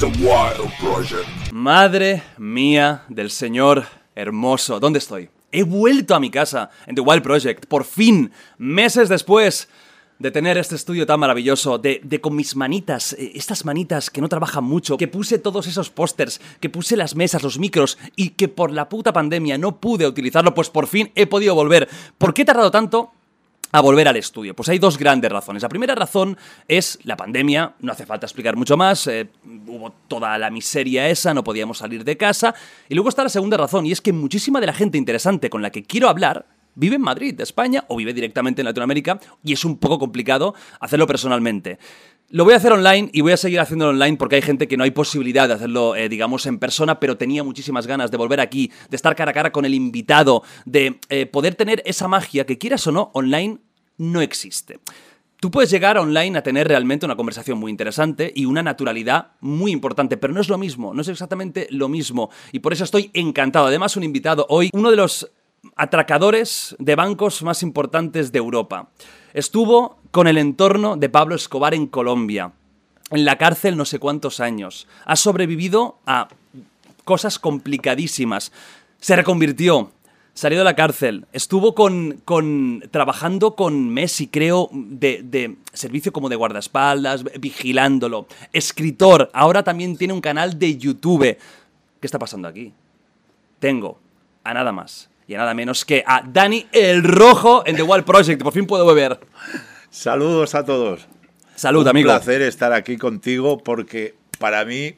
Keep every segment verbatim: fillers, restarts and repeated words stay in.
The Wild Project. Madre mía del Señor hermoso, ¿dónde estoy? He vuelto a mi casa en The Wild Project, por fin, meses después de tener este estudio tan maravilloso, de, de con mis manitas, estas manitas que no trabajan mucho, que puse todos esos pósters, que puse las mesas, los micros, y que por la puta pandemia no pude utilizarlo, pues por fin he podido volver. ¿Por qué he tardado tanto a volver al estudio? Pues hay dos grandes razones. La primera razón es la pandemia, no hace falta explicar mucho más, eh, hubo toda la miseria esa, no podíamos salir de casa. Y luego está la segunda razón, y es que muchísima de la gente interesante con la que quiero hablar vive en Madrid, España, o vive directamente en Latinoamérica, y es un poco complicado hacerlo personalmente. Lo voy a hacer online y voy a seguir haciéndolo online porque hay gente que no hay posibilidad de hacerlo, eh, digamos, en persona, pero tenía muchísimas ganas de volver aquí, de estar cara a cara con el invitado, de eh, poder tener esa magia que, quieras o no, online no existe. Tú puedes llegar online a tener realmente una conversación muy interesante y una naturalidad muy importante, pero no es lo mismo, no es exactamente lo mismo. Y por eso estoy encantado. Además, un invitado hoy, uno de los atracadores de bancos más importantes de Europa. Estuvo con el entorno de Pablo Escobar en Colombia, en la cárcel no sé cuántos años. Ha sobrevivido a cosas complicadísimas. Se reconvirtió. Salió de la cárcel, estuvo con, con trabajando con Messi, creo, de, de servicio como de guardaespaldas, vigilándolo. Escritor, ahora también tiene un canal de YouTube. ¿Qué está pasando aquí? Tengo a nada más y a nada menos que a Dani el Rojo en The Wild Project. Por fin puedo beber. Saludos a todos. Salud, un amigo. Un placer estar aquí contigo porque para mí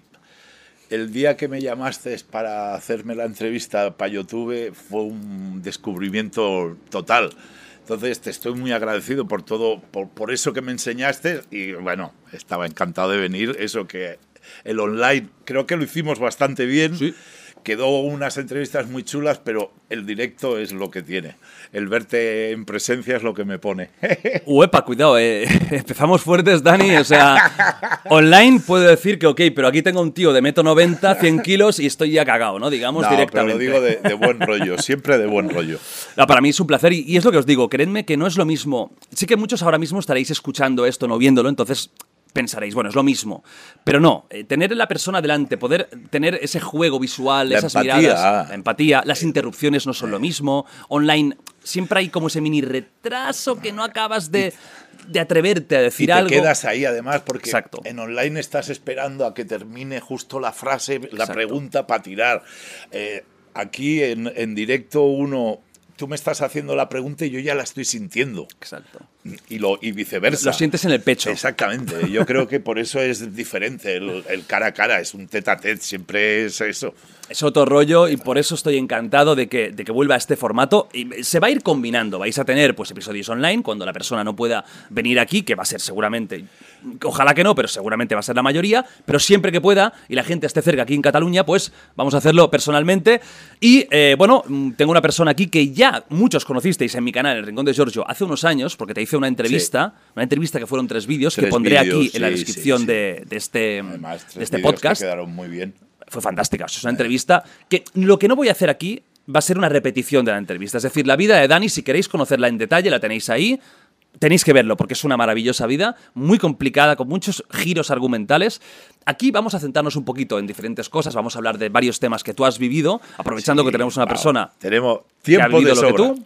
el día que me llamaste para hacerme la entrevista para YouTube fue un descubrimiento total. Entonces te estoy muy agradecido por todo, por, por eso que me enseñaste y bueno, estaba encantado de venir. Eso que el online creo que lo hicimos bastante bien. Sí. Quedó unas entrevistas muy chulas, pero el directo es lo que tiene. El verte en presencia es lo que me pone. Uepa, cuidado, eh. Empezamos fuertes, Dani. O sea, online puedo decir que ok, pero aquí tengo un tío de metro noventa, cien kilos y estoy ya cagado, ¿no? Digamos, no, directamente. Pero lo digo de, de buen rollo, siempre de buen rollo. No, para mí es un placer y, y es lo que os digo, creedme que no es lo mismo. Sí que muchos ahora mismo estaréis escuchando esto, no viéndolo, entonces pensaréis, bueno, es lo mismo. Pero no, eh, tener a la persona delante, poder tener ese juego visual, la esas empatía. miradas, la empatía, las interrupciones no son lo mismo. Online siempre hay como ese mini retraso que no acabas de, de atreverte a decir y te algo. Te quedas ahí además porque Exacto. En online estás esperando a que termine justo la frase, la Exacto. pregunta para tirar. Eh, aquí en, en directo uno... Tú me estás haciendo la pregunta y yo ya la estoy sintiendo. Exacto. Y, lo, y viceversa. Lo sientes en el pecho. Exactamente. Yo creo que por eso es diferente. El, el cara a cara es un tete a tete. Siempre es eso. Es otro rollo y por eso estoy encantado de que, de que vuelva a este formato. Y se va a ir combinando. Vais a tener pues episodios online cuando la persona no pueda venir aquí, que va a ser seguramente... Ojalá que no, pero seguramente va a ser la mayoría. Pero siempre que pueda y la gente esté cerca aquí en Cataluña, pues vamos a hacerlo personalmente. Y, eh, bueno, tengo una persona aquí que ya muchos conocisteis en mi canal, El Rincón de Giorgio, hace unos años, porque te hice una entrevista, sí. una entrevista que fueron tres vídeos, que pondré vídeos, aquí sí, en la descripción sí, sí. de, de este, Además, de este podcast. Que quedaron muy bien. Fue fantástica. Es una entrevista que lo que no voy a hacer aquí va a ser una repetición de la entrevista. Es decir, la vida de Dani, si queréis conocerla en detalle, la tenéis ahí. Tenéis que verlo porque es una maravillosa vida, muy complicada, con muchos giros argumentales. Aquí vamos a centrarnos un poquito en diferentes cosas. Vamos a hablar de varios temas que tú has vivido, aprovechando sí, que tenemos una wow. persona tenemos tiempo que ha vivido de lo sobra. que tú.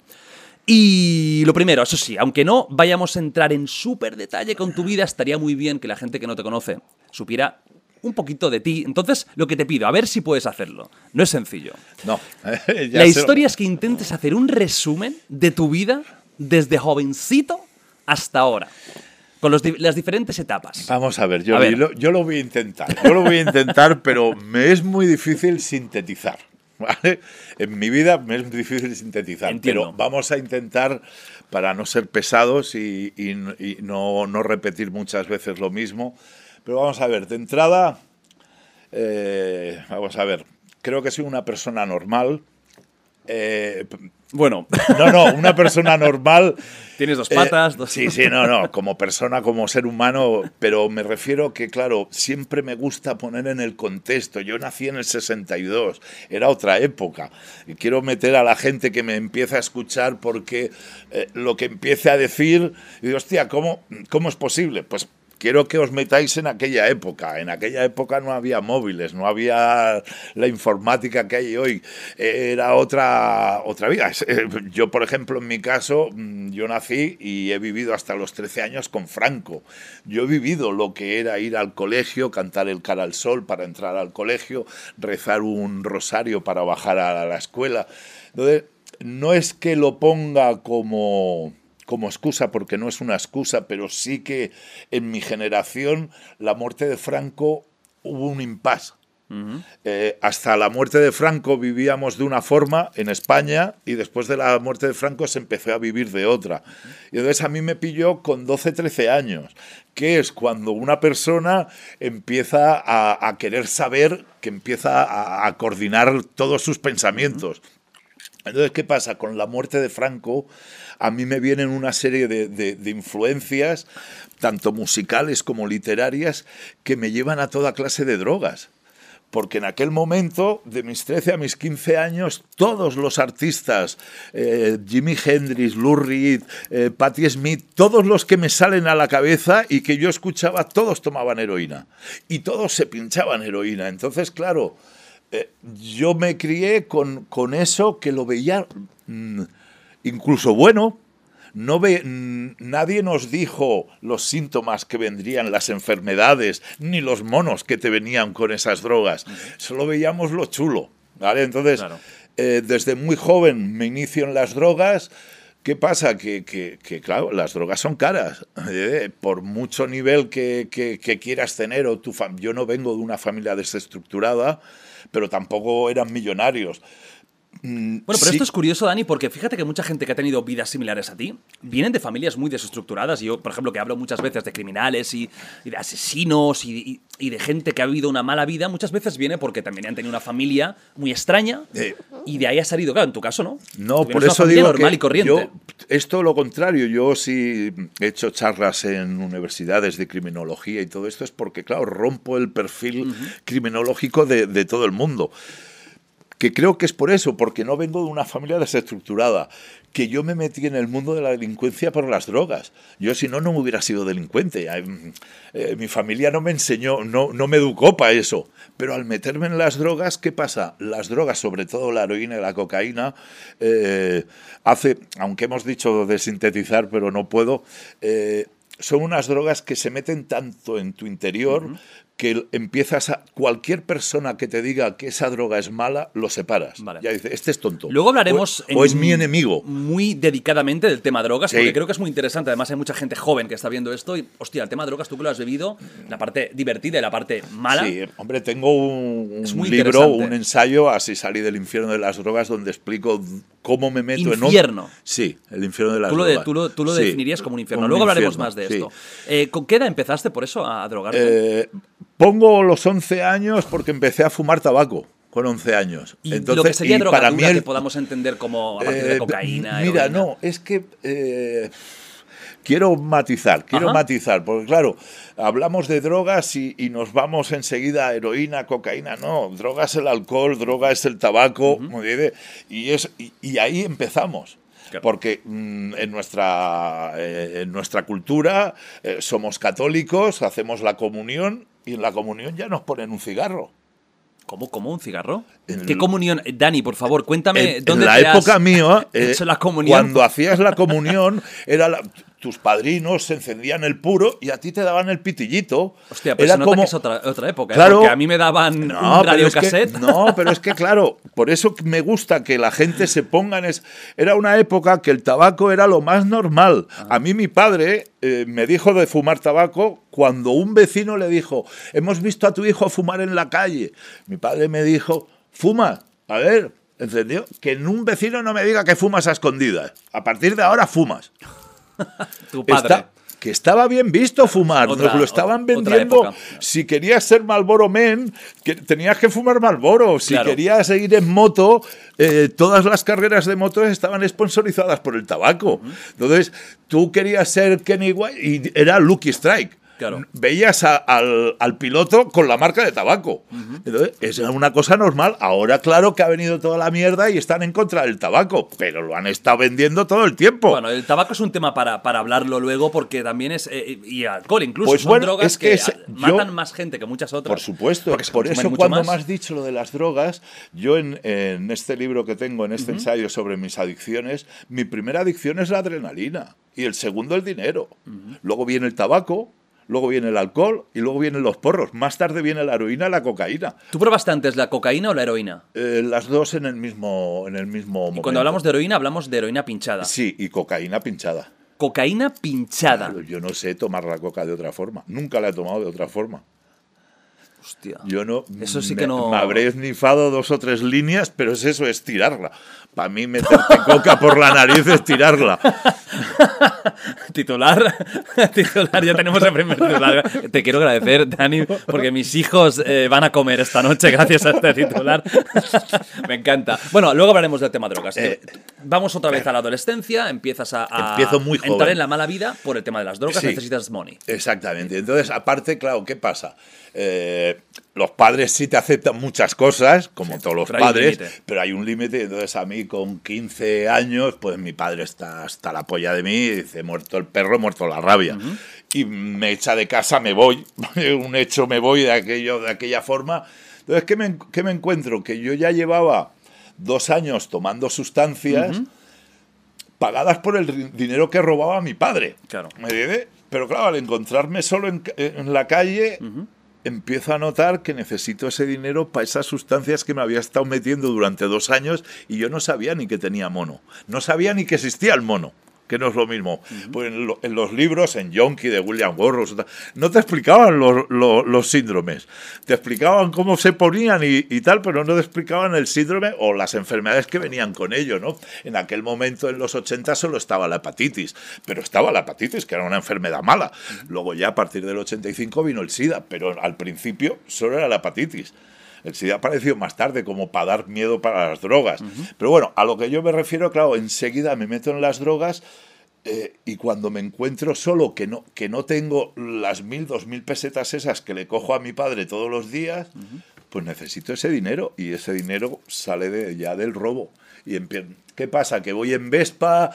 Y lo primero, eso sí, aunque no vayamos a entrar en súper detalle con tu vida, estaría muy bien que la gente que no te conoce supiera un poquito de ti. Entonces, lo que te pido, a ver si puedes hacerlo. No es sencillo. No. La historia lo... es que intentes hacer un resumen de tu vida desde jovencito hasta ahora, con los, las diferentes etapas. Vamos a ver, yo, a ver. Lo, yo lo voy a intentar. Yo lo voy a intentar, pero me es muy difícil sintetizar. ¿Vale? En mi vida me es difícil sintetizar. Entiendo. Pero vamos a intentar, para no ser pesados y, y, y no, no repetir muchas veces lo mismo. Pero vamos a ver, de entrada, eh, vamos a ver, creo que soy una persona normal. Eh, bueno. No, no, una persona normal. Tienes dos patas. Eh, dos... Sí, sí, no, no, como persona, como ser humano, pero me refiero que, claro, siempre me gusta poner en el contexto. Yo nací en el sesenta y dos, era otra época. Y quiero meter a la gente que me empieza a escuchar porque eh, lo que empiece a decir, y digo, hostia, ¿cómo, cómo es posible? Pues quiero que os metáis en aquella época. En aquella época no había móviles, no había la informática que hay hoy. Era otra, otra vida. Yo, por ejemplo, en mi caso, yo nací y he vivido hasta los trece años con Franco. Yo he vivido lo que era ir al colegio, cantar el Cara al Sol para entrar al colegio, rezar un rosario para bajar a la escuela. Entonces, no es que lo ponga como... como excusa, porque no es una excusa, pero sí que en mi generación la muerte de Franco hubo un impasse. Uh-huh. Eh, hasta la muerte de Franco vivíamos de una forma en España y después de la muerte de Franco se empezó a vivir de otra. Uh-huh. Y entonces a mí me pilló con doce, trece años, que es cuando una persona empieza a, a querer saber, que empieza a, a coordinar todos sus pensamientos. Uh-huh. Entonces, ¿qué pasa? Con la muerte de Franco, a mí me vienen una serie de, de, de influencias, tanto musicales como literarias, que me llevan a toda clase de drogas. Porque en aquel momento, de mis trece a mis quince años, todos los artistas, eh, Jimi Hendrix, Lou Reed, eh, Patti Smith, todos los que me salen a la cabeza y que yo escuchaba, todos tomaban heroína. Y todos se pinchaban heroína. Entonces, claro... Eh, yo me crié con, con eso que lo veía mmm, incluso bueno. No ve, mmm, nadie nos dijo los síntomas que vendrían, las enfermedades, ni los monos que te venían con esas drogas. Solo veíamos lo chulo, ¿vale? Entonces, claro. eh, desde muy joven me inicio en las drogas. ¿Qué pasa? Que, que, que, claro, las drogas son caras. Eh, por mucho nivel que, que, que quieras tener, o tu fam- yo no vengo de una familia desestructurada, pero tampoco eran millonarios. Bueno, pero sí. Esto es curioso, Dani, porque fíjate que mucha gente que ha tenido vidas similares a ti vienen de familias muy desestructuradas. Yo, por ejemplo, que hablo muchas veces de criminales y, y de asesinos y, y, y de gente que ha vivido una mala vida, muchas veces viene porque también han tenido una familia muy extraña eh, y de ahí ha salido, claro, en tu caso, ¿no? No, por eso digo normal que y corriente. Yo, esto lo contrario, yo sí he hecho charlas en universidades de criminología y todo esto es porque, claro, rompo el perfil uh-huh. criminológico de, de todo el mundo. Que creo que es por eso, porque no vengo de una familia desestructurada, que yo me metí en el mundo de la delincuencia por las drogas. Yo si no, no me hubiera sido delincuente. Eh, eh, mi familia no me enseñó, no, no me educó para eso. Pero al meterme en las drogas, ¿qué pasa? Las drogas, sobre todo la heroína y la cocaína, eh, hace, aunque hemos dicho de sintetizar, pero no puedo, eh, son unas drogas que se meten tanto en tu interior, uh-huh. que empiezas a... Cualquier persona que te diga que esa droga es mala, lo separas. Vale. Ya dices, este es tonto. Luego hablaremos... O, o es mi enemigo. Muy dedicadamente del tema drogas, sí. Porque creo que es muy interesante. Además, hay mucha gente joven que está viendo esto y, hostia, el tema drogas, tú que lo has vivido, la parte divertida y la parte mala... Sí, hombre, tengo un, un libro, un ensayo, Así salí del infierno de las drogas, donde explico cómo me meto ¿Infierno? en... ¿Infierno? Sí, el infierno de las tú lo drogas. De, tú lo, tú lo sí. definirías como un infierno. Un Luego hablaremos infierno, más de sí. esto. Eh, ¿Con qué edad empezaste por eso a drogarte? Eh, pongo los once años porque empecé a fumar tabaco con once años. Y Entonces, lo que sería y droga para dura mí el, que podamos entender como a partir eh, de cocaína. Mira, heroína. no, es que... Eh, Quiero matizar, quiero Ajá. matizar, porque claro, hablamos de drogas y, y nos vamos enseguida a heroína, cocaína, no, droga es el alcohol, droga es el tabaco, uh-huh. y, es, y, y ahí empezamos. Claro. Porque mmm, en, nuestra, eh, en nuestra cultura eh, somos católicos, hacemos la comunión y en la comunión ya nos ponen un cigarro. ¿Cómo? ¿Cómo? ¿Un cigarro? En ¿Qué comunión? Dani, por favor, cuéntame en, dónde en la te época has mía, eh, hecho la comunión. Cuando hacías la comunión, era la, tus padrinos se encendían el puro y a ti te daban el pitillito. Hostia, pero era se nota como... que es otra, otra época, claro, ¿eh? Porque a mí me daban no, un radiocassette. Es que, no, pero es que claro, por eso me gusta que la gente se ponga en... Es... Era una época que el tabaco era lo más normal. Ah. A mí mi padre eh, me dijo de fumar tabaco cuando un vecino le dijo, hemos visto a tu hijo fumar en la calle. Mi padre me dijo, fuma, a ver, ¿entendió? Que en un vecino no me diga que fumas a escondidas. A partir de ahora fumas. Tu padre. Está, que estaba bien visto fumar, otra, nos lo estaban vendiendo. Si querías ser Marlboro Man, que tenías que fumar Marlboro. Si claro. querías ir en moto, eh, todas las carreras de motos estaban sponsorizadas por el tabaco. Uh-huh. Entonces, tú querías ser Kenny White y era Lucky Strike. Claro. Veías a, al, al piloto con la marca de tabaco. Uh-huh. Entonces, es una cosa normal. Ahora, claro que ha venido toda la mierda y están en contra del tabaco, pero lo han estado vendiendo todo el tiempo. Bueno, el tabaco es un tema para, para hablarlo luego, porque también es... Eh, y alcohol, incluso. Pues son bueno, drogas es que que es, matan yo, más gente que muchas otras. Por supuesto. Por eso, cuando me has dicho lo de las drogas, yo en, en este libro que tengo, en este uh-huh. ensayo sobre mis adicciones, mi primera adicción es la adrenalina y el segundo el dinero. Uh-huh. Luego viene el tabaco, luego viene el alcohol y luego vienen los porros. Más tarde viene la heroína y la cocaína. ¿Tú probaste antes la cocaína o la heroína? Eh, las dos en el mismo, en el mismo momento. Y cuando hablamos de heroína, hablamos de heroína pinchada. Sí, y cocaína pinchada. Cocaína pinchada. Claro, yo no sé tomar la coca de otra forma. Nunca la he tomado de otra forma. Hostia. Yo no, eso sí me, que no... me habré esnifado dos o tres líneas, pero es eso, es tirarla. Para mí meterte coca por la nariz es tirarla. Titular, titular, ya tenemos el primer titular. Te quiero agradecer, Dani, porque mis hijos eh, van a comer esta noche gracias a este titular. Me encanta. Bueno, luego hablaremos del tema drogas. Eh, Vamos otra vez a la adolescencia, empiezas a, a Empiezo muy entrar joven. en la mala vida por el tema de las drogas, sí, necesitas money. Exactamente. Entonces, aparte, claro, ¿qué pasa? Eh, los padres sí te aceptan muchas cosas, como sí, todos los padres, pero hay un límite. Entonces, a mí con quince años, pues mi padre está hasta la polla de mí y dice, muerto el perro, muerto la rabia. Uh-huh. Y me echa de casa, me voy. Un hecho, me voy de, aquello, de aquella forma. Entonces, ¿qué me, qué me encuentro? Que yo ya llevaba dos años tomando sustancias uh-huh. pagadas por el dinero que robaba mi padre. Claro. ¿Me entiendes? Pero claro, al encontrarme solo en, en la calle... Uh-huh. empiezo a notar que necesito ese dinero para esas sustancias que me había estado metiendo durante dos años y yo no sabía ni que tenía mono. No sabía ni que existía el mono, que no es lo mismo. Uh-huh. Pues en, lo, en los libros, en Yonki de William Burroughs, no te explicaban los, los, los síndromes. Te explicaban cómo se ponían y, y tal, pero no te explicaban el síndrome o las enfermedades que venían con ello, ¿no? En aquel momento, en los ochenta, solo estaba la hepatitis, pero estaba la hepatitis, que era una enfermedad mala. Uh-huh. Luego ya a partir del ochenta y cinco vino el SIDA, pero al principio solo era la hepatitis. El SIDA apareció más tarde como para dar miedo para las drogas. Uh-huh. Pero bueno, a lo que yo me refiero, claro, enseguida me meto en las drogas eh, y cuando me encuentro solo, que no, que no tengo las mil, dos mil pesetas esas que le cojo a mi padre todos los días, uh-huh. pues necesito ese dinero y ese dinero sale de, ya del robo. Y empie- ¿Qué pasa? Que voy en Vespa...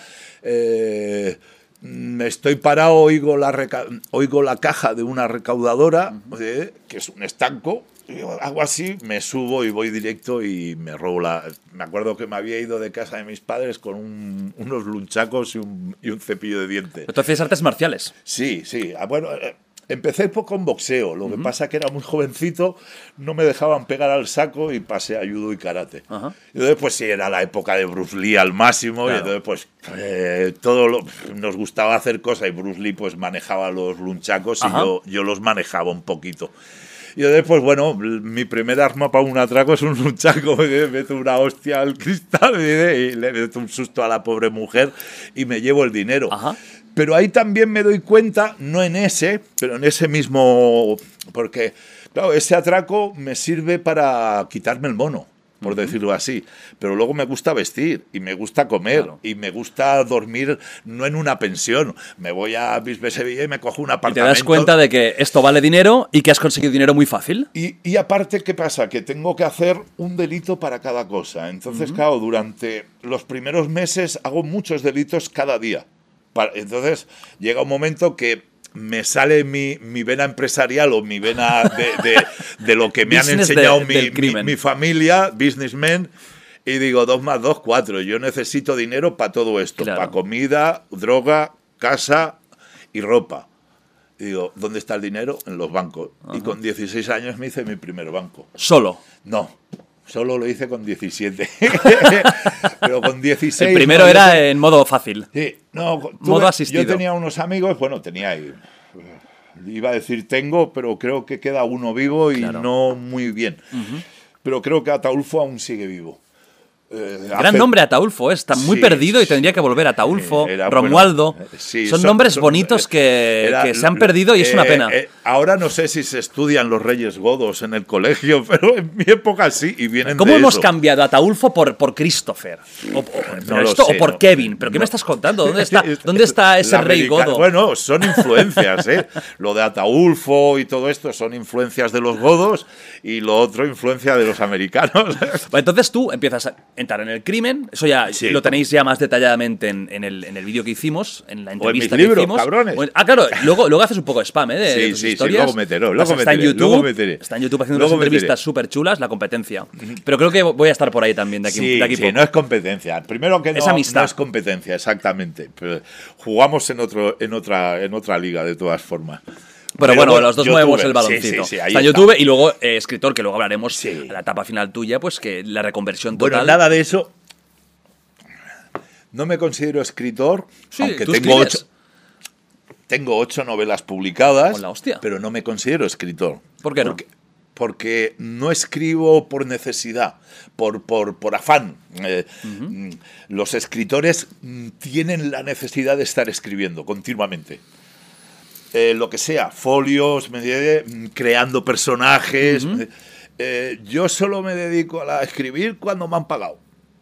Eh, estoy parado, oigo la, reca- oigo la caja de una recaudadora, uh-huh. eh, que es un estanco, y hago así, me subo y voy directo y me robo la... Me acuerdo que me había ido de casa de mis padres con un, unos lunchacos y un, y un cepillo de dientes. ¿Pero tú hacías artes marciales? Sí, sí. Bueno... Eh, Empecé poco con boxeo, lo uh-huh. que pasa que era muy jovencito, no me dejaban pegar al saco y pasé a judo y karate. Uh-huh. Y entonces pues sí, era la época de Bruce Lee al máximo, claro. Y entonces pues eh, todo lo, nos gustaba hacer cosas y Bruce Lee pues manejaba los lunchacos uh-huh. y yo, yo los manejaba un poquito. Y entonces, pues bueno, mi primer arma para un atraco es un lunchaco, me meto una hostia al cristal y le meto un susto a la pobre mujer y me llevo el dinero. Uh-huh. Pero ahí también me doy cuenta, no en ese, pero en ese mismo... Porque, claro, ese atraco me sirve para quitarme el mono, por uh-huh. decirlo así. Pero luego me gusta vestir, y me gusta comer, claro. y me gusta dormir no en una pensión. Me voy a Bisbe Sevilla y me cojo un apartamento. ¿Y te das cuenta de que esto vale dinero y que has conseguido dinero muy fácil? Y, y aparte, ¿qué pasa? Que tengo que hacer un delito para cada cosa. Entonces, uh-huh. claro, durante los primeros meses hago muchos delitos cada día. Entonces llega un momento que me sale mi, mi vena empresarial o mi vena de, de, de lo que me han enseñado de, mi, mi, mi familia, businessmen, y digo, dos más dos, cuatro. Yo necesito dinero para todo esto, claro. Para comida, droga, casa y ropa. Y digo, ¿dónde está el dinero? En los bancos. Uh-huh. Y con dieciséis años me hice mi primer banco. ¿Solo? No. Solo lo hice con diecisiete. Pero con dieciséis... El primero no, era te... en modo fácil. Sí. No, tuve, modo asistido. Yo tenía unos amigos, bueno, tenía... Iba a decir tengo, pero creo que queda uno vivo y claro. no muy bien. Uh-huh. Pero creo que Ataulfo aún sigue vivo. Eh, Gran hace- nombre Ataulfo, ¿eh? Está muy Sí, perdido y tendría que volver a Ataulfo, Era, Romualdo. bueno, eh, sí, son, nombres son- bonitos que, era- que se han perdido y es una eh, pena. eh, ahora no sé si se estudian los reyes godos en el colegio, pero en mi época sí, y vienen ¿Cómo de hemos eso. cambiado a Ataulfo por, por Christopher? O, o- No lo esto, sé, o por no. Kevin. ¿Pero qué No. me estás contando? ¿Dónde está, ¿dónde está ese La rey americana- godo? Bueno, son influencias, ¿eh? Lo de Ataulfo y todo esto son influencias de los godos y lo otro influencia de los americanos. Bueno, entonces tú empiezas a entrar en el crimen. Eso ya Sí. lo tenéis ya más detalladamente en, en el, en el vídeo que hicimos, en la en entrevista mis libros, que hicimos. cabrones. Bueno, ah, claro, luego, luego haces un poco de spam, ¿eh? De, Sí, de tus sí, sí, historias. luego meteré, luego Está en meteré, YouTube, luego meteré. Está en YouTube haciendo Luego unas entrevistas meteré. súper chulas, la competencia. Pero creo que voy a estar por ahí también de aquí, Sí, de aquí sí, poco. no es competencia. Primero que no Es amistad. no es competencia, exactamente. Pero jugamos en otro, en otra, en otra liga de todas formas. Pero bueno, los dos YouTuber, movemos el sí, baloncito. sí, sí, ahí está en está. YouTube y luego eh, escritor, que luego hablaremos Sí. a la etapa final tuya, pues que la reconversión total. Bueno, nada de eso. No me considero escritor, Sí, aunque ¿tú tengo escribes? ocho, tengo ocho novelas publicadas, Hola, hostia. pero no me considero escritor. ¿Por qué no? Porque, porque no escribo por necesidad, por, por, por afán. Eh, mm, Los escritores mm, tienen la necesidad de estar escribiendo continuamente. Eh, lo que sea, folios, me de- mm, creando personajes. me- eh, yo solo me dedico a la- a escribir cuando me han pagado.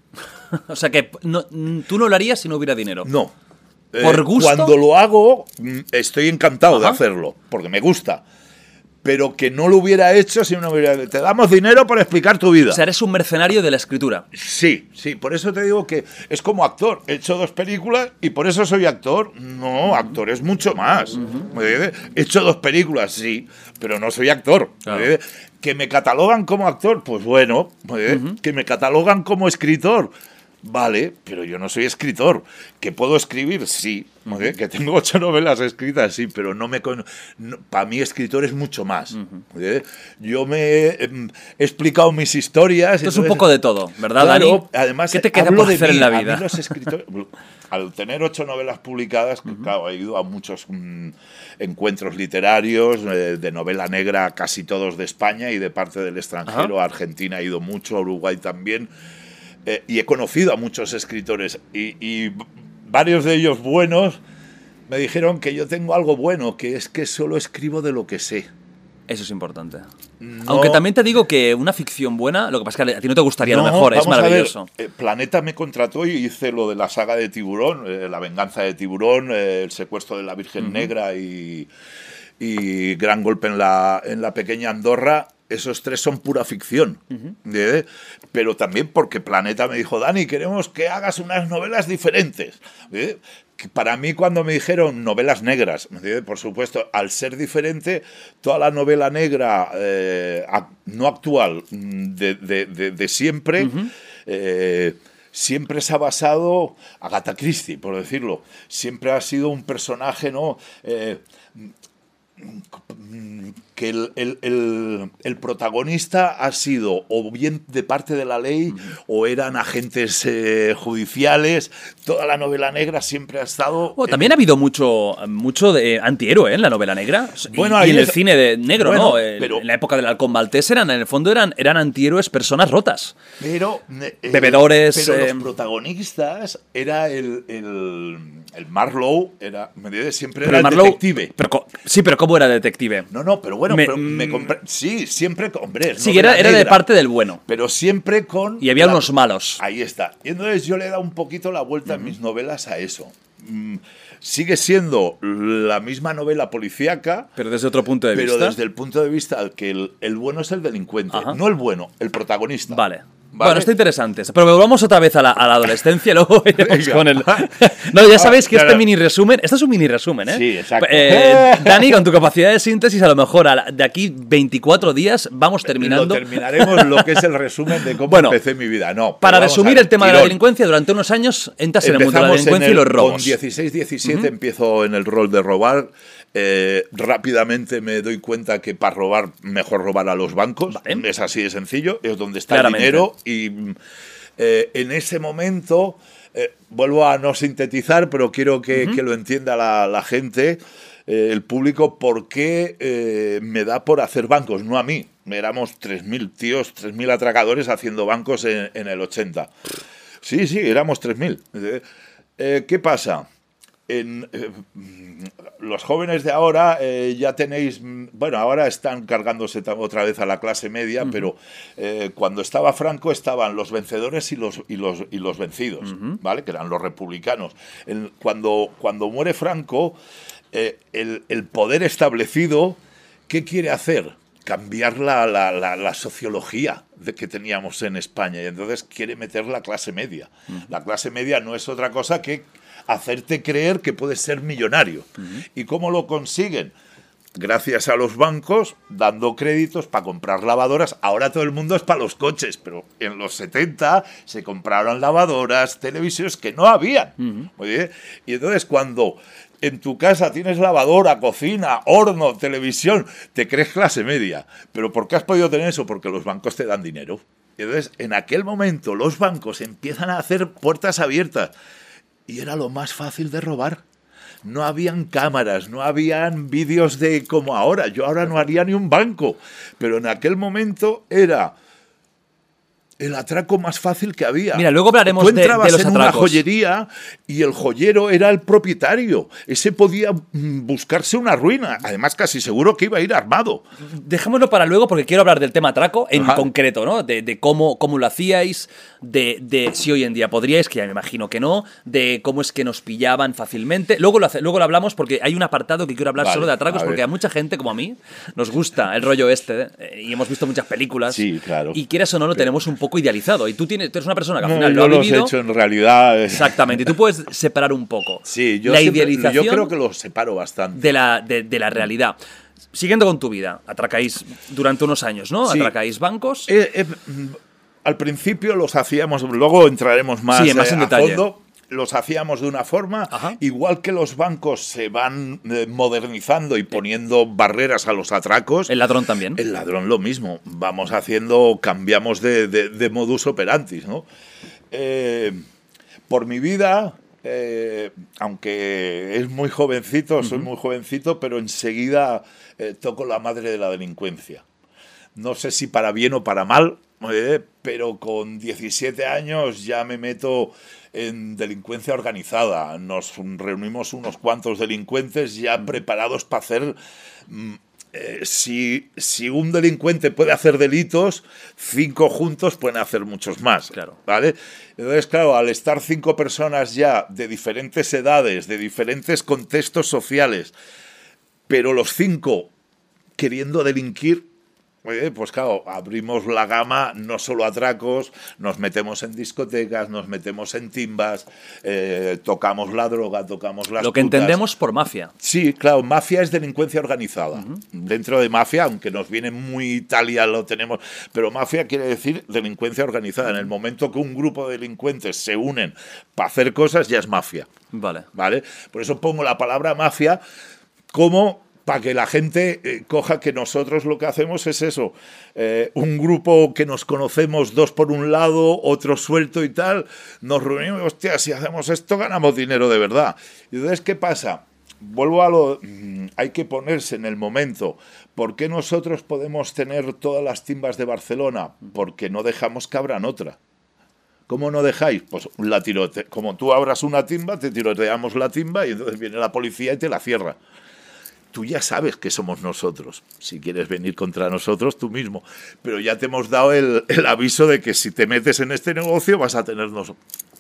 O sea que no- tú no lo harías si no hubiera dinero. No. Eh, ¿Por gusto? Cuando lo hago, mm, estoy encantado de Ajá. hacerlo, porque me gusta. Pero que no lo hubiera hecho si no hubiera... Te damos dinero por explicar tu vida. O sea, eres un mercenario de la escritura. Sí, sí, por eso te digo que es como actor. He hecho dos películas y por eso soy actor. No, actor es mucho más. ¿Me entiendes? He hecho dos películas, sí, pero no soy actor. ¿Me Claro. entiendes? ¿Que me catalogan como actor? Pues bueno. ¿me entiendes? ¿Que me catalogan como escritor? Vale, pero yo no soy escritor. ¿Que puedo escribir? Sí. ¿me entiendes? Que tengo ocho novelas escritas, sí, pero no me... con- no- para mí escritor es mucho más. ¿me entiendes? Yo me em, he explicado mis historias. Esto es un entonces- poco de todo, ¿verdad, Claro, Dani? además, ¿Qué te queda hablo por de hacer mí. en la A mí vida? los escritores, al tener ocho novelas publicadas, que, claro, he ido a muchos mm, encuentros literarios, eh, de novela negra, casi todos de España y de parte del extranjero. A Argentina he ido mucho, a Uruguay también. Eh, y he conocido a muchos escritores y, y varios de ellos buenos me dijeron que yo tengo algo bueno, que es que solo escribo de lo que sé. Eso es importante. No- Aunque también te digo que una ficción buena, lo que pasa es que a ti no te gustaría lo No, mejor, es vamos a ver, maravilloso. eh, Planeta me contrató y hice lo de la saga de Tiburón, eh, la venganza de Tiburón, eh, el secuestro de la Virgen Negra y, y Gran golpe en la, en la pequeña Andorra. Esos tres son pura ficción. ¿eh? Pero también porque Planeta me dijo, Dani, queremos que hagas unas novelas diferentes. ¿eh? Que para mí, cuando me dijeron novelas negras, ¿me entiendes? Por supuesto, al ser diferente, toda la novela negra eh, ac- no actual mm, de, de- de- de siempre, eh, siempre se ha basado, Agatha Christie, por decirlo, siempre ha sido un personaje, ¿no? Eh, que el, el- el- el protagonista ha sido o bien de parte de la ley o eran agentes eh, judiciales. Toda la novela negra siempre ha estado... Bueno, también ha habido mucho, mucho de antihéroe, ¿eh? En la novela negra. Y- Bueno, y, ahí en el es- cine de negro, Bueno, ¿no? En- pero- en la época del halcón maltés eran, en el fondo eran, eran antihéroes personas rotas. Pero, eh, Bebedores, Pero eh, los protagonistas era el, el, el Marlowe, era, me entiendes? Siempre Pero era el Marlowe- detective. pero co- sí, pero ¿cómo era detective? No, no, pero bueno, Me- pero me mm, compre- sí, siempre, hombre, es Sí, novela era, era de negra, parte del bueno. pero siempre con... Y había la- unos malos. Ahí está. Y entonces yo le he dado un poquito la vuelta en mis novelas a eso. Mm, sigue siendo la misma novela policíaca, Pero desde otro punto de pero vista. desde el punto de vista que el, el bueno es el delincuente, Ajá. no el bueno, el protagonista. Vale. ¿Vale? Bueno, está interesante. Pero volvamos otra vez a la, a la adolescencia y luego iremos Venga. con el... No, ya sabéis que Ah, este claro. mini resumen... Esto es un mini resumen, ¿eh? Sí, exacto. Eh, Dani, con tu capacidad de síntesis, a lo mejor a la- de aquí veinticuatro días vamos terminando... Lo terminaremos lo que es el resumen de cómo Bueno, empecé mi vida. No, pero Para vamos a resumir ver, el tema de la tirón. delincuencia, durante unos años entras en el mundo de la Empezamos en delincuencia y el- los robos. Con dieciséis, diecisiete empiezo en el rol de robar. Eh, rápidamente me doy cuenta que para robar, mejor robar a los bancos. Vale. Es así de sencillo, es donde está Claramente. el dinero. Y mm, eh, en ese momento, eh, vuelvo a no sintetizar, pero quiero que, que lo entienda la, la gente, eh, el público, por qué eh, me da por hacer bancos, no a mí. éramos tres mil tíos, tres mil atracadores haciendo bancos en, en el ochenta. Sí, sí, éramos tres mil. Eh, eh, ¿Qué pasa? En, eh, los jóvenes de ahora eh, ya tenéis, bueno, ahora están cargándose otra vez a la clase media, uh-huh. pero eh, cuando estaba Franco estaban los vencedores y los, y los, y los vencidos, uh-huh. ¿vale? Que eran los republicanos. El, cuando, cuando muere Franco, eh, el, el poder establecido, ¿qué quiere hacer? Cambiar la, la, la, la sociología de que teníamos en España, y entonces quiere meter la clase media. Uh-huh. La clase media no es otra cosa que hacerte creer que puedes ser millonario. Uh-huh. ¿Y cómo lo consiguen? Gracias a los bancos, dando créditos para comprar lavadoras. Ahora todo el mundo es para los coches, pero en los setenta se compraron lavadoras, televisores que no habían. Uh-huh. Muy bien. Y entonces cuando en tu casa tienes lavadora, cocina, horno, televisión, te crees clase media. ¿Pero por qué has podido tener eso? Porque los bancos te dan dinero. Y entonces en aquel momento los bancos empiezan a hacer puertas abiertas. Y era lo más fácil de robar. No habían cámaras, no habían vídeos de como ahora. Yo ahora no haría ni un banco. Pero en aquel momento era el atraco más fácil que había. Mira, luego hablaremos Tú de, de los entrabas en atracos. una joyería y el joyero era el propietario. Ese podía buscarse una ruina. Además, casi seguro que iba a ir armado. Dejémoslo para luego porque quiero hablar del tema atraco en Ajá. concreto, ¿no? De, de cómo, cómo lo hacíais, de, de si hoy en día podríais, que ya me imagino que no, de cómo es que nos pillaban fácilmente. Luego lo, hace, luego lo hablamos porque hay un apartado que quiero hablar vale, solo de atracos a porque a mucha gente, como a mí, nos gusta el rollo este eh, y hemos visto muchas películas. Sí, claro. Y quieras o no, lo Pero... tenemos un poco idealizado. Y tú, tienes, tú eres una persona que al no, final yo lo ha los vivido. he hecho en realidad. Exactamente. Y tú puedes separar un poco sí, yo la siempre, idealización. Yo creo que lo separo bastante. De la, de, de la realidad. Siguiendo con tu vida, atracáis durante unos años, ¿no? Sí. Atracáis bancos. Eh, eh, al principio los hacíamos, luego entraremos más, sí, más en eh, a detalle. fondo. Los hacíamos de una forma, Ajá. igual que los bancos se van eh, modernizando y poniendo barreras a los atracos. El ladrón también. El ladrón lo mismo. Vamos haciendo, cambiamos de, de, de modus operandi, ¿no? Eh, por mi vida, eh, aunque es muy jovencito, uh-huh. soy muy jovencito, pero enseguida eh, toco la madre de la delincuencia. No sé si para bien o para mal, eh, pero con diecisiete años ya me meto en delincuencia organizada. Nos reunimos unos cuantos delincuentes ya preparados para hacer... Eh, si, si un delincuente puede hacer delitos, cinco juntos pueden hacer muchos más. Claro. ¿Vale? Entonces, claro, al estar cinco personas ya de diferentes edades, de diferentes contextos sociales, pero los cinco queriendo delinquir, Eh, pues claro, abrimos la gama, no solo atracos, nos metemos en discotecas, nos metemos en timbas, eh, tocamos la droga, tocamos las Lo que putas. entendemos por mafia. Sí, claro, mafia es delincuencia organizada. Uh-huh. Dentro de mafia, aunque nos viene muy Italia, lo tenemos, pero mafia quiere decir delincuencia organizada. En el momento que un grupo de delincuentes se unen para hacer cosas, ya es mafia. Vale. ¿Vale? Por eso pongo la palabra mafia como... para que la gente eh, coja que nosotros lo que hacemos es eso, eh, un grupo que nos conocemos dos por un lado, otro suelto y tal, nos reunimos, hostia, si hacemos esto ganamos dinero de verdad. Y entonces, ¿qué pasa? Vuelvo a lo... Hay que ponerse en el momento. ¿Por qué nosotros podemos tener todas las timbas de Barcelona? Porque no dejamos que abran otra. ¿Cómo no dejáis? Pues la tirote. Como tú abras una timba, te tiroteamos la timba y entonces viene la policía y te la cierra. Tú ya sabes que somos nosotros. Si quieres venir contra nosotros, tú mismo. Pero ya te hemos dado el, el aviso de que si te metes en este negocio vas a tenernos...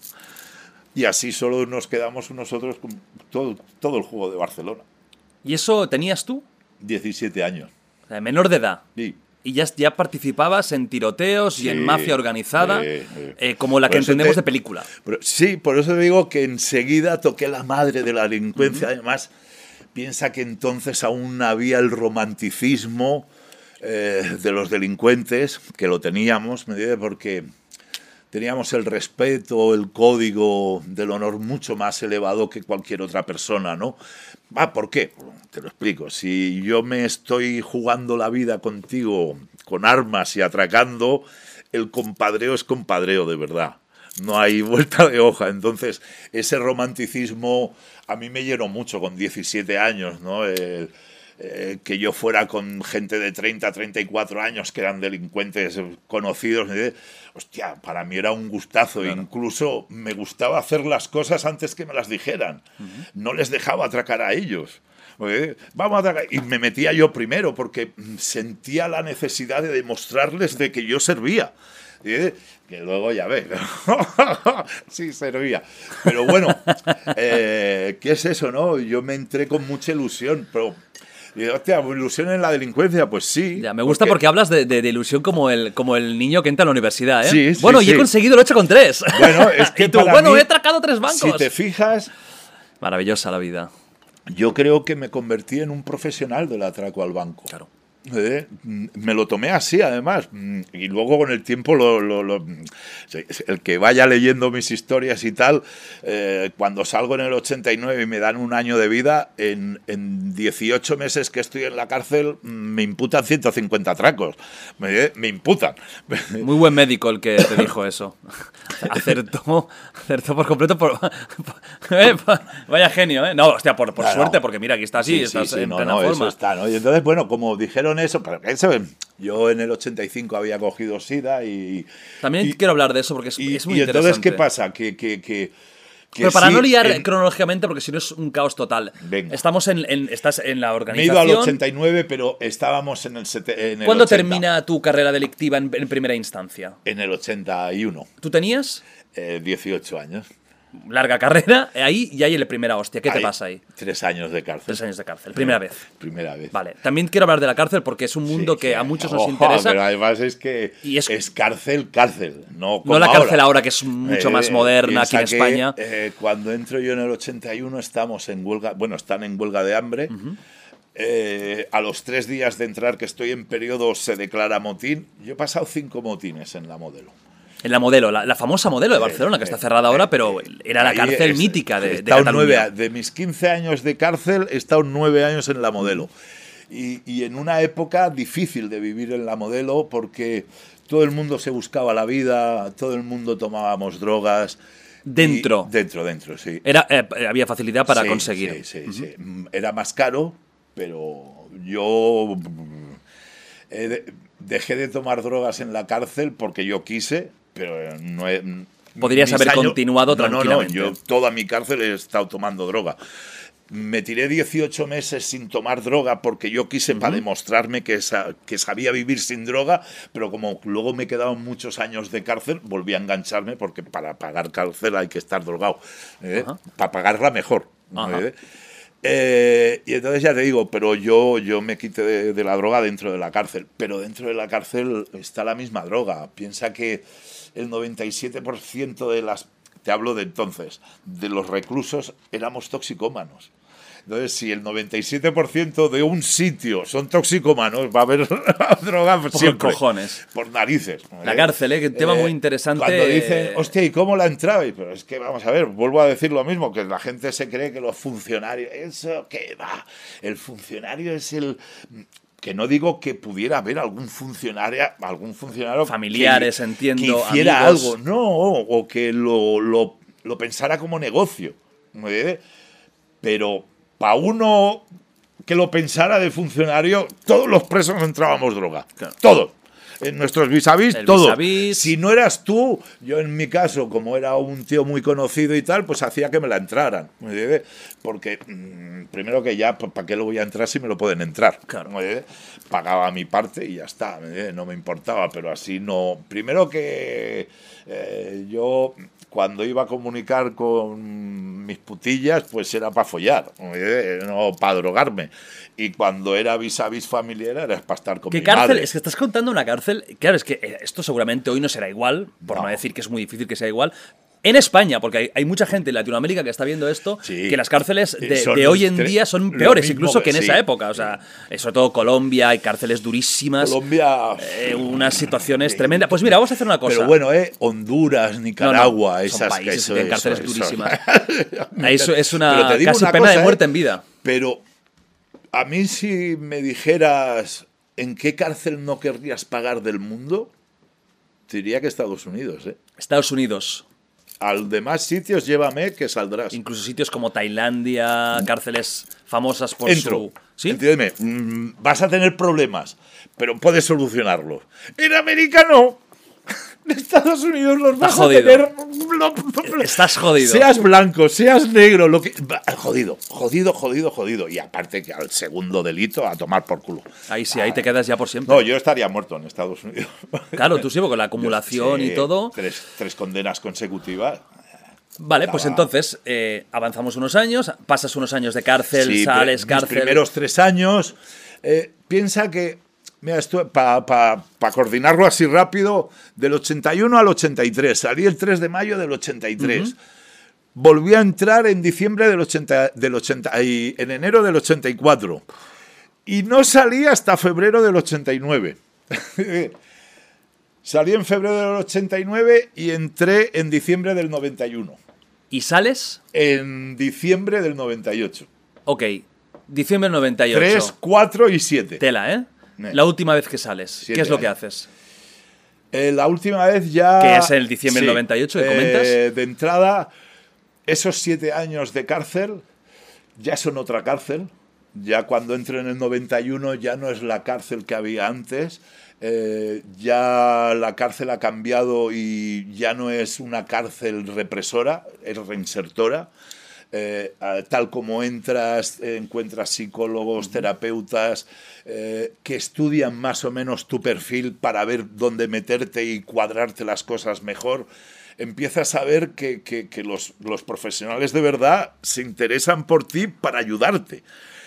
Y así solo nos quedamos nosotros con todo, todo el juego de Barcelona. ¿Y eso tenías tú? diecisiete años. O sea, menor de edad. Sí. Y ya, ya participabas en tiroteos sí, y en mafia organizada, eh, eh. Eh, como la por que entendemos te, de película. Pero, sí, por eso digo que enseguida toqué la madre de la delincuencia. Uh-huh. Además... Piensa que entonces aún había el romanticismo eh, de los delincuentes, que lo teníamos, ¿me entiendes? Porque teníamos el respeto, el código del honor mucho más elevado que cualquier otra persona, ¿no? Ah, ¿por qué? Te lo explico. Si yo me estoy jugando la vida contigo con armas y atracando, el compadreo es compadreo de verdad. No hay vuelta de hoja. Entonces, ese romanticismo a mí me llenó mucho con diecisiete años, ¿no? El, eh, que yo fuera con gente de treinta, treinta y cuatro años que eran delincuentes conocidos. ¿eh? Hostia, para mí era un gustazo. Claro. Incluso me gustaba hacer las cosas antes que me las dijeran. Uh-huh. No les dejaba atracar a ellos. ¿Eh? Vamos a atracar. Y me metía yo primero porque sentía la necesidad de demostrarles de que yo servía. ¿Eh? Que luego ya ves, sí servía. Pero bueno, eh, ¿qué es eso, no? Yo me entré con mucha ilusión, pero... Y, hostia, ¿ilusión en la delincuencia? Pues sí. Ya, me gusta porque, porque hablas de, de, de ilusión como el, como el niño que entra a la universidad, ¿eh? Sí, sí, bueno, sí. y he conseguido el ocho con tres. Bueno, es que y tú, para bueno, mí, he atracado tres bancos. Si te fijas... Maravillosa la vida. Yo creo que me convertí en un profesional del atraco al banco. Claro. ¿Eh? Me lo tomé así, además, y luego con el tiempo lo, lo, lo, el que vaya leyendo mis historias y tal, eh, cuando salgo en el ochenta y nueve y me dan un año de vida, en, en dieciocho meses que estoy en la cárcel me imputan ciento cincuenta atracos, me, me imputan. Muy buen médico el que te dijo eso. Acertó, acertó por completo. Por, por, eh, vaya genio, ¿eh? No, hostia, por, por claro. suerte, porque mira, aquí estás así, sí, estás sí, sí, en no, plena no, forma. Eso está, ¿no? Y entonces, bueno, como dijeron eso, pero eso, yo en el ochenta y cinco había cogido SIDA y... También y, quiero hablar de eso porque es, y, es muy y interesante. entonces, ¿qué pasa? Que... que, que Que Pero para sí, no liar en... cronológicamente, porque si no es un caos total. Venga. Estamos en, en, estás en la organización. Me he ido al ochenta y nueve, pero estábamos en el, sete, en el ¿Cuándo ochenta. termina tu carrera delictiva en, en primera instancia? En el ochenta y uno. ¿Tú tenías? Eh, dieciocho años. Larga carrera, ahí ya hay la primera hostia. ¿Qué ahí, te pasa ahí? Tres años de cárcel. Tres años de cárcel. Primera vez. Primera vez. Vale. También quiero hablar de la cárcel porque es un mundo sí, que sí. a muchos nos Ojo, interesa. Pero además es que y es, es cárcel, cárcel. No, como no la cárcel ahora, ahora que es mucho eh, más moderna aquí en que, España. Eh, cuando entro yo en el ochenta y uno estamos en huelga, bueno, están en huelga de hambre. Uh-huh. Eh, a los tres días de entrar, que estoy en periodo, se declara motín. Yo he pasado cinco motines en la Modelo. En la Modelo, la, la famosa Modelo de Barcelona, que está cerrada ahora, pero era la cárcel es, mítica de, de Cataluña. Nueve, de mis quince años de cárcel, he estado nueve años en la Modelo. Y, y en una época difícil de vivir en la Modelo, porque todo el mundo se buscaba la vida, todo el mundo tomábamos drogas. Dentro. Y, dentro, dentro, sí. Era, eh, había facilidad para sí, conseguir. Sí, sí, uh-huh. sí. Era más caro, pero yo eh, de, dejé de tomar drogas en la cárcel porque yo quise. Pero no he, podrías haber años, continuado no, tranquilamente. No, no, yo toda mi cárcel he estado tomando droga. Me tiré dieciocho meses sin tomar droga porque yo quise uh-huh. para demostrarme que, esa, que sabía vivir sin droga, pero como luego me quedaban muchos años de cárcel, volví a engancharme porque para pagar cárcel hay que estar drogado. ¿eh? Uh-huh. Para pagarla mejor. Uh-huh. ¿eh? Eh, y entonces ya te digo, pero yo, yo me quité de, de la droga dentro de la cárcel. Pero dentro de la cárcel está la misma droga. Piensa que el noventa y siete por ciento de las, te hablo de entonces, de los reclusos éramos toxicómanos. Entonces, si el noventa y siete por ciento de un sitio son toxicómanos, va a haber droga por siempre. Por cojones. Por narices. La ¿eh? cárcel, ¿eh? Que un tema eh, muy interesante. Cuando dicen, hostia, ¿y cómo la entraba? Y, pero es que, vamos a ver, vuelvo a decir lo mismo, que la gente se cree que los funcionarios, eso que va, el funcionario es el... Que no digo que pudiera haber algún funcionario, algún funcionario familiares, que, entiendo, que hiciera amigos. algo, no, o que lo, lo, lo pensara como negocio. ¿eh? Pero para uno que lo pensara de funcionario, todos los presos entrábamos droga, claro. Todos. En nuestros vis-a-vis, todo. Vis-a-vis. Si no eras tú, yo en mi caso, como era un tío muy conocido y tal, pues hacía que me la entraran. Porque, mmm, primero que ya, ¿para qué lo voy a entrar si me lo pueden entrar? Claro. Pagaba mi parte y ya está, no me importaba, pero así no. Primero que eh, yo, cuando iba a comunicar con mis putillas, pues era para follar, no para drogarme. Y cuando era vis-a-vis familiar era para estar con ¿Qué mi cárcel? madre. Es que estás contando una cárcel. Claro, es que esto seguramente hoy no será igual, por no, no decir que es muy difícil que sea igual. En España, porque hay, hay mucha gente en Latinoamérica que está viendo esto, sí. que las cárceles de, de hoy en día son peores, mismo, incluso que en sí. esa época. O sea, sobre todo Colombia, hay cárceles durísimas. Colombia. Eh, unas situaciones sí. tremendas. Pues mira, vamos a hacer una cosa. Pero bueno, eh, Honduras, Nicaragua, no, no, esas son países eso, que tienen cárceles eso, durísimas. Eso. eso es una casi una pena cosa, de muerte eh, en vida. Pero a mí si me dijeras en qué cárcel no querrías pagar del mundo, te diría que Estados Unidos, ¿eh? Estados Unidos. Al demás sitios llévame que saldrás. Incluso sitios como Tailandia, cárceles famosas por Entro. su... ¿Sí? Entiéndeme, mm, vas a tener problemas, pero puedes solucionarlos. En América no. En Estados Unidos los vas a jodido. tener... Estás jodido. Seas blanco, seas negro, lo que... Jodido, jodido, jodido, jodido. Y aparte que al segundo delito a tomar por culo. Ahí sí, ahí te quedas ya por siempre. No, yo estaría muerto en Estados Unidos. Claro, tú sí, con la acumulación Sí, y todo. Tres, tres condenas consecutivas. Vale, pues Estaba- entonces eh, avanzamos unos años, pasas unos años de cárcel, Sí, sales, mis cárcel... primeros tres años. eh, piensa que, mira, esto para pa, pa coordinarlo así rápido, del ochenta y uno al ochenta y tres. Salí el tres de mayo del ochenta y tres. Uh-huh. Volví a entrar en diciembre del ochenta, del ochenta y en enero del ochenta y cuatro. Y no salí hasta febrero del ochenta y nueve. Salí en febrero del ochenta y nueve y entré en diciembre del noventa y uno. ¿Y sales? En diciembre del noventa y ocho. Ok, diciembre del noventa y ocho. tres, cuatro y siete. Tela, ¿eh? Eh. La última vez que sales, Siete ¿qué es lo que años. haces? Eh, la última vez ya... Que es el diciembre del noventa y ocho, ¿que comentas? Eh, de entrada, esos siete años de cárcel ya son otra cárcel. Ya cuando entro en el noventa y uno ya no es la cárcel que había antes. Eh, ya la cárcel ha cambiado y ya no es una cárcel represora, es reinsertora. Eh, tal como entras, eh, encuentras psicólogos, terapeutas eh, que estudian más o menos tu perfil para ver dónde meterte y cuadrarte las cosas mejor. Empiezas a ver que, que, que los, los profesionales de verdad se interesan por ti para ayudarte.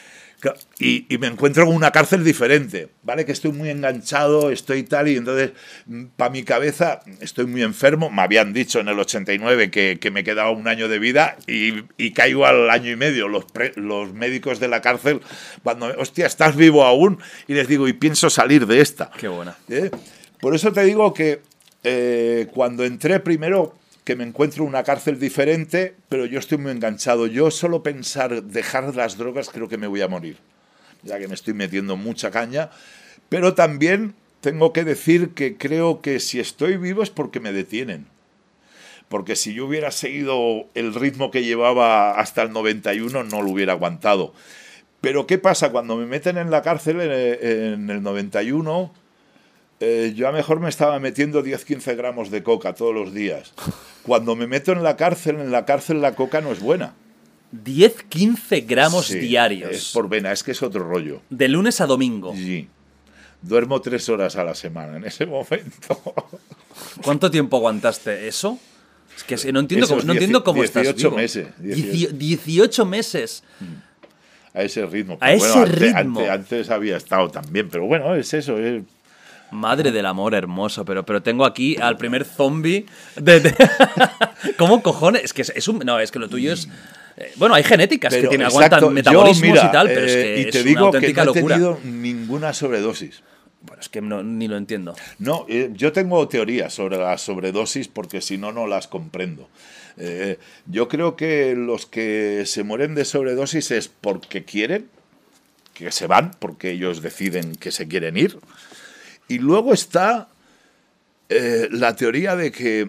Y, y me encuentro con una cárcel diferente, ¿vale? Que estoy muy enganchado, estoy tal, y entonces, para mi cabeza, estoy muy enfermo. Me habían dicho en el ochenta y nueve que, que me quedaba un año de vida y, y caigo al año y medio. Los, pre, los médicos de la cárcel, cuando, hostia, ¿estás vivo aún? Y les digo, y pienso salir de esta. Qué buena. ¿Eh? Por eso te digo que eh, cuando entré primero... que me encuentro una cárcel diferente, pero yo estoy muy enganchado. Yo solo pensar dejar las drogas creo que me voy a morir, ya que me estoy metiendo mucha caña. Pero también tengo que decir que creo que si estoy vivo es porque me detienen. Porque si yo hubiera seguido el ritmo que llevaba hasta el noventa y uno, no lo hubiera aguantado. Pero ¿qué pasa? Cuando me meten en la cárcel en, en el noventa y uno... Eh, yo a lo mejor me estaba metiendo diez a quince gramos de coca todos los días. Cuando me meto en la cárcel, en la cárcel la coca no es buena. diez a quince gramos Sí, diarios. Es por vena, es que es otro rollo. De lunes a domingo. Sí. Duermo tres horas a la semana en ese momento. ¿Cuánto tiempo aguantaste eso? Es que no entiendo Esos cómo, no entiendo cómo estás dieciocho vivo. meses. dieciocho, dieciocho meses. A ese ritmo. A Pero ese bueno, antes, ritmo. Antes, antes había estado también, pero bueno, es eso. Es... Madre del amor hermoso, pero, pero tengo aquí al primer zombie de, de... ¿Cómo cojones? Es que es, es un... No, es que lo tuyo es... eh, bueno, hay genéticas pero, que tienen, exacto, aguantan metabolismos yo, mira, y tal, pero es eh, que y te es digo una auténtica que no he locura. tenido ninguna sobredosis. Bueno, es que no, ni lo entiendo. No, eh, yo tengo teorías sobre la sobredosis porque si no, no las comprendo. Eh, yo creo que los que se mueren de sobredosis es porque quieren, que se van, porque ellos deciden que se quieren ir. Y luego está eh, la teoría de que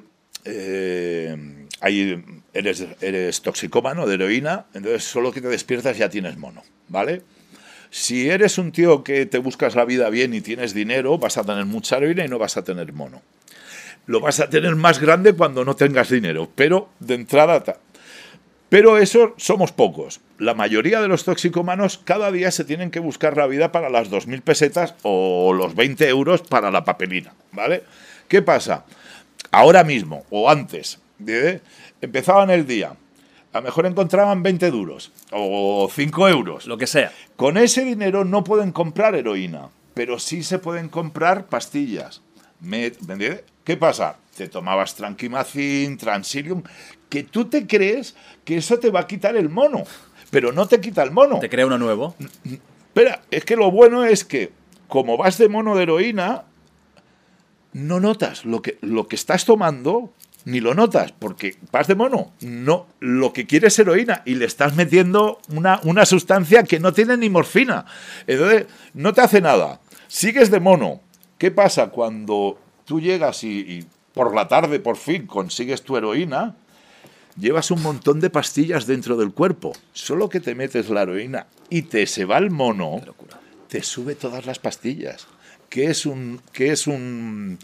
eh, hay, eres, eres toxicómano de heroína, entonces solo que te despiertas ya tienes mono, ¿vale? Si eres un tío que te buscas la vida bien y tienes dinero, vas a tener mucha heroína y no vas a tener mono. Lo vas a tener más grande cuando no tengas dinero, pero de entrada... Ta. Pero eso somos pocos. La mayoría de los toxicómanos cada día se tienen que buscar la vida para las dos mil pesetas o los veinte euros para la papelina, ¿vale? ¿Qué pasa? Ahora mismo, o antes, ¿eh? Empezaban el día, a lo mejor encontraban veinte duros o cinco euros. Lo que sea. Con ese dinero no pueden comprar heroína, pero sí se pueden comprar pastillas. ¿Me, ¿me entiendes? ¿Qué pasa? Te tomabas Tranquimacin, Transilium, que tú te crees que eso te va a quitar el mono, pero no te quita el mono. Te crea uno nuevo. Espera, es que lo bueno es que, como vas de mono de heroína, no notas lo que, lo que estás tomando, ni lo notas, porque vas de mono. No, lo que quieres es heroína y le estás metiendo una, una sustancia que no tiene ni morfina. Entonces, no te hace nada. Sigues de mono. ¿Qué pasa cuando tú llegas y, y por la tarde por fin consigues tu heroína llevas un montón de pastillas dentro del cuerpo. Solo que te metes la heroína y te se va el mono, te sube todas las pastillas. ¿Qué es un... qué es un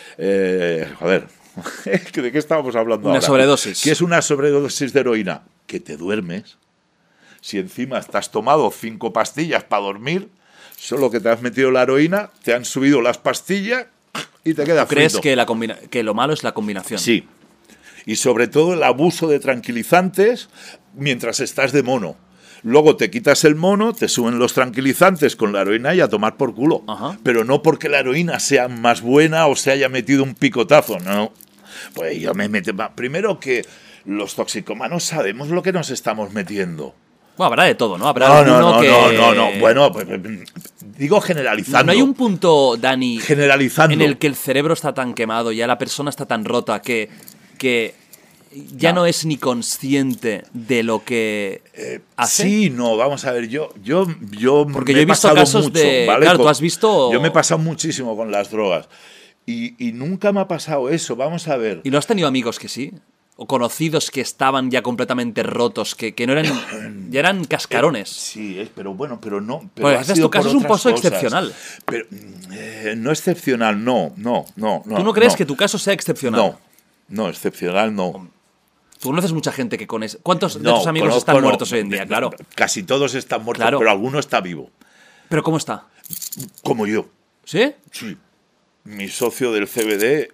eh, joder, ¿de qué estábamos hablando una ahora? sobredosis. ¿Qué es una sobredosis de heroína? Que te duermes. Si encima te has tomado cinco pastillas para dormir, solo que te has metido la heroína, te han subido las pastillas y te quedas frito. ¿Crees que, la combina que lo malo es la combinación? Sí. Y sobre todo el abuso de tranquilizantes mientras estás de mono. Luego te quitas el mono, te suben los tranquilizantes con la heroína y a tomar por culo. Ajá. Pero no porque la heroína sea más buena o se haya metido un picotazo, no. Pues yo me meto... Primero que los toxicómanos sabemos lo que nos estamos metiendo. Bueno, habrá de todo, ¿no? Habrá No, no, alguno no, que... no, no, no. Bueno, pues, digo generalizando. No hay un punto, Dani, generalizando. en el que el cerebro está tan quemado, ya la persona está tan rota que... que ya no. no es ni consciente de lo que eh, hace. Sí, no, vamos a ver, yo, yo, yo Porque me yo he he visto pasado casos mucho, de... ¿vale? Claro, tú has visto... Yo me he pasado muchísimo con las drogas y, y nunca me ha pasado eso, vamos a ver. ¿Y no has tenido amigos que sí? ¿O conocidos que estaban ya completamente rotos, que, que no eran... ya eran cascarones? Eh, sí, es, pero bueno, pero no... Pero pues ha haces sido tu caso por es un otras pozo cosas. excepcional. Pero eh, no excepcional, no, no, no. ¿Tú no crees no. que tu caso sea excepcional? No, no, excepcional no. Tú conoces mucha gente que con eso. ¿Cuántos no, de tus amigos conozco, están no, muertos hoy en día? Claro. Casi todos están muertos, Claro. pero alguno está vivo. ¿Pero cómo está? Como yo. ¿Sí? Sí. Mi socio del C B D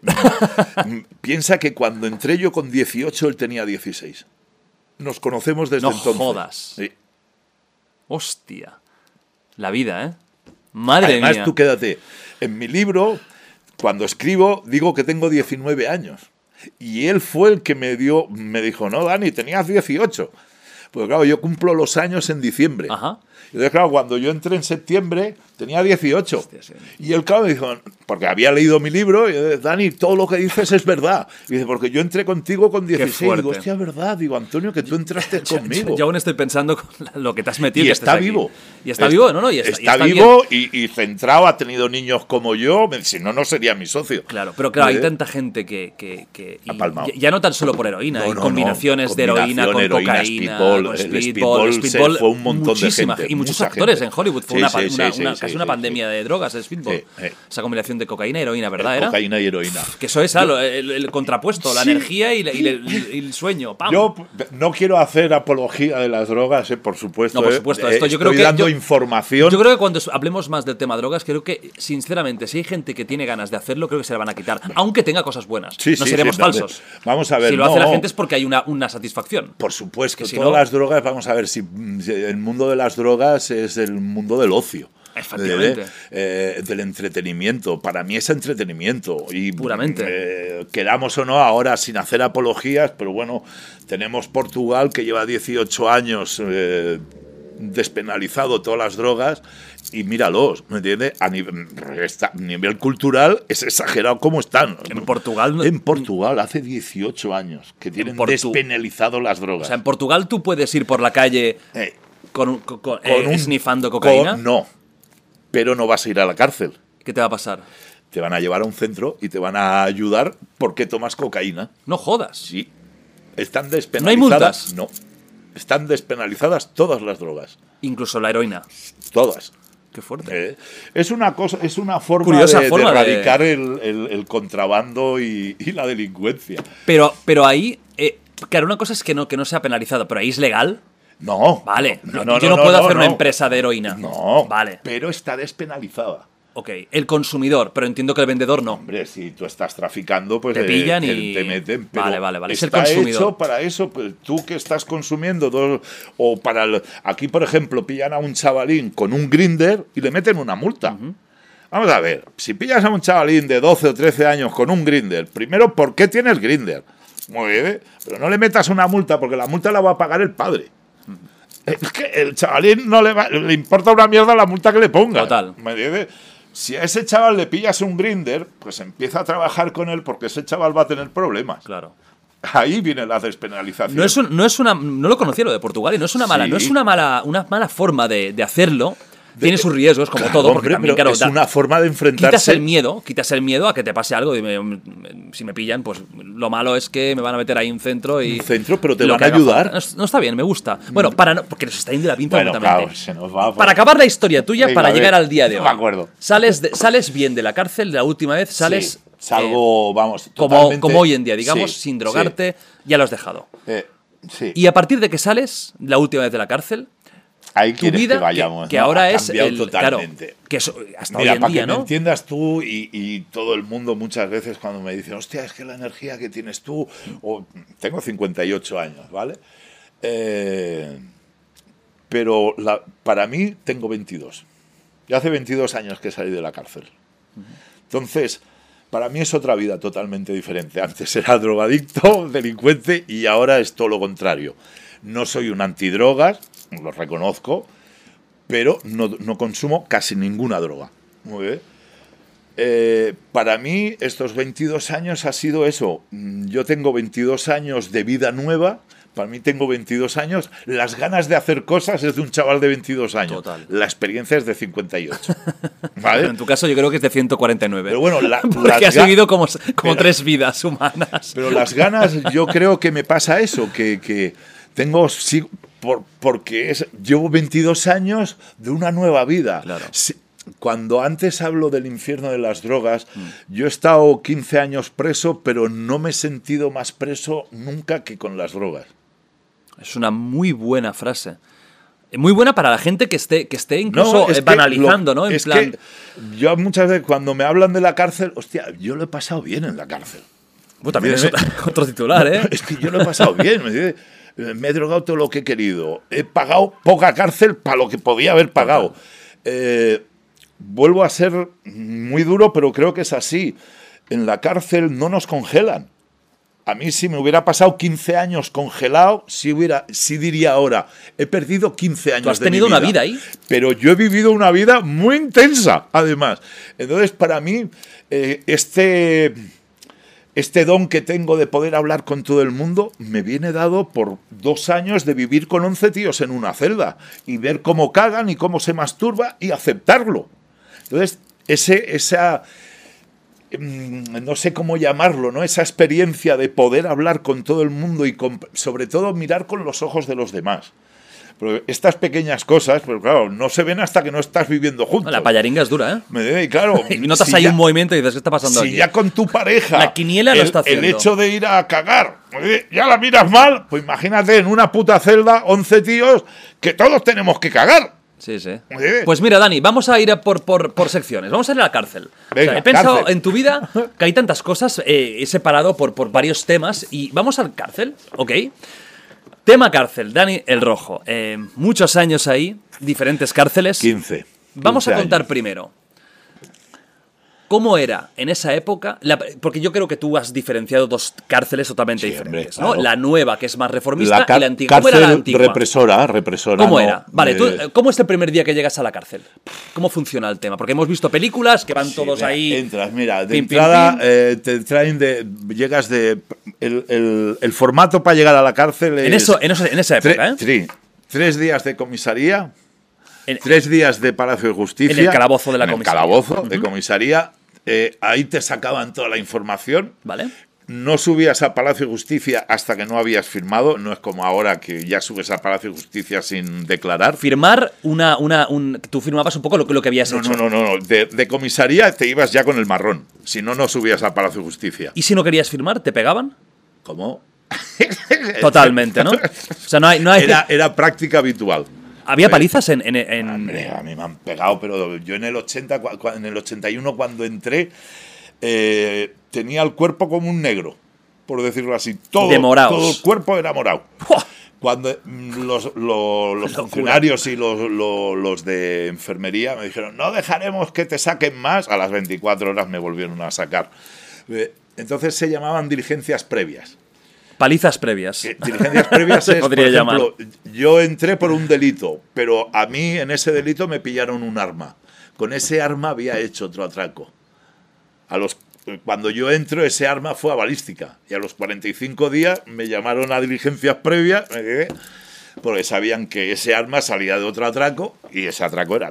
piensa que cuando entré yo con dieciocho, él tenía dieciséis. Nos conocemos desde No entonces. jodas. Sí. Hostia. La vida, ¿eh? Madre Además, mía. tú quédate. En mi libro, cuando escribo, digo que tengo diecinueve años. Y él fue el que me dio, me dijo, no, Dani, tenías dieciocho. Pues claro, yo cumplo los años en diciembre. Ajá. Y entonces, claro, cuando yo entré en septiembre, tenía dieciocho. Hostia, sí. Y él, claro, me dijo, porque había leído mi libro, y yo, Dani, todo lo que dices es verdad. Y dice, porque yo entré contigo con dieciséis. Y digo, hostia, es verdad. Digo, Antonio, que tú entraste conmigo. Yo, yo aún estoy pensando con lo que te has metido. Y que está estés vivo. Aquí. Y está Es, vivo, ¿no? no y está, está, y está vivo y, y centrado, ha tenido niños como yo, si no, no sería mi socio. Claro, pero claro, ¿Eh? hay tanta gente que... que, que Ha palmado. Ya, ya no tan solo por heroína, No, hay no, combinaciones no. de heroína con Combinación, cocaína, speedball, con el speedball, speedball se speedball, fue un montón de muchísima gente, y muchos mucha actores gente. en Hollywood. Fue Sí, una, sí, una, sí, una, sí, una sí, casi sí, una sí. pandemia de drogas, el speedball. Sí, sí. Esa combinación de cocaína y heroína, ¿verdad? Eh, ¿Era? Cocaína y heroína. Que eso es algo, el, el contrapuesto, la Sí. energía y, la- y el, y el sueño. ¡Pam! Yo no quiero hacer apología de las drogas, eh, por supuesto. No, por eh. supuesto, Eh, esto yo estoy creo que dando yo- información. Yo creo que cuando hablemos más del tema drogas, creo que, sinceramente, si hay gente que tiene ganas de hacerlo, creo que se la van a quitar. Aunque tenga cosas buenas. Sí, no sí, seremos sí, falsos. vamos a ver, Si lo no. hace la gente es porque hay una, una satisfacción. Por supuesto, Que si todas no- las drogas, vamos a ver, si, si el mundo de las drogas es el mundo del ocio. Efectivamente. De- eh, del entretenimiento. Para mí es entretenimiento. Y, Puramente. eh, queramos o no, ahora sin hacer apologías, pero bueno, tenemos Portugal que lleva dieciocho años eh, despenalizado todas las drogas. Y míralos, ¿me entiendes? A nivel, a nivel cultural es exagerado cómo están. En Portugal no- En Portugal hace dieciocho años que tienen Portu- despenalizado las O drogas. sea, en Portugal tú puedes ir por la calle Eh, con, un- con, con- con eh, un- snifando cocaína. con- no, pero no vas a ir a la cárcel. ¿Qué te va a pasar? Te van a llevar a un centro y te van a ayudar porque tomas cocaína. No jodas. Sí. Están despenalizadas. ¿No hay multas? No. Están despenalizadas todas las drogas. Incluso la heroína. Todas. Qué fuerte. Eh, es una cosa, es una forma, Curiosa de, forma de de- erradicar el, el- el contrabando y, y la delincuencia. Pero, pero ahí, eh, claro, una cosa es que no, que no sea penalizado, pero ahí es legal. No. Vale, No, yo no, yo no, no, puedo no, hacer una no. empresa de heroína. No. Vale, Pero está despenalizada. ok. El consumidor, pero entiendo que el vendedor no. Hombre, si tú estás traficando, pues Te eh, pillan te, y- te meten. Pero Vale, vale, vale. Es el está consumidor. hecho para eso, pues tú que estás consumiendo dos, o para el- aquí, por ejemplo, pillan a un chavalín con un grinder y le meten una multa. Vamos a ver, si pillas a un chavalín de doce o trece años con un grinder, primero, ¿por qué tienes grinder? Muy bien, pero no le metas una multa porque la multa la va a pagar el padre. Es que el chavalín no le, va- le importa una mierda la multa que le ponga. Total. ¿Me entiendes? Si a ese chaval le pillas un grinder, pues empieza a trabajar con él porque ese chaval va a tener problemas. Claro. Ahí viene la despenalización. No es, un- no es una. No lo conocía lo de Portugal y no es una mala, Sí. no es una mala, una mala forma de, de hacerlo. tiene sus riesgos, como claro, todo, porque hombre, también, claro, es da, una forma de enfrentarse. Quitas el miedo, quitas el miedo a que te pase algo. Y me, me, si me pillan, pues lo malo es que me van a meter ahí un centro y. Un centro, pero te van a ayudar. No, no está bien, me gusta. Bueno, para no, porque nos está yendo la pinta bueno, completamente. Claro, se nos va por... Para acabar la historia tuya, venga, para llegar al día de hoy. Me acuerdo. Sales, de, sales bien de la cárcel, de la última vez, sales. Sí, salgo, eh, vamos. Como, como hoy en día, digamos, sí, sin drogarte, sí. Ya lo has dejado. Eh, sí. Y a partir de que sales, la última vez de la cárcel. Ahí tu quieres vida, que vayamos, que, que ¿no? ahora ha es el, totalmente. Claro, que eso, hasta Mira, hoy en para día, que ¿no? me entiendas tú y, y todo el mundo muchas veces cuando me dicen, hostia, es que la energía que tienes tú, o tengo cincuenta y ocho años, ¿vale? Eh, pero la, para mí tengo veintidós. Yo hace veintidós años que salí de la cárcel. Entonces, para mí es otra vida totalmente diferente. Antes era drogadicto, delincuente, y ahora es todo lo contrario. No soy un antidrogas, lo reconozco, pero no, no consumo casi ninguna droga. Muy bien. Eh, para mí estos veintidós años ha sido eso. Yo tengo veintidós años de vida nueva. Para mí tengo veintidós años. Las ganas de hacer cosas es de un chaval de veintidós años. Total. La experiencia es de cincuenta y ocho. ¿Vale? En tu caso yo creo que es de ciento cuarenta y nueve. Pero bueno, la, porque has vivido como, como pero, tres vidas humanas. Pero las ganas, yo creo que me pasa eso, que... que Tengo, sí, por, porque es, llevo veintidós años de una nueva vida. Claro. Sí, cuando antes hablo del infierno de las drogas, mm. yo he estado quince años preso, pero no me he sentido más preso nunca que con las drogas. Es una muy buena frase. Muy buena para la gente que esté, que esté incluso no, es banalizando, lo, ¿no? En es plan... que yo muchas veces cuando me hablan de la cárcel, hostia, yo lo he pasado bien en la cárcel. Pues también es otro, otro titular, ¿eh? Es que yo lo he pasado bien, ¿me entiendes? Me he drogado todo lo que he querido. He pagado poca cárcel para lo que podía haber pagado. Eh, vuelvo a ser muy duro, pero creo que es así. En la cárcel no nos congelan. A mí si me hubiera pasado quince años congelado, sí, hubiera, sí diría ahora, he perdido quince años de mi vida. ¿Tú has tenido una vida ahí? Pero yo he vivido una vida muy intensa, además. Entonces, para mí, eh, este... Este don que tengo de poder hablar con todo el mundo me viene dado por dos años de vivir con once tíos en una celda y ver cómo cagan y cómo se masturba y aceptarlo. Entonces, ese, esa, no sé cómo llamarlo, ¿no? Esa experiencia de poder hablar con todo el mundo y con, sobre todo mirar con los ojos de los demás. Pero estas pequeñas cosas, pero claro, no se ven hasta que no estás viviendo juntos. La payaringa es dura, ¿eh? Me y claro, y notas si ahí ya, un movimiento y dices, ¿qué está pasando si aquí? Si ya con tu pareja la quiniela el, lo está haciendo. El hecho de ir a cagar, ya la miras mal, pues imagínate en una puta celda, once tíos, que todos tenemos que cagar. Sí, sí. Pues mira, Dani, vamos a ir a por, por, por secciones. Vamos a ir a la cárcel. Venga, o sea, he pensado cárcel. En tu vida que hay tantas cosas, eh, he separado por, por varios temas y vamos al cárcel, ¿ok? Tema cárcel, Dani el Rojo. Eh, muchos años ahí, diferentes cárceles. quince. Vamos a contar años. primero. ¿Cómo era en esa época? La, porque yo creo que tú has diferenciado dos cárceles totalmente sí, diferentes, hombre, ¿no? claro. La nueva, que es más reformista, la y la antigua. ¿Cómo era la antigua? Represora, represora. ¿Cómo no, era? Vale, eh, tú, ¿cómo es el primer día que llegas a la cárcel? ¿Cómo funciona el tema? Porque hemos visto películas que van sí, todos mira, ahí. Entras, mira, de pim, entrada pim, pim. Eh, te traen de. Llegas de. El, el, el formato para llegar a la cárcel es. En, eso, en, eso, en esa época, tre, ¿eh? Tres, tres días de comisaría. En, tres días de Palacio de Justicia. En el calabozo de la en comisaría. El calabozo uh-huh. de comisaría. Eh, ahí te sacaban toda la información. Vale. No subías a Palacio de Justicia hasta que no habías firmado. No es como ahora que ya subes a Palacio de Justicia sin declarar. Firmar una... una un, tú firmabas un poco lo, lo que habías no, hecho. No, no, no. no. De, de comisaría te ibas ya con el marrón. Si no, no subías a Palacio de Justicia. ¿Y si no querías firmar, te pegaban? ¿Cómo? Totalmente, ¿no? O sea, no hay... No hay... Era, era práctica habitual. ¿Había palizas en...? en, en... Hombre, a mí me han pegado, pero yo en el ochenta, en el ochenta y uno cuando entré, eh, tenía el cuerpo como un negro, por decirlo así. Todo, de moraos. todo el cuerpo era morado. Cuando los, los, los funcionarios y los, los, los de enfermería me dijeron, no dejaremos que te saquen más, a las veinticuatro horas me volvieron a sacar. Entonces se llamaban diligencias previas. Palizas previas. Que diligencias previas es, por ejemplo, llamar. yo entré por un delito, pero a mí en ese delito me pillaron un arma. Con ese arma había hecho otro atraco. A los, cuando yo entro, ese arma fue a balística. Y a los cuarenta y cinco días me llamaron a diligencias previas, me quedé, porque sabían que ese arma salía de otro atraco y ese atraco era mío.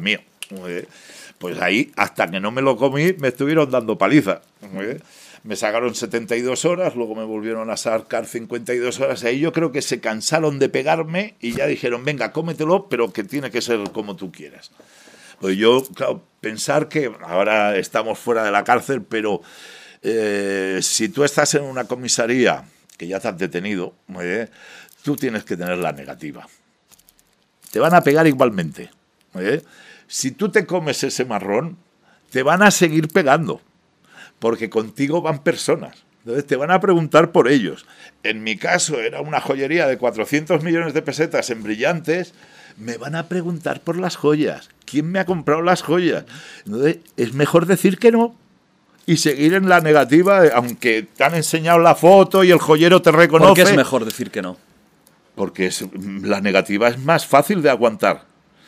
¿eh? Pues ahí, hasta que no me lo comí, me estuvieron dando paliza. ¿eh? Me sacaron setenta y dos horas, luego me volvieron a sacar cincuenta y dos horas. Ahí yo creo que se cansaron de pegarme y ya dijeron, venga, cómetelo, pero que tiene que ser como tú quieras. Pues yo, claro, pensar que ahora estamos fuera de la cárcel, pero eh, si tú estás en una comisaría que ya te has detenido, ¿eh? tú tienes que tener la negativa. Te van a pegar igualmente. ¿eh? Si tú te comes ese marrón, te van a seguir pegando. Porque contigo van personas. Entonces te van a preguntar por ellos. En mi caso era una joyería de cuatrocientos millones de pesetas en brillantes. Me van a preguntar por las joyas. ¿Quién me ha comprado las joyas? Entonces es mejor decir que no. Y seguir en la negativa, aunque te han enseñado la foto y el joyero te reconoce. ¿Por qué es mejor decir que no? Porque es, la negativa es más fácil de aguantar.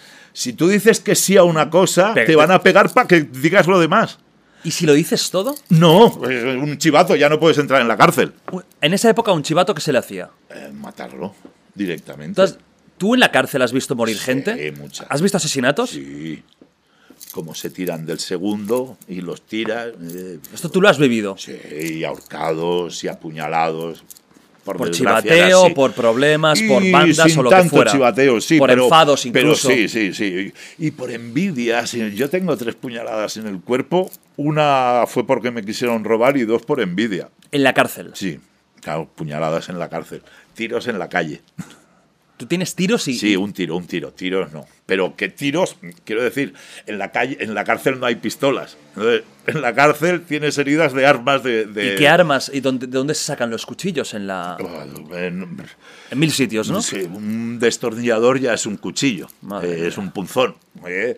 Si tú dices que sí a una cosa, Pero, te van a pegar para que digas lo demás. ¿Y si lo dices todo? No, un chivato, ya no puedes entrar en la cárcel. En esa época, ¿un chivato qué se le hacía? Eh, matarlo, directamente. Entonces, ¿tú en la cárcel has visto morir sí, gente? Mucha. ¿Has visto asesinatos? Sí. Como se tiran del segundo y los tiran. Eh, ¿Esto tú lo has vivido? Sí, y ahorcados y apuñalados. Por, por chivateo, sí. por problemas, y por bandas sin o lo tanto que fuera. Chivateo, sí, por pero, enfados incluso. Pero sí, sí, sí. Y por envidia. Sí, yo tengo tres puñaladas en el cuerpo. Una fue porque me quisieron robar y dos por envidia. ¿En la cárcel? Sí, claro, puñaladas en la cárcel. Tiros en la calle. ¿Tú tienes tiros y...? Sí, un tiro, un tiro. Tiros no. Pero ¿qué tiros? Quiero decir, en la calle, en la cárcel no hay pistolas. Entonces, en la cárcel tienes heridas de armas de... de... ¿Y qué armas? ¿Y dónde, de dónde se sacan los cuchillos? En la... En, en mil sitios, ¿no? Sí, un destornillador ya es un cuchillo. Eh, es un punzón. Eh.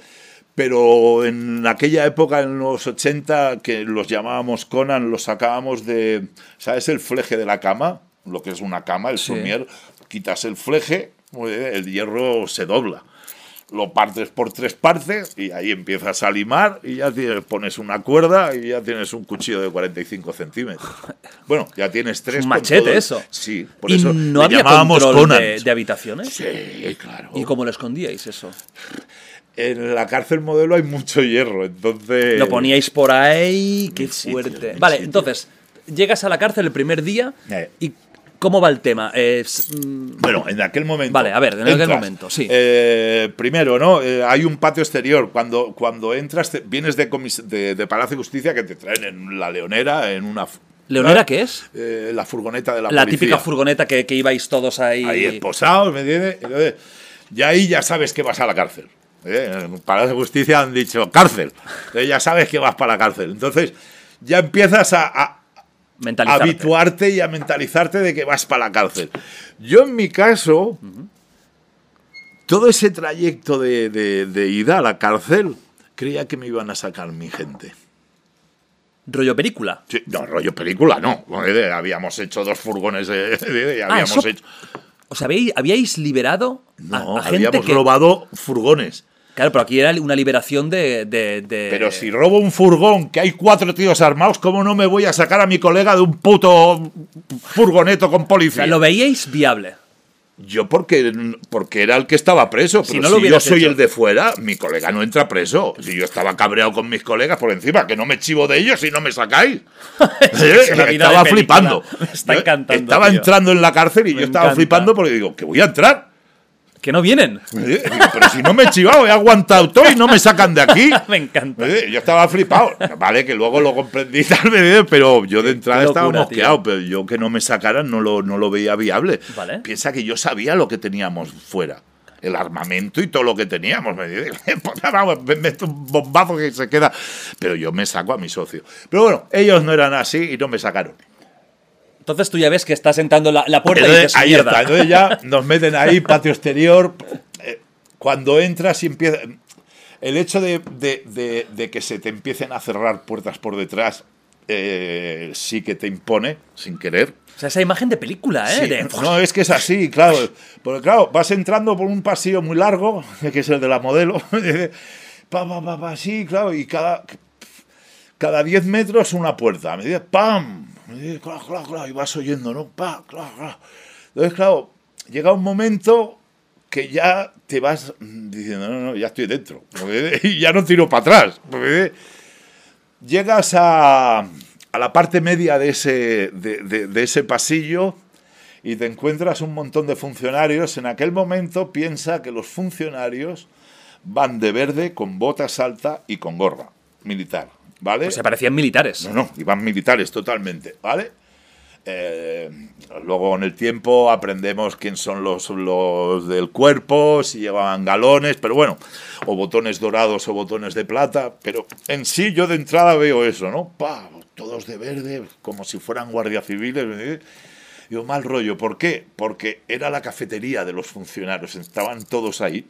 Pero en aquella época, en los ochenta, que los llamábamos Conan, los sacábamos de... ¿Sabes el fleje de la cama? Lo que es una cama, el sí. somier. Quitas el fleje, el hierro se dobla. Lo partes por tres partes y ahí empiezas a limar y ya tienes, pones una cuerda y ya tienes un cuchillo de cuarenta y cinco centímetros. Bueno, ya tienes tres. Un machete, todo. eso. Sí, por ¿Y eso no había control de, de habitaciones? Sí, claro. ¿Y cómo lo escondíais eso? En la cárcel modelo hay mucho hierro, entonces... Lo poníais por ahí, qué sitio, fuerte. Vale, sitio. Entonces, llegas a la cárcel el primer día eh. y... ¿Cómo va el tema? Es, mmm... Bueno, en aquel momento... Vale, a ver, en entras, aquel momento, sí. Eh, primero, ¿no? Eh, hay un patio exterior. Cuando, cuando entras, te, vienes de, comis de, de Palacio de Justicia que te traen en la Leonera, en una... ¿Leonera qué es? Eh, la furgoneta de la, la policía. La típica furgoneta que, que ibais todos ahí... Ahí esposados, ¿me entiendes? Entonces, ya ahí ya sabes que vas a la cárcel. ¿eh? En Palacio de Justicia han dicho cárcel. Entonces ya sabes que vas para la cárcel. Entonces ya empiezas a... a habituarte y a mentalizarte de que vas para la cárcel. Yo, en mi caso, uh-huh. todo ese trayecto de, de, de ida a la cárcel, creía que me iban a sacar mi gente. ¿Rollo película? Sí, no, rollo película no. Habíamos hecho dos furgones de, de, de, habíamos ah, eso, hecho... O sea, ¿habíais, ¿habíais liberado no, a, a gente habíamos que... robado furgones. Claro, pero aquí era una liberación de, de, de... Pero si robo un furgón, que hay cuatro tíos armados, ¿cómo no me voy a sacar a mi colega de un puto furgoneto con policía? O sea, ¿lo veíais viable? Yo porque, porque era el que estaba preso. Si Pero no lo si yo soy hecho. el de fuera, mi colega no entra preso. Si yo estaba cabreado con mis colegas por encima, que no me chivo de ellos y no me sacáis. Es ¿Eh? Estaba flipando. Me está encantando. Yo estaba tío. entrando en la cárcel y me yo estaba encanta. flipando porque digo, que voy a entrar. Que no vienen. ¿Eh? Pero si no me he chivado, he aguantado todo y no me sacan de aquí. Me encanta. ¿Eh? Yo estaba flipado. Vale, que luego lo comprendí tal vez, pero yo de entrada locura, estaba mosqueado. Pero yo que no me sacaran no lo, no lo veía viable. Vale. Piensa que yo sabía lo que teníamos fuera. El armamento y todo lo que teníamos. Me dice, vamos, me meto un bombazo que se queda. Pero yo me saco a mi socio. Pero bueno, ellos no eran así y no me sacaron. Entonces tú ya ves que estás entrando en la, la puerta Entonces, y dices, ahí mierda. está. Entonces ya nos meten ahí, patio exterior. Cuando entras y empieza... El hecho de, de, de, de que se te empiecen a cerrar puertas por detrás eh, sí que te impone, sin querer. O sea, esa imagen de película, ¿eh? Sí, de... No, es que es así, claro. Porque claro, vas entrando por un pasillo muy largo, que es el de la modelo. pa, pa, pa, pa, sí, claro, y cada... Cada diez metros una puerta. Me dice, ¡pam! Me dice, claro, claro, claro, y vas oyendo, ¿no? ¡Pam! Claro, claro. Entonces, claro, llega un momento que ya te vas diciendo, no, no, ya estoy dentro. Y ya no tiro para atrás. Llegas a, a la parte media de ese, de, de, de ese pasillo y te encuentras un montón de funcionarios. En aquel momento piensa que los funcionarios van de verde con botas altas y con gorra militar, ¿vale? Pues se parecían militares. No, no, iban militares totalmente, ¿vale? Eh, luego en el tiempo aprendemos quién son los, los del cuerpo, si llevaban galones, pero bueno, o botones dorados o botones de plata, pero en sí yo de entrada veo eso, ¿no? ¡Pah! Todos de verde, como si fueran guardias civiles. ¿eh? Digo, mal rollo, ¿por qué? Porque era la cafetería de los funcionarios, estaban todos ahí.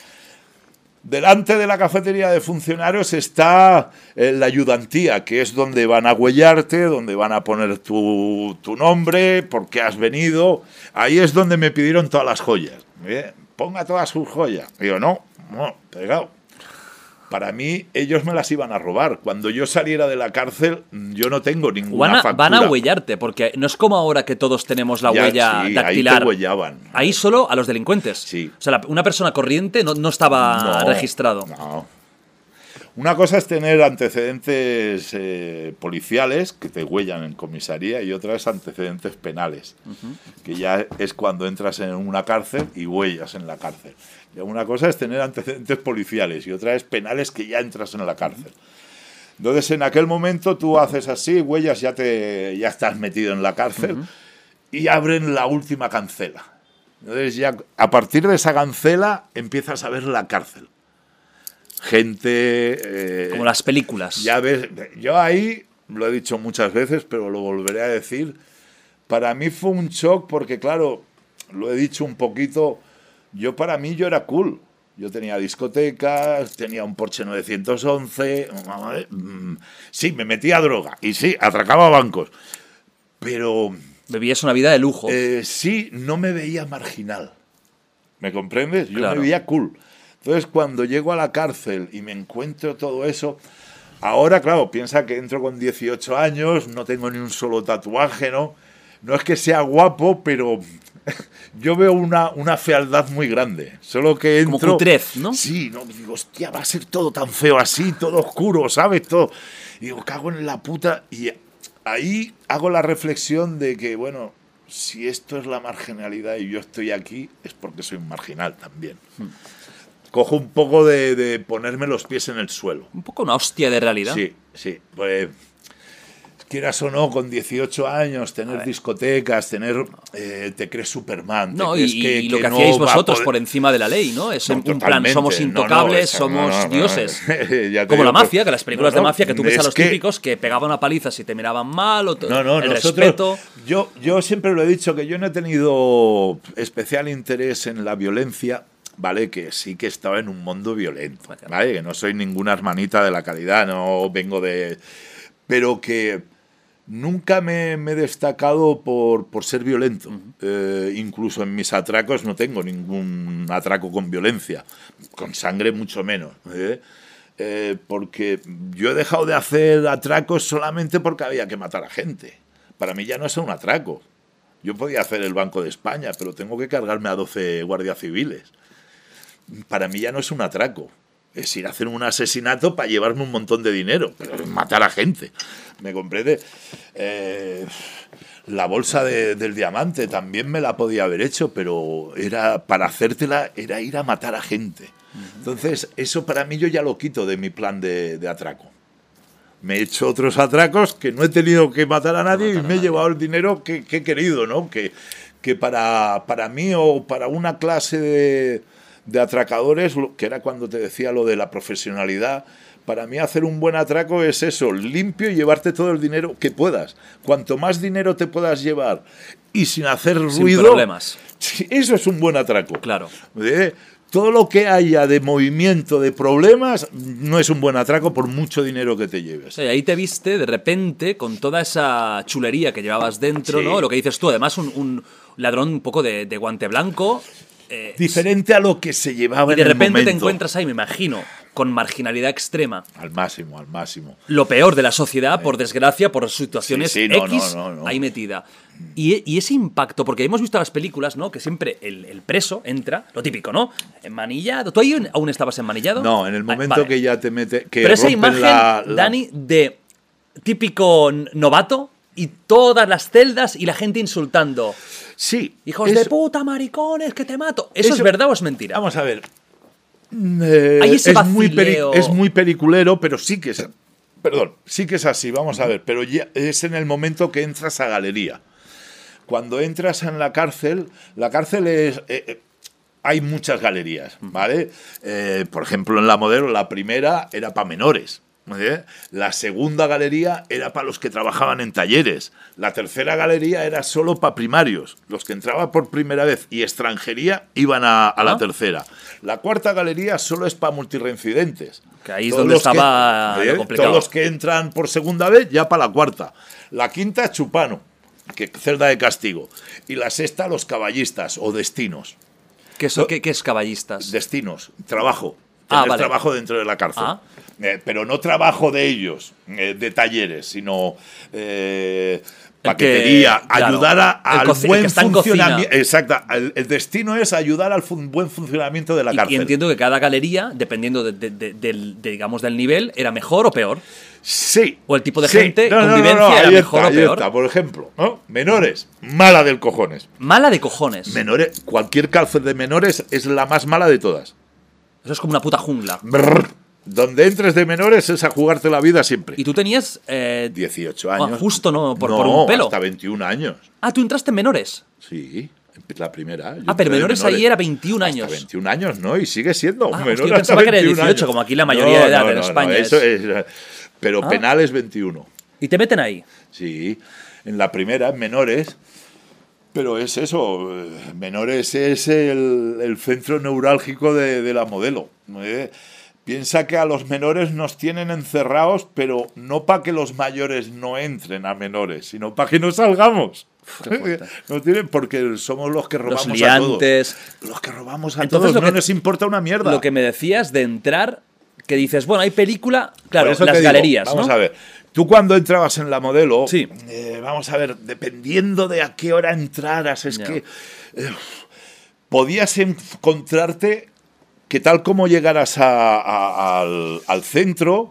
Delante de la cafetería de funcionarios está eh, la ayudantía, que es donde van a huellarte, donde van a poner tu, tu nombre, por qué has venido. Ahí es donde me pidieron todas las joyas. ¿eh? Ponga todas sus joyas. Digo, no, no, pegado. Para mí, ellos me las iban a robar. Cuando yo saliera de la cárcel, yo no tengo ninguna van a, factura. Van a huellarte, porque no es como ahora que todos tenemos la ya, huella sí, dactilar. Ahí te huellaban. Ahí solo a los delincuentes. Sí. O sea, la, una persona corriente no, no estaba no, registrado. No. Una cosa es tener antecedentes eh, policiales que te huellan en comisaría y otra es antecedentes penales, uh-huh. que ya es cuando entras en una cárcel y huellas en la cárcel. Y una cosa es tener antecedentes policiales y otra es penales que ya entras en la cárcel. Entonces, en aquel momento tú haces así, huellas, ya, te, ya estás metido en la cárcel uh-huh. y abren la última cancela. Entonces, ya a partir de esa cancela empiezas a ver la cárcel. Gente... Eh, como las películas. Ya ves, yo ahí, lo he dicho muchas veces, pero lo volveré a decir, para mí fue un shock porque, claro, lo he dicho un poquito, yo para mí yo era cool. Yo tenía discotecas, tenía un Porsche novecientos once, sí, me metía droga y sí, atracaba bancos, pero... Vivías una vida de lujo. Eh, sí, no me veía marginal, ¿me comprendes? Yo claro. me veía cool. Entonces, cuando llego a la cárcel y me encuentro todo eso, ahora, claro, piensa que entro con dieciocho años, no tengo ni un solo tatuaje, ¿no? No es que sea guapo, pero yo veo una, una fealdad muy grande. Solo que entro... Como cutrez, ¿no? Sí, no, digo, hostia, va a ser todo tan feo así, todo oscuro, ¿sabes? Todo. Y digo, cago en la puta. Y ahí hago la reflexión de que, bueno, si esto es la marginalidad y yo estoy aquí, es porque soy un marginal también. Hmm. Cojo un poco de, de ponerme los pies en el suelo. Un poco una hostia de realidad. Sí, sí. Pues, quieras o no, con dieciocho años, tener discotecas, tener... Eh, te crees Superman. No, te crees y, que, y lo que que no hacíais vosotros poder... por encima de la ley, ¿no? Es no, un plan, somos intocables, no, no, somos no, no, dioses. No, Como digo, la mafia, que las películas no, no, de mafia, que tú ves a los que... típicos que pegaban a palizas si te miraban mal, o no, no, el nosotros, respeto... Yo, yo siempre lo he dicho, que yo no he tenido especial interés en la violencia... Vale, que sí que estaba en un mundo violento, ¿vale? Que no soy ninguna hermanita de la caridad, no vengo de... Pero que nunca me, me he destacado por, por ser violento. Uh-huh. Eh, incluso en mis atracos no tengo ningún atraco con violencia, con sangre mucho menos. ¿eh? Eh, porque yo he dejado de hacer atracos solamente porque había que matar a gente. Para mí ya no es un atraco. Yo podía hacer el Banco de España, pero tengo que cargarme a doce guardias civiles. Para mí ya no es un atraco, es ir a hacer un asesinato para llevarme un montón de dinero, pero es matar a gente, ¿me comprende? Eh, la bolsa de, del diamante también me la podía haber hecho, pero era para hacértela era ir a matar a gente. Entonces, eso para mí yo ya lo quito de mi plan de, de atraco. Me he hecho otros atracos que no he tenido que matar a nadie no y me he llevado el dinero que, que he querido, ¿no? Que, que para, para mí o para una clase de... de atracadores, que era cuando te decía lo de la profesionalidad, para mí hacer un buen atraco es eso, limpio y llevarte todo el dinero que puedas. Cuanto más dinero te puedas llevar y sin hacer sin ruido... Sin problemas. Eso es un buen atraco. Claro. ¿Eh? Todo lo que haya de movimiento, de problemas, no es un buen atraco por mucho dinero que te lleves. Sí, ahí te viste de repente con toda esa chulería que llevabas dentro, sí. ¿no? Lo que dices tú, además un, un ladrón un poco de, de guante blanco... Eh, diferente a lo que se llevaba en el momento. Y de repente te encuentras ahí, me imagino, con marginalidad extrema. Al máximo, al máximo. Lo peor de la sociedad, por desgracia, por situaciones sí, sí, no, X, no, no, no. ahí metida. Y, y ese impacto, porque hemos visto las películas, ¿no? Que siempre el, el preso entra, lo típico, ¿no? Enmanillado. ¿Tú ahí aún estabas enmanillado? No, en el momento ah, vale. que ya te mete... Que Pero esa rompen imagen, la, la... Dani, de típico novato y todas las celdas y la gente insultando. Sí. Hijos eso, de puta, maricones, que te mato. ¿Eso, eso es verdad o es mentira? Vamos a ver. Eh, Hay ese es, muy peri- vacileo. es muy peliculero, pero sí que es... Perdón, sí que es así, vamos a ver. Pero ya es en el momento que entras a galería. Cuando entras en la cárcel, la cárcel es... Eh, eh, hay muchas galerías, ¿vale? Eh, por ejemplo, en la Modelo, la primera era para menores. ¿eh? La segunda galería era para los que trabajaban en talleres. La tercera galería era solo para primarios. Los que entraban por primera vez y extranjería iban a, a la ¿Ah? tercera. La cuarta galería solo es para multireincidentes. Que ahí es Todos donde los que- estaba ¿eh? lo complicado. Todos los que entran por segunda vez, ya para la cuarta. La quinta, chupano, que celda de castigo. Y la sexta, los caballistas o destinos. ¿Qué, eso, ¿qué, qué es caballistas? Destinos, trabajo. Ah, Tener vale. trabajo dentro de la cárcel. Ah. Eh, pero no trabajo de ellos, eh, de talleres, sino eh, paquetería, que, claro, ayudar a- el al co- el que buen está en cocina. funcionamiento. Exacto, el, el destino es ayudar al fun- buen funcionamiento de la Y, cárcel. y entiendo que cada galería, dependiendo de, de- de- del, de, digamos, del nivel, era mejor o peor. Sí. O el tipo de sí. gente, No, no, no, convivencia, no, era ahí mejor está, o ahí peor. está. Por ejemplo, ¿no? Menores, mala del cojones. Mala de cojones. Menores, cualquier cárcel de menores es la más mala de todas. Eso es como una puta jungla. Brrr. Donde entres de menores es a jugarte la vida siempre. Y tú tenías... eh, dieciocho ah, años. justo, ¿no? Por, no, por un pelo. hasta veintiún años. Ah, tú entraste en menores. Sí, la primera. Yo Ah, pero entré de menores ahí era veintiún años. Hasta veintiún años, ¿no? Y sigue siendo. Ah, menor hostia, yo hasta pensaba que era veintiún dieciocho, años. como aquí la mayoría de edad en España eso es- es- Pero Ah. penal es veintiuno. Y te meten ahí. Sí, en la primera, en menores. Pero es eso, eh, menores es el, el centro neurálgico de, de la Modelo. ¿eh? Piensa que a los menores nos tienen encerrados, pero no para que los mayores no entren a menores, sino para que no salgamos. No tienen, porque somos los que robamos Los a todos. liantes. Los que robamos a Entonces, todos, lo no que- nos importa una mierda. Lo que me decías de entrar, que dices, bueno, hay película, claro, Por eso las te digo, galerías, vamos ¿no? a ver. Tú cuando entrabas en la Modelo, Sí. eh, vamos a ver, dependiendo de a qué hora entraras, es Ya. que eh, podías encontrarte que tal como llegaras a- a- al, al centro,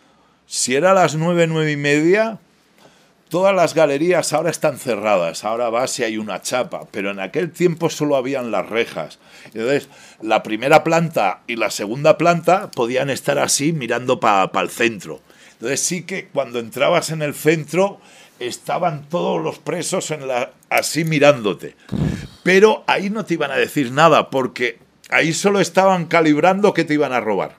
si era a las nueve, nueve y media, todas las galerías ahora están cerradas. Ahora vas y hay una chapa, pero en aquel tiempo solo habían las rejas. Entonces, la primera planta y la segunda planta podían estar así mirando para el centro. Entonces sí que cuando entrabas en el centro estaban todos los presos en la, así mirándote. Pero ahí no te iban a decir nada porque ahí solo estaban calibrando que te iban a robar.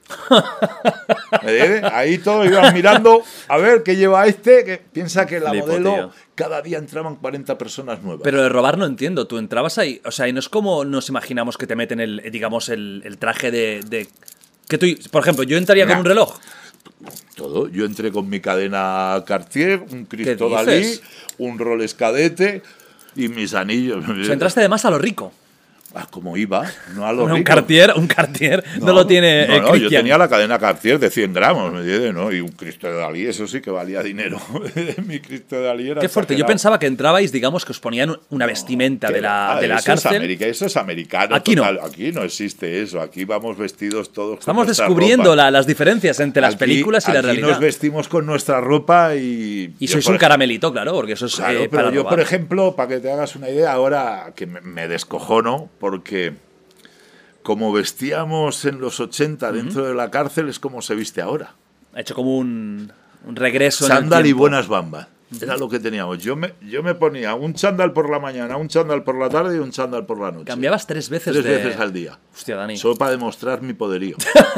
¿Me entiendes? Ahí todos iban mirando a ver qué lleva este, que piensa que en la Flipo, Modelo tío. cada día entraban cuarenta personas nuevas. Pero de robar no entiendo. Tú entrabas ahí, o sea, y no es como nos imaginamos que te meten el, eh, digamos, el, el traje de, de- que tú, por ejemplo, yo entraría con Nah. un reloj. Todo. Yo entré con mi cadena Cartier, un Cristo ¿Qué Dalí, dices? un Rolex Cadete y mis anillos. O sea, entraste además a lo rico. Ah, como iba, no a lo Bueno, un rico. Cartier, un Cartier, no, lo tiene no, eh, no, yo Christian. tenía la cadena Cartier de cien gramos, ¿me entiendes? ¿No? Y un Cristo de Dalí, eso sí que valía dinero. Mi Cristo de Dalí era Qué fuerte. Yo exagerado. pensaba que entrabais, digamos, que os ponían una vestimenta Que de la, va, de la eso es cárcel. América, eso es americano. Aquí no. total. Aquí no existe eso. Aquí vamos vestidos todos con Estamos nuestra descubriendo ropa. la- las diferencias entre las Aquí- películas y la aquí realidad. nos vestimos con nuestra ropa y... Y yo, sois por un ej- caramelito, claro, porque eso es Claro, eh, pero para yo, robar. por ejemplo, para que te hagas una idea, ahora que me, me descojono, porque como vestíamos en los ochenta dentro de la cárcel, es como se viste ahora. Ha hecho como un, un regreso en el Chándal y tiempo. buenas bambas. Era lo que teníamos. Yo me, yo me ponía un chándal por la mañana, un chándal por la tarde y un chándal por la noche. Cambiabas tres veces Tres de... veces al día. Hostia, Dani. Solo para demostrar mi poderío.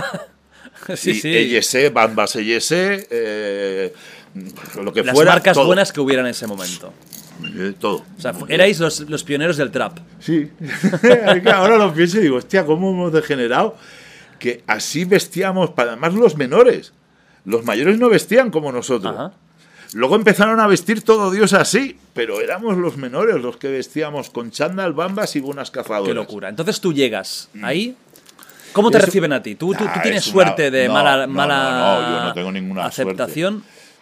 sí, y sí. Eyesé, bambas Eyesé, eh, lo que Las fuera. marcas todo. buenas que hubiera en ese momento. Eh, todo. O sea, fu- erais los, los pioneros del trap. Sí. Ahora lo pienso y digo, hostia, ¿cómo hemos degenerado? Que así vestíamos, para además los menores. Los mayores no vestían como nosotros. Ajá. Luego empezaron a vestir todo Dios así, pero éramos los menores los que vestíamos con chándal, bambas y buenas cazadoras. Qué locura. Entonces tú llegas ahí. ¿Cómo te Eso- reciben a ti? ¿Tú, tú, tú Ah, tienes es una- suerte de no, mala, no, mala no, no, yo no tengo ninguna aceptación?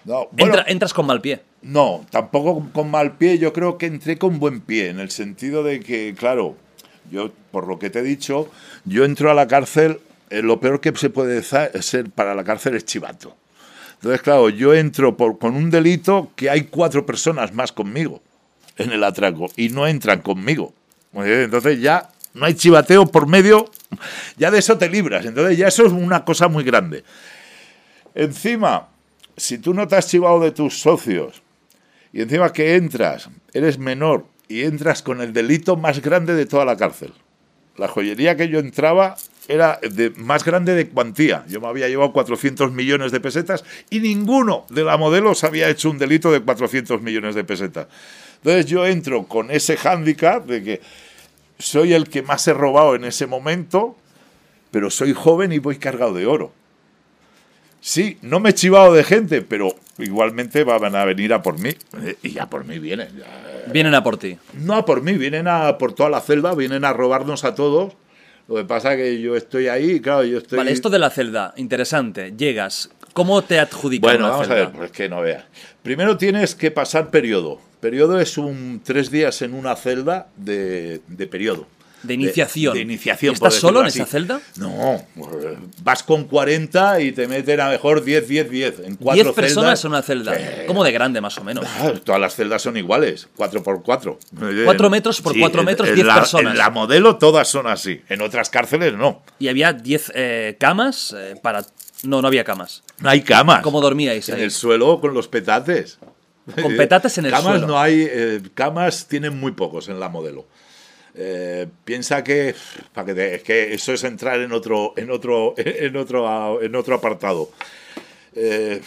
No, bueno, Entra, entras con mal pie. no, tampoco con mal pie, yo creo que entré con buen pie, en el sentido de que, claro, yo, por lo que te he dicho, yo entro a la cárcel, eh, lo peor que se puede ser para la cárcel es chivato. Entonces, claro, yo entro por, con un delito que hay cuatro personas más conmigo en el atraco y no entran conmigo. Entonces ya no hay chivateo por medio, ya de eso te libras. Entonces ya eso es una cosa muy grande. Encima, si tú no te has chivado de tus socios y encima que entras, eres menor y entras con el delito más grande de toda la cárcel. La joyería que yo entraba era de, más grande de cuantía. Yo me había llevado cuatrocientos millones de pesetas y ninguno de la Modelos había hecho un delito de cuatrocientos millones de pesetas. Entonces yo entro con ese hándicap de que soy el que más he robado en ese momento, pero soy joven y voy cargado de oro. Sí, no me he chivado de gente, pero igualmente van a venir a por mí. Y ya por mí vienen. Ya. Vienen a por ti. No a por mí, vienen a por toda la celda, vienen a robarnos a todos. Lo que pasa es que yo estoy ahí, claro, yo estoy... Vale, esto de la celda, interesante. Llegas, ¿cómo te adjudican Bueno, una vamos celda? a ver, pues que no veas. Primero tienes que pasar periodo. Periodo es un tres días en una celda de, de periodo. De iniciación. De, de iniciación. ¿Estás por solo en decirlo esa así. celda? No, vas con cuarenta y te meten a mejor diez, diez, diez. En cuatro diez personas celdas, en una celda. eh, ¿Cómo de grande, más o menos? Ah, todas las celdas son iguales, cuatro por cuatro. Cuatro metros por cuatro metros, en diez la, personas. En la Modelo todas son así, en otras cárceles no. Y había diez eh, camas eh, para... No, no había camas. No hay camas. ¿Cómo dormíais En ahí? el suelo con los petates. Con petates en el camas suelo. No hay, eh, camas tienen muy pocos en la Modelo. Eh, piensa que, para que te, es que eso es entrar en otro, en otro, en otro, en otro apartado. Eh,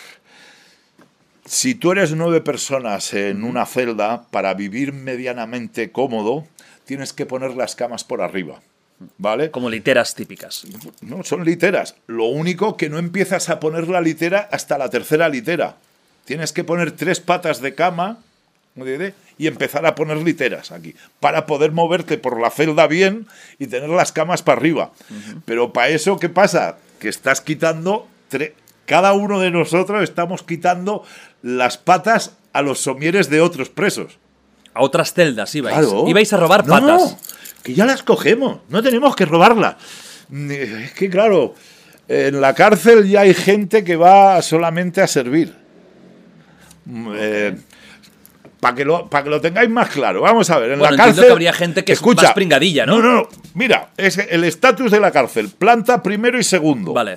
si tú eres nueve personas en una celda, para vivir medianamente cómodo, tienes que poner las camas por arriba, ¿vale? Como literas típicas. No, son literas. Lo único que no empiezas a poner la litera hasta la tercera litera. Tienes que poner tres patas de cama y empezar a poner literas aquí, para poder moverte por la celda bien y tener las camas para arriba. Uh-huh. Pero para eso, ¿qué pasa? Que estás quitando... Tre- cada uno de nosotros estamos quitando las patas a los somieres de otros presos. A otras celdas ibais. Claro. Ibais a robar no, patas. No, que ya las cogemos, no tenemos que robarlas. Es que claro, en la cárcel ya hay gente que va solamente a servir. Okay. Eh, para que, lo, pa que lo tengáis más claro, vamos a ver, en bueno, la cárcel... que habría gente que escucha, es más pringadilla, ¿no? No, no, no, mira, es el estatus de la cárcel, planta primero y segundo. Vale.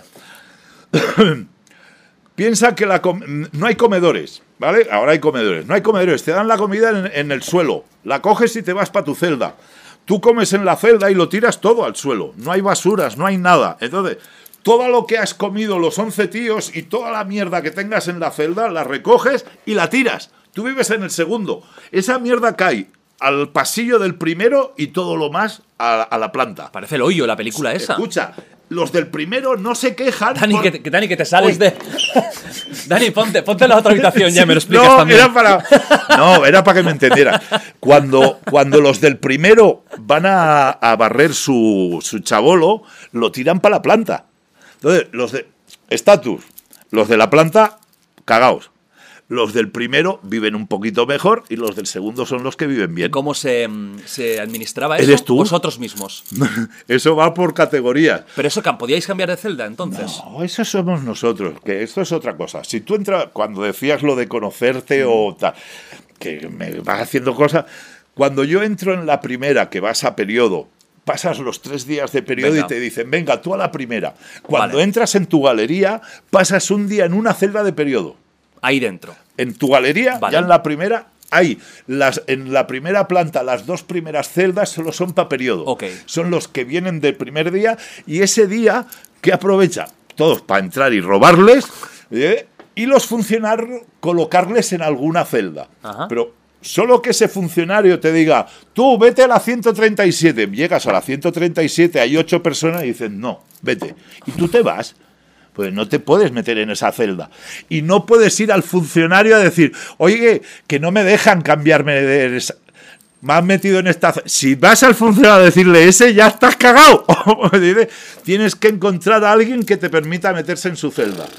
Piensa que la no hay comedores, ¿vale? Ahora hay comedores. No hay comedores, te dan la comida en, en el suelo. La coges y te vas para tu celda. Tú comes en la celda y lo tiras todo al suelo. No hay basuras, no hay nada. Entonces, todo lo que has comido los once tíos y toda la mierda que tengas en la celda, la recoges y la tiras. Tú vives en el segundo. Esa mierda cae al pasillo del primero y todo lo más a, a la planta. Parece el hoyo, la película esa. Escucha, los del primero no se quejan. Dani, por... que, que, Dani, que te sales Uy. de... Dani, ponte, ponte en la otra habitación, ya me lo explicas no, también. Era para... No, era para que me entendieran. Cuando, cuando los del primero van a, a barrer su, su chabolo, lo tiran para la planta. Entonces, los de... Estatus. Los de la planta, cagaos. Los del primero viven un poquito mejor y los del segundo son los que viven bien. ¿Cómo se, se administraba eso? ¿Eres tú? Vosotros mismos. Eso va por categorías. Pero eso, ¿podíais cambiar de celda entonces? No, eso somos nosotros, que esto es otra cosa. Si tú entras, cuando decías lo de conocerte mm. o tal, que me vas haciendo cosas, cuando yo entro en la primera, que vas a periodo, pasas los tres días de periodo venga. Y te dicen, venga, tú a la primera. Cuando vale. entras en tu galería, pasas un día en una celda de periodo. Ahí dentro. En tu galería, vale. ya en la primera, hay las, en la primera planta, las dos primeras celdas solo son para periodo. Okay. Son los que vienen del primer día y ese día, ¿qué aprovecha? Todos para entrar y robarles ¿eh? Y los funcionarios colocarles en alguna celda. Ajá. Pero solo que ese funcionario te diga, tú vete a la ciento treinta y siete, llegas a la ciento treinta y siete, hay ocho personas y dicen, no, vete. Y tú te vas. Pues no te puedes meter en esa celda. Y no puedes ir al funcionario a decir, oye, que no me dejan cambiarme de esa... Me han metido en esta... Si vas al funcionario a decirle ese, ya estás cagado. Tienes que encontrar a alguien que te permita meterse en su celda.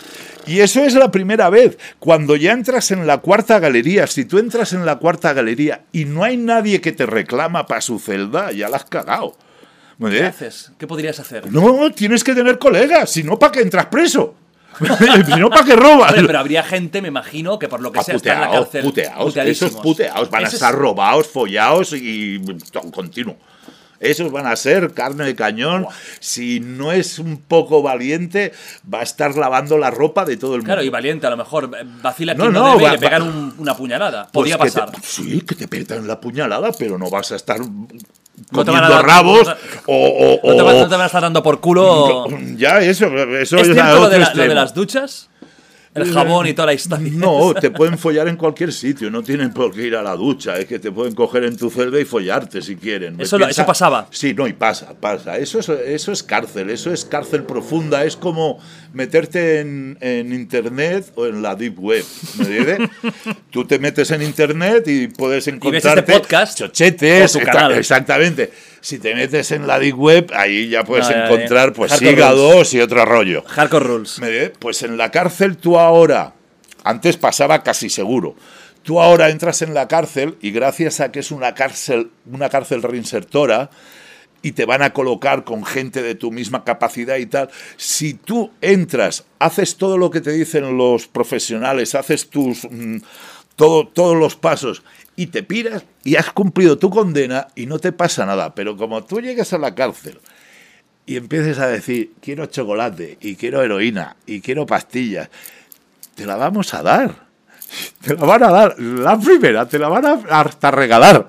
Y eso es la primera vez. Cuando ya entras en la cuarta galería, si tú entras en la cuarta galería y no hay nadie que te reclama para su celda, ya la has cagado. ¿Qué ¿Eh? haces? ¿Qué podrías hacer? No, tienes que tener colegas, si no, ¿para qué entras preso? Si no, ¿para qué robas? Oye, pero habría gente, me imagino, que por lo que sea está en la cárcel. Puteados, esos puteados. Van a estar es... robados, follados y todo continuo. Esos van a ser carne de cañón. Wow. Si no es un poco valiente, va a estar lavando la ropa de todo el mundo. Claro, y valiente, a lo mejor vacila quien no, no, no debe va, y le pegan un, una puñalada. Pues Podía pasar. Te, sí, que te pegan la puñalada, pero no vas a estar no comiendo dar, rabos no, o, o, no, te van, no te van a estar dando por culo. Ya, eso, eso ¿Es es cierto lo de, la, lo de las duchas? El jabón y toda la historia. No, te pueden follar en cualquier sitio, no tienen por qué ir a la ducha, es que te pueden coger en tu celda y follarte si quieren. Eso, piensa... eso pasaba. Sí, no, y pasa, pasa. Eso es, eso es cárcel, eso es cárcel profunda, es como meterte en, en internet o en la deep web, ¿me entiendes? Tú te metes en internet y puedes encontrarte y ves este podcast chochetes, está, exactamente. Si te metes en la deep web, ahí ya puedes no, ya, encontrar ya. pues hígados y otro rollo. Hardcore rules. Pues en la cárcel tú ahora, antes pasaba casi seguro, tú ahora entras en la cárcel y gracias a que es una cárcel, una cárcel reinsertora y te van a colocar con gente de tu misma capacidad y tal, si tú entras, haces todo lo que te dicen los profesionales, haces tus mmm, todo, todos los pasos y te piras y has cumplido tu condena y no te pasa nada. Pero como tú llegas a la cárcel y empieces a decir, quiero chocolate y quiero heroína y quiero pastillas, te la vamos a dar. Te la van a dar. La primera te la van a hasta regalar.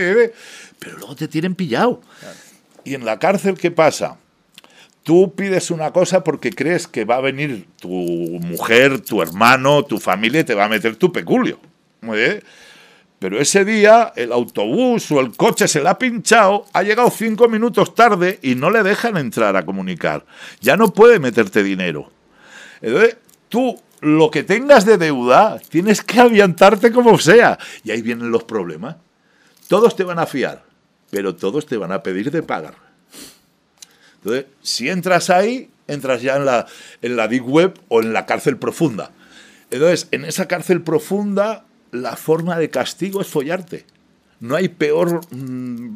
Pero luego te tienen pillado. Y en la cárcel, ¿qué pasa? Tú pides una cosa porque crees que va a venir tu mujer, tu hermano, tu familia y te va a meter tu peculio. Muy bien. Pero ese día el autobús o el coche se le ha pinchado, ha llegado cinco minutos tarde y no le dejan entrar a comunicar. Ya no puede meterte dinero. Entonces, tú lo que tengas de deuda tienes que aviantarte como sea. Y ahí vienen los problemas. Todos te van a fiar, pero todos te van a pedir de pagar. Entonces, si entras ahí, entras ya en la, en la deep web o en la cárcel profunda. Entonces, en esa cárcel profunda, la forma de castigo es follarte. No hay peor mmm,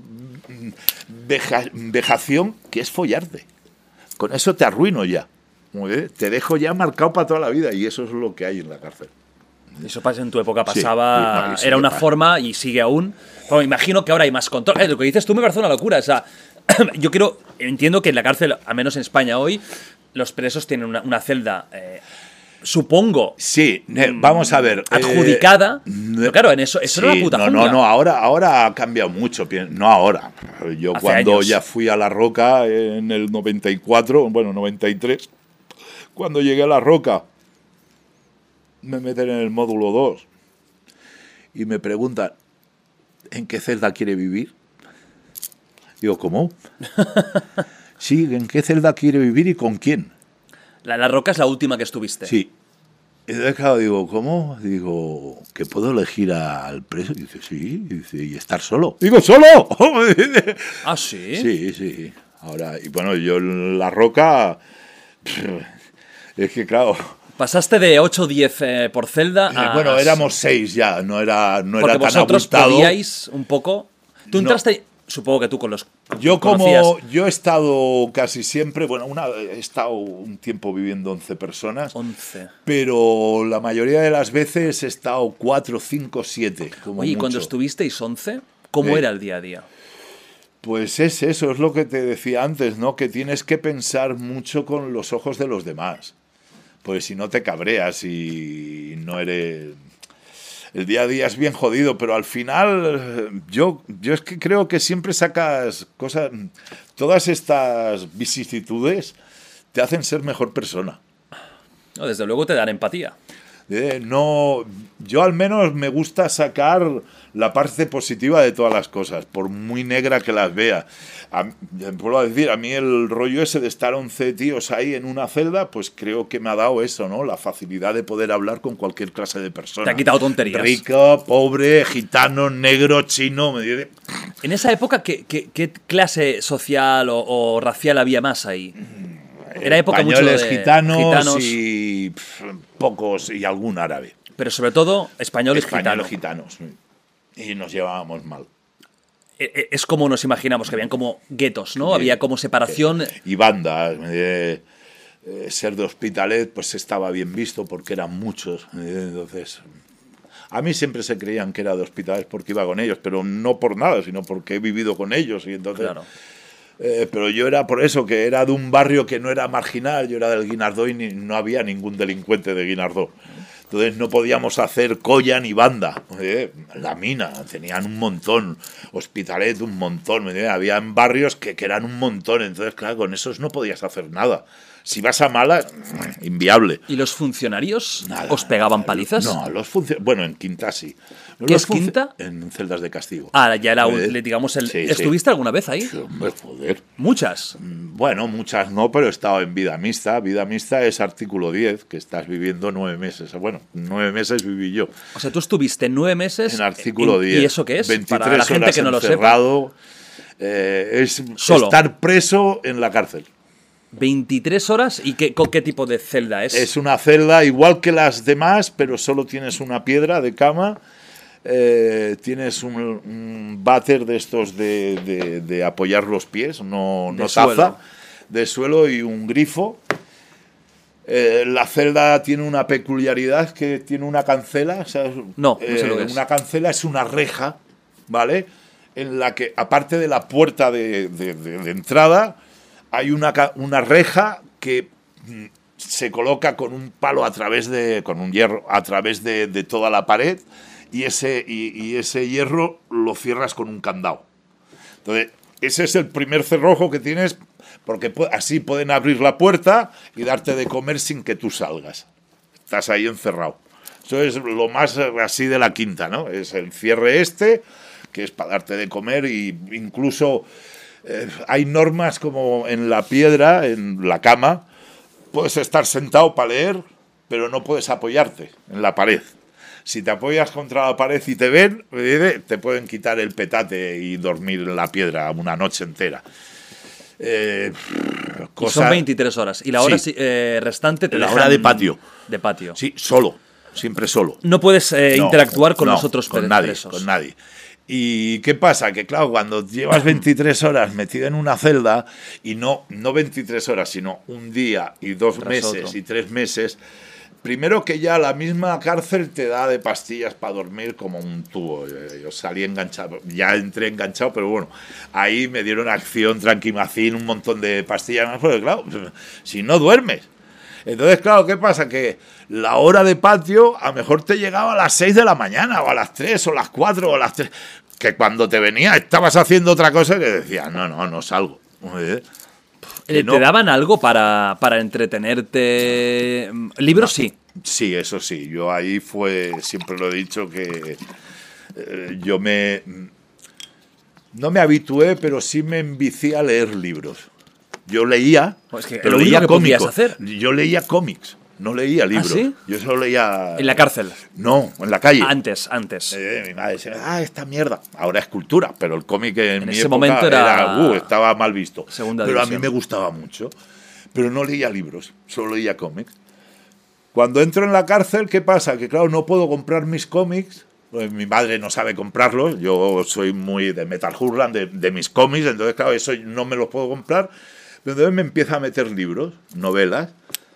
veja, vejación que es follarte. Con eso te arruino ya. Te dejo ya marcado para toda la vida y eso es lo que hay en la cárcel. Eso pasa en tu época pasaba, sí, sí, era una pasa. forma y sigue aún. Pero me imagino que ahora hay más control. Eh, lo que dices tú me parece una locura. O sea, yo quiero, entiendo que en la cárcel, al menos en España hoy, los presos tienen una, una celda, eh, supongo. Sí, vamos a ver. Adjudicada. Eh, pero claro, en eso, eso sí, era una puta no, jungla. No, no, ahora, ahora ha cambiado mucho. No ahora. Yo Hace cuando años. ya fui a La Roca en el noventa y cuatro, bueno, noventa y tres, cuando llegué a La Roca, me meten en el módulo dos y me preguntan, ¿en qué celda quiere vivir? Digo, ¿cómo? Sí, ¿en qué celda quiere vivir y con quién? La, la Roca es la última que estuviste. Sí. Y entonces, claro, digo, ¿cómo? Digo, ¿que puedo elegir al preso? Y dice, sí. Y dice, ¿y estar solo? Digo, ¿solo? ¿Ah, sí? Sí, sí. Ahora, y bueno, yo en La Roca, es que claro... Pasaste de ocho o diez eh, por celda a... Eh, bueno, éramos seis ya, no era, no Porque era tan vosotros abultado. podíais un poco... Tú entraste... No. Supongo que tú con los... Yo como... conocías. Yo he estado casi siempre... Bueno, una, he estado un tiempo viviendo once personas. once. Pero la mayoría de las veces he estado cuatro, cinco, siete. Como Oye, ¿y mucho. cuando estuvisteis once, cómo ¿Eh? era el día a día? Pues es eso, es lo que te decía antes, ¿no? Que tienes que pensar mucho con los ojos de los demás. Pues si no te cabreas y no eres... El día a día es bien jodido, pero al final yo, yo es que creo que siempre sacas cosas... Todas estas vicisitudes te hacen ser mejor persona. No, desde luego te dan empatía. Eh, no, yo al menos me gusta sacar la parte positiva de todas las cosas, por muy negra que las vea. A, vuelvo a decir, a mí el rollo ese de estar once tíos ahí en una celda, pues creo que me ha dado eso, ¿no? La facilidad de poder hablar con cualquier clase de persona. Te ha quitado tonterías. Rico, pobre, gitano, negro, chino. Me dice... En esa época, ¿qué, qué, qué clase social o, o racial había más ahí? Era época mucho de gitanos, gitanos y... Pff, pocos y algún árabe. Pero sobre todo españoles, Españoles gitanos. gitanos. Y nos llevábamos mal. Es como nos imaginamos, que habían como guetos, ¿no? Sí. Había como separación. Y bandas. Eh, eh, ser de Hospitalet pues estaba bien visto porque eran muchos. Eh, entonces, a mí siempre se creían que era de Hospitalet porque iba con ellos, pero no por nada, sino porque he vivido con ellos. Y entonces, claro. eh, pero yo era por eso, que era de un barrio que no era marginal, yo era del Guinardó y ni, no había ningún delincuente de Guinardó. Entonces no podíamos hacer colla ni banda. ¿Eh? La Mina, tenían un montón. Hospitalet, un montón. ¿Eh? Había barrios que, que eran un montón. Entonces, claro, con esos no podías hacer nada. Si vas a mala, inviable. ¿Y los funcionarios nada, os pegaban nada, palizas? No, los funcionarios... Bueno, en Quinta sí. ¿Qué es Quinta? En celdas de castigo. Ah, ya era, un, digamos, el... Sí, ¿Estuviste sí. alguna vez ahí? Sí, hombre, joder. ¿Muchas? Bueno, muchas no, pero he estado en vida mixta. Vida mixta es artículo diez, que estás viviendo nueve meses. Bueno, nueve meses viví yo. O sea, tú estuviste nueve meses... En artículo diez. ¿Y eso qué es? veintitrés Para la gente horas que no lo encerrado, sepa. Eh, es Solo. Estar preso en la cárcel. veintitrés horas, ¿y qué, con qué tipo de celda es? Es una celda igual que las demás, pero solo tienes una piedra de cama, eh, tienes un, un váter de estos de, de, de apoyar los pies, no, no taza, suelo. de suelo y un grifo. Eh, la celda tiene una peculiaridad, que tiene una cancela, o sea, no, no sé eh, lo que es. Una cancela es una reja, ¿vale? En la que, aparte de la puerta de, de, de, de entrada, hay una, una reja que se coloca con un palo a través de, con un hierro a través de, de toda la pared, y ese, y, y ese hierro lo cierras con un candado. Entonces, ese es el primer cerrojo que tienes, porque así pueden abrir la puerta y darte de comer sin que tú salgas. Estás ahí encerrado. Eso es lo más así de la Quinta, ¿no? Es el cierre este, que es para darte de comer, y incluso... Eh, hay normas como en la piedra, en la cama, puedes estar sentado para leer, pero no puedes apoyarte en la pared. Si te apoyas contra la pared y te ven, te pueden quitar el petate y dormir en la piedra una noche entera. Eh, cosa... Y son veintitrés horas. ¿Y la hora sí. eh, restante te La dejan... hora de patio. De patio. Sí, solo. Siempre solo. No puedes eh, no, interactuar con no, los otros con nadie, presos. Con nadie. ¿Y qué pasa? Que claro, cuando llevas veintitrés horas metido en una celda, y no, no veintitrés horas, sino un día y dos Tras meses otro. y tres meses, primero que ya la misma cárcel te da de pastillas para dormir como un tubo. Yo salí enganchado, ya entré enganchado, pero bueno, ahí me dieron acción, tranquimacín, un montón de pastillas más, porque claro, si no duermes. Entonces, claro, ¿qué pasa? Que la hora de patio a lo mejor te llegaba a las seis de la mañana, o a las tres, o a las cuatro, o a las tres, que cuando te venía estabas haciendo otra cosa que decías, no, no, no salgo. ¿Eh? ¿Te no. daban algo para, para entretenerte? ¿Libros sí? Sí, eso sí. Yo ahí fue, siempre lo he dicho, que eh, yo me... No me habitué, pero sí me envicié a leer libros. Yo leía, pues que pero lo leía que cómicos. Hacer. Yo leía cómics, no leía libros. ¿Ah, sí? Yo solo leía... ¿En la cárcel? No, en la calle. Antes, antes. Eh, mi madre decía, ah, esta mierda. Ahora es cultura, pero el cómic en, en mi ese época momento era... era uh, estaba mal visto. Segunda pero división. A mí me gustaba mucho. Pero no leía libros, solo leía cómics. Cuando entro en la cárcel, ¿qué pasa? Que claro, no puedo comprar mis cómics. Mi madre no sabe comprarlos. Yo soy muy de Metal Hurlan, de, de mis cómics. Entonces, claro, eso no me los puedo comprar. Pero entonces me empieza a meter libros, novelas.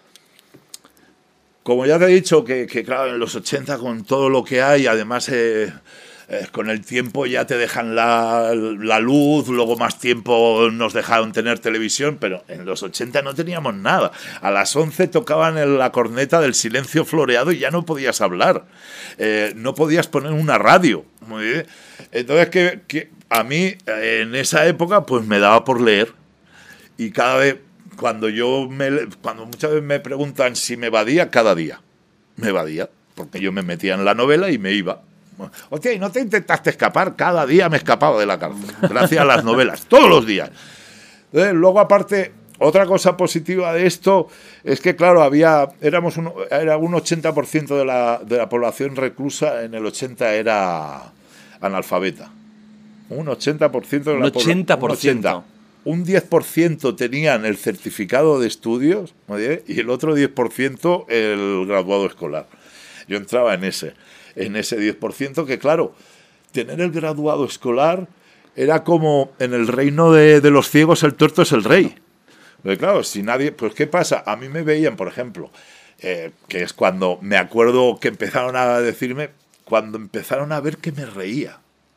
Como ya te he dicho, que, que claro, en los ochenta, con todo lo que hay, además eh, eh, con el tiempo ya te dejan la, la luz, luego más tiempo nos dejaron tener televisión, pero en los ochenta no teníamos nada. A las once tocaban en la corneta del silencio floreado y ya no podías hablar. Eh, no podías poner una radio. Muy bien. Entonces, que, que a mí, en esa época, pues me daba por leer. Y cada vez, cuando yo me, cuando muchas veces me preguntan si me evadía, cada día me evadía, porque yo me metía en la novela y me iba. Hostia, ¿y no te intentaste escapar? Cada día me escapaba de la cárcel, gracias a las novelas, todos los días. Entonces, luego, aparte, otra cosa positiva de esto es que, claro, había, éramos un, era un ochenta por ciento de la, de la población reclusa, en el ochenta era analfabeta. Un ochenta por ciento de la población. ochenta por ciento. un diez por ciento tenían el certificado de estudios, ¿oye? Y el otro diez por ciento el graduado escolar. Yo entraba en ese, en ese diez por ciento que, claro, tener el graduado escolar era como en el reino de, de los ciegos el tuerto es el rey. Pero claro, si nadie... Pues ¿qué pasa? A mí me veían, por ejemplo, eh, que es cuando me acuerdo que empezaron a decirme, cuando empezaron a ver que me reía.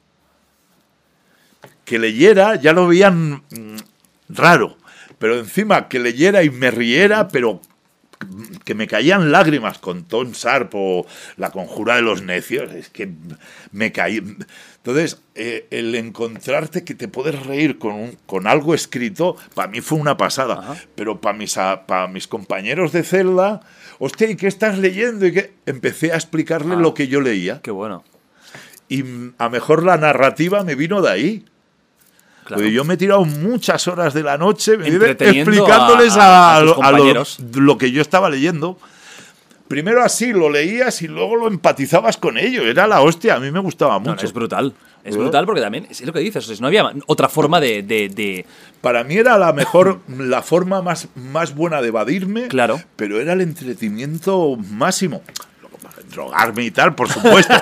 Que leyera, ya lo veían mmm, raro, pero encima que leyera y me riera, pero que me caían lágrimas con Tom Sharp o La conjura de los necios, es que me caí. Entonces, eh, el encontrarte que te puedes reír con, un, con algo escrito, para mí fue una pasada. Ajá. Pero para mis, para mis compañeros de celda, hostia, ¿y qué estás leyendo? Y que empecé a explicarle ah, lo que yo leía. Qué bueno. Y a mejor la narrativa me vino de ahí. Claro. Yo me he tirado muchas horas de la noche explicándoles a, a, a, a, lo, a lo, lo que yo estaba leyendo. Primero así lo leías y luego lo empatizabas con ellos. Era la hostia, a mí me gustaba mucho. No, no, es brutal. Es ¿no? brutal porque también es lo que dices. O sea, no había otra forma de, de, de... Para mí era la mejor, la forma más, más buena de evadirme. Claro. Pero era el entretenimiento máximo. Drogarme y tal, por supuesto.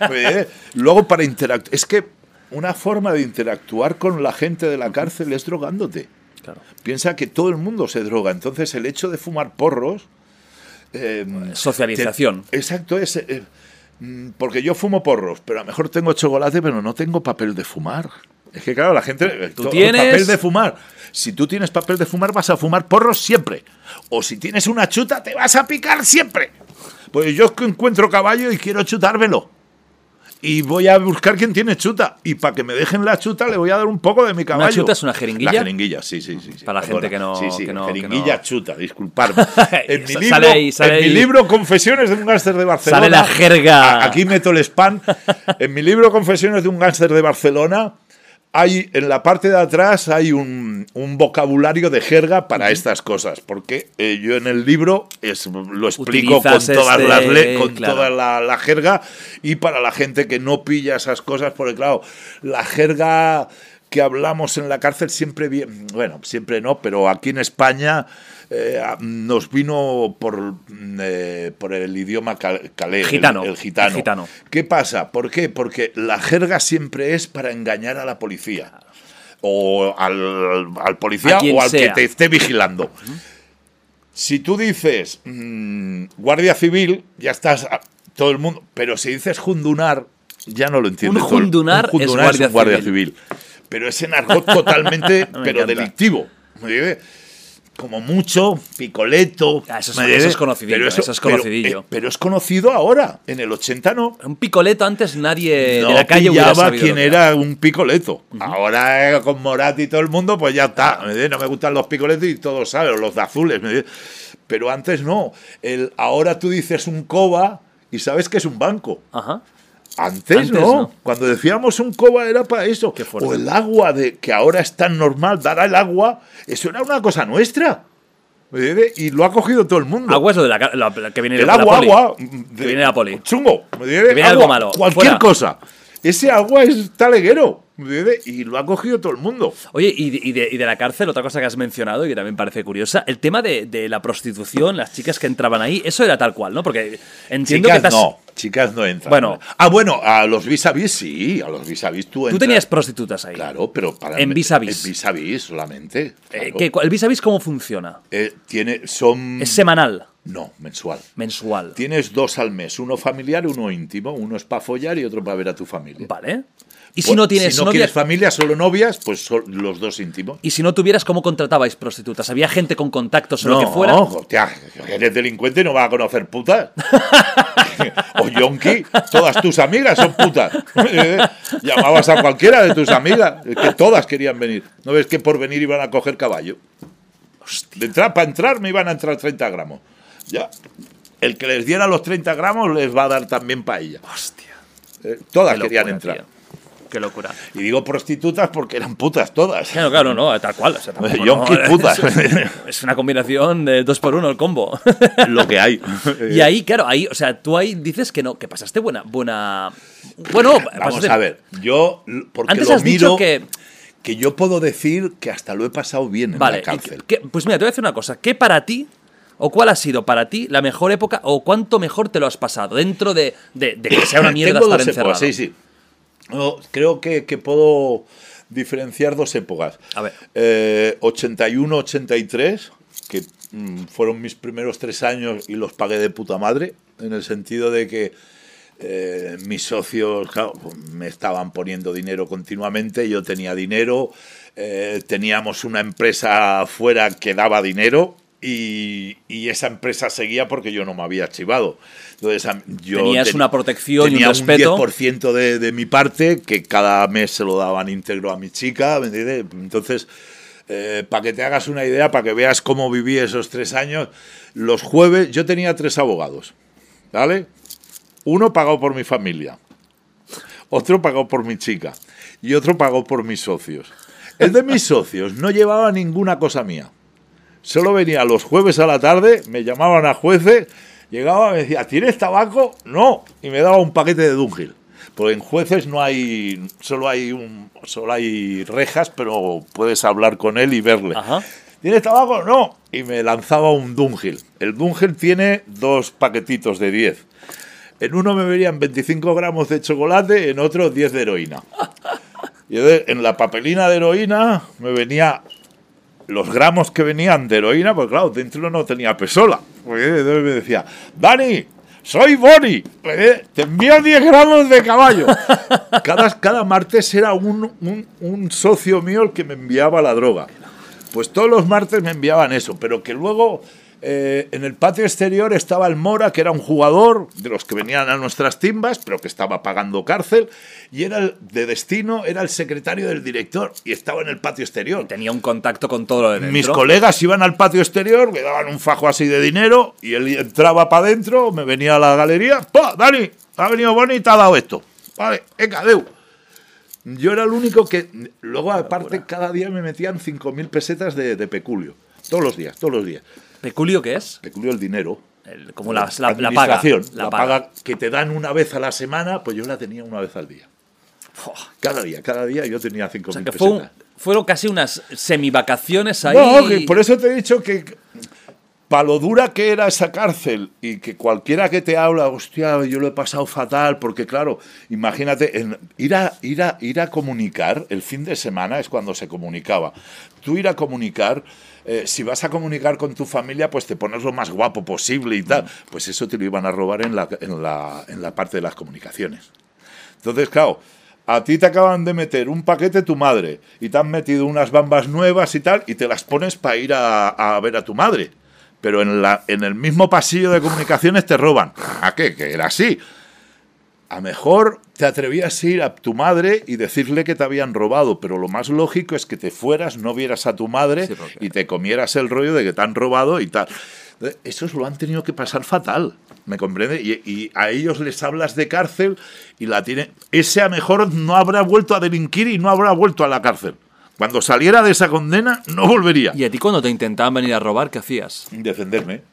Luego para interactuar. Es que una forma de interactuar con la gente de la cárcel es drogándote. Claro. Piensa que todo el mundo se droga. Entonces el hecho de fumar porros... Eh, Socialización. Te, exacto, es... Eh, porque yo fumo porros, pero a lo mejor tengo chocolate, pero no tengo papel de fumar. Es que claro, la gente... ¿Tú tienes? Papel de fumar. Si tú tienes papel de fumar, vas a fumar porros siempre. O si tienes una chuta, te vas a picar siempre. Pues yo encuentro caballo y quiero chutármelo. Y voy a buscar quién tiene chuta. Y para que me dejen la chuta le voy a dar un poco de mi caballo. ¿Una chuta es una jeringuilla? La jeringuilla, sí, sí, sí. sí. Para la gente que no... Sí, sí, que no jeringuilla que no... chuta, disculparme. En, mi libro, sale ahí, sale en ahí. mi libro Confesiones de un gángster de Barcelona... Sale la jerga. Aquí meto el spam. En mi libro Confesiones de un gángster de Barcelona... Hay, en la parte de atrás hay un, un vocabulario de jerga para uh-huh. estas cosas, porque eh, yo en el libro es, lo explico Utilizas con todas este, las le, con claro. toda la, la jerga, y para la gente que no pilla esas cosas, porque claro, la jerga que hablamos en la cárcel siempre bien, bueno, siempre no, pero aquí en España eh, nos vino por, eh, por el idioma calé, gitano, el, el, gitano. el gitano. ¿Qué pasa? ¿Por qué? Porque la jerga siempre es para engañar a la policía o al, al policía o al sea. que te esté vigilando. Uh-huh. Si tú dices mmm, Guardia Civil, ya estás todo el mundo, pero si dices jundunar, ya no lo entiende. Un jundunar, un jundunar es, guardia, es un guardia civil. civil. Pero ese argot totalmente pero encanta. delictivo. Como mucho, picoleto. Ah, eso, es, eso es conocidillo. Pero eso, eso es conocidillo. Pero, eh, pero es conocido ahora. En el ochenta no. Un picoleto antes nadie no de la calle hubiera sabido quién era. era un picoleto. Uh-huh. Ahora eh, con Morat y todo el mundo, pues ya está. No me gustan los picoletos y todos saben, los de azules. Pero antes no. El, ahora tú dices un coba y sabes que es un banco. Ajá. Antes, Antes no. no, cuando decíamos un coba era para eso. O el agua, de que ahora es tan normal, dar el agua, eso era una cosa nuestra. Y lo ha cogido todo el mundo. Agua es lo de la, la, la que viene el de agua, la poli. agua. De, que viene de la poli. Chungo. Que viene agua, algo malo. Cualquier Fuera. cosa. Ese agua es taleguero. Y lo ha cogido todo el mundo. Oye, y de, y, de, y de la cárcel, otra cosa que has mencionado y que también parece curiosa, el tema de, de la prostitución, las chicas que entraban ahí, eso era tal cual, ¿no? Porque entiendo chicas que... Te has... no, chicas no entran. Bueno. Ah, bueno, a los vis-a-vis sí, a los vis-a-vis tú entras. Tú tenías prostitutas ahí. Claro, pero para... En vis-a-vis. En vis-a-vis solamente. Claro. Eh, ¿qué, ¿El vis-a-vis cómo funciona? Eh, tiene, son... ¿Es semanal? No, mensual. Mensual. Tienes dos al mes, uno familiar y uno íntimo. Uno es para follar y otro para ver a tu familia. Vale. ¿Y pues, si no tienes si no novia? quieres familia, solo novias, pues son los dos íntimos. ¿Y si no tuvieras, cómo contratabais prostitutas? ¿Había gente con contactos o no, lo que fuera? No, hostia, eres delincuente y no vas a conocer putas. O yonki, todas tus amigas son putas. Llamabas a cualquiera de tus amigas, que todas querían venir. ¿No ves que por venir iban a coger caballo? Hostia. De entrar, para entrar me iban a entrar treinta gramos. Ya. El que les diera los treinta gramos les va a dar también paella. Hostia. Eh, todas Qué querían locura, entrar. Tío. Qué locura. Y digo prostitutas porque eran putas todas. Claro, claro, no, tal cual. O sea, tampoco, Yonki no, putas. Es, es una combinación de dos por uno el combo. Lo que hay. Y ahí, claro, ahí, o sea, tú ahí dices que no, que pasaste buena, buena. Bueno, vamos pasaste... a ver. Yo porque Antes lo has miro, dicho que que yo puedo decir que hasta lo he pasado bien en Vale, la cárcel. ¿qué- pues mira, te voy a decir una cosa. ¿Qué para ti, o cuál ha sido para ti la mejor época, o cuánto mejor te lo has pasado dentro de, de, de que sea una mierda Tengo estar dos encerrado? épocas, sí, sí. No, creo que, que puedo diferenciar dos épocas. A ver. Eh, ochenta y uno ochenta y tres, que mm, fueron mis primeros tres años y los pagué de puta madre, en el sentido de que eh, mis socios, claro, me estaban poniendo dinero continuamente, yo tenía dinero, eh, teníamos una empresa fuera que daba dinero. Y, y esa empresa seguía porque yo no me había archivado. Entonces, yo Tenías ten, una protección y un tenía respeto. diez por ciento de, de mi parte, que cada mes se lo daban íntegro a mi chica, ¿me entiendes? Entonces, eh, para que te hagas una idea, para que veas cómo viví esos tres años, los jueves yo tenía tres abogados, ¿vale? Uno pagado por mi familia, otro pagado por mi chica y otro pagado por mis socios. El de mis socios no llevaba ninguna cosa mía. Solo venía los jueves a la tarde, me llamaban a jueces, llegaba, me decía, ¿tienes tabaco? No, y me daba un paquete de Dungil. Porque en jueces no hay, solo hay un, solo hay rejas, pero puedes hablar con él y verle. Ajá. ¿Tienes tabaco? No, y me lanzaba un Dungil. El Dungil tiene dos paquetitos de diez. En uno me venían veinticinco gramos de chocolate, en otro diez de heroína. Y en la papelina de heroína me venía los gramos que venían de heroína, pues claro, dentro no tenía pesola. Porque me decía, Dani, soy Boni, te envío diez gramos de caballo. Cada, cada martes era un, un, un socio mío el que me enviaba la droga. Pues todos los martes me enviaban eso, pero que luego eh, en el patio exterior estaba el Mora, que era un jugador de los que venían a nuestras timbas, pero que estaba pagando cárcel, y era el de destino, era el secretario del director, y estaba en el patio exterior. Tenía un contacto con todo lo de dentro. Mis colegas iban al patio exterior, me daban un fajo así de dinero, y él entraba para adentro, me venía a la galería, ¡pa! Dani, ha venido Boni y te ha dado esto. Vale, venga, adeu. Yo era el único que... Luego, aparte, cada día me metían cinco mil pesetas de, de peculio. Todos los días, todos los días. ¿Peculio qué es? Peculio, el dinero. El, como la, la, la paga. Administración. La, la paga. paga que te dan una vez a la semana, pues yo la tenía una vez al día. Cada día, cada día yo tenía cinco mil O sea, que fue pesetas. un, fueron casi unas semivacaciones ahí. No, que por eso te he dicho que... Para lo dura que era esa cárcel y que cualquiera que te habla, hostia, yo lo he pasado fatal, porque claro, imagínate, en, ir, a, ir, a, ir a comunicar, el fin de semana es cuando se comunicaba. Tú ir a comunicar, eh, si vas a comunicar con tu familia, pues te pones lo más guapo posible y tal. Pues eso te lo iban a robar en la, en la, en la parte de las comunicaciones. Entonces, claro, a ti te acaban de meter un paquete tu madre y te han metido unas bambas nuevas y tal, y te las pones para ir a, a ver a tu madre. Pero en, la, en el mismo pasillo de comunicaciones te roban. ¿A qué? Que era así. A mejor te atrevías a ir a tu madre y decirle que te habían robado, pero lo más lógico es que te fueras, no vieras a tu madre sí, y te comieras el rollo de que te han robado y tal. Esos lo han tenido que pasar fatal, ¿me comprende? Y, y a ellos les hablas de cárcel y la tienen... Ese a mejor no habrá vuelto a delinquir y no habrá vuelto a la cárcel. Cuando saliera de esa condena, no volvería. ¿Y a ti cuando te intentaban venir a robar, qué hacías? Defenderme.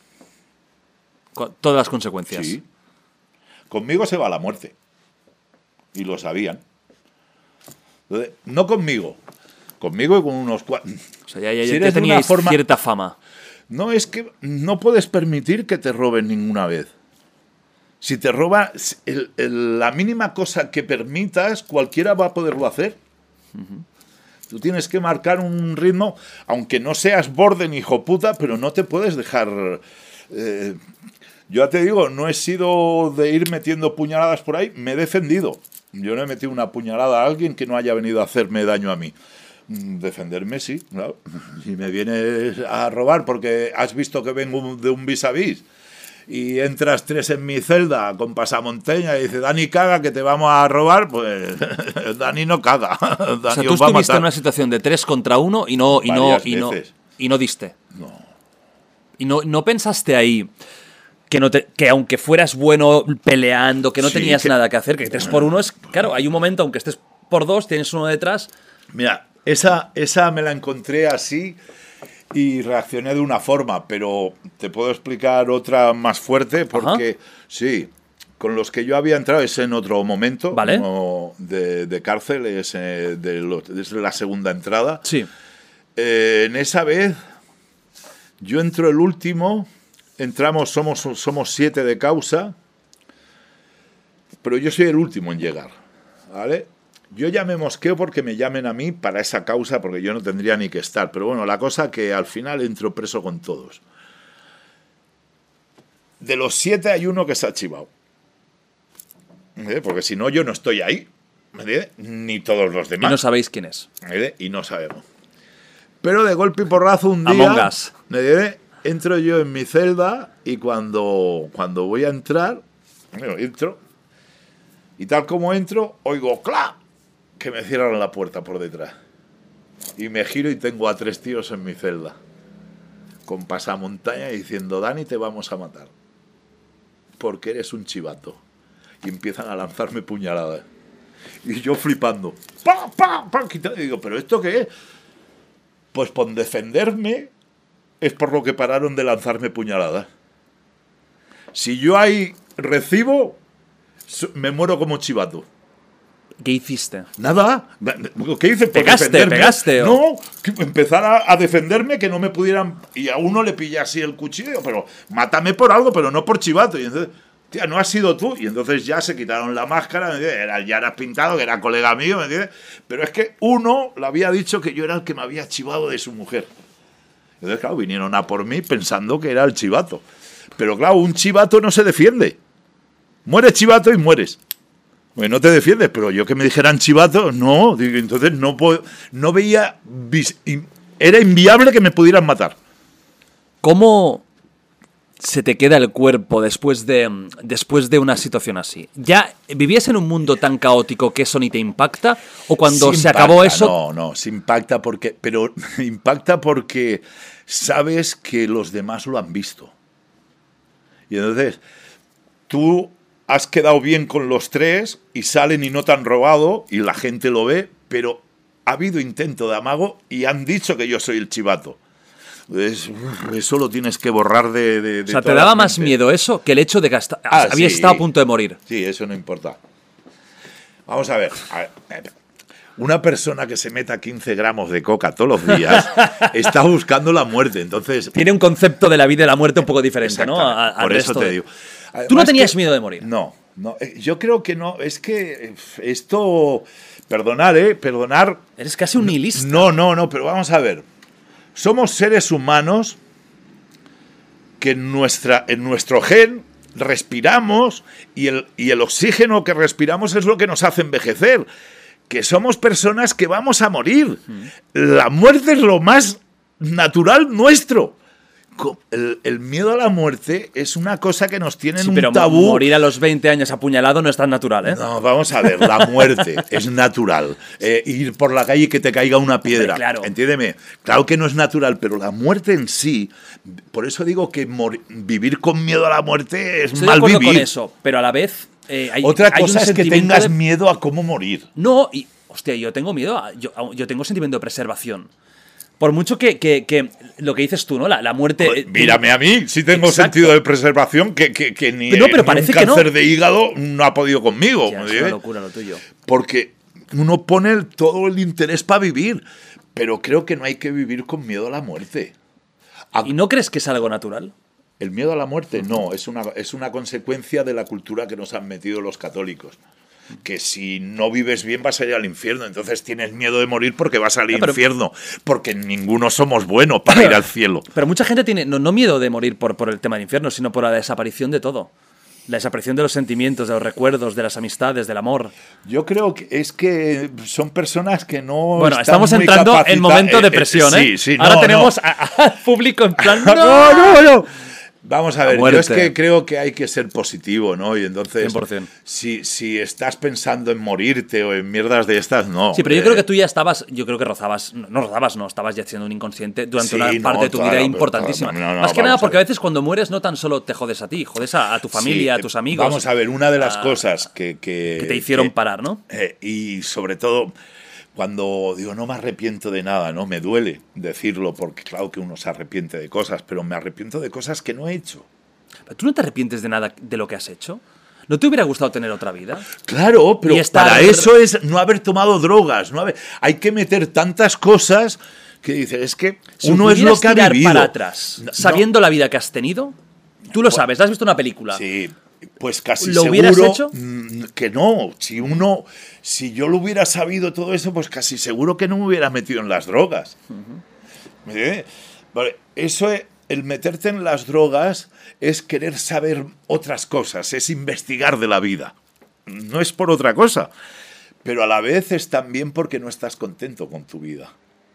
Con todas las consecuencias. Sí. Conmigo se va a la muerte. Y lo sabían. Entonces, no conmigo. Conmigo y con unos cuantos. O sea, ya, ya, si ya teníais forma... cierta fama. No, es que no puedes permitir que te roben ninguna vez. Si te roba, el, el, la mínima cosa que permitas, cualquiera va a poderlo hacer. Uh-huh. Tú tienes que marcar un ritmo, aunque no seas borde ni hijo puta, pero no te puedes dejar... Eh, yo ya te digo, no he sido de ir metiendo puñaladas por ahí, me he defendido. Yo no he metido una puñalada a alguien que no haya venido a hacerme daño a mí. Defenderme, sí, claro. Si me vienes a robar porque has visto que vengo de un vis a vis y entras tres en mi celda con pasamontaña y dice, Dani caga que te vamos a robar, pues Dani no caga. Dani o sea, tú estuviste en una situación de tres contra uno y no, y no, y no, y no diste. No. Y no, no pensaste ahí que, no te, que aunque fueras bueno peleando, que no sí, tenías que, nada que hacer, que tres por uno es... Claro, hay un momento, aunque estés por dos, tienes uno detrás... Mira, esa, esa me la encontré así... Y reaccioné de una forma, pero te puedo explicar otra más fuerte porque, ajá, sí, con los que yo había entrado es en otro momento, ¿vale? No de, de cárcel, es, eh, de los, es la segunda entrada. Sí. Eh, en esa vez, yo entro el último, entramos, somos, somos siete de causa, pero yo soy el último en llegar, ¿vale? Yo ya me mosqueo porque me llamen a mí para esa causa, porque yo no tendría ni que estar, pero bueno, la cosa que al final entro preso con todos. De los siete hay uno que se ha chivado. ¿Eh? Porque si no, yo no estoy ahí. ¿Me entiendes? Ni todos los demás. Y no sabéis quién es. ¿Me entiendes? Y no sabemos. Pero de golpe y porrazo un día... Among Us. ¿Me entiendes? Entro yo en mi celda y cuando, cuando voy a entrar, bueno, entro, y tal como entro, oigo ¡cla! Que me cierran la puerta por detrás. Y me giro y tengo a tres tíos en mi celda. Con pasamontaña diciendo, Dani, te vamos a matar. Porque eres un chivato. Y empiezan a lanzarme puñaladas. Y yo flipando. ¡Pa, pa, pa! Y digo, ¿pero esto qué es? Pues por defenderme es por lo que pararon de lanzarme puñaladas. Si yo ahí recibo, me muero como chivato. ¿Qué hiciste? Nada. ¿Qué hice? Por ¿Pegaste? defenderme. ¿Pegaste? O... No, que empezar a, a defenderme, que no me pudieran... Y a uno le pilla así el cuchillo, pero mátame por algo, pero no por chivato. Y entonces... Tía, no has sido tú. Y entonces ya se quitaron la máscara, ¿me entiendes? Era, ya eras pintado, que era colega mío, ¿me entiendes? Pero es que uno le había dicho que yo era el que me había chivado de su mujer. Entonces, claro, vinieron a por mí pensando que era el chivato. Pero claro, un chivato no se defiende. Mueres chivato y mueres. Pues no te defiendes, pero yo que me dijeran chivato, no. Entonces no, puedo, no veía... Era inviable que me pudieran matar. ¿Cómo se te queda el cuerpo después de, después de una situación así? ¿Ya vivías en un mundo tan caótico que eso ni te impacta? ¿O cuando Sí se impacta, acabó eso...? No, no, se impacta porque... Pero impacta porque sabes que los demás lo han visto. Y entonces, tú has quedado bien con los tres y salen y no te han robado y la gente lo ve, pero ha habido intento de amago y han dicho que yo soy el chivato. Es, eso lo tienes que borrar de... de, de o sea, ¿te toda daba la más mente. miedo eso que el hecho de que hasta, Ah, habías sí. estado a punto de morir? Sí, eso no importa. Vamos a ver, a ver. Una persona que se meta quince gramos de coca todos los días está buscando la muerte, entonces... Tiene un concepto de la vida y la muerte un poco diferente, ¿no? A, al por eso resto te de... digo. Además, ¿tú no tenías que, miedo de morir? No, no. Yo creo que no. Es que esto... Perdonar, ¿eh? Perdonar... Eres casi un nihilista. No, no, no, pero vamos a ver. Somos seres humanos que en, nuestra, en nuestro gen respiramos y el, y el oxígeno que respiramos es lo que nos hace envejecer. Que somos personas que vamos a morir. Mm. La muerte es lo más natural nuestro. El, el miedo a la muerte es una cosa que nos tiene sí, en un pero tabú. Morir a los veinte años apuñalado no es tan natural, ¿eh? No, vamos a ver, la muerte es natural. Eh, ir por la calle y que te caiga una piedra. Hombre, claro. Entiéndeme, claro que no es natural, pero la muerte en sí, por eso digo que vivir con miedo a la muerte es Estoy mal de acuerdo vivir. con eso, pero a la vez... Eh, hay, Otra hay cosa un es que sentimiento tengas de... miedo a cómo morir. No, y hostia, yo tengo miedo, a, yo, yo tengo sentimiento de preservación. Por mucho que, que, que lo que dices tú, ¿no? La, la muerte... Pues, mírame a mí, sí tengo Exacto. sentido de preservación que, que, que ni, no, pero ni parece un que cáncer no. de hígado no ha podido conmigo. Ya, ¿me es entiendes? una locura lo tuyo. Porque uno pone el, todo el interés para vivir, pero creo que no hay que vivir con miedo a la muerte. A, ¿Y no crees que es algo natural? El miedo a la muerte, no, es una, es una consecuencia de la cultura que nos han metido los católicos. Que si no vives bien vas a ir al infierno, entonces tienes miedo de morir porque vas al no, pero, infierno, porque ninguno somos buenos para ir al cielo. Pero mucha gente tiene no, no miedo de morir por, por el tema del infierno, sino por la desaparición de todo. La desaparición de los sentimientos, de los recuerdos, de las amistades, del amor. Yo creo que es que son personas que no. Bueno, están estamos muy entrando capacita- en momento eh, de presión, ¿eh? Sí, sí, Ahora no, tenemos no. al público en plan. No, no, no. Vamos a ver, muerte. yo es que creo que hay que ser positivo, ¿no? Y entonces, cien por ciento. Si, si estás pensando en morirte o en mierdas de estas, no. Sí, pero yo eh, creo que tú ya estabas, yo creo que rozabas, no, no rozabas, no, estabas ya siendo un inconsciente durante Sí, una no, parte de tu claro, vida pero, importantísima. no, no, Más que vamos nada a porque a ver. veces cuando mueres no tan solo te jodes a ti, jodes a, a tu familia, sí, a tus amigos. Vamos a ver, una de las a, cosas que, que, que te hicieron que, parar, ¿no? Eh, y sobre todo, cuando digo no me arrepiento de nada, ¿no? Me duele decirlo porque claro que uno se arrepiente de cosas, pero me arrepiento de cosas que no he hecho. ¿Tú no te arrepientes de nada de lo que has hecho? ¿No te hubiera gustado tener otra vida? Claro, pero estar... para eso es no haber tomado drogas. No haber... Hay que meter tantas cosas que dices, es que Si uno es lo que ha tirar vivido. para atrás, No, sabiendo la vida que has tenido, tú lo Pues- sabes, has visto una película. Sí, pues casi ¿Lo seguro hubieras hecho? mm, que no. Si uno, si yo lo hubiera sabido todo eso, pues casi seguro que no me hubiera metido en las drogas. ¿Eh? Vale, eso es, el meterte en las drogas es querer saber otras cosas, es investigar de la vida. No es por otra cosa, pero a la vez es también porque no estás contento con tu vida.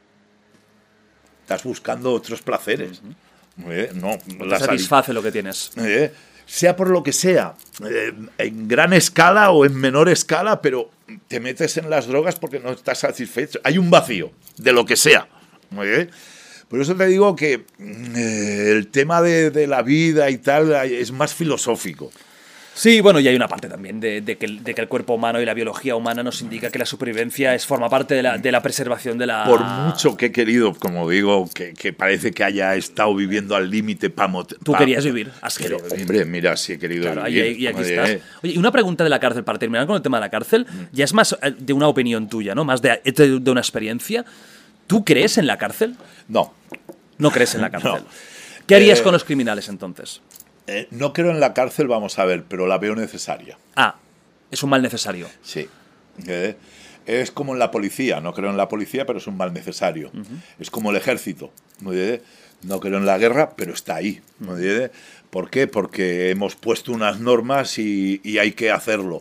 Estás buscando otros placeres. ¿Eh? No, Te la satisface lo que tienes. eh, sea por lo que sea, eh, en gran escala o en menor escala, pero te metes en las drogas porque no estás satisfecho. Hay un vacío, de lo que sea. ¿Eh? Por eso te digo que eh, el tema de, de la vida y tal es más filosófico. Sí, bueno, y hay una parte también de, de, que, el, de que el cuerpo humano y la biología humana nos indica que la supervivencia es, forma parte de la, de la preservación de la... Por mucho que he querido, como digo, que, que parece que haya estado viviendo al límite para... Tú querías vivir, has Pero, querido vivir. hombre, mira, sí he querido Claro, y, vivir. y aquí Oye, estás. Oye, y una pregunta de la cárcel, para terminar con el tema de la cárcel, ya es más eh, de una opinión tuya, ¿no? Más de, de, de una experiencia. ¿Tú crees en la cárcel? No, No crees en la cárcel. No. ¿Qué harías Eh, con los criminales entonces? eh, no creo en la cárcel, vamos a ver, pero la veo necesaria. Ah, es un mal necesario. Sí. Eh, es como en la policía, no creo en la policía, pero es un mal necesario. Uh-huh. Es como el ejército. ¿Eh? No creo en la guerra, pero está ahí. ¿Eh? ¿Por qué? Porque hemos puesto unas normas y, y hay que hacerlo.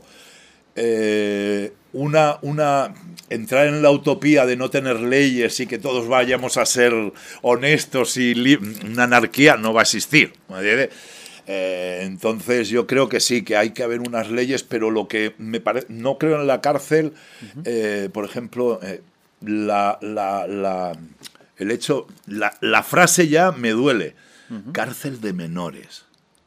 Eh, una, una, entrar en la utopía de no tener leyes y que todos vayamos a ser honestos y li- una anarquía no va a existir. ¿Eh? Eh, entonces yo creo que sí, que hay que haber unas leyes, pero lo que me parece, no creo en la cárcel, uh-huh. eh, por ejemplo, eh, la, la, la, el hecho, la, la frase ya me duele, uh-huh. Cárcel de menores.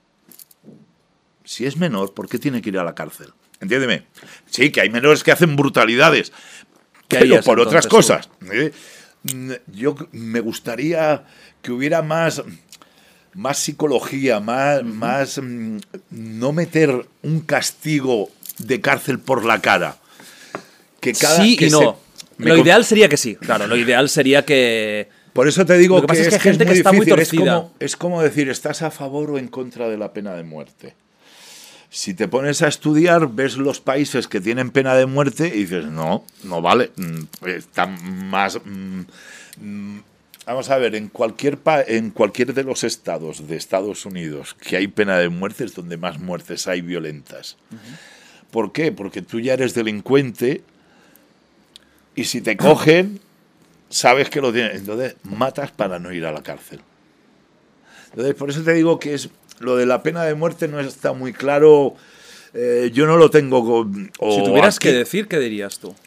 Si es menor, ¿por qué tiene que ir a la cárcel? Entiéndeme. Sí, que hay menores que hacen brutalidades, pero por otras cosas. ¿Eh? Yo me gustaría que hubiera más... más psicología, más, uh-huh. más mm, no meter un castigo de cárcel por la cara. Que cada, sí que y no. Se, lo ideal sería que sí. Claro, lo ideal sería que... Por eso te digo lo que, que, pasa es que es hay gente que, que es está muy difícil. torcida. Es como, es como decir, ¿estás a favor o en contra de la pena de muerte? Si te pones a estudiar, ves los países que tienen pena de muerte y dices, no, no vale. Está más... Mm, Vamos a ver, en cualquier, pa en cualquier de los estados de Estados Unidos que hay pena de muerte es donde más muertes hay violentas. Uh-huh. ¿Por qué? Porque tú ya eres delincuente y si te cogen, sabes que lo tienes. Entonces, matas para no ir a la cárcel. Entonces, por eso te digo que es lo de la pena de muerte no está muy claro. Eh, yo no lo tengo... Con, o si tuvieras aquí, que decir, ¿qué dirías tú?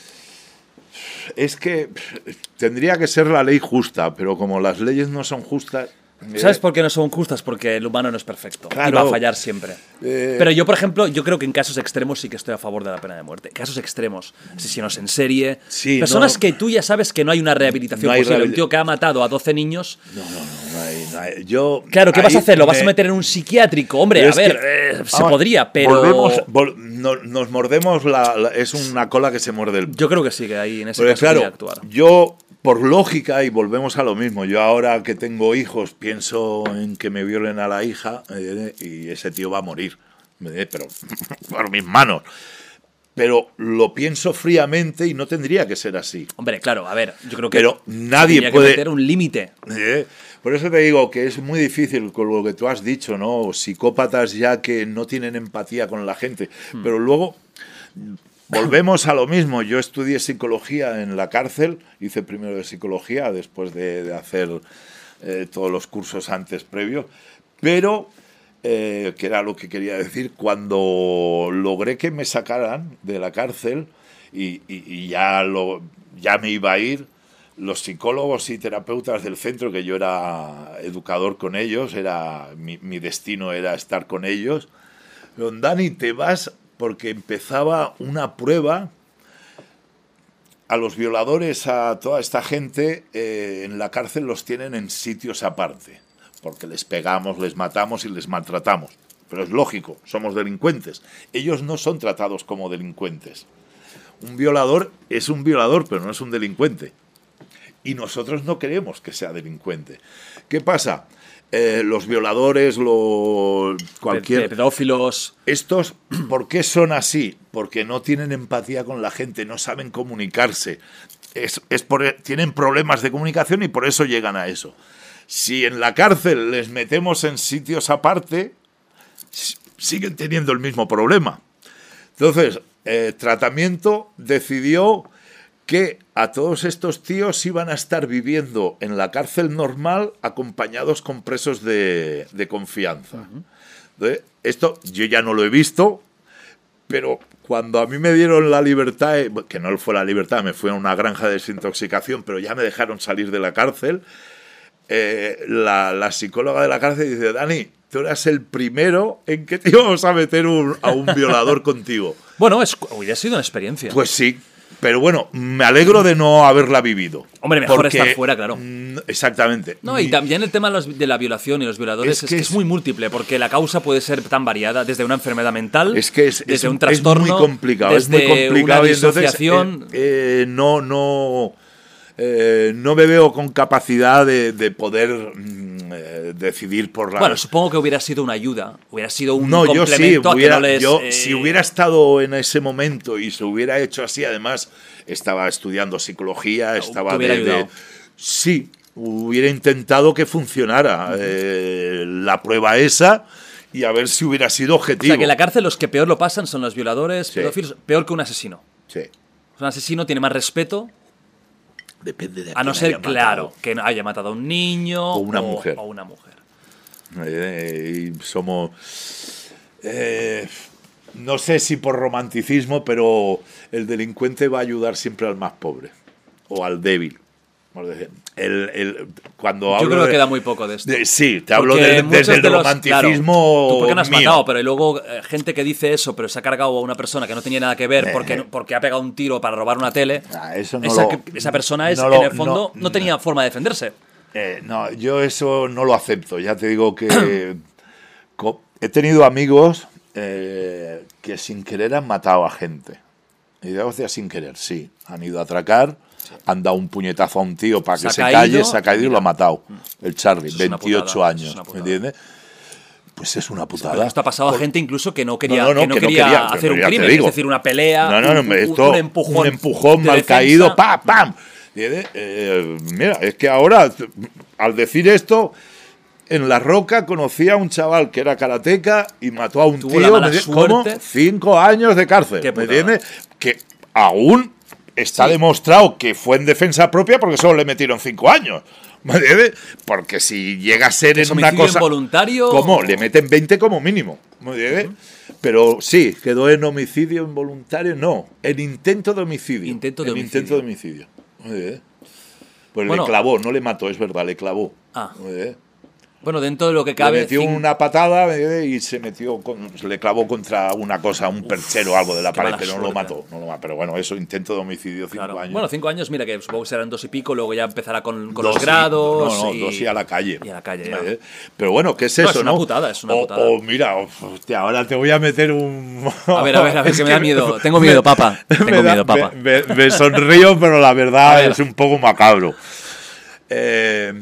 Es que tendría que ser la ley justa, pero como las leyes no son justas... ¿Sabes por qué no son justas? Porque el humano no es perfecto. Claro. Y va a fallar siempre. Eh... Pero yo, por ejemplo, yo creo que en casos extremos sí que estoy a favor de la pena de muerte. Casos extremos. Asesinos en serie. Sí, personas no, que tú ya sabes que no hay una rehabilitación no hay posible. rehabil... Un tío que ha matado a doce niños... No, no, no. no, hay, no hay. Yo, claro, ¿qué vas a hacer? ¿Lo me... vas a meter en un psiquiátrico? Hombre, pero a ver, que, eh, se podría, pero... Volvemos, vol no, nos mordemos, la, la, es una cola que se muerde el... Yo creo que sí, que ahí en ese Porque, caso claro, podría actuar. Yo... Por lógica, y volvemos a lo mismo, yo ahora que tengo hijos pienso en que me violen a la hija eh, y ese tío va a morir, eh, pero por mis manos. Pero lo pienso fríamente y no tendría que ser así. Hombre, claro, a ver, yo creo que pero nadie puede que meter un límite. Eh, por eso te digo que es muy difícil con lo que tú has dicho, ¿no? Psicópatas ya que no tienen empatía con la gente, hmm. pero luego... Volvemos a lo mismo. Yo estudié psicología en la cárcel, hice primero de psicología después de, de hacer eh, todos los cursos antes previos, pero, eh, que era lo que quería decir, cuando logré que me sacaran de la cárcel y, y, y ya, lo, ya me iba a ir, los psicólogos y terapeutas del centro, que yo era educador con ellos, era mi, mi destino era estar con ellos, don Dani, te vas... porque empezaba una prueba a los violadores, a toda esta gente, eh, en la cárcel los tienen en sitios aparte, porque les pegamos, les matamos y les maltratamos. pero es lógico, somos delincuentes. Ellos no son tratados como delincuentes. Un violador es un violador, pero no es un delincuente. Y nosotros no queremos que sea delincuente. ¿Qué pasa? Eh, los violadores, los cualquier pedófilos. Estos, ¿por qué son así? Porque no tienen empatía con la gente, no saben comunicarse. Es, es por, tienen problemas de comunicación y por eso llegan a eso. Si en la cárcel les metemos en sitios aparte, siguen teniendo el mismo problema. Entonces, eh, Tratamiento decidió que a todos estos tíos iban a estar viviendo en la cárcel normal acompañados con presos de, de confianza. Uh-huh. Entonces, esto yo ya no lo he visto, pero cuando a mí me dieron la libertad, que no fue la libertad, me fui a una granja de desintoxicación, pero ya me dejaron salir de la cárcel, eh, la, la psicóloga de la cárcel dice, Dani, tú eras el primero en que te íbamos a meter un, a un violador contigo. Bueno, es, hubiera sido una experiencia. Pues sí. Pero bueno, me alegro de no haberla vivido. Hombre, mejor porque, estar fuera, claro. Exactamente. No, y también el tema de, los, de la violación y los violadores es, es que es, es muy múltiple, porque la causa puede ser tan variada, desde una enfermedad mental, es que es, desde es, un trastorno, es muy complicado, desde es muy complicado, una disociación. Entonces, eh, eh, no, no, eh, no me veo con capacidad de, de poder eh, decidir por la... Bueno, supongo que hubiera sido una ayuda, hubiera sido un no, complemento yo sí, a hubiera, que no les... Yo, eh... si hubiera estado en ese momento y se hubiera hecho así, además estaba estudiando psicología, estaba de, de... Sí, hubiera intentado que funcionara eh, la prueba esa y a ver si hubiera sido objetivo. O sea, que en la cárcel los que peor lo pasan son los violadores, sí. pedófilos, peor que un asesino. Sí. Un asesino tiene más respeto. Depende de a no ser, claro, que haya matado a un niño o una o, mujer. O una mujer. Eh, y somos... Eh, no sé si por romanticismo, pero el delincuente va a ayudar siempre al más pobre o al débil. El, el, cuando Yo creo de, que queda muy poco de esto. De, sí, te hablo de, desde el de los, romanticismo claro, tú porque no has mío. matado, pero luego eh, gente que dice eso, pero se ha cargado a una persona que no tenía nada que ver eh, porque, porque ha pegado un tiro para robar una tele. Ah, eso no esa, lo, esa persona es, no en lo, el fondo, no, no tenía no. forma de defenderse. Eh, no, yo eso no lo acepto. Ya te digo que he tenido amigos eh, que sin querer han matado a gente. Y digo, o sea, sin querer, sí. Han ido a atracar, sí. han dado un puñetazo a un tío para que se, se caído, calle, se ha caído y lo ha matado. El Charlie, veintiocho años, ¿me entiendes? Pues es una putada. Pero esto ha pasado Por... a gente incluso que no quería, no, no, no, que no que quería, no quería hacer un crimen, es decir, una pelea, no, no, no, un, esto, un empujón, un empujón mal defensa. caído, ¡pam, pam! Eh, mira, es que ahora, al decir esto, en La Roca conocí a un chaval que era karateca y mató a un Tuvo tío, ¿me ¿cómo? Cinco años de cárcel, ¿me entiendes? Que aún está sí. demostrado que fue en defensa propia porque solo le metieron cinco años. ¿Me entiendes? Porque si llega a ser en una cosa... involuntario? ¿Cómo? Le meten veinte como mínimo. ¿Me entiendes? Uh-huh. Pero sí, quedó en homicidio involuntario, no, en intento de homicidio. Intento de en homicidio. intento de homicidio. ¿Eh? Pues bueno, le clavó, no le mató, es verdad, le clavó. Ah. ¿Eh? Bueno, dentro de lo que cabe... Le metió fin... una patada ¿eh? y se metió con, le clavó contra una cosa, un perchero o algo de la pared, pero no lo mató, no lo mató. Pero bueno, eso, intento de homicidio, cinco claro. años. Bueno, cinco años, mira, que supongo que serán dos y pico, luego ya empezará con, con dos los grados... Y, no, no, y... dos y a la calle. Y a la calle, ya. ¿Eh? Pero bueno, ¿qué es no, eso, es una no? putada, es una o, putada. O mira, hostia, ahora te voy a meter un... A ver, a ver, a ver, que me da miedo. Tengo miedo, papá. Tengo me da, miedo, papá. Me, me, me sonrío, pero la verdad es un poco macabro. Eh...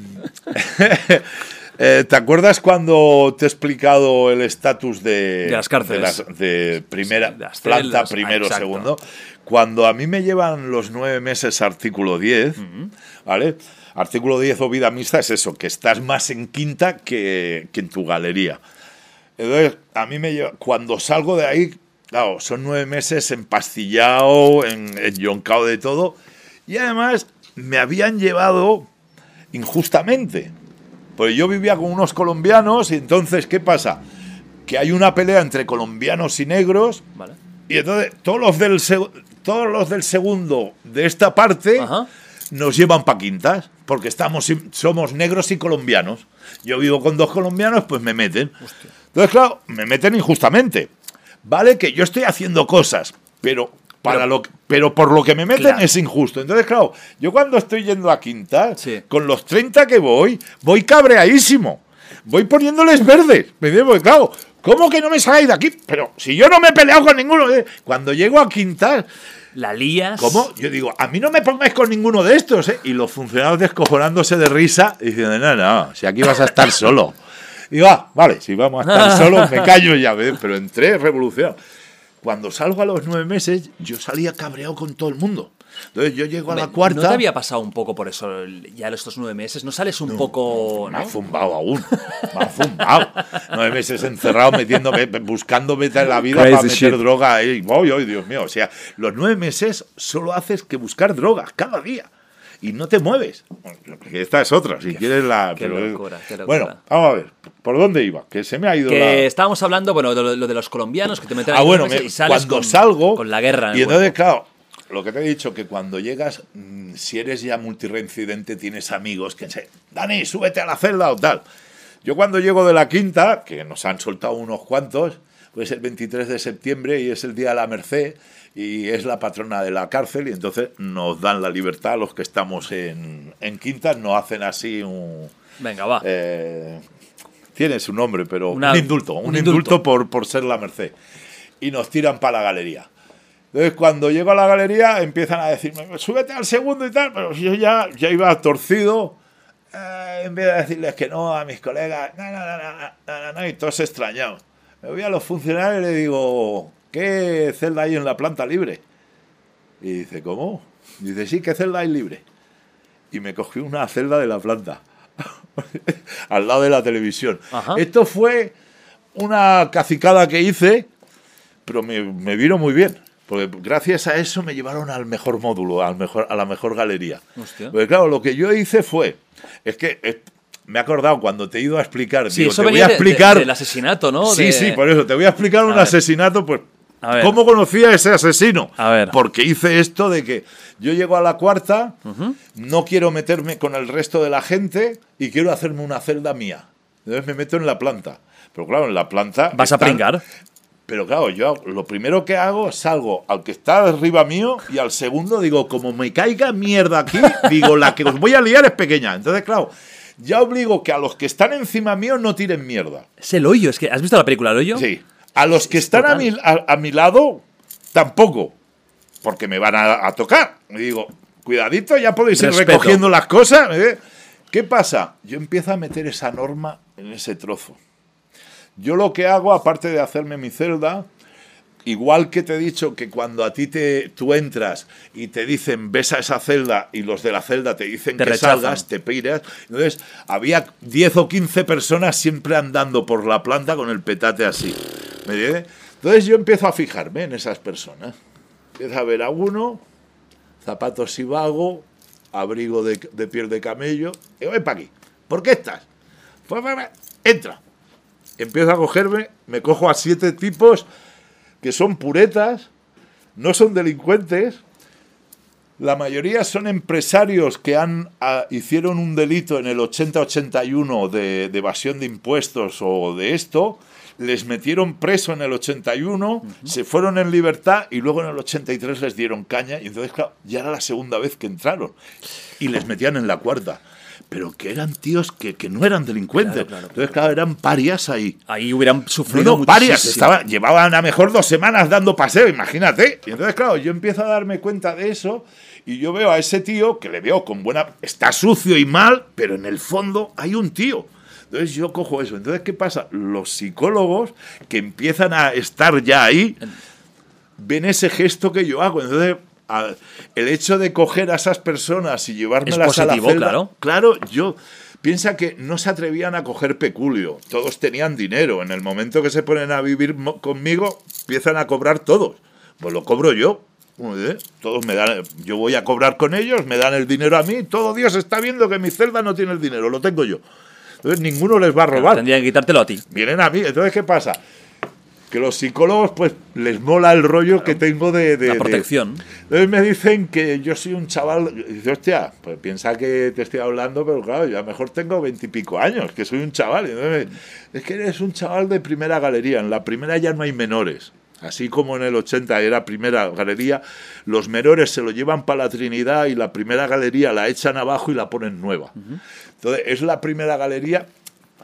Eh, ¿Te acuerdas cuando te he explicado el estatus de, de las cárceles? De, las, de primera sí, de las planta, celdas, primero, exacto. segundo. Cuando a mí me llevan los nueve meses artículo diez, uh-huh. ¿vale? Artículo diez o vida mixta es eso, que estás más en quinta que, que en tu galería. Entonces, a mí me lleva, cuando salgo de ahí, claro, son nueve meses empastillado, en, enyoncado de todo, y además me habían llevado injustamente. Pues yo vivía con unos colombianos y entonces, ¿qué pasa? Que hay una pelea entre colombianos y negros, vale. y entonces todos los del, seg- todos los del segundo de esta parte Ajá. nos llevan pa' quintas, porque estamos, somos negros y colombianos. Yo vivo con dos colombianos, pues me meten. Hostia. Entonces, claro, me meten injustamente. Vale que yo estoy haciendo cosas, pero... Para pero, lo que, pero por lo que me meten claro. es injusto. Entonces, claro, yo cuando estoy yendo a quinta, sí. con los treinta que voy, voy cabreadísimo. Voy poniéndoles verdes. ¿Me entiendes? Porque, claro, ¿Cómo que no me sacáis de aquí? Pero si yo no me he peleado con ninguno. ¿eh? Cuando llego a Quintas... La lías. ¿Cómo? Yo digo, a mí no me pongáis con ninguno de estos, ¿eh? Y los funcionarios descojonándose de risa y diciendo, no, no, si aquí vas a estar solo. Digo, ah, vale, si vamos a estar solos, me callo ya, ¿ves? Pero entré revolucionado. Cuando salgo a los nueve meses, yo salía cabreado con todo el mundo. Entonces yo llego a la cuarta... ¿No te había pasado un poco por eso ya estos nueve meses? ¿No sales un no, poco...? Me ¿no? ha zumbado aún. Me ha zumbado. Nueve meses encerrado, metiéndome, buscando meter en la vida Crazy para meter shit. droga. Ahí. ¡Ay, ay, Dios mío! O sea, los nueve meses solo haces que buscar droga cada día. Y no te mueves. Esta es otra, si qué, quieres la... Qué pero, locura, qué locura. Bueno, vamos a ver. ¿Por dónde iba? Que se me ha ido que la... estábamos hablando, bueno, de lo, lo de los colombianos que te meten Ah, en bueno, meses me, y sales cuando con, salgo... con la guerra en el Y entonces, cuerpo. claro, lo que te he dicho, que cuando llegas, mmm, si eres ya multireincidente, tienes amigos que se... Dani, súbete a la celda o tal. Yo cuando llego de la quinta, que nos han soltado unos cuantos, pues el veintitrés de septiembre y es el Día de la Merced y es la patrona de la cárcel y entonces nos dan la libertad a los que estamos en, en quintas, nos hacen así un... Venga, va. Eh, tiene su nombre, pero Una, un indulto, un, un indulto, indulto por, por ser la Merced. Y nos tiran para la galería. Entonces, cuando llego a la galería, empiezan a decirme, súbete al segundo y tal, pero yo ya, ya iba torcido. Eh, en vez de decirles que no a mis colegas, no, no, no, no, no, no, no, y todos extrañados. Me voy a los funcionarios y le digo, ¿qué celda hay en la planta libre? Y dice, ¿cómo? Dice, sí, ¿qué celda hay libre? Y me cogí una celda de la planta, al lado de la televisión. Ajá. Esto fue una cacicada que hice, pero me, me vino muy bien. Porque gracias a eso me llevaron al mejor módulo, al mejor, a la mejor galería. Hostia. Porque claro, lo que yo hice fue, es que es, me he acordado cuando te he ido a explicar, Sí, digo, eso te voy venía a de- explicar... de- del asesinato, ¿no? Sí, De- sí, por eso, te voy a explicar un ver. asesinato, pues, A ver. ¿cómo conocía a ese asesino? A ver. Porque hice esto de que yo llego a la cuarta, uh-huh. no quiero meterme con el resto de la gente y quiero hacerme una celda mía. Entonces me meto en la planta. Pero claro, en la planta... ¿Vas están, a pringar? Pero claro, yo lo primero que hago, salgo al que está arriba mío y al segundo digo, como me caiga mierda aquí, digo, la que os voy a liar es pequeña. Entonces, claro, ya obligo que a los que están encima mío no tiren mierda. Es el hoyo, es que ¿has visto la película El hoyo? Sí. A los que están a mi, a, a mi lado, tampoco, porque me van a, a tocar. Y digo, cuidadito, ya podéis ir Respeto. recogiendo las cosas. ¿eh? ¿Qué pasa? Yo empiezo a meter esa norma en ese trozo. Yo lo que hago, aparte de hacerme mi celda, igual que te he dicho que cuando a ti te, tú entras y te dicen ves a esa celda y los de la celda te dicen te que rechazan. salgas, te piras. Entonces había diez o quince personas siempre andando por la planta con el petate así. ¿Me entiendes? Entonces yo empiezo a fijarme en esas personas. Empiezo a ver a uno, zapatos y vago, abrigo de, de piel de camello. Y ven para aquí. ¿Por qué estás? Pues, entra. Empiezo a cogerme, me cojo a siete tipos que son puretas, no son delincuentes, la mayoría son empresarios que han a, hicieron un delito en el ochenta ochenta y uno de, de evasión de impuestos o de esto, les metieron preso en el ochenta y uno, uh-huh. se fueron en libertad y luego en el ochenta y tres les dieron caña y entonces, claro, ya era la segunda vez que entraron y les metían en la cuarta. Pero que eran tíos que, que no eran delincuentes. Claro, claro, claro. Entonces, claro, eran parias ahí. Ahí hubieran sufrido no, muchísimo. Parias, estaba, llevaban a mejor dos semanas dando paseo, imagínate. Y entonces, claro, yo empiezo a darme cuenta de eso y yo veo a ese tío que le veo con buena... Está sucio y mal, pero en el fondo hay un tío. Entonces yo cojo eso. Entonces, ¿qué pasa? Los psicólogos que empiezan a estar ya ahí ven ese gesto que yo hago. Entonces... el hecho de coger a esas personas y llevármelas positivo, a la celda, claro. claro, yo piensa que no se atrevían a coger peculio, todos tenían dinero, en el momento que se ponen a vivir conmigo empiezan a cobrar todos, pues lo cobro yo, ¿eh? Todos me dan, yo voy a cobrar con ellos, me dan el dinero a mí, todo Dios está viendo que mi celda no tiene el dinero, lo tengo yo, entonces ninguno les va a robar. Claro, tendrían que quitártelo a ti. Vienen a mí, entonces ¿qué pasa? Que los psicólogos, pues, les mola el rollo claro. que tengo de... de la protección. De, entonces me dicen que yo soy un chaval... Y dice, hostia, pues piensa que te estoy hablando, pero claro, yo a lo mejor tengo veintipico años, que soy un chaval. Y entonces, es que eres un chaval de primera galería. En la primera ya no hay menores. Así como en el ochenta era primera galería, los menores se lo llevan para la Trinidad y la primera galería la echan abajo y la ponen nueva. Uh-huh. Entonces, es la primera galería...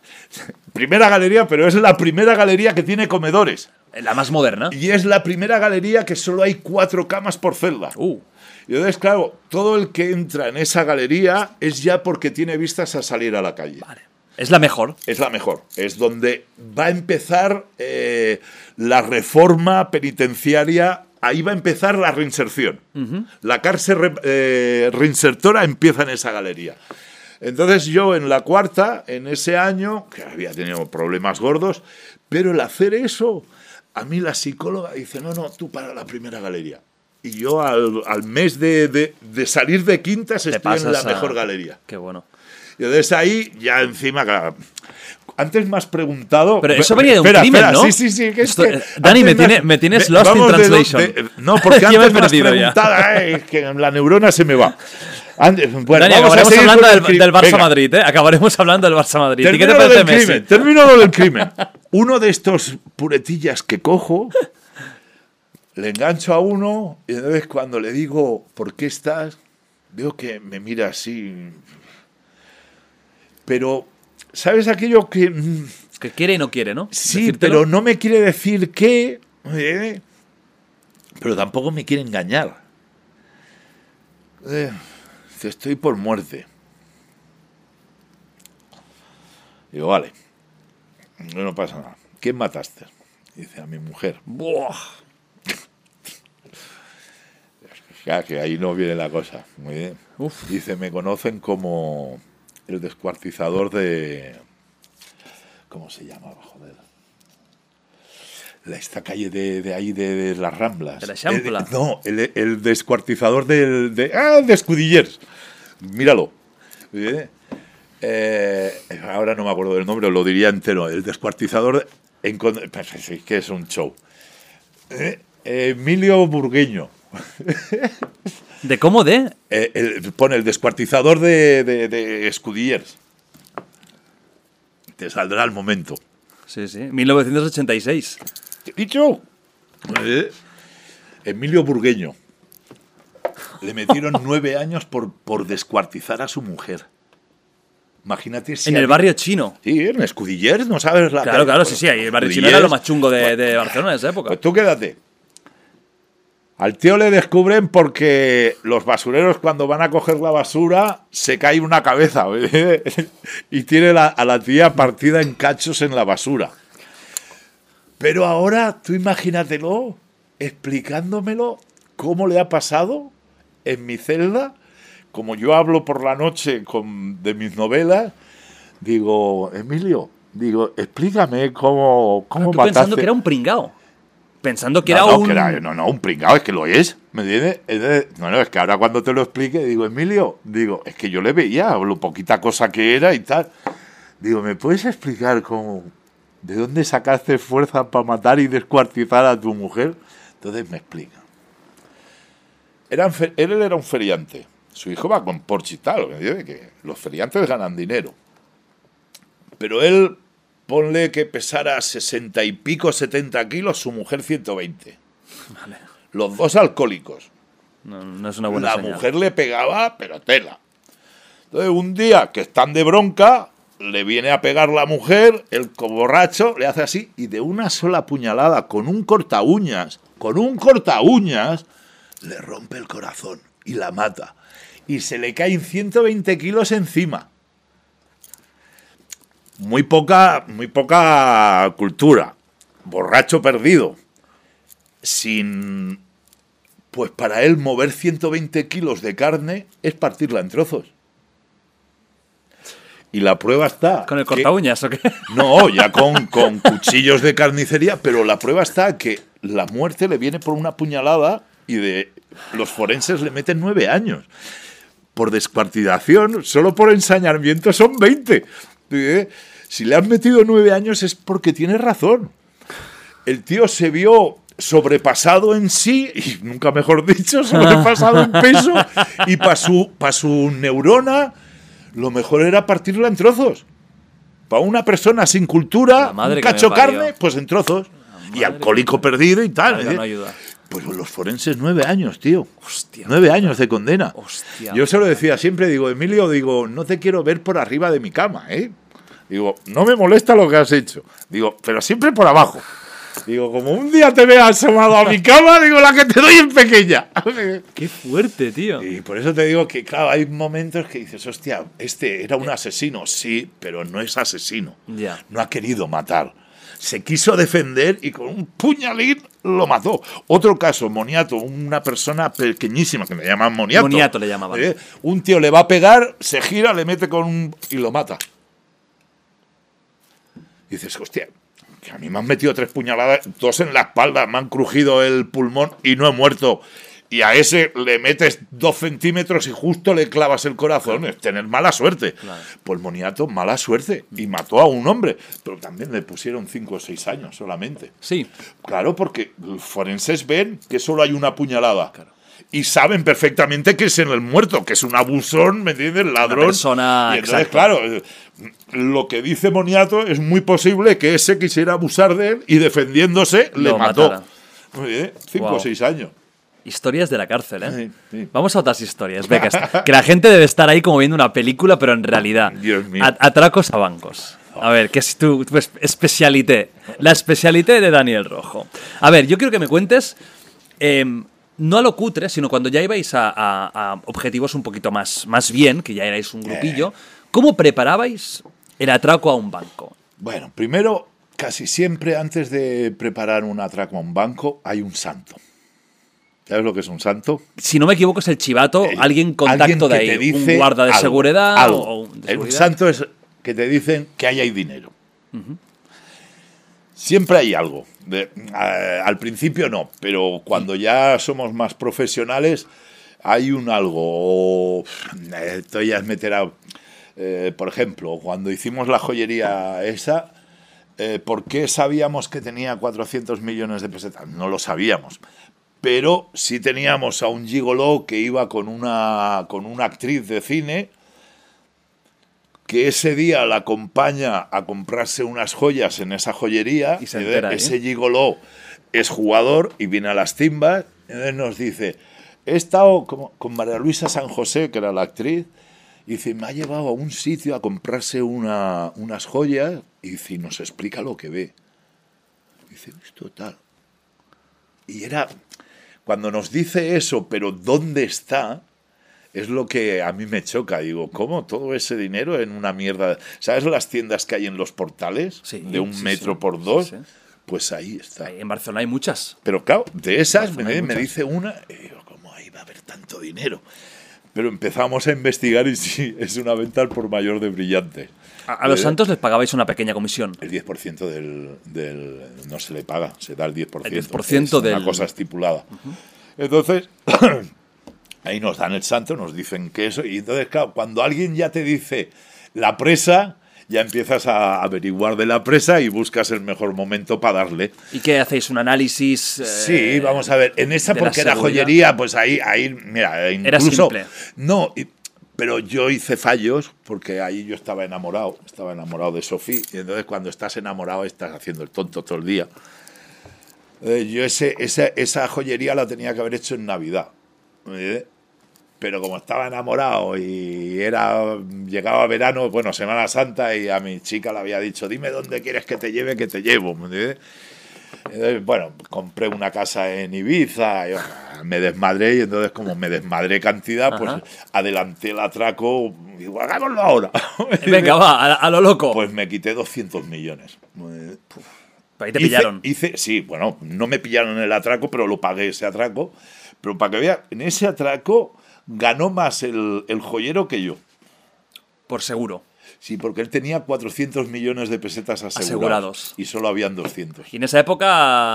Primera galería, pero es la primera galería que tiene comedores. La más moderna. Y es la primera galería que solo hay cuatro camas por celda. Uh. Y entonces, claro, todo el que entra en esa galería es ya porque tiene vistas a salir a la calle. Vale. Es la mejor. Es la mejor. Es donde va a empezar eh, la reforma penitenciaria. Ahí va a empezar la reinserción. Uh-huh. La cárcel re, eh, reinsertora empieza en esa galería. Entonces yo en la cuarta, en ese año, que había tenido problemas gordos, pero el hacer eso, a mí la psicóloga dice, no, no, tú para la primera galería. Y yo al, al mes de, de, de salir de quintas estoy en la a... mejor galería. Qué bueno. Y desde ahí, ya encima, claro, antes me has preguntado... Pero eso venía de un espera, crimen, espera, ¿no? Sí, sí, sí. Que es Esto, que Dani, me, tiene, has, me tienes me, lost in translation. De, de, no, porque antes me, me has preguntado, ay, que la neurona se me va. Antes, bueno, Dani, acabaremos hablando del, del Barça-Madrid, ¿eh? Acabaremos hablando del Barça-Madrid. ¿Y qué te parece Messi? Crimen, termino lo del crimen. Uno de estos puretillas que cojo, le engancho a uno, y entonces cuando le digo, ¿por qué estás? Veo que me mira así... Pero, ¿sabes aquello que...? Que quiere y no quiere, ¿no? Sí, Decírtelo. Pero no me quiere decir qué, eh, pero tampoco me quiere engañar. Eh, estoy por muerte. Digo, vale, no pasa nada. ¿Quién mataste? Dice, a mi mujer. ¡Buah! Ya que ahí no viene la cosa. Muy bien. Uf. Dice, me conocen como... el descuartizador de... ¿Cómo se llamaba? Joder. La, esta calle de, de ahí, de, de las Ramblas. ¿De la Champla? El, no, el, el descuartizador del, de... ¡Ah! De Escudillers. Míralo. ¿Eh? Eh, ahora no me acuerdo del nombre, lo diría entero. El descuartizador... En, pues, es que es un show. ¿Eh? Emilio Burgueño. ¿De cómo de? Eh, el, pone el descuartizador de, de, de Escudillers. Te saldrá al momento. Sí, sí. mil novecientos ochenta y seis. ¿Qué he dicho? Eh, Emilio Burgueño. Le metieron nueve años por, por descuartizar a su mujer. Imagínate si... En el barrio chino. Sí, en Escudillers, ¿no sabes la... Claro, claro, sí, sí. El barrio chino era lo más chungo de, de Barcelona en esa época. Pues tú quédate. Al tío le descubren porque los basureros cuando van a coger la basura se cae una cabeza y tiene la, a la tía partida en cachos en la basura. Pero ahora tú imagínatelo explicándomelo cómo le ha pasado en mi celda, como yo hablo por la noche con, de mis novelas, digo, Emilio, digo, explícame cómo, cómo tú mataste... pensando que era un pringao. Pensando que no, era no, un... Que era, no, no, un pringao, es que lo es, ¿me entiendes? Es de, no, no, es que ahora cuando te lo explique, digo, Emilio, digo, es que yo le veía lo poquita cosa que era y tal. Digo, ¿me puedes explicar cómo, de dónde sacaste fuerza para matar y descuartizar a tu mujer? Entonces me explica. Eran, él era un feriante, su hijo va con Porsche y tal, ¿me entiendes? Que los feriantes ganan dinero. Pero él... Ponle que pesara sesenta y pico, setenta kilos, su mujer ciento veinte. Vale. Los dos alcohólicos. No, no es una buena La señal. mujer le pegaba, pero tela. Entonces, un día que están de bronca, le viene a pegar la mujer, el borracho le hace así, y de una sola puñalada, con un corta uñas, con un corta uñas, le rompe el corazón y la mata. Y se le caen ciento veinte kilos encima. Muy poca, muy poca cultura. Borracho perdido. Sin... Pues para él mover ciento veinte kilos de carne es partirla en trozos. Y la prueba está... ¿Con el corta uñas o qué? No, ya con, con cuchillos de carnicería, pero la prueba está que la muerte le viene por una puñalada y de los forenses le meten nueve años. Por descuartización, solo por ensañamiento son veinte. Si le han metido nueve años es porque tiene razón. El tío se vio sobrepasado en sí, y nunca mejor dicho, sobrepasado en peso, y para su, pa su neurona lo mejor era partirla en trozos. Para una persona sin cultura, un cacho carne, pues en trozos. Y alcohólico perdido y tal. ¿eh? No ayuda. Pues los forenses nueve años, tío. Hostia. Nueve años de condena. Hostia. Yo se lo decía siempre, digo, Emilio, digo, no te quiero ver por arriba de mi cama, ¿eh? Digo, no me molesta lo que has hecho. Digo, pero siempre por abajo. Digo, como un día te veas asomado a mi cama, digo, la que te doy en pequeña. Qué fuerte, tío. Y por eso te digo que, claro, hay momentos que dices, hostia, este era un asesino. Sí, pero no es asesino. Ya. No ha querido matar. Se quiso defender y con un puñalín lo mató. Otro caso, Moniato, una persona pequeñísima, que me llaman Moniato. Moniato le llamaban. ¿Eh? Un tío le va a pegar, se gira, le mete con un... y lo mata. Y dices, hostia, que a mí me han metido tres puñaladas, dos en la espalda, me han crujido el pulmón y no he muerto. Y a ese le metes dos centímetros y justo le clavas el corazón. Claro. Es tener mala suerte. Claro. Pues Moniato, mala suerte. Y mató a un hombre. Pero también le pusieron cinco o seis años solamente. Sí. Claro, porque los forenses ven que solo hay una puñalada. Claro. Y saben perfectamente que es en el muerto, que es un abusón, ¿me entiendes? Ladrón. Una persona, y entonces, exacto. Claro, lo que dice Moniato es muy posible que ese quisiera abusar de él y defendiéndose lo le mató. Matara. Muy bien, cinco wow. o seis años. Historias de la cárcel, ¿eh? Sí, sí. Vamos a otras historias. Ve, que, que la gente debe estar ahí como viendo una película, pero en realidad. Dios mío. Atracos a bancos. A ver, ¿qué es tu, tu especialité? La especialité de Daniel Rojo. A ver, yo quiero que me cuentes, eh, no a lo cutre, sino cuando ya ibais a, a, a objetivos un poquito más, más bien, que ya erais un grupillo, ¿cómo preparabais el atraco a un banco? Bueno, primero, casi siempre antes de preparar un atraco a un banco, hay un santo. ¿Sabes lo que es un santo? Si no me equivoco, es el chivato, eh, alguien contacto de ahí, un guarda de algo, seguridad. Algo. O de seguridad. Un santo es que te dicen que ahí hay dinero. Uh-huh. Siempre hay algo. De, a, al principio no, pero cuando ya somos más profesionales, hay un algo. Esto ya es meter a. Eh, por ejemplo, cuando hicimos la joyería esa, eh, ¿por qué sabíamos que tenía cuatrocientos millones de pesetas? No lo sabíamos. Pero sí teníamos a un gigoló que iba con una, con una actriz de cine que ese día la acompaña a comprarse unas joyas en esa joyería. Y se entera, ¿eh? Ese gigoló es jugador y viene a las timbas. Y entonces nos dice, he estado con, con María Luisa San José, que era la actriz, y dice, me ha llevado a un sitio a comprarse una, unas joyas, y dice, nos explica lo que ve. Y dice, es total. Y era... Cuando nos dice eso, pero ¿dónde está? Es lo que a mí me choca. Digo, ¿cómo todo ese dinero en una mierda? ¿Sabes las tiendas que hay en los portales? Sí, de un sí, metro sí, por dos. Sí, sí. Pues ahí está. En Barcelona hay muchas. Pero claro, de esas me, me dice una, y digo, ¿cómo ahí va a haber tanto dinero? Pero empezamos a investigar y sí, es una venta al por mayor de brillantes. A, a los santos les pagabais una pequeña comisión. El diez por ciento del, del... No se le paga, se da el diez por ciento. El diez por ciento es del... una cosa estipulada. Uh-huh. Entonces, ahí nos dan el santo, nos dicen que eso... Y entonces, claro, cuando alguien ya te dice la presa, ya empiezas a averiguar de la presa y buscas el mejor momento para darle. ¿Y qué hacéis? ¿Un análisis? Eh, sí, vamos a ver. En esa, porque era joyería, pues ahí, ahí mira, incluso... Era simple. No... Y, pero yo hice fallos porque ahí yo estaba enamorado, estaba enamorado de Sofía, y entonces cuando estás enamorado estás haciendo el tonto todo el día. Eh, yo ese, esa, esa joyería la tenía que haber hecho en Navidad, ¿eh? Pero como estaba enamorado y era llegaba verano, bueno, Semana Santa, y a mi chica le había dicho, dime dónde quieres que te lleve, que te llevo, ¿eh? Entonces, bueno, compré una casa en Ibiza, y me desmadré, y entonces como me desmadré cantidad, pues Ajá. adelanté el atraco, digo, hagámoslo ahora. Venga, va, a, a lo loco. Pues me quité doscientos millones. Ahí te pillaron. Hice, hice, sí, bueno, no me pillaron el atraco, pero lo pagué ese atraco. Pero para que veas, en ese atraco ganó más el, el joyero que yo. Por seguro. Sí, porque él tenía cuatrocientos millones de pesetas asegurados, asegurados. Y solo habían doscientos. Y en esa época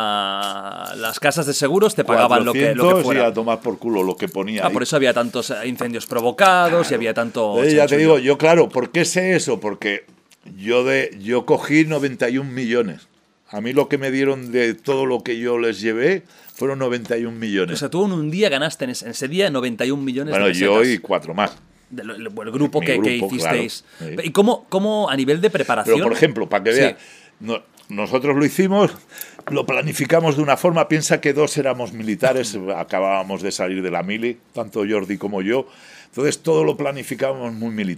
las casas de seguros te pagaban lo que, lo que fuera. Y a tomar por culo lo que ponía. Ah, ahí. Por eso había tantos incendios provocados, claro. Y había tanto... Eh, ya te digo, yo claro, ¿por qué sé eso? Porque yo, de, yo cogí noventa y un millones. A mí lo que me dieron de todo lo que yo les llevé fueron noventa y un millones. O sea, tú en un día ganaste en ese día noventa y un millones bueno, de pesetas. Bueno, yo y cuatro más. Del, el, el grupo, que, grupo que hicisteis. Claro, sí. ¿Y cómo, cómo a nivel de preparación? Pero, por ejemplo, para que veas, sí. no, nosotros lo hicimos, lo planificamos de una forma, piensa que dos éramos militares, acabábamos de salir de la mili, tanto Jordi como yo, entonces todo lo planificábamos muy militar.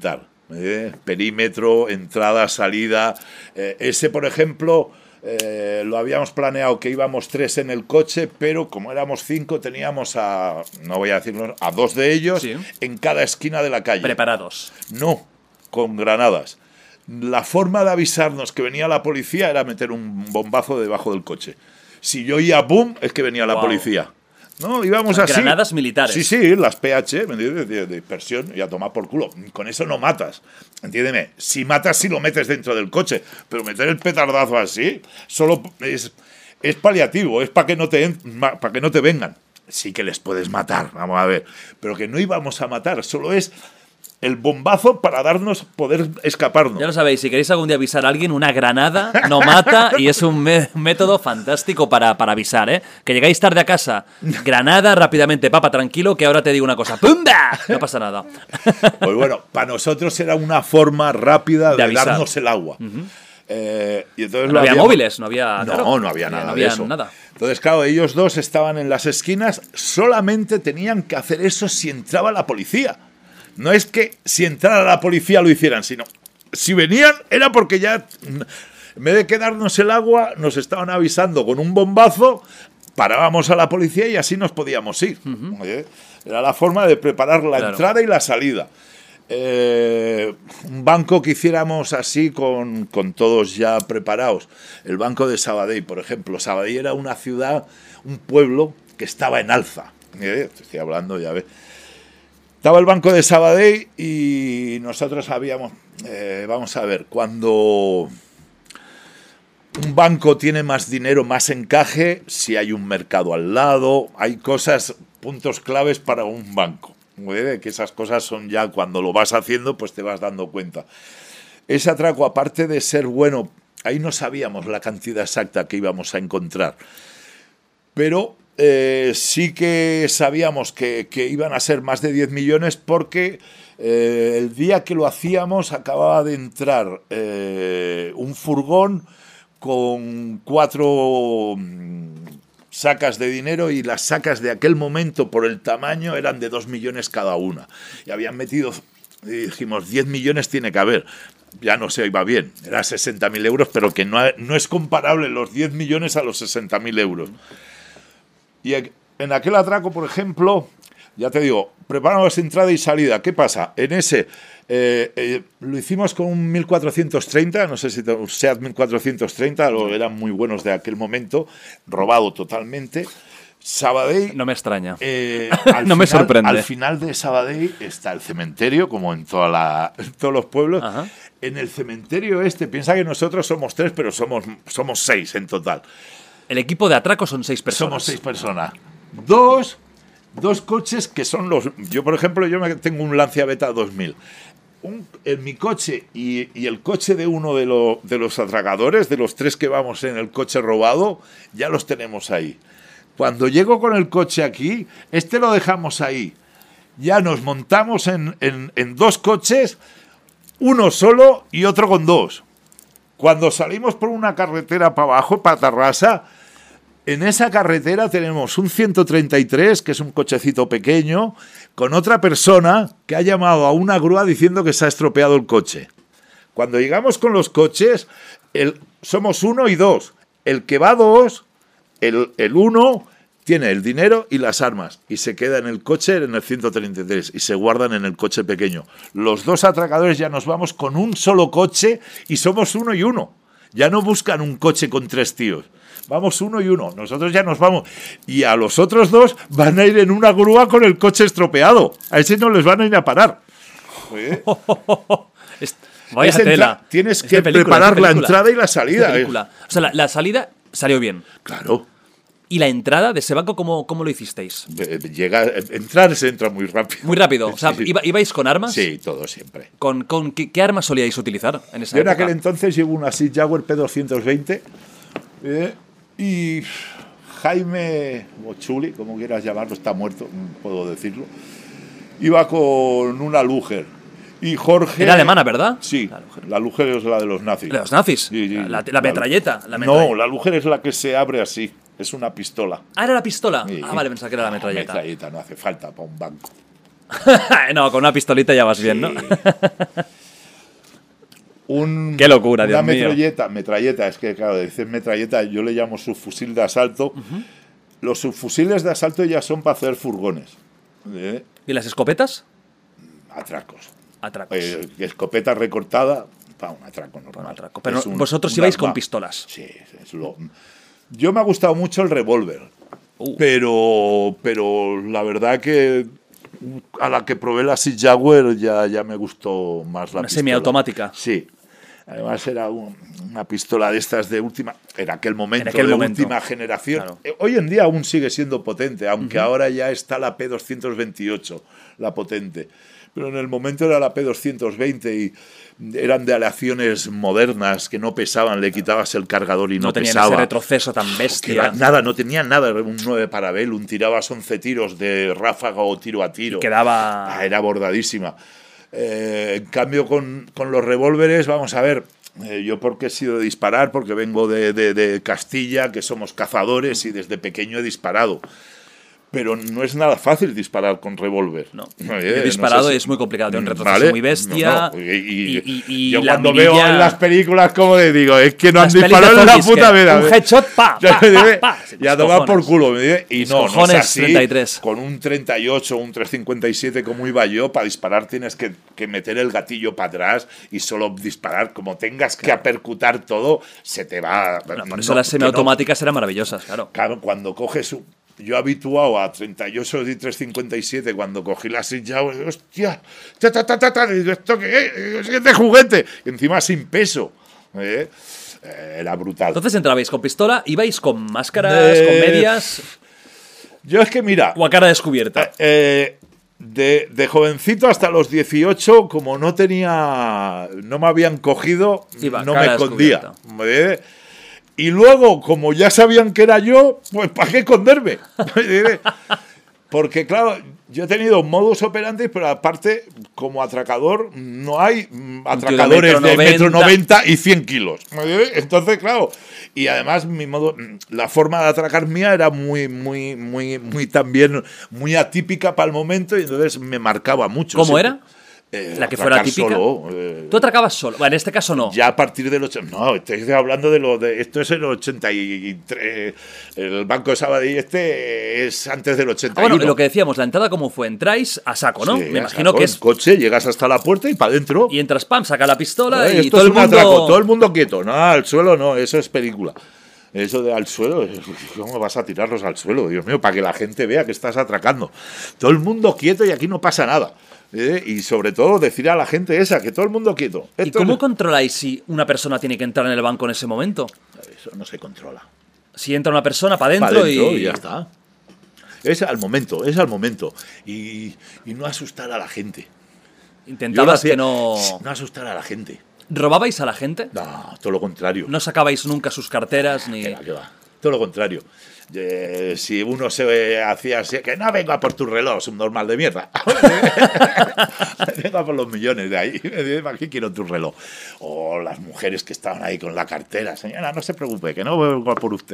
¿eh? Perímetro, entrada, salida. Eh, ese, por ejemplo, eh, lo habíamos planeado que íbamos tres en el coche, pero como éramos cinco, teníamos a, no voy a decirlo, a dos de ellos sí. en cada esquina de la calle. ¿Preparados? No, con granadas. La forma de avisarnos que venía la policía era meter un bombazo debajo del coche. Si yo oía boom, es que venía la wow. policía. No, íbamos así. Granadas militares. Sí, sí, las P H, ¿me entiendes? De, de dispersión y a tomar por culo. Con eso no matas. Entiéndeme. Si matas, sí lo metes dentro del coche. Pero meter el petardazo así, solo es, es paliativo. Es para que no te para que no te vengan. Sí que les puedes matar, vamos a ver. Pero que no íbamos a matar. Solo es el bombazo para darnos poder escaparnos. Ya lo sabéis, si queréis algún día avisar a alguien, una granada no mata y es un me- método fantástico para, para avisar, ¿eh? Que llegáis tarde a casa, granada rápidamente, papá, tranquilo, que ahora te digo una cosa, ¡pumba! No pasa nada. Pues bueno, para nosotros era una forma rápida de, de darnos el agua. Uh-huh. Eh, y entonces no había habíamos... móviles, no había... No, claro, no había nada no había de eso. Nada. Entonces, claro, ellos dos estaban en las esquinas, solamente tenían que hacer eso si entraba la policía. No es que si entrara la policía lo hicieran, sino si venían era porque ya, en vez de quedarnos el agua, nos estaban avisando con un bombazo, parábamos a la policía y así nos podíamos ir. Uh-huh. ¿Eh? Era la forma de preparar la claro. entrada y la salida. Eh, un banco que hiciéramos así con, con todos ya preparados. El banco de Sabadell, por ejemplo. Sabadell era una ciudad, un pueblo que estaba en alza. ¿Eh? Te estoy hablando, ya ves. Estaba el banco de Sabadell y nosotros sabíamos, eh, vamos a ver, cuando un banco tiene más dinero, más encaje, si hay un mercado al lado, hay cosas, puntos claves para un banco. ¿Eh? Que esas cosas son ya cuando lo vas haciendo, pues te vas dando cuenta. Ese atraco, aparte de ser bueno, ahí no sabíamos la cantidad exacta que íbamos a encontrar, pero... Eh, sí que sabíamos que, que iban a ser más de diez millones porque eh, el día que lo hacíamos acababa de entrar eh, un furgón con cuatro sacas de dinero y las sacas de aquel momento por el tamaño eran de dos millones cada una. Y habían metido, y dijimos, diez millones tiene que haber. Ya no se iba bien, era sesenta mil euros, pero que no, no es comparable los diez millones a los sesenta mil euros. Y en aquel atraco, por ejemplo, ya te digo, preparamos entrada y salida. ¿Qué pasa? En ese eh, eh, lo hicimos con un mil cuatrocientos treinta, no sé si te, SEAT mil cuatrocientos treinta, lo, eran muy buenos de aquel momento, robado totalmente. Sabadell... No me extraña. Eh, no final, me sorprende. Al final de Sabadell está el cementerio, como en, toda la, en todos los pueblos. Ajá. En el cementerio este, piensa que nosotros somos tres, pero somos, somos seis en total. El equipo de atraco son seis personas. Somos seis personas. Dos, dos coches que son los... Yo, por ejemplo, yo tengo un Lancia Beta dos mil. Un, en mi coche y, y el coche de uno de, lo, de los atracadores, de los tres que vamos en el coche robado, ya los tenemos ahí. Cuando llego con el coche aquí, este lo dejamos ahí. Ya nos montamos en, en, en dos coches, uno solo y otro con dos. Cuando salimos por una carretera para abajo, para Tarrasa, en esa carretera tenemos un ciento treinta y tres, que es un cochecito pequeño, con otra persona que ha llamado a una grúa diciendo que se ha estropeado el coche. Cuando llegamos con los coches, el, somos uno y dos. El que va dos, el, el uno tiene el dinero y las armas y se queda en el coche en el ciento treinta y tres y se guardan en el coche pequeño. Los dos atracadores ya nos vamos con un solo coche y somos uno y uno. Ya no buscan un coche con tres tíos. Vamos uno y uno. Nosotros ya nos vamos. Y a los otros dos van a ir en una grúa con el coche estropeado. A ese no les van a ir a parar. ¿Eh? Vaya es tela. Entra- tienes es que película, preparar la entrada y la salida. ¿Eh? O sea, la, la salida salió bien. Claro. ¿Y la entrada de ese banco cómo, cómo lo hicisteis? Llega, entrar se entra muy rápido. Muy rápido. O sea, ¿iba, ¿ibais con armas? Sí, todo siempre. ¿Con, con qué, qué armas solíais utilizar en esa Yo en época? aquel entonces llevo una Sig Jaguar P doscientos veinte eh, y Jaime, o Chuli, como quieras llamarlo, está muerto, no puedo decirlo, iba con una Luger. Y Jorge... Era alemana, ¿verdad? Sí, la Luger, la Luger es la de los nazis. ¿De los nazis? Sí, sí, la, la, metralleta, la metralleta. No, la Luger es la que se abre así. Es una pistola. Ah, ¿era la pistola? Sí. Ah, vale, pensaba que era la metralleta. La metralleta no hace falta para un banco. No, con una pistolita ya vas bien, sí. ¿no? un, Qué locura, una Dios mío. metralleta, metralleta, es que claro, dices metralleta, yo le llamo subfusil de asalto. Uh-huh. Los subfusiles de asalto ya son para hacer furgones. ¿Eh? ¿Y las escopetas? Atracos. Atracos. Eh, escopeta recortada, para un atraco normal. Un atraco. Pero un, vosotros un ibais arma. con pistolas. Sí, es lo... Yo me ha gustado mucho el revólver, uh. pero, pero la verdad que a la que probé la Sig Sauer ya, ya me gustó más la Una pistola. semiautomática. Sí. Además era un, una pistola de estas de última, en aquel momento, en aquel de momento. última generación. Claro. Hoy en día aún sigue siendo potente, aunque uh-huh. ahora ya está la P doscientos veintiocho, la potente. Pero en el momento era la P doscientos veinte y eran de aleaciones modernas que no pesaban, le quitabas el cargador y no, no tenían pesaba. ese retroceso tan bestia. Era, nada, no tenían nada, era un nueve Parabellum, tirabas once tiros de ráfaga o tiro a tiro. Y quedaba... Ah, era bordadísima. Eh, en cambio, con, con los revólveres, vamos a ver, eh, yo porque he sido de disparar, porque vengo de, de, de Castilla, que somos cazadores y desde pequeño he disparado. Pero no es nada fácil disparar con revólver. No. Eh, He disparado no sé si... y es muy complicado. Tiene un retroceso ¿Vale? muy bestia. No, no. Y, y, y, y, yo y cuando mirilla... veo en las películas, como le digo, es que no las han disparado en la puta vida. Un headshot, pa, pa, pa, pa. Y a tomar por culo. ¿Me y no, cojones, no es así. treinta y tres. Con un treinta y ocho, un tres cincuenta y siete como iba yo, para disparar tienes que, que meter el gatillo para atrás y solo disparar. Como tengas que apercutar todo, se te va... Bueno, por eso no, las semiautomáticas no. eran maravillosas, claro. Claro, cuando coges un... Yo habituado a treinta y ocho y tres cincuenta y siete, cuando cogí la Sig Sauer, hostia, ta, ta, ta, ta, ta, digo, ¿esto qué es? Es de juguete. Y encima sin peso. ¿Eh? Eh, era brutal. Entonces entrabais con pistola, ibais con máscaras, eh, con medias. Yo es que mira. O a cara descubierta. Eh, de, de jovencito hasta los dieciocho, como no tenía. No me habían cogido, Iba, no me escondía. ¿Eh? Y luego, como ya sabían que era yo, pues ¿para qué esconderme? Porque, claro, yo he tenido modus operandi, pero aparte, como atracador, no hay atracadores de metro noventa y cien kilos. Entonces, claro, y además mi modo, la forma de atracar mía era muy, muy, muy, muy también, muy atípica para el momento, y entonces me marcaba mucho. ¿Cómo ¿sí? era? Eh, la que fuera típica. Solo, eh, ¿Tú atracabas solo? Bueno, en este caso no. Ya a partir del ochenta. No, estoy hablando de lo de. Esto es el ochenta y tres. El Banco de Sabadell este es antes del ochenta y uno. Ah, bueno, lo que decíamos, la entrada cómo fue. Entráis a saco, ¿no? Sí, Me imagino saco, que es. En coche, llegas hasta la puerta y para adentro. Y entras, pam, saca la pistola Oye, y esto todo es el un mundo. atraco, todo el mundo quieto. No, al suelo no, eso es película. Eso de al suelo, ¿cómo vas a tirarlos al suelo? Dios mío, para que la gente vea que estás atracando. Todo el mundo quieto y aquí no pasa nada. ¿Eh? Y sobre todo decir a la gente esa, que todo el mundo quieto. Esto ¿Y cómo es... controláis si una persona tiene que entrar en el banco en ese momento? Eso no se controla. Si entra una persona para adentro y... y ya está. Es al momento, es al momento. Y, y no asustar a la gente. Intentabas hacía, que no... No asustar a la gente. ¿Robabais a la gente? No, todo lo contrario. ¿No sacabais nunca sus carteras ni...? ¿Qué va, qué va? Todo lo contrario. Eh, si uno se hacía así, que no venga por tu reloj, un normal de mierda. Venga por los millones de ahí. ¿Para qué quiero tu reloj? O las mujeres que estaban ahí con la cartera. Señora, no se preocupe, que no vengo por usted.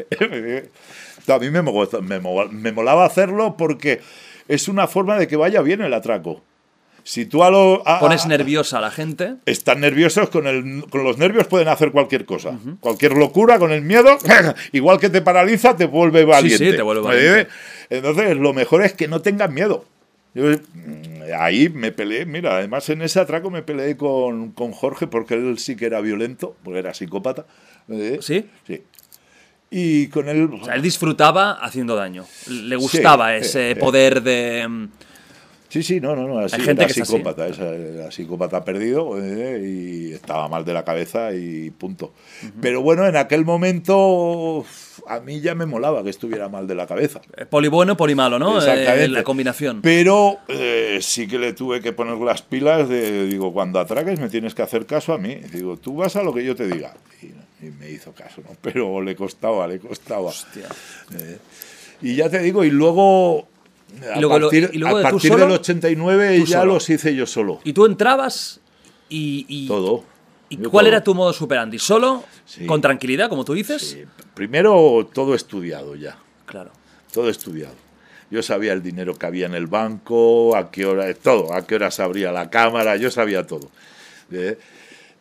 A mí me, me, me molaba hacerlo porque es una forma de que vaya bien el atraco. Si tú a lo, a, pones nerviosa a la gente. Están nerviosos, con, el, con los nervios pueden hacer cualquier cosa. Uh-huh. Cualquier locura, con el miedo, igual que te paraliza, te vuelve valiente. Sí, sí, te vuelve valiente. Entonces, lo mejor es que no tengas miedo. Yo, ahí me peleé, mira, además en ese atraco me peleé con, con Jorge, porque él sí que era violento, porque era psicópata. ¿Eh? ¿Sí? Sí. Y con él... O sea, él disfrutaba haciendo daño. Le gustaba sí, ese eh, poder de... Sí, sí, no, no, no, así, Hay gente era que psicópata, es así. Era psicópata perdido eh, y estaba mal de la cabeza y punto. Uh-huh. Pero bueno, en aquel momento a mí ya me molaba que estuviera mal de la cabeza. Poli bueno, poli malo, ¿no? Exactamente. Eh, la combinación. Pero eh, sí que le tuve que poner las pilas de, digo, cuando atraques me tienes que hacer caso a mí. Digo, tú vas a lo que yo te diga. Y, y me hizo caso, ¿no? Pero le costaba, le costaba. Hostia. Eh, y ya te digo, y luego... Y luego, a partir, y luego a de partir solo, del ochenta y nueve ya solo. los hice yo solo. Y tú entrabas y... y todo. ¿Y cuál todo. era tu modo superandi? ¿Solo? Sí. ¿Con tranquilidad, como tú dices? Sí. Primero, todo estudiado ya. Claro. Todo estudiado. Yo sabía el dinero que había en el banco, a qué hora, todo, a qué hora se abría la cámara, yo sabía todo. ¿Eh?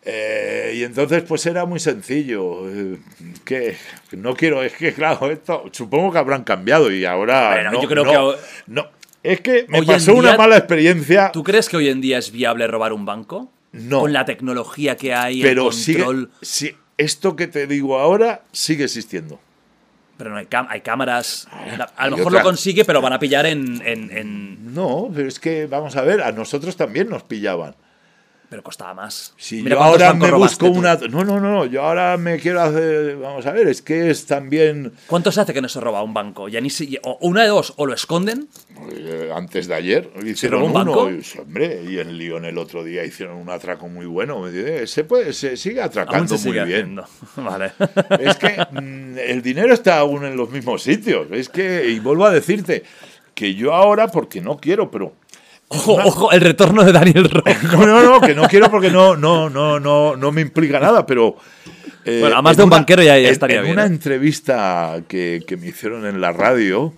Eh, y entonces, pues era muy sencillo. Eh, que no quiero, es que claro, esto supongo que habrán cambiado y ahora. Bueno, no, yo creo no, que. no. Es que me Hoy en pasó día, una mala experiencia. ¿Tú crees que hoy en día es viable robar un banco? No. Con la tecnología que hay, Pero el control. sigue, sí, esto que te digo ahora sigue existiendo. Pero no hay, cam- hay cámaras. A lo y mejor otra- lo consigue, pero van a pillar en, en- en- No, pero es que, vamos a ver, a nosotros también nos pillaban. Pero costaba más. Si Mira yo cuántos ahora bancos me robaste busco tú. una... No, no, no, yo ahora me quiero hacer... Vamos a ver, es que es también... ¿Cuánto se hace que no se roba un banco? Ya ni si- o una de dos, o lo esconden. eh, Antes de ayer hicieron robó un uno. banco? Y, hombre, y en Lyon el otro día hicieron un atraco muy bueno. ¿Me entiendes? Se, puede, se sigue atracando Aún se muy sigue bien. haciendo. Vale. Es que mm, el dinero está aún en los mismos sitios. Es que, y vuelvo a decirte, que yo ahora, porque no quiero, pero... Ojo, una- ojo, el retorno de Daniel Rojo. No, no, no, que no quiero porque no, no, no, no, no me implica nada, pero... eh, Bueno, a más en de un una- banquero ya- ya en- estaría en bien, una ¿eh? entrevista que, que me hicieron en la radio,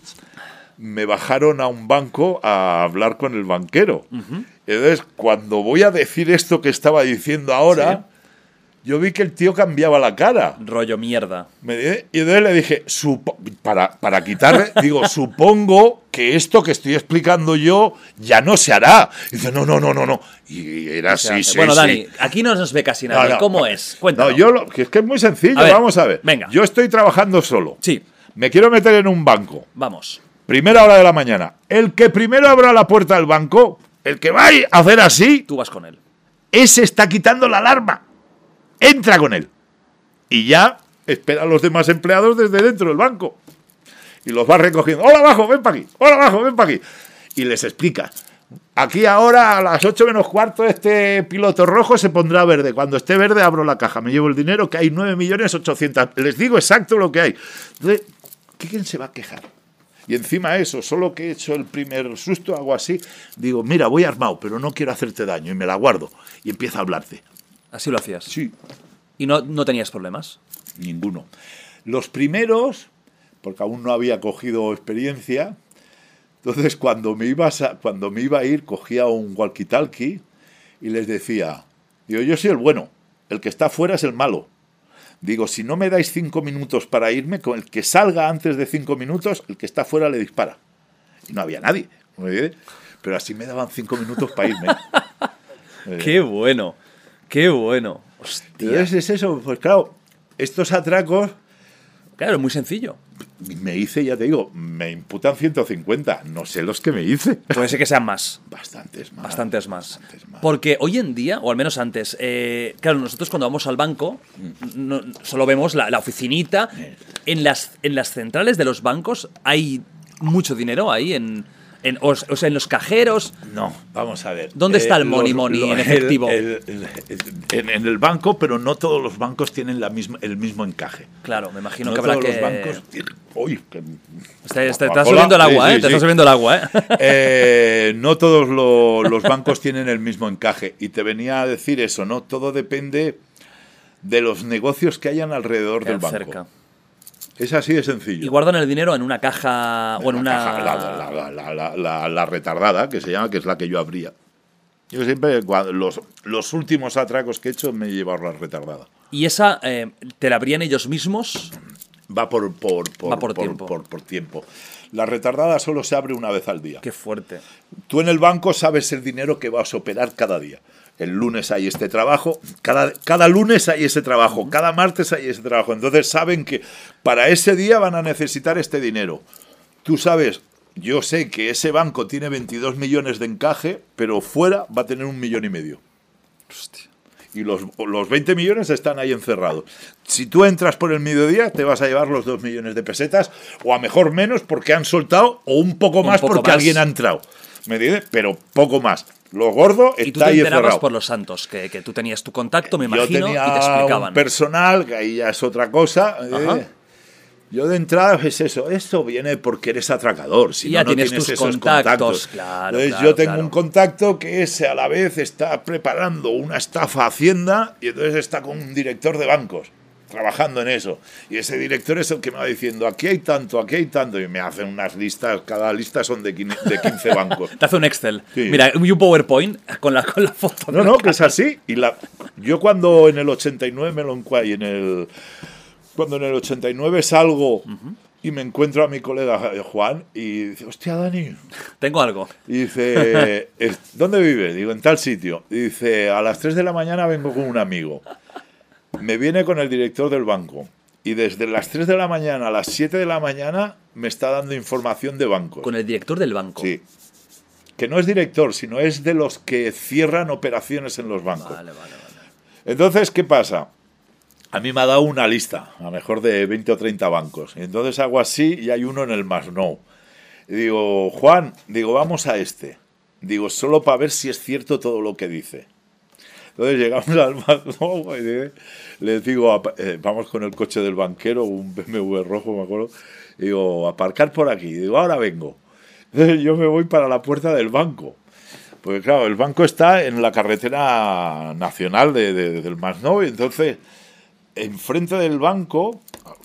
me bajaron a un banco a hablar con el banquero. Entonces, cuando voy a decir esto que estaba diciendo ahora, yo vi que el tío cambiaba la cara. Rollo mierda. Me di- y entonces le dije, supo- para, para quitarle, digo, supongo que esto que estoy explicando yo ya no se hará. Y dice, no, no, no, no, no. Y era O sea, así, sí, bueno, sí. Dani, aquí no nos ve casi No, nadie. no, ¿Cómo no, es? Cuéntanos. No, yo lo, que es que es muy sencillo, A ver, vamos a ver. venga. Yo estoy trabajando solo. Sí, Me quiero meter en un banco. vamos. Primera hora de la mañana. El que primero abra la puerta del banco, el que va a hacer así, Tú vas con él. ese está quitando la alarma. Entra con él. Y ya espera a los demás empleados desde dentro del banco. Y los va recogiendo. Hola abajo, ven para aquí. Hola abajo, ven para aquí. Y les explica. Aquí ahora a las ocho menos cuarto este piloto rojo se pondrá verde. Cuando esté verde abro la caja. Me llevo el dinero que hay nueve millones ochocientos mil. Les digo exacto lo que hay. Entonces, ¿quién se va a quejar? Y encima eso, solo que he hecho el primer susto, hago así. Digo, mira, voy armado, pero no quiero hacerte daño. Y me la guardo. Y empieza a hablarte. Así lo hacías. Sí. Y no, no tenías problemas. Ninguno. Los primeros, porque aún no había cogido experiencia, entonces cuando me, iba a, cuando me iba a ir cogía un walkie-talkie y les decía, digo, yo soy el bueno, el que está afuera es el malo. Digo, si no me dais cinco minutos para irme, con el que salga antes de cinco minutos, el que está afuera le dispara. Y no había nadie. Pero así me daban cinco minutos para irme. Qué bueno. Qué bueno. Hostia. Entonces es eso, pues claro, estos atracos... Claro, es muy sencillo. Me hice, ya te digo, me imputan ciento cincuenta. No sé los que me hice. Puede ser que sean más. Bastantes más. Bastantes más. Bastantes más. Porque hoy en día, o al menos antes, eh, claro, nosotros cuando vamos al banco, no- solo vemos la, la oficinita. En las, en las centrales de los bancos hay mucho dinero ahí, en, en, o, o sea, en los cajeros. No, vamos a ver. ¿Dónde está el los- money money en el- efectivo? el- el- el- en, en el banco, pero no todos los bancos tienen la misma, el mismo encaje. Claro, me imagino No que habrá todos que... los bancos tienen... Uy, que- Está, está- está Coca-Cola. subiendo el agua, Sí, ¿eh? sí, Te sí. está subiendo el agua, ¿eh? Eh, no todos lo- los bancos tienen el mismo encaje. Y te venía a decir eso, ¿no? Todo depende de los negocios que hayan alrededor del banco. Cerca. Es así de sencillo. Y guardan el dinero en una caja o en La una... caja, la, la- la- la- la- la- la retardada, que se llama, que es la que yo abría. Yo siempre, cuando- los, los últimos atracos que he hecho, me he llevado la retardada. ¿Y esa eh, te la abrían ellos mismos? Va por, por, por, Va por tiempo. por- por tiempo. La retardada solo se abre una vez al día. Qué fuerte. Tú en el banco sabes el dinero que vas a operar cada día. El lunes hay este trabajo, cada, cada lunes hay ese trabajo, cada martes hay ese trabajo. Entonces saben que para ese día van a necesitar este dinero. Tú sabes, yo sé que ese banco tiene veintidós millones de encaje, pero fuera va a tener un millón y medio. Hostia. Y los, los veinte millones están ahí encerrados. Si tú entras por el mediodía, te vas a llevar los dos millones de pesetas, o a mejor menos porque han soltado, o un poco Un más poco porque más. alguien ha entrado. ¿Me entiendes? Pero poco más. Lo gordo Y tú está te ahí enterabas encerrado. por los santos, que, que tú tenías tu contacto, me Yo imagino, tenía y te explicaban. un personal, que ahí ya es otra cosa. Ajá. eh. Yo de entrada es eso. Esto viene porque eres atracador. Si Y ya no, no tienes tienes tus esos contactos, contactos. claro, Entonces claro, yo tengo claro. un contacto que ese a la vez está preparando una estafa a Hacienda y entonces está con un director de bancos. trabajando en eso. Y ese director es el que me va diciendo, aquí hay tanto, aquí hay tanto, y me hacen unas listas, cada lista son de quince bancos. Te hace un Excel. Sí. Mira, y un PowerPoint con la, con la foto. No, no, que es así. Y la, yo cuando en el ochenta y nueve me lo encuentro, y en el, cuando en el ochenta y nueve salgo uh-huh. y me encuentro a mi colega Juan y dice, hostia, Dani. Tengo algo. Y dice, ¿dónde vives? Digo, en tal sitio. Y dice, a las tres de la mañana vengo con un amigo. Me viene con el director del banco y desde las tres de la mañana a las siete de la mañana me está dando información de bancos. ¿Con el director del banco? Sí. Que no es director, sino es de los que cierran operaciones en los bancos. Vale, vale, vale. Entonces, ¿qué pasa? A mí me ha dado una lista, a lo mejor de veinte o treinta bancos. Y entonces hago así y hay uno en el Masnou. Y digo, Juan, digo, vamos a este. Digo, solo para ver si es cierto todo lo que dice. Entonces llegamos al Masnou y les digo, eh, vamos con el coche del banquero, un B M W rojo, me acuerdo. Y digo, aparcar por aquí. Y digo, ahora vengo. Entonces yo me voy para la puerta del banco. Porque claro, el banco está en la carretera nacional de, de, del Masnou. Y entonces, enfrente del banco,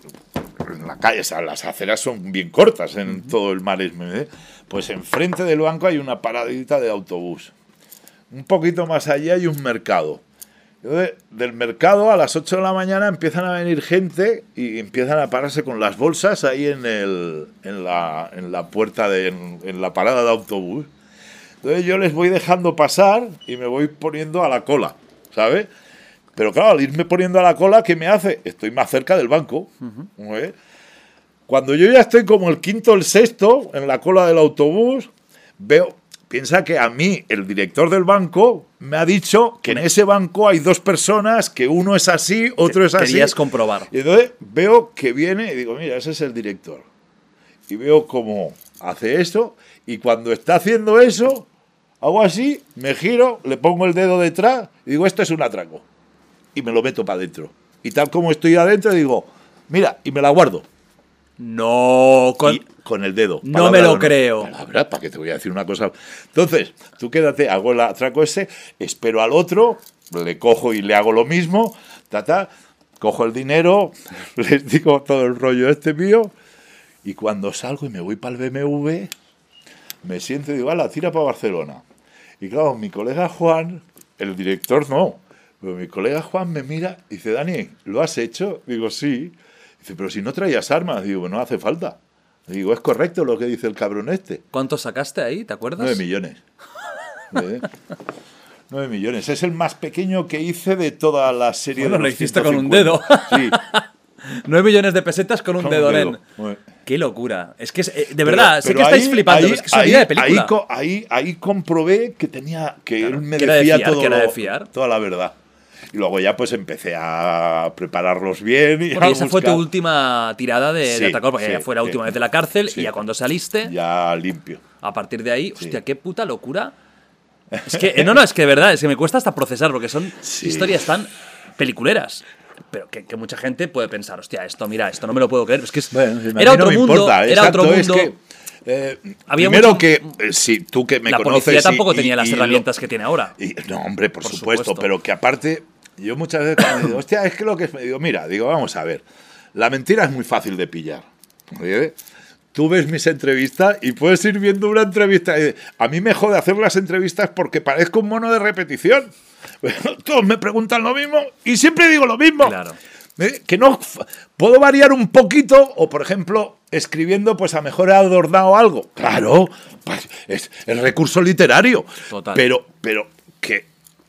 en la calle, o sea, las aceras son bien cortas en uh-huh. todo el Maresme, ¿eh? Pues enfrente del banco hay una paradita de autobús. Un poquito más allá hay un mercado. Entonces, del mercado a las ocho de la mañana empiezan a venir gente y empiezan a pararse con las bolsas ahí en, el, en, la, en la puerta, de, en, en la parada de autobús. Entonces yo les voy dejando pasar y me voy poniendo a la cola, ¿sabes? Pero claro, al irme poniendo a la cola, ¿qué me hace? Estoy más cerca del banco. Uh-huh. ¿Eh? Cuando yo ya estoy como el quinto o el sexto en la cola del autobús, veo... Piensa que a mí, el director del banco, me ha dicho que en ese banco hay dos personas, que uno es así, otro es así. Querías comprobar. Y entonces veo que viene y digo, mira, ese es el director. Y veo cómo hace eso, y cuando está haciendo eso, hago así, me giro, le pongo el dedo detrás y digo, esto es un atraco. Y me lo meto para adentro. Y tal como estoy adentro, digo, mira, y me la guardo. No, con... Y con el dedo. No me lo creo. Palabra, para que te voy a decir una cosa. Entonces, tú quédate, hago el atraco ese, espero al otro, le cojo y le hago lo mismo, ta, ta, cojo el dinero, les digo todo el rollo este mío, y cuando salgo y me voy para el B M W, me siento y digo, ala, tira para Barcelona. Y claro, mi colega Juan, el director no, pero mi colega Juan me mira y dice, Dani, ¿lo has hecho? Digo, sí. Dice, pero si no traías armas. Digo, no hace falta. Digo, es correcto lo que dice el cabrón este. ¿Cuánto sacaste ahí? ¿Te acuerdas? Nueve millones. ¿Eh? Nueve millones. Es el más pequeño que hice de toda la serie. Bueno, de lo los hiciste ciento con un cincuenta. dedo. Sí. Nueve millones de pesetas con un Con dedo, un dedo. nen. Bueno. Qué locura. Es que, es, eh, de verdad, Pero- sé pero que estáis ahí- flipando. ahí- es que es una ahí- idea de película. Ahí, co- ahí, ahí comprobé que tenía que Claro, él me que era de decía fiar, todo que era de lo- fiar. toda la verdad. Y luego ya pues empecé a prepararlos bien y Bueno, a y esa fue tu buscar. última tirada de, Sí, de atracador, porque sí, ya fue la sí. última vez de la cárcel Sí. y ya cuando saliste, Ya limpio. a partir de ahí, Sí. hostia, qué puta locura. Es que, eh, no, no, es que de verdad, es que me cuesta hasta procesar, porque son Sí. historias tan peliculeras. Pero que, que mucha gente puede pensar, hostia, esto, mira, esto no me lo puedo creer. Es que es, Bueno, a mí era no otro me mundo, importa, era exacto, otro es mundo. que, eh, Había primero mucho- que, eh, sí, tú que me la conoces. policía tampoco y- tenía y- las y lo- herramientas que tiene ahora. y- no, hombre, por, Por supuesto, supuesto. pero que aparte, yo muchas veces cuando digo, hostia, es que lo que es, me digo, mira, digo, vamos a ver, la mentira es muy fácil de pillar. ¿Oye? Tú ves mis entrevistas y puedes ir viendo una entrevista. Y a mí me jode hacer las entrevistas porque parezco un mono de repetición. Todos me preguntan lo mismo y siempre digo lo mismo. Claro. ¿Eh? Que no puedo variar un poquito o, por ejemplo, escribiendo, pues a lo mejor he adornado algo. Claro, pues, es el recurso literario. Total. Pero, pero que,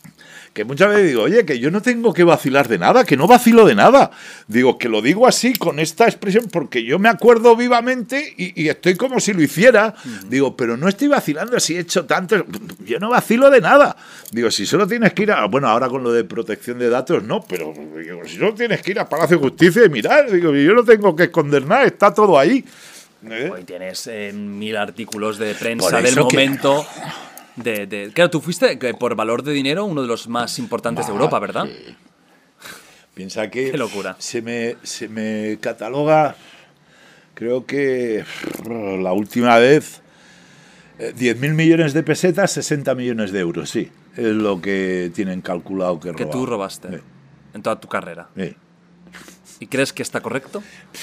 que muchas veces digo, oye, que yo no tengo que vacilar de nada, que no vacilo de nada. Digo, que lo digo así, con esta expresión, porque yo me acuerdo vivamente y, y estoy como si lo hiciera. Uh-huh. Digo, pero no estoy vacilando, si he hecho tanto. Yo no vacilo de nada. Digo, si solo tienes que ir a. Bueno, ahora con lo de protección de datos, no, pero digo, si solo tienes que ir a Palacio de Justicia y mirar. Digo, yo no tengo que esconder nada, está todo ahí. ¿Eh? Hoy tienes eh, mil artículos de prensa Por del eso que- momento. De, de- claro, tú fuiste, que por valor de dinero, uno de los más importantes de Europa, ¿verdad? Sí. Piensa que Qué locura. Se me, se me cataloga, creo que la última vez, eh, diez mil millones de pesetas, sesenta millones de euros, sí. Es lo que tienen calculado que he Que robado. tú robaste Sí. en toda tu carrera. Sí. ¿Y crees que está correcto?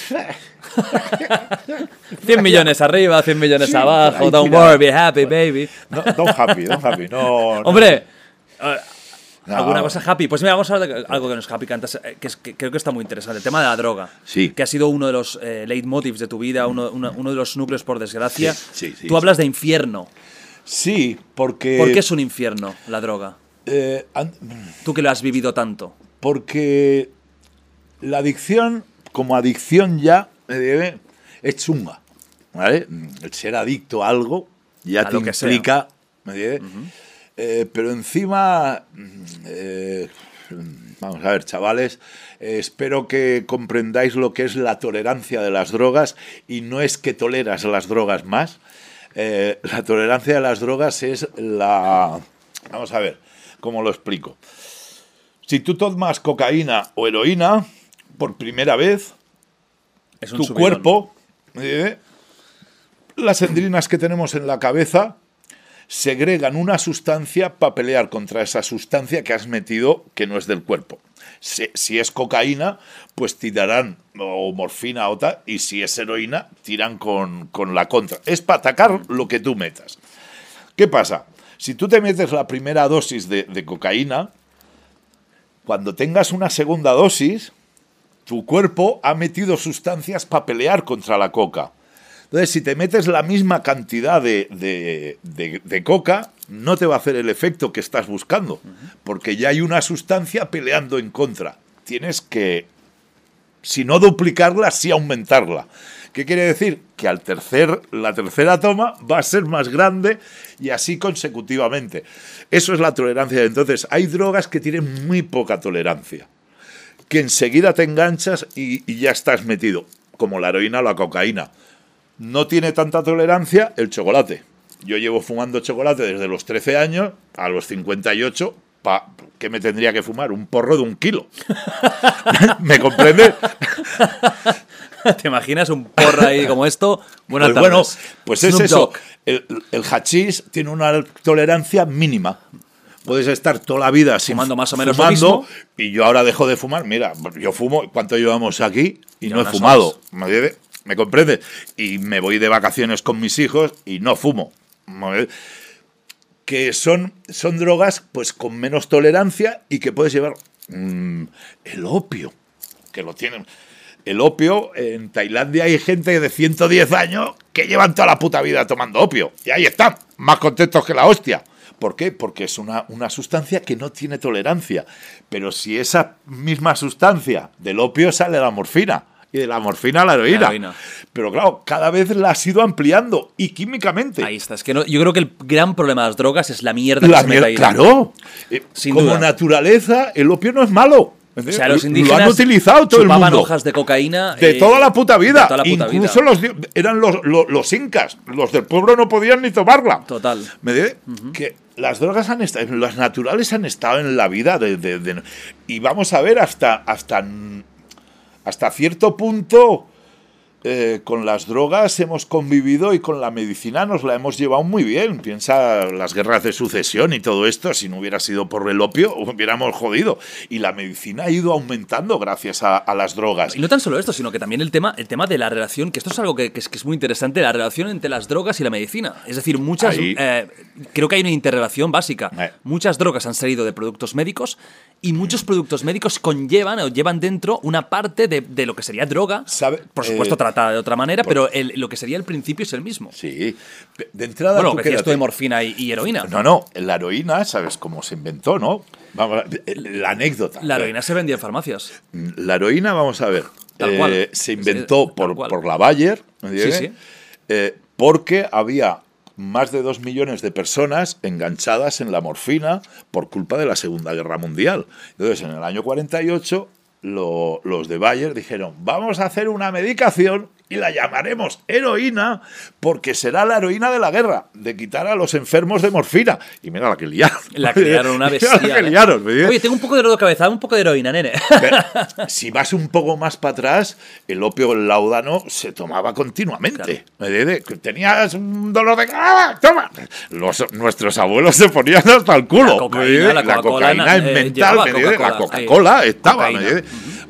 cien millones arriba, cien millones sí, abajo. Don't tira. worry, be happy, baby. No, don't happy, don't happy. No, Hombre, no. Uh, ¿alguna no. cosa happy? Pues mira, vamos a hablar de algo que no es happy, que, antes, que, es, que creo que está muy interesante. El tema de la droga. Sí. Que ha sido uno de los eh, leitmotivs de tu vida, uno, uno, uno de los núcleos, por desgracia. Sí, sí, sí, Tú sí. hablas de infierno. Sí, porque... ¿Por qué es un infierno la droga? Eh, an... Tú que lo has vivido tanto. Porque la adicción, como adicción ya, eh, es chunga, ¿vale? El ser adicto a algo ya a te implica, ¿me entiendes? Uh-huh. eh, pero encima, eh, vamos a ver, chavales, eh, espero que comprendáis lo que es la tolerancia de las drogas, y no es que toleras las drogas más. Eh, la tolerancia de las drogas es la... Vamos a ver, ¿cómo lo explico? Si tú tomas cocaína o heroína por primera vez, es un tu subidón. cuerpo, eh, las endrinas que tenemos en la cabeza segregan una sustancia para pelear contra esa sustancia que has metido que no es del cuerpo. Si, si es cocaína, pues tirarán o morfina o tal, y si es heroína, tiran con, con la contra. Es para atacar lo que tú metas. ¿Qué pasa? Si tú te metes la primera dosis de, de cocaína, cuando tengas una segunda dosis, tu cuerpo ha metido sustancias para pelear contra la coca. Entonces, si te metes la misma cantidad de, de, de, de coca, no te va a hacer el efecto que estás buscando, porque ya hay una sustancia peleando en contra. Tienes que, si no duplicarla, sí aumentarla. ¿Qué quiere decir? Que al tercer, la tercera toma va a ser más grande, y así consecutivamente. Eso es la tolerancia. Entonces, hay drogas que tienen muy poca tolerancia, que enseguida te enganchas y, y ya estás metido, como la heroína o la cocaína. No tiene tanta tolerancia el chocolate. Yo llevo fumando chocolate desde los trece años, a los cincuenta y ocho, pa, ¿qué me tendría que fumar? Un porro de un kilo. ¿Me comprendes? ¿Te imaginas un porro ahí como esto? Buenas pues tardes. Bueno, pues es Snoop eso. Dogg. El, el hachís tiene una tolerancia mínima. Puedes estar toda la vida sin fumando más o menos fumando, lo mismo. Y yo ahora dejo de fumar. Mira, yo fumo, ¿cuánto llevamos aquí? Y ya no he fumado. ¿Me, ¿Me comprendes? Y me voy de vacaciones con mis hijos y no fumo. Que son, son drogas pues con menos tolerancia y que puedes llevar mmm, el opio, que lo tienen. El opio, en Tailandia hay gente de ciento diez años que llevan toda la puta vida tomando opio. Y ahí están, más contentos que la hostia. ¿Por qué? Porque es una, una sustancia que no tiene tolerancia. Pero si esa misma sustancia del opio sale la morfina, y de la morfina a la heroína. La heroína. Pero claro, cada vez la has ido ampliando, y químicamente. Ahí está. Es que no, yo creo que el gran problema de las drogas es la mierda la que se mete ahí. Claro. Eh, Sin como duda. Naturaleza, el opio no es malo. O sea, los indígenas lo han utilizado todo el mundo. Chupaban hojas de cocaína. De eh, toda la puta vida. Toda la puta Incluso vida. los eran los, los, los incas. Los del pueblo no podían ni tomarla. Total. ¿Me dice? Uh-huh. Que las drogas han estado, las naturales han estado en la vida de, de, de, y vamos a ver hasta hasta hasta cierto punto. Eh, con las drogas hemos convivido y con la medicina nos la hemos llevado muy bien. Piensa las guerras de sucesión y todo esto. Si no hubiera sido por el opio, hubiéramos jodido. Y la medicina ha ido aumentando gracias a, a las drogas. Y no tan solo esto, sino que también el tema, el tema de la relación, que esto es algo que, que, es, que es muy interesante, la relación entre las drogas y la medicina. Es decir, muchas eh, creo que hay una interrelación básica. Eh. Muchas drogas han salido de productos médicos y muchos productos médicos conllevan o llevan dentro una parte de, de lo que sería droga. ¿Sabe? Por supuesto, eh, de otra manera, por... pero el, lo que sería el principio es el mismo. Sí. De entrada, bueno, lo que decías tú de morfina y, y heroína. No, no, la heroína, ¿sabes cómo se inventó, no? Vamos, la anécdota. La heroína se vendía en farmacias. La heroína, vamos a ver, tal cual. Eh, se inventó sí, por, por la Bayer, ¿me sí, sí. Eh, porque había más de dos millones de personas enganchadas en la morfina por culpa de la Segunda Guerra Mundial. Entonces, en el año cuarenta y ocho, lo, los de Bayer dijeron, vamos a hacer una medicación y la llamaremos heroína porque será la heroína de la guerra, de quitar a los enfermos de morfina. Y mira la que liaron. La que liaron, una bestia. La que liaron. Oye, tengo un poco de dolor de cabeza, un poco de heroína, nene. Pero, si vas un poco más para atrás, el opio, el láudano, se tomaba continuamente. Claro. Tenías un dolor de cabeza, toma. Los, nuestros abuelos se ponían hasta el culo. La cocaína, la, la cocaína eh, es mental. Coca-Cola. La Coca-Cola estaba. Uh-huh.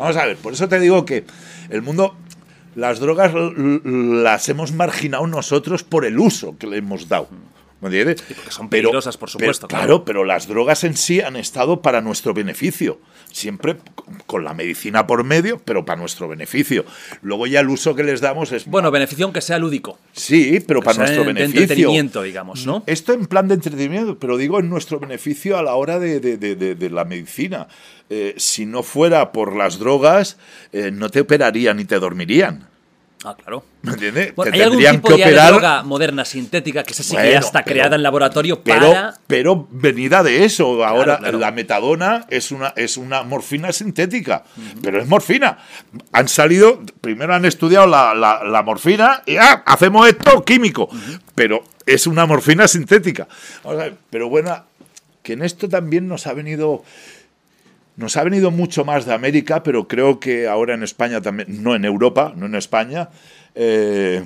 Vamos a ver, por eso te digo que el mundo, las drogas las hemos marginado nosotros por el uso que le hemos dado. ¿Me entiendes? Y porque son peligrosas, por supuesto. Pero, claro, pero las drogas en sí han estado para nuestro beneficio. Siempre con la medicina por medio, pero para nuestro beneficio. Luego ya el uso que les damos es... Bueno, beneficio aunque sea lúdico. Sí, pero que para sea nuestro de beneficio. entretenimiento, digamos, ¿no? Esto en plan de entretenimiento, pero digo en nuestro beneficio a la hora de, de, de, de, de la medicina. Eh, si no fuera por las drogas, eh, no te operarían ni te dormirían. Ah, claro. ¿Me entiendes? Bueno, te ¿hay algún tendrían tipo que de operar... droga moderna sintética que esa sí que Bueno, ya está pero- creada en laboratorio Pero, para... pero venida de eso. Ahora claro. la metadona es una, es una morfina sintética, uh-huh. pero es morfina. Han salido, primero han estudiado la, la, la morfina y ah, hacemos esto químico, uh-huh. pero es una morfina sintética. Vamos a ver, pero bueno, que en esto también nos ha venido... Nos ha venido mucho más de América, pero creo que ahora en España también, no en Europa, no en España, eh,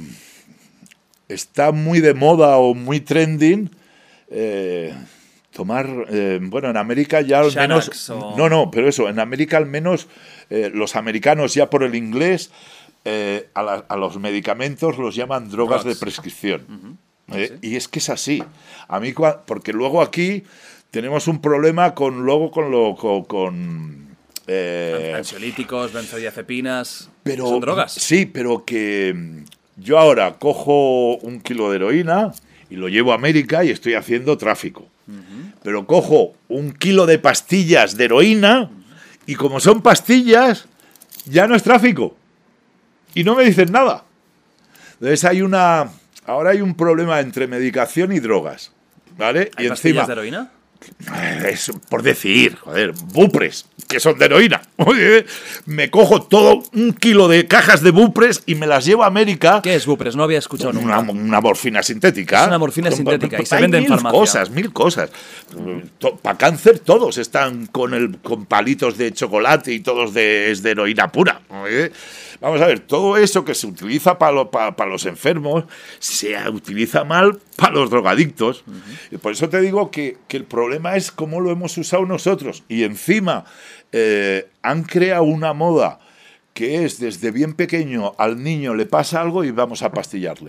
está muy de moda o muy trending eh, tomar, eh, bueno, en América ya al Xanax menos... o... No, no, pero eso, en América al menos eh, los americanos ya por el inglés eh, a, la, a los medicamentos los llaman drogas Drugs. de prescripción. Uh-huh. eh, sí. Y es que es así. A mí, porque luego aquí... Tenemos un problema con luego con lo con, con eh, ansiolíticos, benzodiazepinas, pero, son drogas. Sí, pero que yo ahora cojo un kilo de heroína y lo llevo a América y estoy haciendo tráfico. Uh-huh. Pero cojo un kilo de pastillas de heroína uh-huh. y como son pastillas ya no es tráfico y no me dicen nada. Entonces hay una ahora hay un problema entre medicación y drogas, ¿vale? ¿Hay y pastillas encima de heroína? Es por decir, joder, Bupres, que son de heroína. Oye, me cojo todo un kilo de cajas de Bupres y me las llevo a América. ¿Qué es Bupres? No había escuchado nunca. Una, una morfina sintética. Es una morfina con, sintética y se hay vende mil en farmacia. cosas, mil cosas. Para cáncer todos están con, el, con palitos de chocolate y todos de, es de heroína pura. Oye, vamos a ver, todo eso que se utiliza para lo, pa, pa los enfermos se utiliza mal para los drogadictos. Uh-huh. Y por eso te digo que, que el problema es cómo lo hemos usado nosotros. Y encima eh, han creado una moda que es desde bien pequeño al niño le pasa algo y vamos a pastillarle.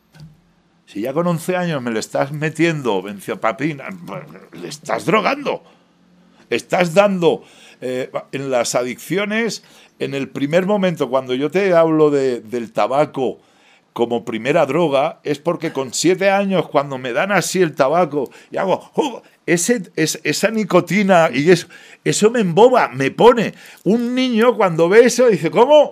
Si ya con once años me le estás metiendo benzodiazepina, le estás drogando. Estás dando eh, en las adicciones, en el primer momento, cuando yo te hablo de, del tabaco como primera droga, es porque con siete años, cuando me dan así el tabaco, y hago, oh, ese, es, esa nicotina, y eso, eso me emboba, me pone. Un niño cuando ve eso dice, ¿cómo?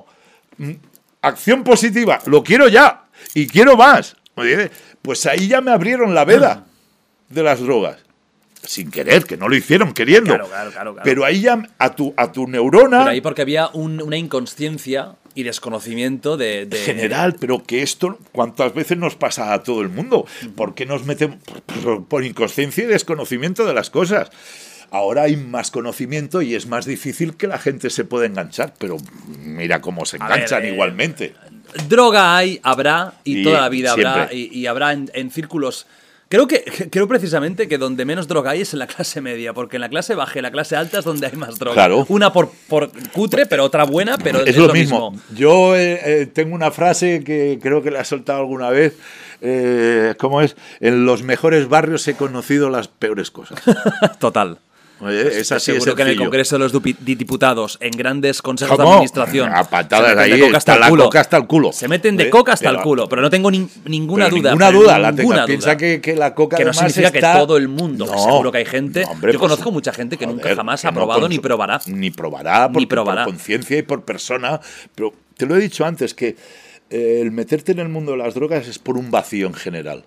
Acción positiva, lo quiero ya, y quiero más. Pues ahí ya me abrieron la veda de las drogas. Sin querer, que no lo hicieron queriendo. Claro, claro, claro, claro. Pero ahí ya a tu, a tu neurona... Pero ahí porque había un, una inconsciencia y desconocimiento de, de... general, pero que esto cuántas veces nos pasa a todo el mundo. ¿Por qué nos metemos? Por, por inconsciencia y desconocimiento de las cosas. Ahora hay más conocimiento y es más difícil que la gente se pueda enganchar, pero mira cómo se enganchan ver, eh, igualmente. Droga hay, habrá, y, y toda la vida siempre. habrá, y, y habrá en, en círculos... Creo que creo precisamente que donde menos droga hay es en la clase media, porque en la clase baja y la clase alta es donde hay más droga. Claro. Una por, por cutre, pero otra buena, pero es, es, es lo, lo mismo. mismo. Yo eh, eh, tengo una frase que creo que la he soltado alguna vez. Eh, ¿Cómo es? En los mejores barrios he conocido las peores cosas. Total. Oye, es así, seguro es que en el Congreso de los Diputados, en grandes consejos ¿Cómo? de administración, a patadas se meten ahí, de coca hasta está el culo. La coca hasta el culo. Se meten de ¿Eh? coca hasta pero, el culo, pero no tengo ni, ninguna pero duda. Ninguna duda, la ninguna tenga. Piensa que, que la coca que no además significa está... que todo el mundo, no, seguro que hay gente. no, hombre, yo pues, conozco mucha gente que joder, nunca jamás que ha probado no ni probará. Ni probará, porque, ni probará. por conciencia y por persona. Pero te lo he dicho antes, que eh, el meterte en el mundo de las drogas es por un vacío en general.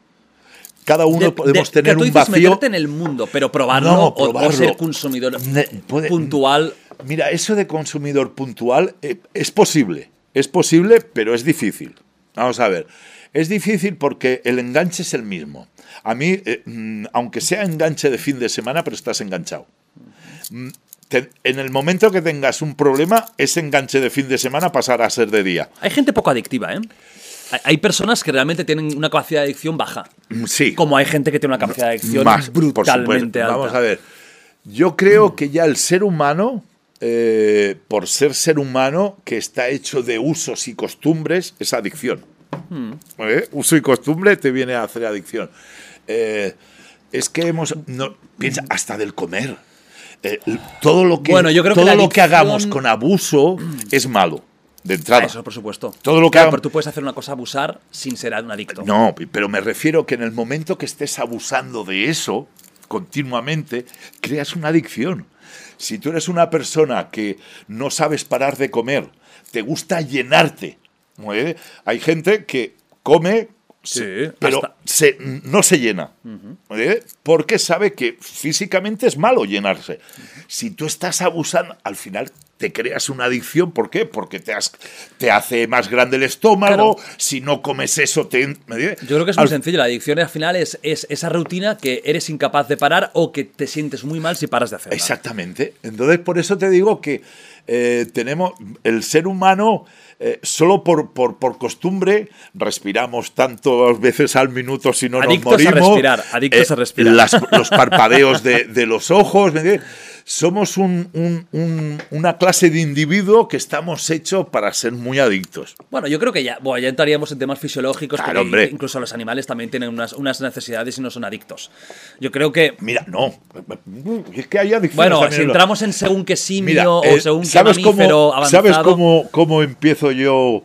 Cada uno de, podemos de, tener que tú un dices vacío. meterte en el mundo, pero probarlo, no, o, probarlo. o ser consumidor Ne, puede, puntual. Mira, eso de consumidor puntual eh, es posible. Es posible, pero es difícil. Vamos a ver. Es difícil porque el enganche es el mismo. A mí, eh, aunque sea enganche de fin de semana, pero estás enganchado. Te, en el momento que tengas un problema, ese enganche de fin de semana pasará a ser de día. Hay gente poco adictiva, ¿eh? Hay personas que realmente tienen una capacidad de adicción baja. Sí. Como hay gente que tiene una capacidad de adicción Más, brutalmente alta. Vamos a ver. Yo creo que ya el ser humano eh, por ser ser humano que está hecho de usos y costumbres, es adicción. Hmm. ¿Eh? Uso y costumbre te viene a hacer adicción. Eh, es que hemos... No, piensa, hasta del comer. Eh, todo lo que, bueno, yo creo todo que, lo adicción... que hagamos con abuso es malo. De entrada. Ah, eso, por supuesto. Todo lo que claro, haga... pero tú puedes hacer una cosa abusar sin ser un adicto. No, pero me refiero que en el momento que estés abusando de eso continuamente, creas una adicción. Si tú eres una persona que no sabes parar de comer, te gusta llenarte. ¿eh? Hay gente que come, sí, se, pero hasta... se, no se llena. Uh-huh. ¿eh? Porque sabe que físicamente es malo llenarse. Uh-huh. Si tú estás abusando, al final te creas una adicción. ¿Por qué? Porque te, has, te hace más grande el estómago. Claro. Si no comes eso, te... Yo creo que es muy al... sencillo. La adicción al final es, es esa rutina que eres incapaz de parar o que te sientes muy mal si paras de hacerla. Exactamente. Entonces, por eso te digo que eh, tenemos el ser humano... Eh, solo por, por, por costumbre respiramos tantas veces al minuto si no adictos nos morimos. A respirar, adictos eh, a respirar. Las, los parpadeos de, de los ojos. ¿me Somos un, un, un, una clase de individuo que estamos hechos para ser muy adictos. Bueno, yo creo que ya, bueno, ya entraríamos en temas fisiológicos, claro, porque hombre. Incluso los animales también tienen unas, unas necesidades y no son adictos. Yo creo que... Mira, no. Es que hay adicciones. Bueno, si entramos en según qué simio Mira, o eh, según qué mamífero cómo, avanzado... ¿Sabes cómo, cómo empiezo yo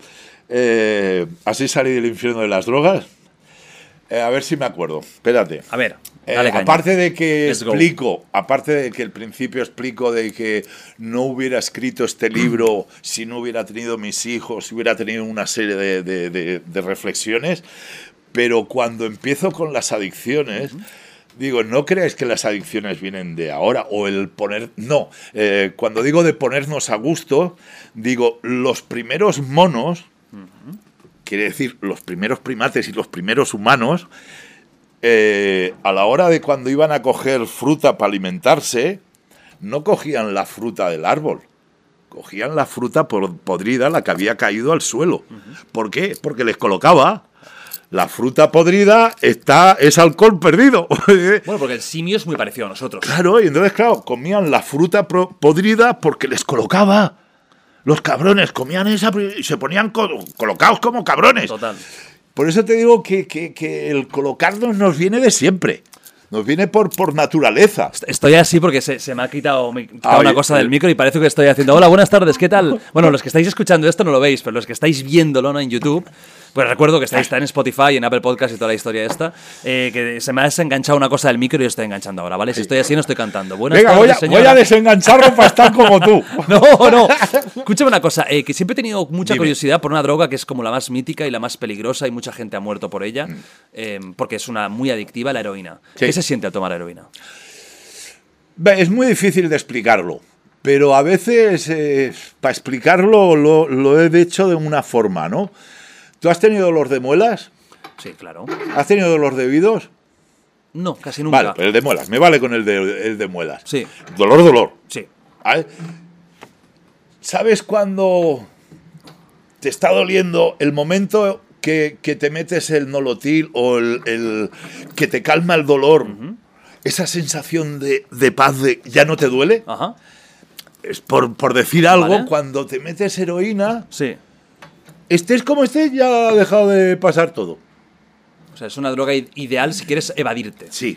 eh, así salí del infierno de las drogas? Eh, a ver si me acuerdo. Espérate. A ver. Eh, aparte de que Let's explico, go. aparte de que al principio explico de que no hubiera escrito este libro si no hubiera tenido mis hijos, si hubiera tenido una serie de, de, de, de reflexiones, pero cuando empiezo con las adicciones, uh-huh. digo, no creáis que las adicciones vienen de ahora o el poner, no, eh, cuando digo de ponernos a gusto, digo, los primeros monos, uh-huh. quiere decir los primeros primates y los primeros humanos, Eh, a la hora de cuando iban a coger fruta para alimentarse, no cogían la fruta del árbol, cogían la fruta podrida, la que había caído al suelo. Uh-huh. ¿Por qué? Porque les colocaba. La fruta podrida está, es alcohol perdido. Bueno, porque el simio es muy parecido a nosotros. Claro, y entonces, claro, comían la fruta podrida porque les colocaba. Los cabrones comían esa y se ponían co- colocados como cabrones. Total. Por eso te digo que, que, que el colocarnos nos viene de siempre. Nos viene por, por naturaleza. Estoy así porque se, se me ha quitado, me he quitado ah, una cosa del micro y parece que estoy haciendo hola, buenas tardes, ¿qué tal? Bueno, los que estáis escuchando esto no lo veis, pero los que estáis viéndolo, ¿no?, en YouTube, pues recuerdo que estáis, está en Spotify, en Apple Podcast y toda la historia esta, eh, que se me ha desenganchado una cosa del micro y yo estoy enganchando ahora, ¿vale? Si estoy así no estoy cantando. Buenas Venga, tardes, voy a, voy a desengancharlo para estar como tú. No, no. Escúchame una cosa, eh, que siempre he tenido mucha Dime. curiosidad por una droga que es como la más mítica y la más peligrosa y mucha gente ha muerto por ella, eh, porque es una muy adictiva, la heroína. Sí. ¿Qué se siente al tomar heroína? Es muy difícil de explicarlo, pero a veces eh, para explicarlo lo, lo he hecho de una forma, ¿no? ¿Tú has tenido dolor de muelas? Sí, claro. ¿Has tenido dolor de oídos? No, casi nunca. Vale, pero el de muelas, me vale con el de, el de muelas. Sí. Dolor, dolor. Sí. ¿Vale? ¿Sabes cuando te está doliendo el momento que, que te metes el nolotil o el, el que te calma el dolor? Uh-huh. Esa sensación de, de paz, de ya no te duele. Ajá. Es por, por decir algo, ¿Vale? Cuando te metes heroína, sí. estés como estés, ya ha dejado de pasar todo. O sea, es una droga ideal si quieres evadirte. Sí.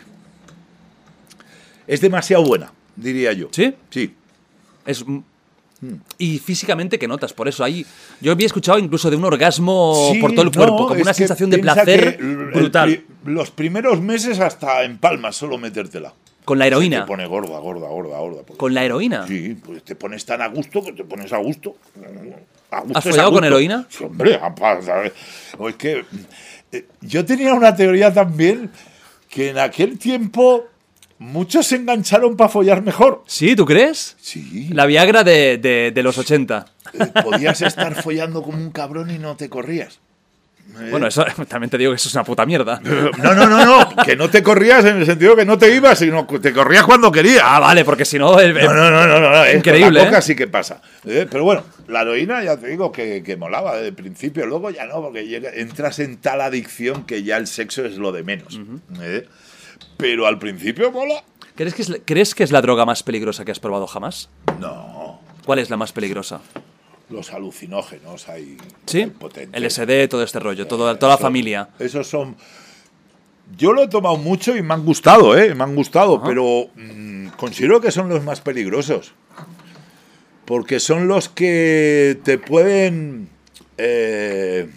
Es demasiado buena, diría yo. ¿Sí? Sí. Es... Y físicamente, ¿qué notas? Por eso hay... Yo había escuchado incluso de un orgasmo sí, por todo el cuerpo, no, como una sensación de placer brutal. El, el, los primeros meses hasta en palmas solo metértela. ¿Con la heroína? Se te pone gorda, gorda, gorda, gorda. ¿Con la heroína? Sí, pues te pones tan a gusto que te pones a gusto. A gusto ¿Has follado con heroína? Sí, hombre, es que eh, yo tenía una teoría también que en aquel tiempo muchos se engancharon para follar mejor. ¿Sí? ¿Tú crees? Sí. La Viagra de, de, de los ochenta. Eh, podías estar follando como un cabrón y no te corrías. ¿Eh? Bueno, eso también te digo que eso es una puta mierda. No, no, no, no, que no te corrías en el sentido que no te ibas, sino que te corrías cuando querías. Ah, vale, porque si no... El, no, no, no, no, no, no. Increíble, la coca ¿eh? sí que pasa. ¿Eh? Pero bueno, la heroína ya te digo que, que molaba desde el principio, luego ya no, porque llega, entras en tal adicción que ya el sexo es lo de menos. Uh-huh. ¿Eh? Pero al principio mola. ¿Crees que, es, ¿Crees que es la droga más peligrosa que has probado jamás? No. ¿Cuál es la más peligrosa? Los alucinógenos hay, ¿Sí? hay potentes. L S D, todo este rollo, todo, toda la Eso- familia. Esos son... Yo lo he tomado mucho y me han gustado, ¿eh? Me han gustado, Ajá. pero mm, considero que son los más peligrosos. Porque son los que te pueden eh,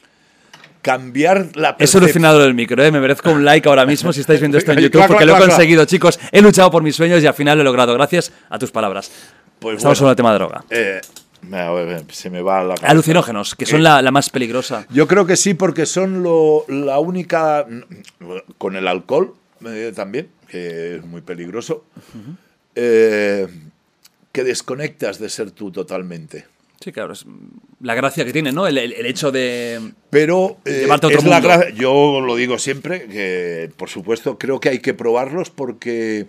cambiar la He percepción. solucionado el micro, ¿eh? Me merezco un like ahora mismo si estáis viendo esto en Clac, YouTube, clac, porque lo he clac, clac. conseguido, chicos. He luchado por mis sueños y al final lo he logrado, gracias a tus palabras. Pues Estamos bueno, sobre el tema de droga. eh, a ver, se me va la cabeza. Alucinógenos, que son Eh, la, la más peligrosa. Yo creo que sí, porque son lo, la única... Con el alcohol eh, también, que es muy peligroso, eh, que desconectas de ser tú totalmente. Sí, claro, es la gracia que tiene, ¿no? El, el- el hecho de... Pero eh, Llevarte a otro es la mundo. gra- yo lo digo siempre, que por supuesto creo que hay que probarlos porque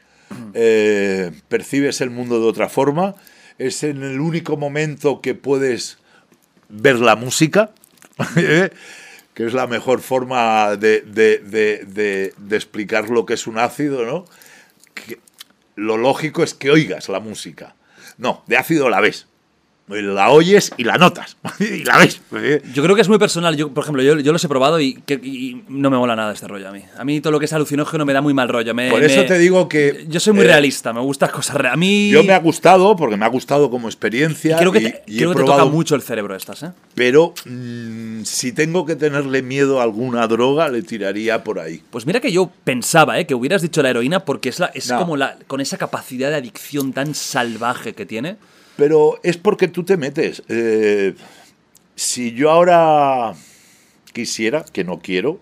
eh, percibes el mundo de otra forma. Es en el único momento que puedes ver la música, ¿eh? Que es la mejor forma de, de- de- de- de explicar lo que es un ácido, ¿no? Que lo lógico es que oigas la música. No, de ácido la ves. La oyes y la notas. Y la ves. ¿eh? Yo creo que es muy personal. Yo, por ejemplo, yo, yo los he probado y, que- y no me mola nada este rollo a mí. A mí todo lo que es alucinógeno me da muy mal rollo. Me- Por eso me- te digo que... Yo soy muy eh, realista, me gustan cosas reales. A mí... Yo me ha gustado, porque me ha gustado como experiencia. y creo que y- te, y he creo que te probado, toca mucho el cerebro estas, ¿eh? Pero mm, si tengo que tenerle miedo a alguna droga, le tiraría por ahí. Pues mira que yo pensaba, ¿eh? Que hubieras dicho la heroína porque es, la, es No. como la, con esa capacidad de adicción tan salvaje que tiene. Pero es porque tú te metes. Eh, si yo ahora quisiera, que no quiero,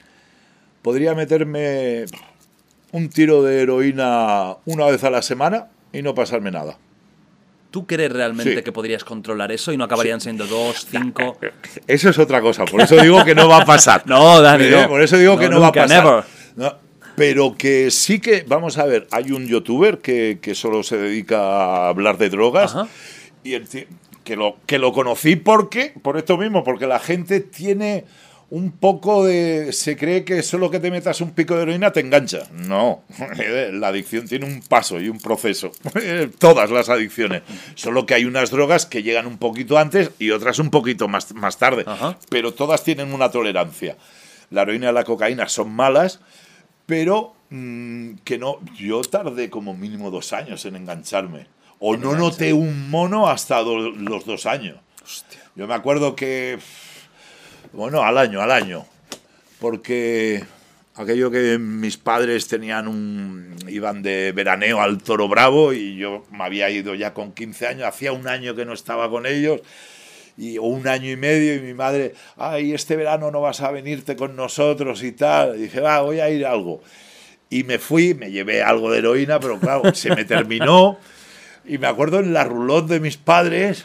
podría meterme un tiro de heroína una vez a la semana y no pasarme nada. ¿Tú crees realmente Sí. que podrías controlar eso y no acabarían siendo dos, cinco? Eso es otra cosa, por eso digo que no va a pasar. No, Dani, ¿Eh? no. Por eso digo No, que no nunca, va a pasar. never. No, pero que sí que, vamos a ver, hay un youtuber que, que solo se dedica a hablar de drogas Ajá. y el ti- que lo, que lo conocí porque, por esto mismo, porque la gente tiene un poco de... Se cree que solo que te metas un pico de heroína te engancha. No, la adicción tiene un paso y un proceso. Todas las adicciones. Solo que hay unas drogas que llegan un poquito antes y otras un poquito más, más tarde. Ajá. Pero todas tienen una tolerancia. La heroína y la cocaína son malas, pero mmm, que no... Yo tardé como mínimo dos años en engancharme. O no noté un mono hasta do- los dos años. Yo me acuerdo que... Bueno, al año, al año. Porque aquello que mis padres tenían un... Iban de veraneo al Toro Bravo y yo me había ido ya con quince años. Hacía un año que no estaba con ellos. Y, o un año y medio, y mi madre, ay, este verano no vas a venirte con nosotros y tal. Y dije, va, voy a ir a algo. Y me fui, me llevé algo de heroína, pero claro, se me terminó. Y me acuerdo en la roulotte de mis padres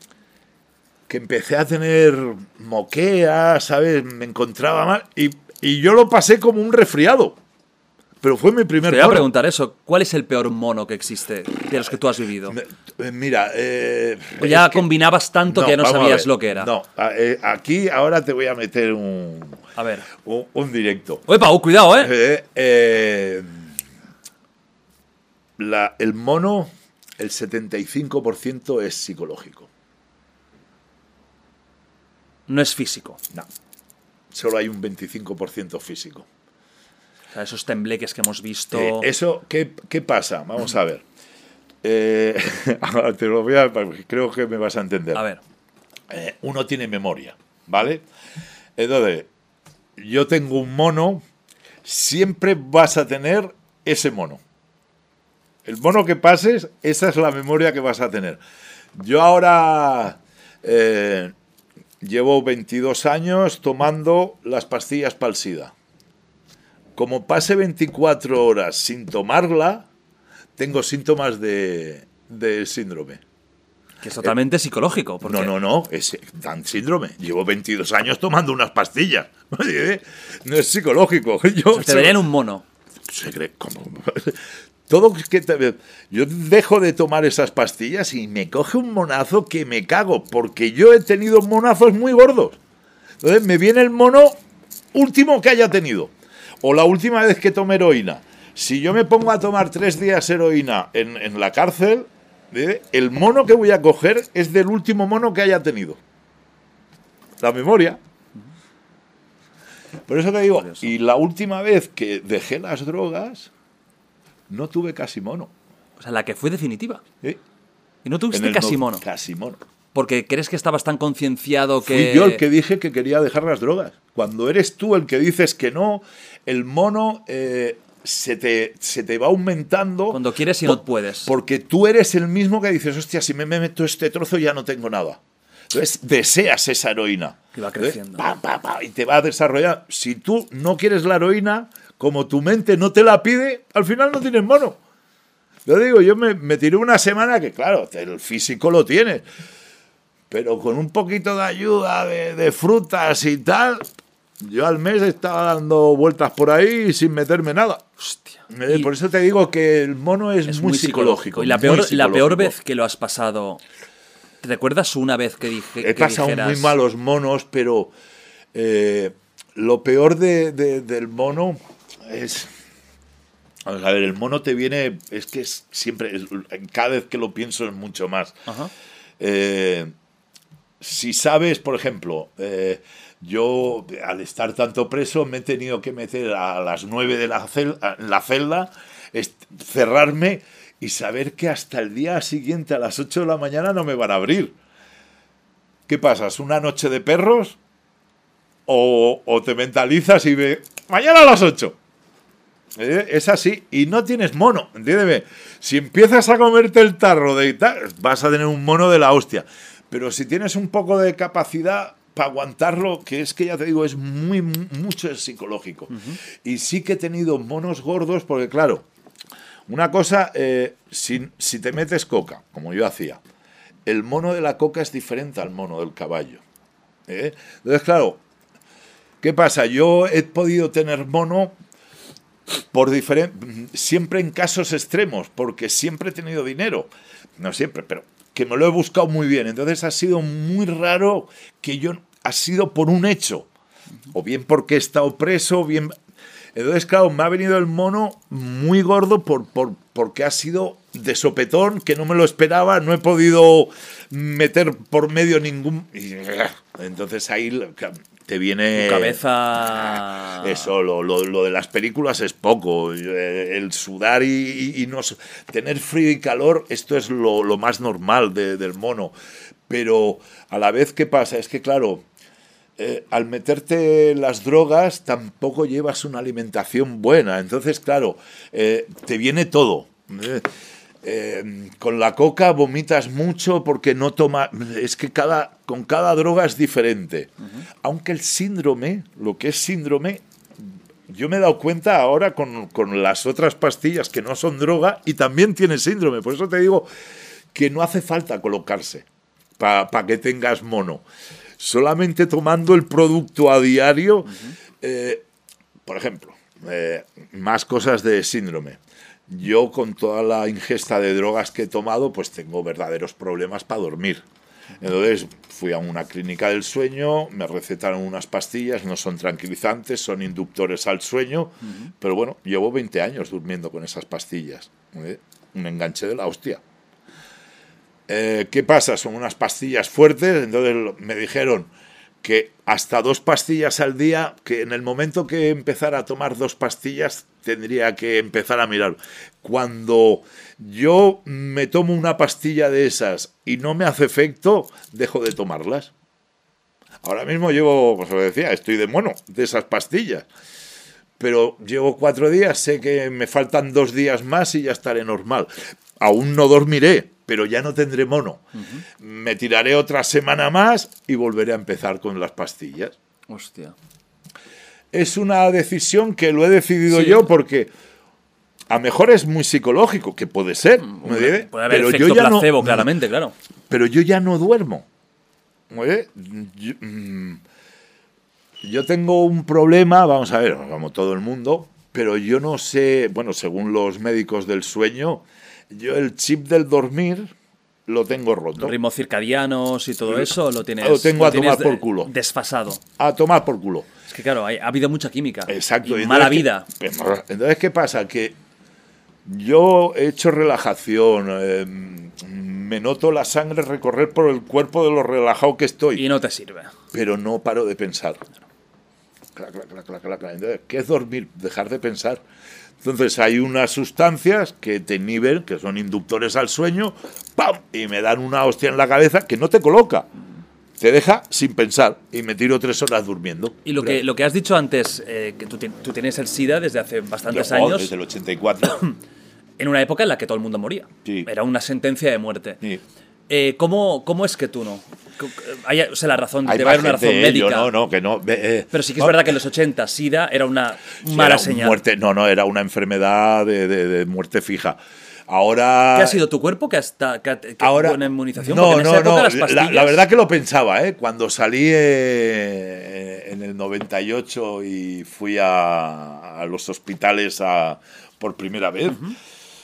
que empecé a tener moquea, ¿sabes? Me encontraba mal. Y, y yo lo pasé como un resfriado. Pero fue mi primer Te voy a mono. preguntar eso. ¿Cuál es el peor mono que existe de los que tú has vivido? Me- eh, Mira, eh, O ya es que- combinabas tanto que ya no vamos a sabías ver. lo que era. No, a- eh, aquí ahora te voy a meter un, A ver. un, un directo. Oye, Pau, cuidado, ¿eh? Eh, eh, la- el mono, el setenta y cinco por ciento es psicológico. No es físico. No, solo hay un veinticinco por ciento físico. O sea, esos tembleques que hemos visto. Eh, ¿Eso qué, qué pasa? Vamos a ver. Eh, ahora te lo voy a... Creo que me vas a entender. A ver. Eh, uno tiene memoria, ¿vale? Entonces, yo tengo un mono, siempre vas a tener ese mono. El mono que pases, esa es la memoria que vas a tener. Yo ahora eh, llevo veintidós años tomando las pastillas para el SIDA. Como pase veinticuatro horas sin tomarla, tengo síntomas de, de síndrome. Que es totalmente psicológico. Porque No, no, no, es tan síndrome. Llevo veintidós años tomando unas pastillas. No es psicológico. Yo, te verían un mono. se cree, ¿cómo? Todo que te- yo dejo de tomar esas pastillas y me coge un monazo que me cago, porque yo he tenido monazos muy gordos. Entonces me viene el mono último que haya tenido. O la última vez que tomé heroína. Si yo me pongo a tomar tres días heroína en, en la cárcel, ¿eh? El mono que voy a coger es del último mono que haya tenido. La memoria. Por eso te digo, y la última vez que dejé las drogas, no tuve casi mono. O sea, la que fue definitiva. ¿Eh? Y no tuviste En el casi no- mono. Casi mono. Porque crees que estabas tan concienciado que... Fui yo el que dije que quería dejar las drogas. Cuando eres tú el que dices que no, el mono eh, se, te, se te va aumentando. Cuando quieres y no puedes. Porque tú eres el mismo que dices, hostia, si me meto este trozo ya no tengo nada. Entonces deseas esa heroína. Que va creciendo. Pa, pa, pa, y te va a desarrollar. Si tú no quieres la heroína, como tu mente no te la pide, al final no tienes mono. Yo digo, yo me, me tiré una semana que, claro, el físico lo tienes. Pero con un poquito de ayuda de, de frutas y tal, yo al mes estaba dando vueltas por ahí sin meterme nada. Hostia. Eh, Por eso te digo que el mono es, Es muy, psicológico. Y la muy peor, la psicológico. peor vez que lo has pasado... ¿Te recuerdas una vez que dije He que pasado dijeras... muy malos monos, pero eh, lo peor de, de- del mono es... Vamos a ver, el mono te viene... Es que es siempre... es- cada vez que lo pienso es mucho más. Ajá. Eh, si sabes, por ejemplo, eh, yo al estar tanto preso me he tenido que meter a las nueve de la, cel- en la celda, est- cerrarme y saber que hasta el día siguiente a las ocho de la mañana no me van a abrir. ¿Qué pasas? ¿Una noche de perros? ¿O, o te mentalizas y ve, mañana a las ocho? ¿Eh? Es así, y no tienes mono, entiéndeme. Si empiezas a comerte el tarro de tal, vas a tener un mono de la hostia. Pero si tienes un poco de capacidad para aguantarlo, que es que ya te digo, es muy, mu- mucho es psicológico. Uh-huh. Y sí que he tenido monos gordos, porque claro, una cosa, eh, si, si te metes coca, como yo hacía, el mono de la coca es diferente al mono del caballo. ¿eh? Entonces, claro, ¿qué pasa? Yo he podido tener mono por diferen- siempre en casos extremos, porque siempre he tenido dinero. No siempre, pero que me lo he buscado muy bien. Entonces ha sido muy raro que yo... Ha sido por un hecho. O bien porque he estado preso, o bien... Entonces, claro, me ha venido el mono muy gordo por, por, porque ha sido de sopetón, que no me lo esperaba, no he podido meter por medio ningún... Entonces ahí te viene... Tu cabeza... Eso, lo, lo, lo de las películas es poco. El sudar y, y, y no... Tener frío y calor, esto es lo, lo más normal de, del mono. Pero a la vez, ¿qué pasa? Es que, claro... Eh, al meterte las drogas tampoco llevas una alimentación buena. Entonces, claro, eh, te viene todo. Eh, eh, con la coca vomitas mucho porque no tomas... Es que cada, con cada droga es diferente. Uh-huh. Aunque el síndrome, lo que es síndrome, yo me he dado cuenta ahora con, con las otras pastillas que no son droga y también tiene síndrome. Por eso te digo que no hace falta colocarse para pa que tengas mono. Solamente tomando el producto a diario, uh-huh. eh, por ejemplo, eh, más cosas de síndrome. Yo con toda la ingesta de drogas que he tomado, pues tengo verdaderos problemas para dormir. Entonces fui a una clínica del sueño, me recetaron unas pastillas, no son tranquilizantes, son inductores al sueño, uh-huh. pero bueno, llevo veinte años durmiendo con esas pastillas. ¿eh? Un enganche de la hostia. Eh, ¿Qué pasa? Son unas pastillas fuertes, entonces me dijeron que hasta dos pastillas al día, que en el momento que empezara a tomar dos pastillas tendría que empezar a mirar. Cuando yo me tomo una pastilla de esas y no me hace efecto, dejo de tomarlas. Ahora mismo llevo, pues lo decía, estoy de mono de esas pastillas. Pero llevo cuatro días, sé que me faltan dos días más y ya estaré normal. Aún no dormiré, pero ya no tendré mono. Uh-huh. Me tiraré otra semana más y volveré a empezar con las pastillas. Hostia. Es una decisión que lo he decidido sí. yo porque a lo mejor es muy psicológico, que puede ser. Puede, puede haber pero efecto yo ya placebo, no, claramente, claro. Pero yo ya no duermo. ¿Eh? Yo, yo tengo un problema, vamos a ver, como todo el mundo, pero yo no sé, bueno, según los médicos del sueño, yo el chip del dormir lo tengo roto. Los ritmos circadianos y todo eso lo tienes Lo tengo lo a tomar por culo. Desfasado. A tomar por culo. Es que claro, hay, ha habido mucha química. Exacto. Y mala vida. Que, entonces, ¿qué pasa? Que yo he hecho relajación, eh, me noto la sangre recorrer por el cuerpo de lo relajado que estoy. Y no te sirve. Pero no paro de pensar. Clac, clac, clac, clac, clac, clac. Entonces, ¿qué es dormir? Dejar de pensar. Entonces hay unas sustancias que te inhiben, que son inductores al sueño, ¡pam! Y me dan una hostia en la cabeza que no te coloca. Te deja sin pensar y me tiro tres horas durmiendo. Y lo que, lo que has dicho antes, eh, que tú, tú tienes el SIDA desde hace bastantes no, años. Desde el ochenta y cuatro. En una época en la que todo el mundo moría. Sí. Era una sentencia de muerte. Sí. Eh, ¿cómo, ¿Cómo es que tú no? Hay, o sea, la razón, Hay debe haber una razón gente, médica. Yo no, no, que no. Eh, Pero sí que es no, verdad que en los ochenta SIDA era una sí, mala era señal. Muerte, no, no, era una enfermedad de, de, de muerte fija. Ahora. ¿Qué ha sido tu cuerpo que hasta que, que ahora, buena inmunización? No, Porque en no, esa época no. las pastillas... La, la verdad que lo pensaba, ¿eh? Cuando salí eh, en el noventa y ocho y fui a, a los hospitales a, por primera vez. Uh-huh.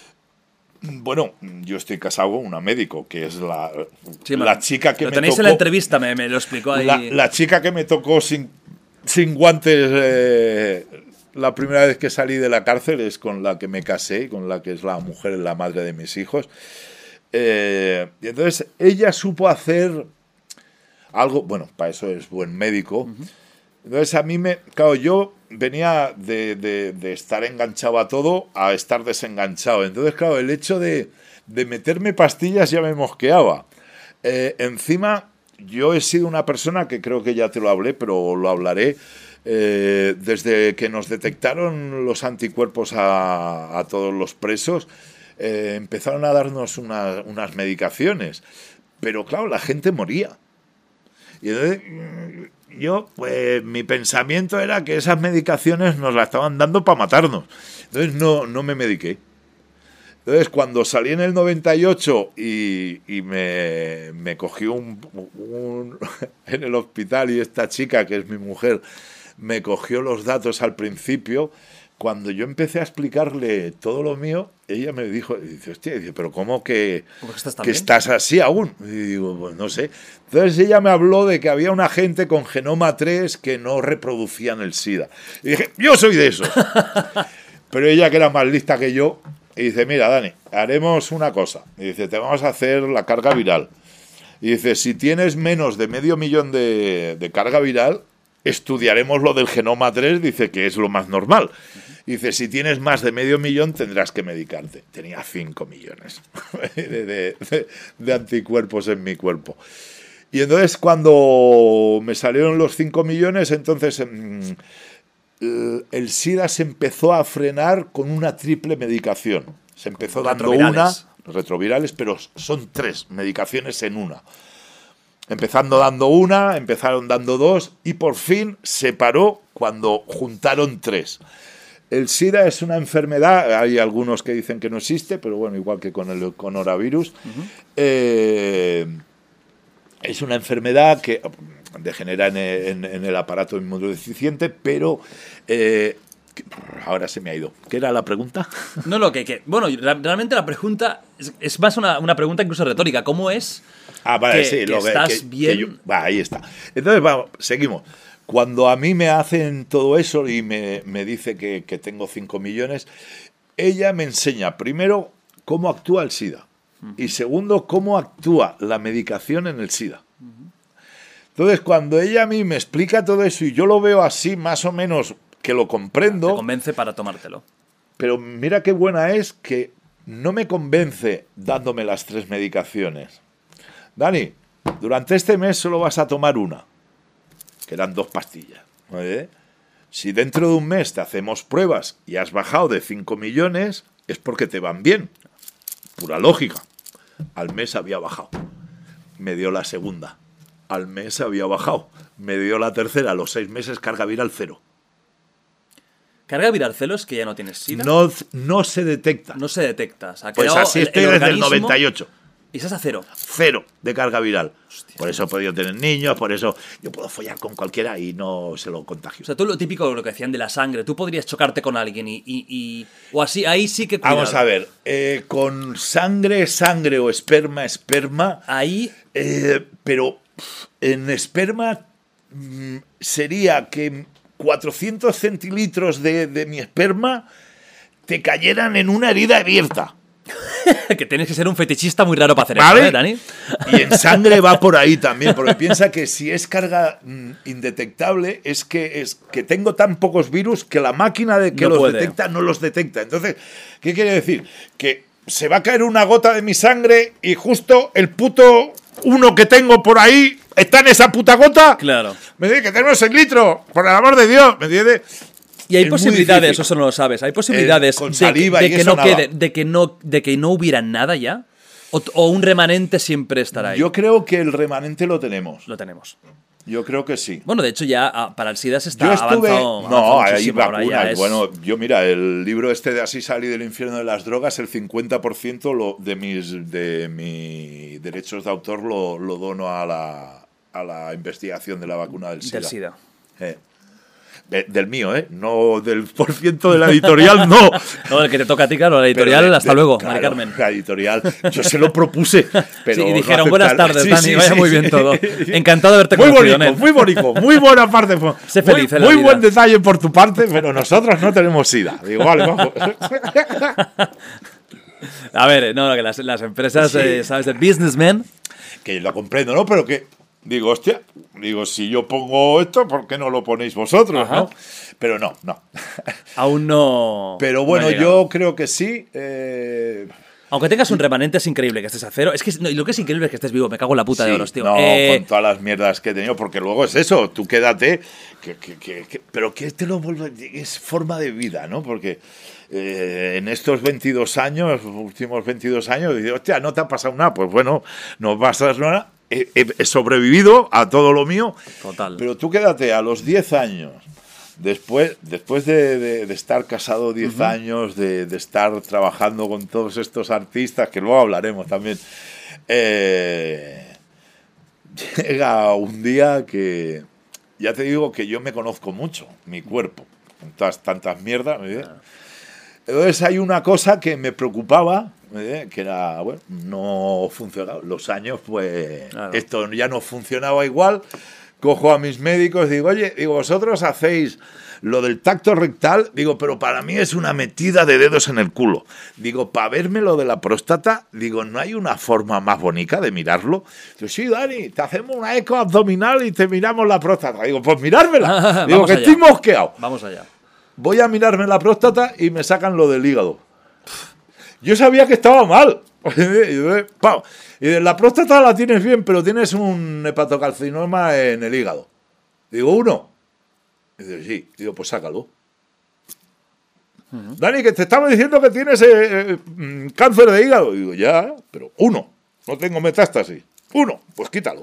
Bueno, yo estoy casado con una médico, que es la, sí, la man, chica que lo me tenéis tocó, en la entrevista, me, me lo explicó ahí. La, la chica que me tocó sin, sin guantes eh, la primera vez que salí de la cárcel es con la que me casé, con la que es la mujer, la madre de mis hijos. Eh, y entonces ella supo hacer algo, bueno, para eso es buen médico. Uh-huh. Entonces a mí me, claro, yo venía de, de, de estar enganchado a todo a estar desenganchado. Entonces, claro, el hecho de, de meterme pastillas ya me mosqueaba. Eh, encima, yo he sido una persona que creo que ya te lo hablé, pero lo hablaré. Eh, desde que nos detectaron los anticuerpos a, a todos los presos, eh, empezaron a darnos una, unas medicaciones. Pero claro, la gente moría. Y entonces yo, pues mi pensamiento era que esas medicaciones nos las estaban dando para matarnos. Entonces no, no me mediqué. Entonces cuando salí en el noventa y ocho y, y me, me cogí un, un en el hospital y esta chica, que es mi mujer, me cogió los datos al principio, cuando yo empecé a explicarle todo lo mío, ella me dijo, dice, hostia, dice, pero ¿cómo que, ¿Cómo que, estás, que estás así aún? Y digo, pues no sé. Entonces ella me habló de que había una gente con genoma tres que no reproducían el SIDA. Y dije, yo soy de esos. Pero ella, que era más lista que yo, y dice, mira, Dani, haremos una cosa. Y dice, te vamos a hacer la carga viral. Y dice, si tienes menos de medio millón de, de carga viral, estudiaremos lo del genoma tres, dice que es lo más normal. Dice, si tienes más de medio millón tendrás que medicarte. Tenía cinco millones de, de, de, de anticuerpos en mi cuerpo. Y entonces cuando me salieron los cinco millones, entonces mmm, el SIDA se empezó a frenar con una triple medicación. Se empezó dando una, retrovirales, pero son tres medicaciones en una. Empezando dando una, empezaron dando dos y por fin se paró cuando juntaron tres. El SIDA es una enfermedad, hay algunos que dicen que no existe, pero bueno, igual que con el coronavirus, uh-huh. eh, es una enfermedad que degenera en, en, en el aparato inmunodeficiente, pero eh, ahora se me ha ido. ¿Qué era la pregunta? No, no, que, que bueno, realmente la pregunta es, es más una, una pregunta incluso retórica. ¿Cómo es ah, vale, que, sí, que lo estás que, bien? Que yo, va, ahí está. Entonces, vamos, seguimos. Cuando a mí me hacen todo eso y me, me dice que, que tengo cinco millones, ella me enseña, primero, cómo actúa el SIDA. Uh-huh. Y segundo, cómo actúa la medicación en el SIDA. Uh-huh. Entonces, cuando ella a mí me explica todo eso y yo lo veo así, más o menos, que lo comprendo... Te convence para tomártelo. Pero mira qué buena es que no me convence dándome las tres medicaciones. Dani, durante este mes solo vas a tomar una. Que eran dos pastillas. ¿Vale? Si dentro de un mes te hacemos pruebas y has bajado de cinco millones, es porque te van bien. Pura lógica. Al mes había bajado. Me dio la segunda. Al mes había bajado. Me dio la tercera. A los seis meses carga viral cero. ¿Carga viral cero es que ya no tienes SIDA? No, no se detecta. No se detecta. O sea, pues así estoy el, el desde el noventa y ocho. ¿Y estás a cero? Cero de carga viral. Hostia. Por eso he podido tener niños, por eso yo puedo follar con cualquiera y no se lo contagio. O sea, tú lo típico, lo que decían de la sangre, tú podrías chocarte con alguien y... y, y o así, ahí sí que... Cuidado. Vamos a ver, eh, con sangre, sangre o esperma, esperma... Ahí... Eh, pero en esperma mmm, sería que cuatrocientos centilitros de, de mi esperma te cayeran en una herida abierta. Que tienes que ser un fetichista muy raro para hacer ¿Vale? eso, ¿eh, Dani? Y en sangre va por ahí también, porque piensa que si es carga mm, indetectable, es que, es que tengo tan pocos virus que la máquina de que No los puede. detecta no los detecta. Entonces, ¿qué quiere decir? Que se va a caer una gota de mi sangre y justo el puto uno que tengo por ahí está en esa puta gota. Claro. Me dice que tenemos seis litros, por el amor de Dios, ¿me entiendes? Y hay Es muy posibilidades, difícil. eso no lo sabes, hay posibilidades Eh, con de, saliva de y que eso no nada. quede, de que no, de que no hubiera nada ya, o, o un remanente siempre estará ahí. Yo creo que el remanente lo tenemos. Lo tenemos. Yo creo que sí. Bueno, de hecho ya ah, para el SIDA se está Yo estuve. avanzado, No, avanzado hay muchísimo, ahora ya vacunas. es- Bueno, yo mira, el libro este de Así salí del infierno de las drogas, el cincuenta por ciento lo, de mis de mis derechos de autor lo, lo dono a la, a la investigación de la vacuna del SIDA. del SIDA. Eh. De- del mío, ¿eh? No del por ciento de la editorial, no. No, el que te toca a ti, claro, la editorial, Pero de- hasta de- luego, claro, Mari Carmen. La editorial, yo se lo propuse, pero Sí, y no dijeron, buenas aceptaron". tardes, Sí, Dani, sí, vaya sí, muy sí. bien todo. Encantado de haberte Muy conocido, bonito, Nen. muy bonito, muy buena parte. Muy, Sé feliz en la muy vida. buen detalle por tu parte, pero nosotros no tenemos SIDA. Digo, vale, vamos. A ver, no, que las, las empresas, Sí. eh, ¿sabes? De businessmen. Que lo comprendo, ¿no? Pero que, digo, hostia, digo, si yo pongo esto, ¿por qué no lo ponéis vosotros, Ajá. no? Pero no, no. Aún no. Pero no bueno, ha llegado. yo creo que sí. eh, Aunque tengas un remanente, es increíble que estés a cero. Es que no, y lo que es increíble es que estés vivo. Me cago en la puta de sí, oros, tío. no, Eh, con todas las mierdas que he tenido, porque luego es eso, tú quédate, que, que, que- que- pero que te lo vuelve, es forma de vida, ¿no? Porque eh, en estos veintidós años, últimos veintidós años, digo, hostia, no te ha pasado nada, pues bueno, no pasa nada, he, he- he sobrevivido a todo lo mío, Total. pero tú quédate a los diez años. Después, después de, de- de estar casado diez años, de, de estar trabajando con todos estos artistas, que luego hablaremos también, eh, llega un día que, ya te digo que yo me conozco mucho, mi cuerpo, con todas tantas mierdas. ¿me entiendes? Entonces hay una cosa que me preocupaba, ¿me entiendes? Que era, bueno, no funcionaba. Los años, pues, Claro. esto ya no funcionaba igual. Cojo a mis médicos, digo, oye, digo, vosotros hacéis lo del tacto rectal, digo, pero para mí es una metida de dedos en el culo. Digo, para verme lo de la próstata, digo, ¿no hay una forma más bonita de mirarlo? Digo, sí, Dani, te hacemos una eco abdominal y te miramos la próstata. Digo, pues mirármela. Digo, Vamos que allá. estoy mosqueado. Vamos allá. Voy a mirarme la próstata y me sacan lo del hígado. Yo sabía que estaba mal. Y de- pau. Y de la próstata la tienes bien, pero tienes un hepatocarcinoma en el hígado. Digo, ¿uno? Y dice, sí. Digo, pues sácalo. Dani, que te estamos diciendo que tienes eh, eh, mm, cáncer de hígado. Digo, ya, pero uno. No tengo metástasis. Uno, pues quítalo.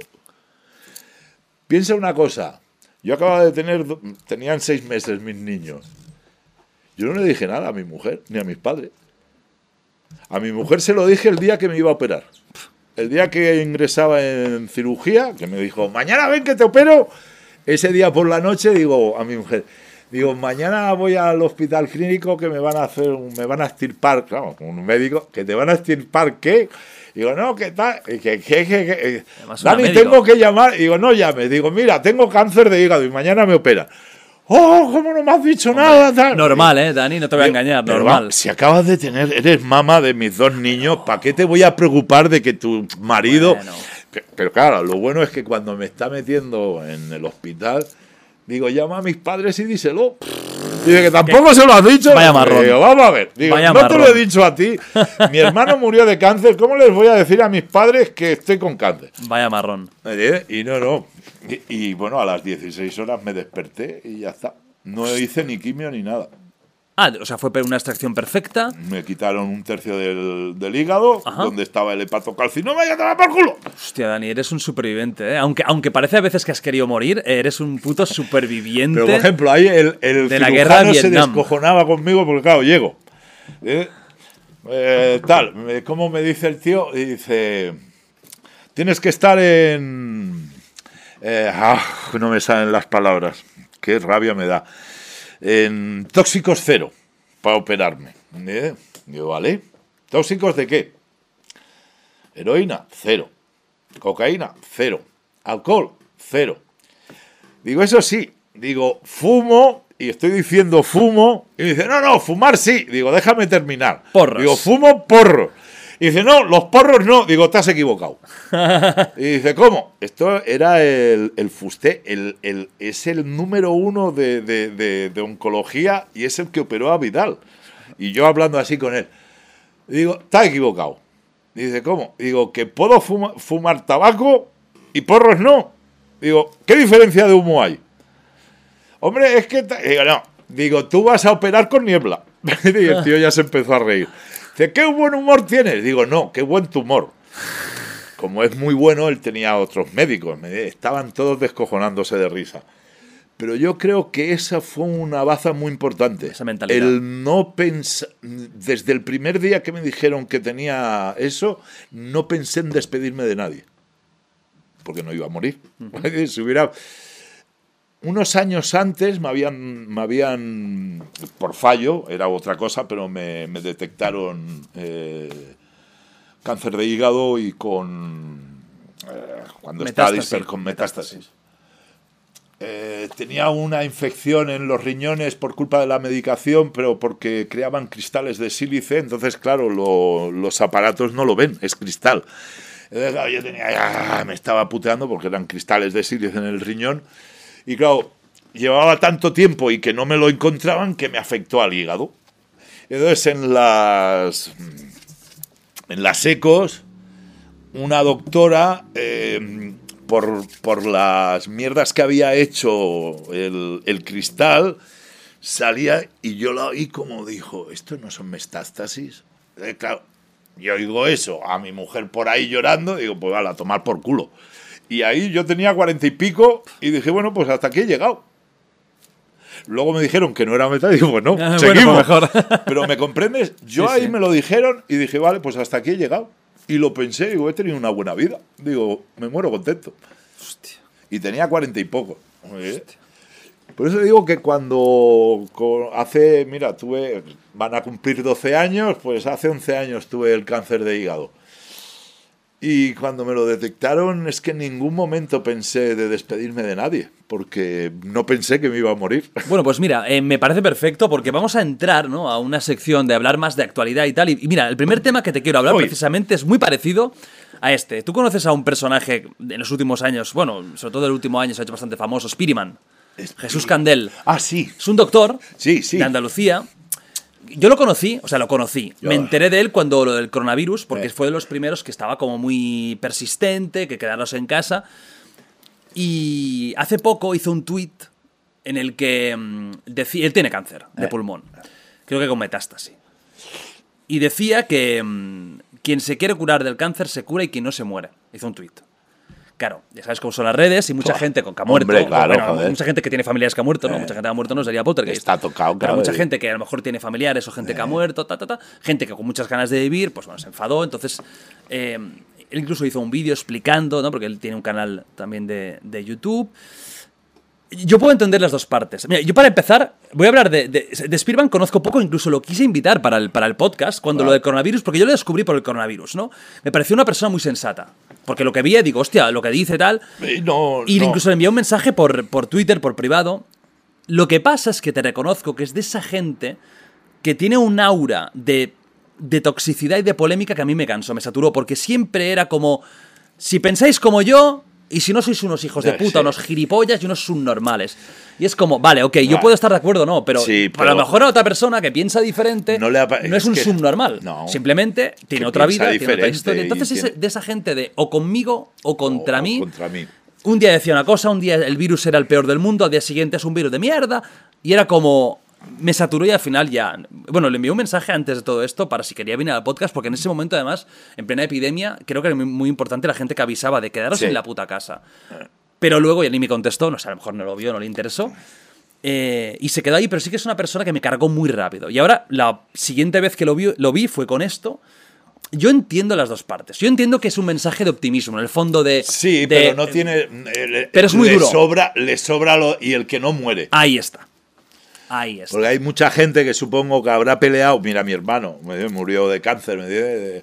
Piensa una cosa. Yo acababa de tener, do- tenían seis meses mis niños. Yo no le dije nada a mi mujer ni a mis padres. A mi mujer se lo dije el día que me iba a operar. El día que ingresaba en cirugía, que me dijo, mañana ven que te opero. Ese día por la noche digo a mi mujer, digo, mañana voy al hospital clínico que me van a hacer, un- me van a extirpar, claro, con un médico, que te van a extirpar, ¿qué? Digo, no, ¿qué tal? Que, que, que, que- Además, una Dani, médico. tengo que llamar. Digo, no llames. Digo, mira, tengo cáncer de hígado y mañana me opera. Oh, ¿cómo no me has dicho nada? Tal? Normal, ¿eh, Dani? No te voy a Digo, engañar, pero normal. va, si acabas de tener, eres mamá de mis dos niños, ¿para qué te voy a preocupar de que tu marido... Bueno. Pe- Pero claro, lo bueno es que cuando me está metiendo en el hospital, digo, llama a mis padres y díselo. Dice que tampoco se lo has dicho. Vaya marrón. Digo, vamos a ver. Digo, Vaya no te lo marrón. he dicho a ti. Mi hermano murió de cáncer. ¿Cómo les voy a decir a mis padres que estoy con cáncer? Vaya marrón. ¿Eh? Y no, no. Y, y, bueno, a las dieciséis horas me desperté y ya está. No hice ni quimio ni nada. Ah, o sea, fue una extracción perfecta. Me quitaron un tercio del, del hígado, Ajá. donde estaba el hepatocarcinoma y ya te va por culo. Hostia, Dani, eres un superviviente, ¿eh? Aunque, aunque parece a veces que has querido morir, eres un puto superviviente. Pero, por ejemplo, ahí el, el de la cirujano guerra de se Vietnam. descojonaba conmigo porque, claro, llego. Eh, eh, tal, me- ¿cómo me dice el tío? Y dice, tienes que estar en... eh, ah, no me salen las palabras. Qué rabia me da. En tóxicos cero, para operarme. Eh, digo, ¿vale? ¿Tóxicos de qué? Heroína, cero. Cocaína, cero. Alcohol, cero. Digo, eso sí. Digo, fumo, y estoy diciendo fumo, y dice, no, no, fumar sí. Digo, déjame terminar. Porros. Digo, fumo porro. Y dice, no, los porros no. Digo, te has equivocado. Y dice, ¿cómo? Esto era el, el Fusté, el, el, es el número uno de, de, de, de oncología y es el que operó a Vidal. Y yo hablando así con él. Digo, te has equivocado. Dice, ¿cómo? Digo, que puedo fuma, fumar tabaco y porros no. Digo, ¿qué diferencia de humo hay? Hombre, es que... Digo, no. Digo, tú vas a operar con niebla. Y el tío ya se empezó a reír. Dice, ¿qué buen humor tienes? Digo, no, qué buen tumor. Como es muy bueno, él tenía otros médicos. Estaban todos descojonándose de risa. Pero yo creo que esa fue una baza muy importante. Esa mentalidad. El no pensar... Desde el primer día que me dijeron que tenía eso, no pensé en despedirme de nadie. Porque no iba a morir. Uh-huh. Si hubiera... Unos años antes me habían, me habían, por fallo, era otra cosa, pero me, me detectaron eh, cáncer de hígado y con... Eh, cuando estaba disper, con metástasis. Eh, tenía una infección en los riñones por culpa de la medicación, pero porque creaban cristales de sílice, entonces, claro, lo, los aparatos no lo ven, es cristal. Entonces, claro, yo tenía, me estaba puteando porque eran cristales de sílice en el riñón. Y claro, llevaba tanto tiempo y que no me lo encontraban que me afectó al hígado. Entonces en las en las ecos, una doctora, eh, por, por las mierdas que había hecho el, el cristal, salía y yo la oí como dijo, ¿esto no son metástasis? Eh, claro, yo oigo eso, a mi mujer por ahí llorando, digo, pues vale, a tomar por culo. Y ahí yo tenía cuarenta y pico y dije, bueno, pues hasta aquí he llegado. Luego me dijeron que no era metal y digo, pues no, ah, seguimos. Bueno, pues mejor. Pero ¿me comprendes? Yo sí, ahí sí. me lo dijeron y dije, vale, pues hasta aquí he llegado. Y lo pensé, digo, he tenido una buena vida. Digo, me muero contento. Hostia. Y tenía cuarenta y poco. ¿Eh? Por eso digo que cuando hace, mira, tuve, van a cumplir doce años, pues hace once años tuve el cáncer de hígado. Y cuando me lo detectaron es que en ningún momento pensé de despedirme de nadie, porque no pensé que me iba a morir. Bueno, pues mira, eh, me parece perfecto porque vamos a entrar, ¿no?, a una sección de hablar más de actualidad y tal. Y, y mira, el primer tema que te quiero hablar Uy. precisamente es muy parecido a este. Tú conoces a un personaje en los últimos años, bueno, sobre todo el último año se ha hecho bastante famoso, Spiriman, Jesús Candel. Ah, sí. Es un doctor sí, sí. de Andalucía. Yo lo conocí, o sea, lo conocí. Yo. Me enteré de él cuando lo del coronavirus, porque eh. fue de los primeros que estaba como muy persistente, que quedarse en casa. Y hace poco hizo un tuit en el que mmm, decía... Él tiene cáncer de eh. pulmón, creo que con metástasis. Y decía que mmm, quien se quiere curar del cáncer se cura y quien no se muere. Hizo un tuit. Claro, ya sabes cómo son las redes y mucha oh, gente con que ha muerto. Hombre, claro, o, bueno, mucha gente que tiene familiares que ha muerto, ¿no? Eh, mucha gente que ha muerto no sería poltergeist. Está tocado, claro. Pero mucha gente que a lo mejor tiene familiares o gente eh. que ha muerto, ta, ta, ta. Gente que con muchas ganas de vivir, pues bueno, se enfadó. Entonces, eh, él incluso hizo un vídeo explicando, ¿no? Porque él tiene un canal también de, de YouTube. Yo puedo entender las dos partes. Mira, yo para empezar, voy a hablar de, de, de Spiriman, conozco poco, incluso lo quise invitar para el, para el podcast, cuando wow. lo del coronavirus, porque yo lo descubrí por el coronavirus, ¿no? Me pareció una persona muy sensata. Porque lo que vi, digo, hostia, lo que dice tal... No, y no. incluso le envié un mensaje por, por Twitter, por privado. Lo que pasa es que te reconozco que es de esa gente que tiene un aura de, de toxicidad y de polémica que a mí me cansó, me saturó, porque siempre era como, si pensáis como yo... Y si no sois unos hijos de puta, sí. unos gilipollas y unos subnormales. Y es como, vale, ok, yo puedo estar de acuerdo, no, pero, sí, pero pero a lo mejor a otra persona que piensa diferente no, le ha, no es, es un que, subnormal. No, simplemente tiene otra vida, tiene otra historia. Entonces tiene... es de esa gente de o conmigo o contra, o, mí. o contra mí. Un día decía una cosa, un día el virus era el peor del mundo, al día siguiente es un virus de mierda. Y era como... Me saturó y al final ya... Bueno, le envié un mensaje antes de todo esto para si quería venir al podcast, porque en ese momento, además, en plena epidemia, creo que era muy importante la gente que avisaba de quedaros sí. en la puta casa. Pero luego ya ni me contestó, no sé, a lo mejor no lo vio, no le interesó. Eh, y se quedó ahí, pero sí que es una persona que me cargó muy rápido. Y ahora, la siguiente vez que lo vi, lo vi fue con esto. Yo entiendo las dos partes. Yo entiendo que es un mensaje de optimismo, en el fondo de... Sí, de, pero no tiene... Eh, pero es muy le duro. Sobra, le sobra lo, y el que no muere. Ahí está. Ahí está. Porque hay mucha gente que supongo que habrá peleado. Mira, mi hermano me murió de cáncer, me dio,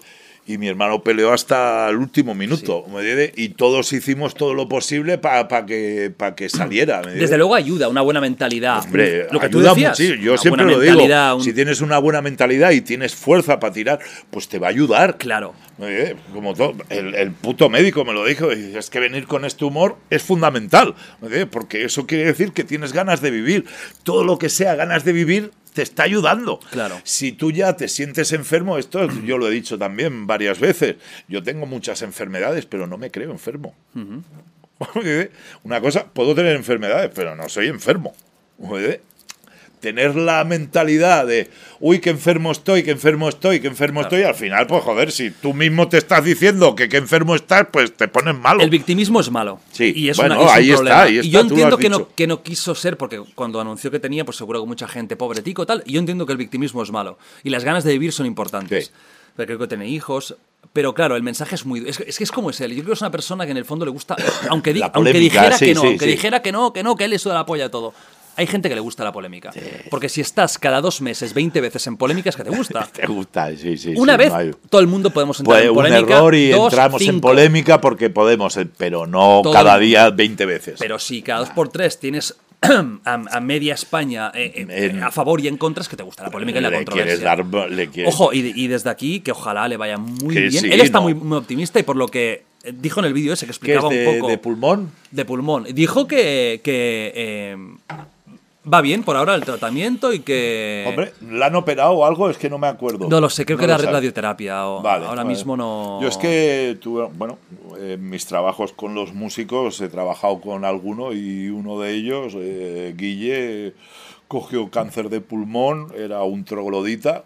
y mi hermano peleó hasta el último minuto, sí. ¿me entiendes? Y todos hicimos todo lo posible para pa que, pa que saliera. ¿me Desde luego ayuda, una buena mentalidad. Hombre, lo que ayuda tú decías, mucho. Yo siempre lo digo, un... si tienes una buena mentalidad y tienes fuerza para tirar, pues te va a ayudar. Claro. ¿Eh? Como todo, el, el puto médico me lo dijo, es que venir con este humor es fundamental, ¿eh? Porque eso quiere decir que tienes ganas de vivir. Todo lo que sea ganas de vivir te está ayudando. Claro. Si tú ya te sientes enfermo, esto yo lo he dicho también varias veces, yo tengo muchas enfermedades, pero no me creo enfermo. Uh-huh. Una cosa, puedo tener enfermedades, pero no soy enfermo. ¿Eh? Tener la mentalidad de, uy, qué enfermo estoy, qué enfermo estoy, qué enfermo claro. estoy, al final, pues joder, si tú mismo te estás diciendo que qué enfermo estás, pues te pones malo. El victimismo es malo. Sí, y es bueno, una, es ahí, un está, ahí está. Y yo entiendo que no, que no quiso ser, porque cuando anunció que tenía, pues seguro que mucha gente, pobre tico, tal, y yo entiendo que el victimismo es malo. Y las ganas de vivir son importantes. Sí. Porque creo que tiene hijos. Pero claro, el mensaje es muy... Es, es que es como es él. Yo creo que es una persona que en el fondo le gusta... Aunque, di, polémica, aunque dijera sí, que no, sí, aunque sí. dijera que no, que no, que él le suda la polla a todo. Hay gente que le gusta la polémica. Sí. Porque si estás cada dos meses, veinte veces en polémica, es que te gusta. Te gusta, sí, sí. Una sí, vez, no hay... todo el mundo podemos entrar Puede en polémica. Un error y dos, entramos cinco. en polémica porque podemos, pero no todo cada día veinte veces. Pero si cada dos por tres tienes a, a media España eh, eh, en, a favor y en contra, es que te gusta la polémica y la controversia. Dar, le quieres... Ojo, y, y desde aquí, que ojalá le vaya muy que bien. Sí, Él está no. muy, muy optimista y por lo que dijo en el vídeo ese que explicaba ¿Qué es de, un poco... de pulmón? De pulmón. Dijo que... que eh, va bien por ahora el tratamiento y que... Hombre, ¿la han operado o algo? Es que no me acuerdo. No lo sé, creo no que era sabe. radioterapia. O vale, ahora vale. mismo no... Yo es que tuve, bueno, en mis trabajos con los músicos he trabajado con alguno y uno de ellos, eh, Guille, cogió cáncer de pulmón, era un troglodita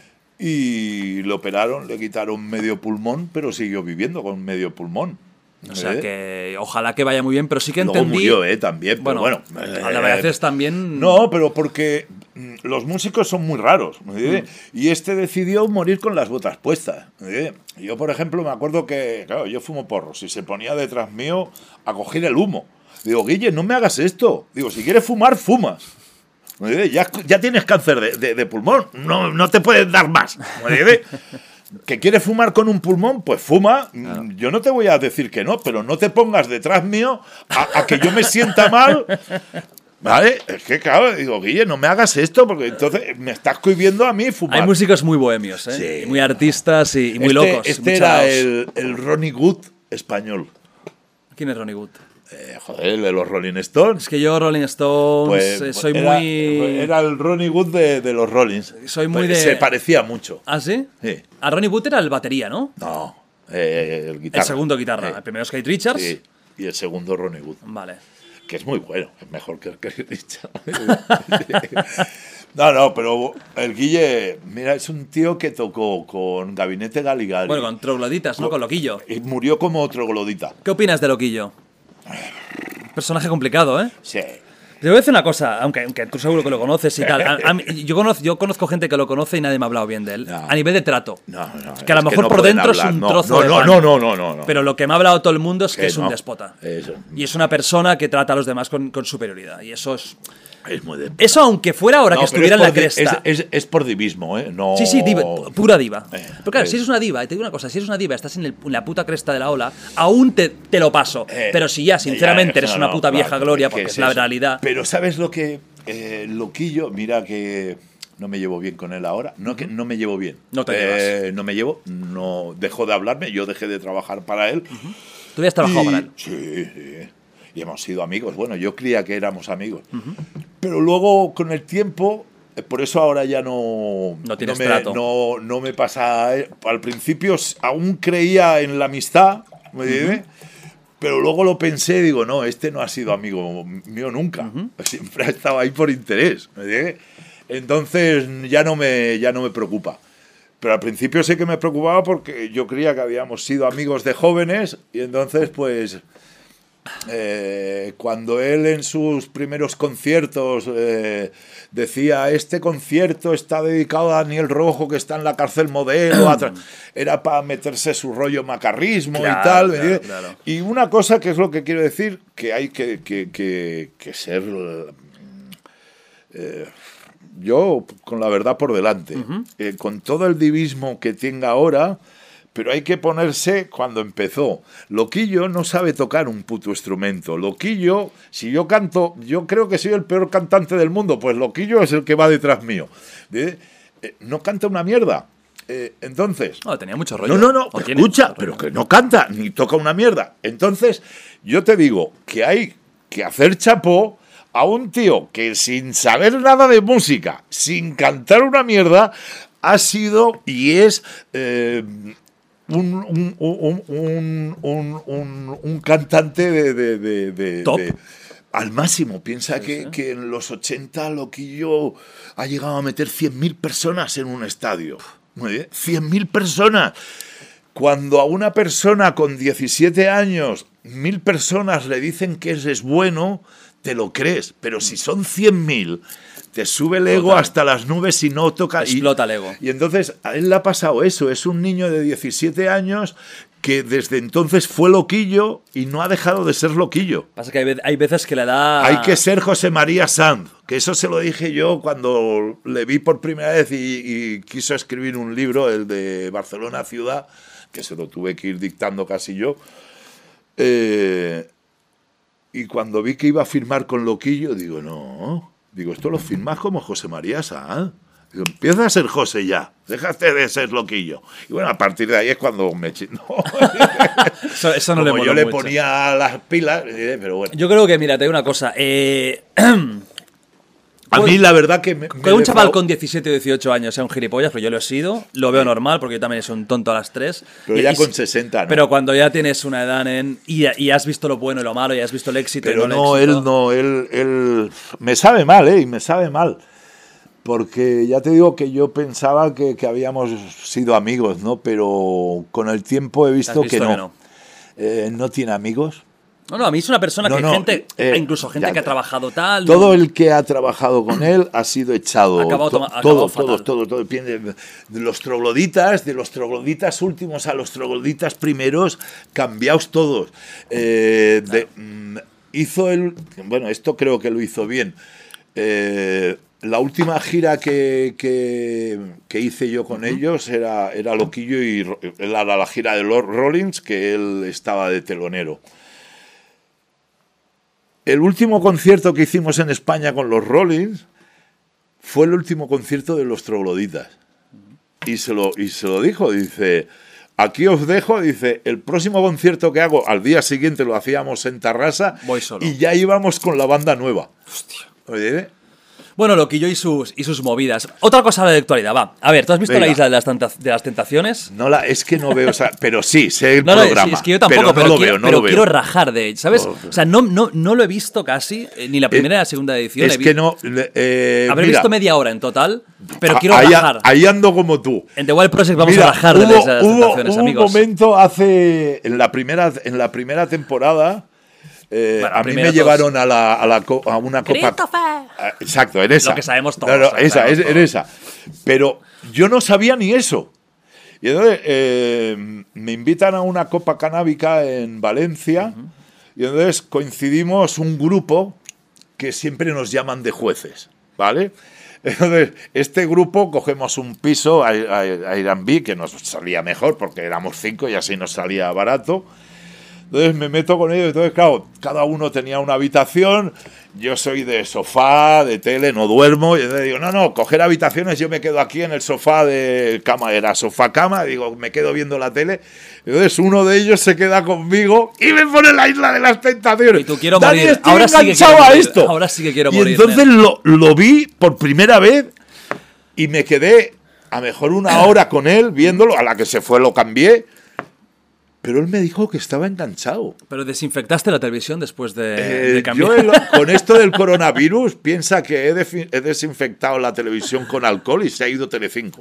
y lo operaron, le quitaron medio pulmón, pero siguió viviendo con medio pulmón. O sea ¿Eh? que ojalá que vaya muy bien, pero sí que Luego entendí... murió, ¿eh? También, pero bueno... bueno a veces eh, también... No, pero porque los músicos son muy raros, ¿me entiendes? Mm. Y este decidió morir con las botas puestas, ¿me entiendes? Yo, por ejemplo, me acuerdo que, claro, yo fumo porros y se ponía detrás mío a coger el humo. Digo, Guille, no me hagas esto. Digo, si quieres fumar, fumas. ¿Me entiendes? Ya, ya tienes cáncer de, de, de pulmón, no, no te puedes dar más, ¿me entiendes? ¿Que quieres fumar con un pulmón? Pues fuma. Claro. Yo no te voy a decir que no, pero no te pongas detrás mío a, a que yo me sienta mal. ¿Vale? Es que, claro, digo, Guille, no me hagas esto porque entonces me estás cohibiendo a mí fumar. Hay músicos muy bohemios, ¿eh? Sí. Y muy artistas y, y muy este, locos. Este era el, el Ronnie Wood español. ¿Quién es Ronnie Wood? Eh, joder, el de los Rolling Stones. Es que yo, Rolling Stones, pues, eh, soy era, muy... Era el Ronnie Wood de, de los Rollins. Soy muy pues, de... Se parecía mucho. ¿Ah, sí? Sí. A Ronnie Wood era el batería, ¿no? No, eh, el guitarra. El segundo guitarra. Sí. El primero es Keith Richards. Sí, y el segundo Ronnie Wood. Vale. Que es muy bueno, es mejor que el Keith Richards. No, no, pero el Guille, mira, es un tío que tocó con Gabinete Galigari. Bueno, con trogloditas, ¿no? Con Loquillo. Y murió como troglodita. ¿Qué opinas de Loquillo? Personaje complicado, ¿eh? Sí. Te voy a decir una cosa, aunque, aunque tú seguro que lo conoces y tal. A, a mí, yo, conozco, yo conozco gente que lo conoce y nadie me ha hablado bien de él. No. A nivel de trato. No, no. Que a lo mejor no por dentro hablar. es un no, trozo no, de no, pan. No, no, no, no, no. Pero lo que me ha hablado todo el mundo es que, que es un no. déspota. Eso. Y es una persona que trata a los demás con, con superioridad. Y eso es... Es muy de... Eso aunque fuera ahora no, que estuviera en la cresta. Es, es, es por divismo, ¿eh? No... Sí, sí, diva, pura diva. Eh, pero claro, es... si eres una diva, y te digo una cosa, si eres una diva, estás en, el, en la puta cresta de la ola, aún te, te lo paso. Eh, pero si ya, sinceramente, ya, eres no, una puta no, vieja claro, gloria, porque es, es la realidad. Pero ¿sabes lo que... Eh, Loquillo, mira que... No me llevo bien con él ahora. No, que no me llevo bien. No te eh, llevas. No me llevo. No dejó de hablarme. Yo dejé de trabajar para él. Uh-huh. ¿Tú habías trabajado y, para él? Sí, sí. Y hemos sido amigos. Bueno, yo creía que éramos amigos. Uh-huh. Pero luego, con el tiempo, por eso ahora ya no... No tienes no me, trato. No, no me pasa... Al principio aún creía en la amistad, ¿me entiendes? Uh-huh. Pero luego lo pensé y digo, no, este no ha sido amigo mío nunca. Uh-huh. Siempre ha estado ahí por interés, ¿me entiendes? Entonces ya no me, ya no me preocupa. Pero al principio sí que me preocupaba porque yo creía que habíamos sido amigos de jóvenes y entonces pues eh, cuando él en sus primeros conciertos eh, decía este concierto está dedicado a Daniel Rojo que está en la cárcel modelo, era para meterse su rollo macarrismo claro, y tal. Claro, claro. Y una cosa que es lo que quiero decir, que hay que, que, que, que ser... Eh, yo con la verdad por delante, uh-huh. eh, con todo el divismo que tenga ahora, pero hay que ponerse cuando empezó. Loquillo no sabe tocar un puto instrumento. Loquillo, si yo canto, yo creo que soy el peor cantante del mundo, pues Loquillo es el que va detrás mío. ¿Eh? Eh, no canta una mierda. Eh, entonces... No, tenía mucho rollo. No, no, no, escucha, pero que no canta ni toca una mierda. Entonces, yo te digo que hay que hacer chapó a un tío que sin saber nada de música, sin cantar una mierda, ha sido y es eh, un, un, un, un, un, un, un cantante de... de, de, de top. De, al máximo. Piensa sí, que, sí. que en los ochenta Loquillo ha llegado a meter cien mil personas en un estadio. Muy bien, cien mil personas. Cuando a una persona con diecisiete años, mil personas le dicen que es bueno, te lo crees. Pero si son cien mil, te sube el ego Total. hasta las nubes y no toca. Explota y, el ego. Y entonces a él le ha pasado eso. Es un niño de diecisiete años que desde entonces fue Loquillo y no ha dejado de ser Loquillo. Pasa que hay, hay veces que le da... Hay que ser José María Sanz, que eso se lo dije yo cuando le vi por primera vez y, y quiso escribir un libro, el de Barcelona Ciudad, que se lo tuve que ir dictando casi yo. Eh, y cuando vi que iba a firmar con Loquillo, digo, no, digo, esto lo firmas como José María Sanz. Digo, empieza a ser José ya, déjate de ser Loquillo. Y bueno, a partir de ahí es cuando me... No. eso, eso no Como le yo le mucho. ponía las pilas, pero bueno. Yo creo que, mira, te digo una cosa. Eh, a mí la verdad que... Me, que me un chaval defrau... con diecisiete o dieciocho años sea un gilipollas, pero yo lo he sido, lo veo normal, porque yo también soy un tonto a las tres. Pero y, ya y, con sesenta, ¿no? Pero cuando ya tienes una edad, en, y, y has visto lo bueno y lo malo, y has visto el éxito pero y no, no, el éxito. él no, él, él... Me sabe mal, ¿eh? Y me sabe mal. Porque ya te digo que yo pensaba que, que habíamos sido amigos, ¿no? Pero con el tiempo he visto, visto que no. Que no. Eh, no tiene amigos. No, no, a mí es una persona no, que no, gente, eh, incluso gente ya, que ha trabajado tal. Todo no, el que ha trabajado con él ha sido echado. Acabado, to, acabado todo, fatal. todo, todo, todo. De los trogloditas, de los trogloditas últimos a los trogloditas primeros, cambiados todos. Eh, claro. de, mm, hizo el. Bueno, esto creo que lo hizo bien. Eh, La última gira que, que, que hice yo con uh-huh. ellos era, era Loquillo y era la gira de Lord Rollins, que él estaba de telonero. El último concierto que hicimos en España con los Rollins fue el último concierto de los trogloditas. Uh-huh. Y, se lo, y se lo dijo, dice, aquí os dejo, dice, el próximo concierto que hago, al día siguiente lo hacíamos en Tarrasa, voy solo. Y ya íbamos con la banda nueva. Hostia. Oye, Bueno, Loquillo y sus, y sus movidas. Otra cosa de actualidad, va. A ver, ¿tú has visto Venga. la Isla de las, tenta- de las Tentaciones? No, la, es que no veo, o sea, pero sí, sé el no, no, programa. Sí, es que yo tampoco, pero, pero, no lo quiero, veo, no pero lo veo. quiero rajar de ello, ¿sabes? No, o sea, no, no, no lo he visto casi, eh, ni la primera ni eh, la segunda edición. Es que no... Eh, Habré mira, visto media hora en total, pero quiero ahí, rajar. Ahí ando como tú. En The Wild Project vamos mira, a rajar hubo, de la Isla de las hubo, Tentaciones, hubo amigos. un momento hace... En la primera, en la primera temporada... Eh, bueno, a mí me llevaron a, la, a, la, a una copa... Christopher. Exacto, en esa. Lo que sabemos todos. No, no, esa, sabemos es, todos. en esa. Pero yo no sabía ni eso. Y entonces eh, me invitan a una copa canábica en Valencia uh-huh. y entonces coincidimos un grupo que siempre nos llaman de jueces, ¿vale? Entonces, este grupo cogemos un piso a, a, a Airbnb, que nos salía mejor porque éramos cinco y así nos salía barato. Entonces me meto con ellos, entonces claro, cada uno tenía una habitación, yo soy de sofá, de tele, no duermo, y entonces digo, no, no, coger habitaciones, yo me quedo aquí en el sofá de cama, era sofá-cama, digo, me quedo viendo la tele, entonces uno de ellos se queda conmigo y me pone la Isla de las Tentaciones. Y tú quiero Dani, morir, estoy ahora sí que quiero a morir, esto. ahora sí que quiero y morir. Y entonces lo, lo vi por primera vez y me quedé a mejor una hora con él viéndolo, a la que se fue lo cambié. Pero él me dijo que estaba enganchado. Pero desinfectaste la televisión después de, eh, de cambiar. Yo el, con esto del coronavirus piensa que he, defi- he desinfectado la televisión con alcohol y se ha ido Telecinco.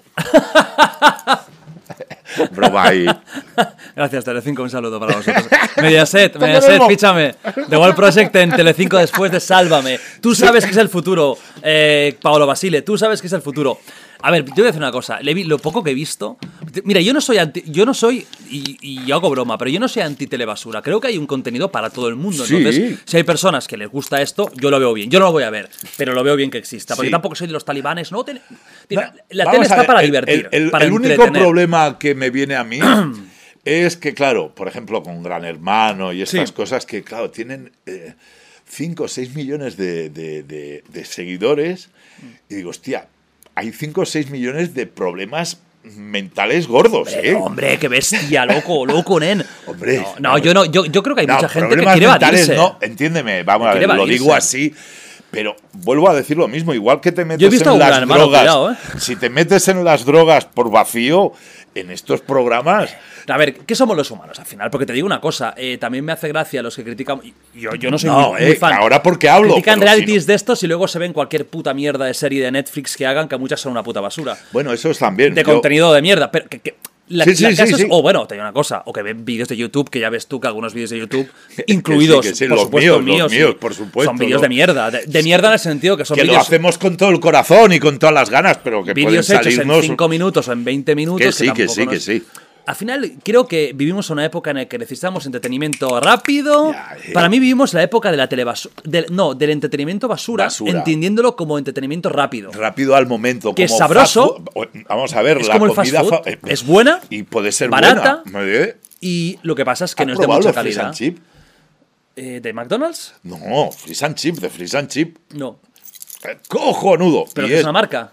Broma ahí. Gracias, Telecinco, un saludo para vosotros. Mediaset, Mediaset, fíchame. The Wild Project en Telecinco después de Sálvame. Tú sabes que es el futuro, eh, Paolo Basile, tú sabes que es el futuro. A ver, te voy a decir una cosa. Le vi, lo poco que he visto... Mira, yo no soy anti... Yo no soy... Y, y hago broma, pero yo no soy anti-telebasura. Creo que hay un contenido para todo el mundo. Sí. Entonces, si hay personas que les gusta esto, yo lo veo bien. Yo no lo voy a ver, pero lo veo bien que exista. Porque Sí. tampoco soy de los talibanes. No, ten- Mira, No, la vamos tele a está ver, para el- divertir, El, el- para el único entretener. problema que me viene a mí es que, claro, por ejemplo, con Gran Hermano y estas Sí. cosas que, claro, tienen cinco o seis millones de, de- de- de seguidores. Y digo, hostia, hay cinco o seis millones de problemas mentales gordos, Hombre, ¿eh? hombre, qué bestia, loco, loco, nen. Hombre, no, no, yo no, yo, yo creo que hay No, mucha gente que problemas quiere mentales evadirse. no, entiéndeme, vamos a Que ver, quiere lo evadirse. digo así, pero vuelvo a decir lo mismo, igual que te metes Yo he visto en un las Gran Hermano, drogas, cuidado, ¿eh? si te metes en las drogas por vacío, en estos programas, A ver, ¿qué somos los humanos al final? Porque te digo una cosa, eh, también me hace gracia los que critican. Yo, yo no soy no, muy, eh, muy fan. ahora porque hablo. Critican pero si realities no- de estos y luego se ven cualquier puta mierda de serie de Netflix que hagan, que muchas son una puta basura. Bueno, eso es también. De yo- contenido de mierda. Pero que, que- la, Sí, sí, la sí, caso es- sí. O bueno, te digo una cosa, o que ven vídeos de YouTube, que ya ves tú que algunos vídeos de YouTube, incluidos, que sí, por los supuesto, míos, los sí, míos, por supuesto, son vídeos los- de mierda. De, de mierda en el sentido que son que lo vídeos, hacemos con todo el corazón y con todas las ganas, pero que pueden vídeos hechos en salirnos. cinco minutos o en veinte minutos. Que sí, que tampoco sí, nos- que sí. Al final, creo que vivimos una época en la que necesitamos entretenimiento rápido. Ya, eh. Para mí vivimos la época de la telebasura. No, del entretenimiento basura, Basura. entendiéndolo como entretenimiento rápido. Rápido al momento. Que es como sabroso. fast food. Vamos a ver, Es la como el fast comida food. fa- eh, Es buena, y puede ser barata, buena. ¿Eh? Y lo que pasa es que ¿Has no es de probado mucha los Fish calidad. and Chip? Eh, ¿De McDonald's? No, Fish and Chip, de Fish and Chip. No. Eh, Cojonudo. ¿Pero Y que es es una marca?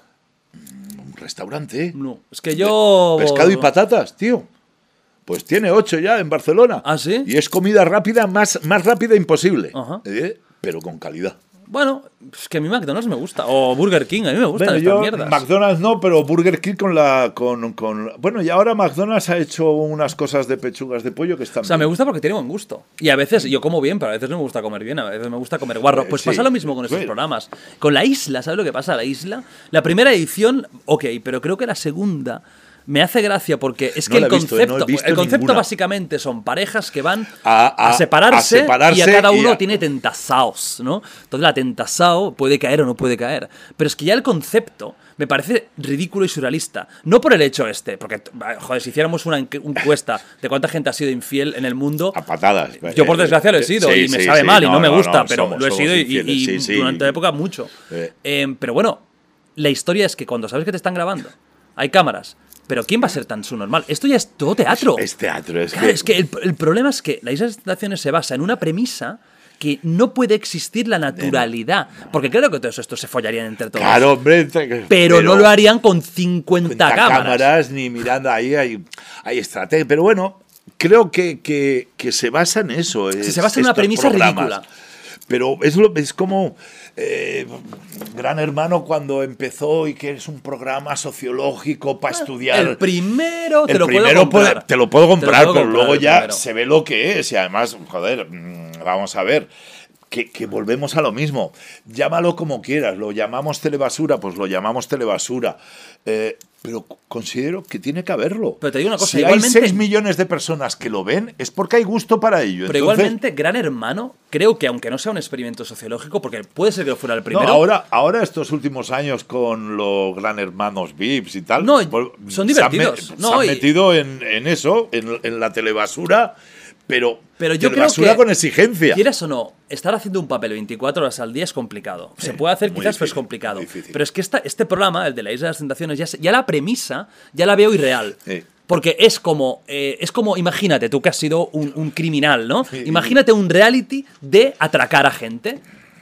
un restaurante. No. Es que yo. Pescado y patatas, tío. Pues tiene ocho ya en Barcelona. ¿Ah, sí? Y es comida rápida, más, más rápida imposible. Ajá. ¿Eh? Pero con calidad. Bueno, es que a mí McDonald's me gusta. O Burger King, a mí me gustan Bueno, estas yo mierdas. McDonald's no, pero Burger King con la con, con bueno, y ahora McDonald's ha hecho unas cosas de pechugas de pollo que están O sea, me bien. gusta porque tiene buen gusto. Y a veces yo como bien, pero a veces no me gusta comer bien, a veces me gusta comer guarro. Eh, Pues sí. pasa lo mismo con estos Bueno. programas. Con La Isla, ¿sabes lo que pasa? La Isla, la primera edición, ok, pero creo que la segunda me hace gracia porque es que No el la he visto, eh, no he concepto, visto el concepto ninguna. básicamente son parejas que van A- a, a- separarse, a separarse y a cada y uno a- tiene tentasaos, ¿no? Entonces la tentasao puede caer o no puede caer. Pero es que ya el concepto me parece ridículo y surrealista. No por el hecho este, porque, joder, si hiciéramos una encu- encuesta de cuánta gente ha sido infiel en el mundo, A patadas. yo por desgracia lo he sido Sí, y me sí, sabe sí, mal y no me gusta, pero somos- lo he somos sido y, infieles, y sí, sí. durante la época mucho. Eh. Eh, pero bueno, la historia es que cuando sabes que te están grabando, hay cámaras, pero ¿quién va a ser tan subnormal? Esto ya es todo teatro. Es teatro, es Claro, que, es que el, el problema es que la Isla de las Tentaciones se basa en una premisa que no puede existir la naturalidad. Porque claro que todos estos se follarían entre todos. Claro, hombre, entre- pero, no lo harían con cincuenta cuenta cámaras. cámaras ni mirando ahí hay, hay estrategia, pero bueno, creo que, que, que se basa en eso. Sí, es- se basa en una estos premisa programas. ridícula. Pero es, lo, es como eh, Gran Hermano cuando empezó y que es un programa sociológico para estudiar. El primero te El lo puedo primero comprar. puede- te lo puedo comprar, puedo pero comprar, luego el ya primero. se ve lo que es. Y además, joder, mm, vamos a ver. Que, que volvemos a lo mismo. Llámalo como quieras. Lo llamamos telebasura, pues lo llamamos telebasura. Eh, pero considero que tiene que haberlo. Pero te digo una cosa, si igualmente- hay seis millones de personas que lo ven, es porque hay gusto para ello. Pero Entonces, igualmente, Gran Hermano, creo que aunque no sea un experimento sociológico, porque puede ser que lo fuera el no, primero. ahora, ahora estos últimos años con los Gran Hermanos V I Ps y tal, No, vol- son se han divertidos. me- No, se han y- metido en, en eso, en, en la telebasura, pero, Pero yo creo telebasura que, con exigencia. quieras o no, estar haciendo un papel veinticuatro horas al día es complicado. Se Sí, puede hacer muy quizás, pero es difícil, complicado. muy difícil. Pero es que esta, este programa, el de la Isla de las Tentaciones, ya, se- ya la premisa, ya la veo irreal. Sí. Porque es como, eh, es como, imagínate, tú que has sido un, un criminal, ¿no? Sí. Imagínate un reality de atracar a gente.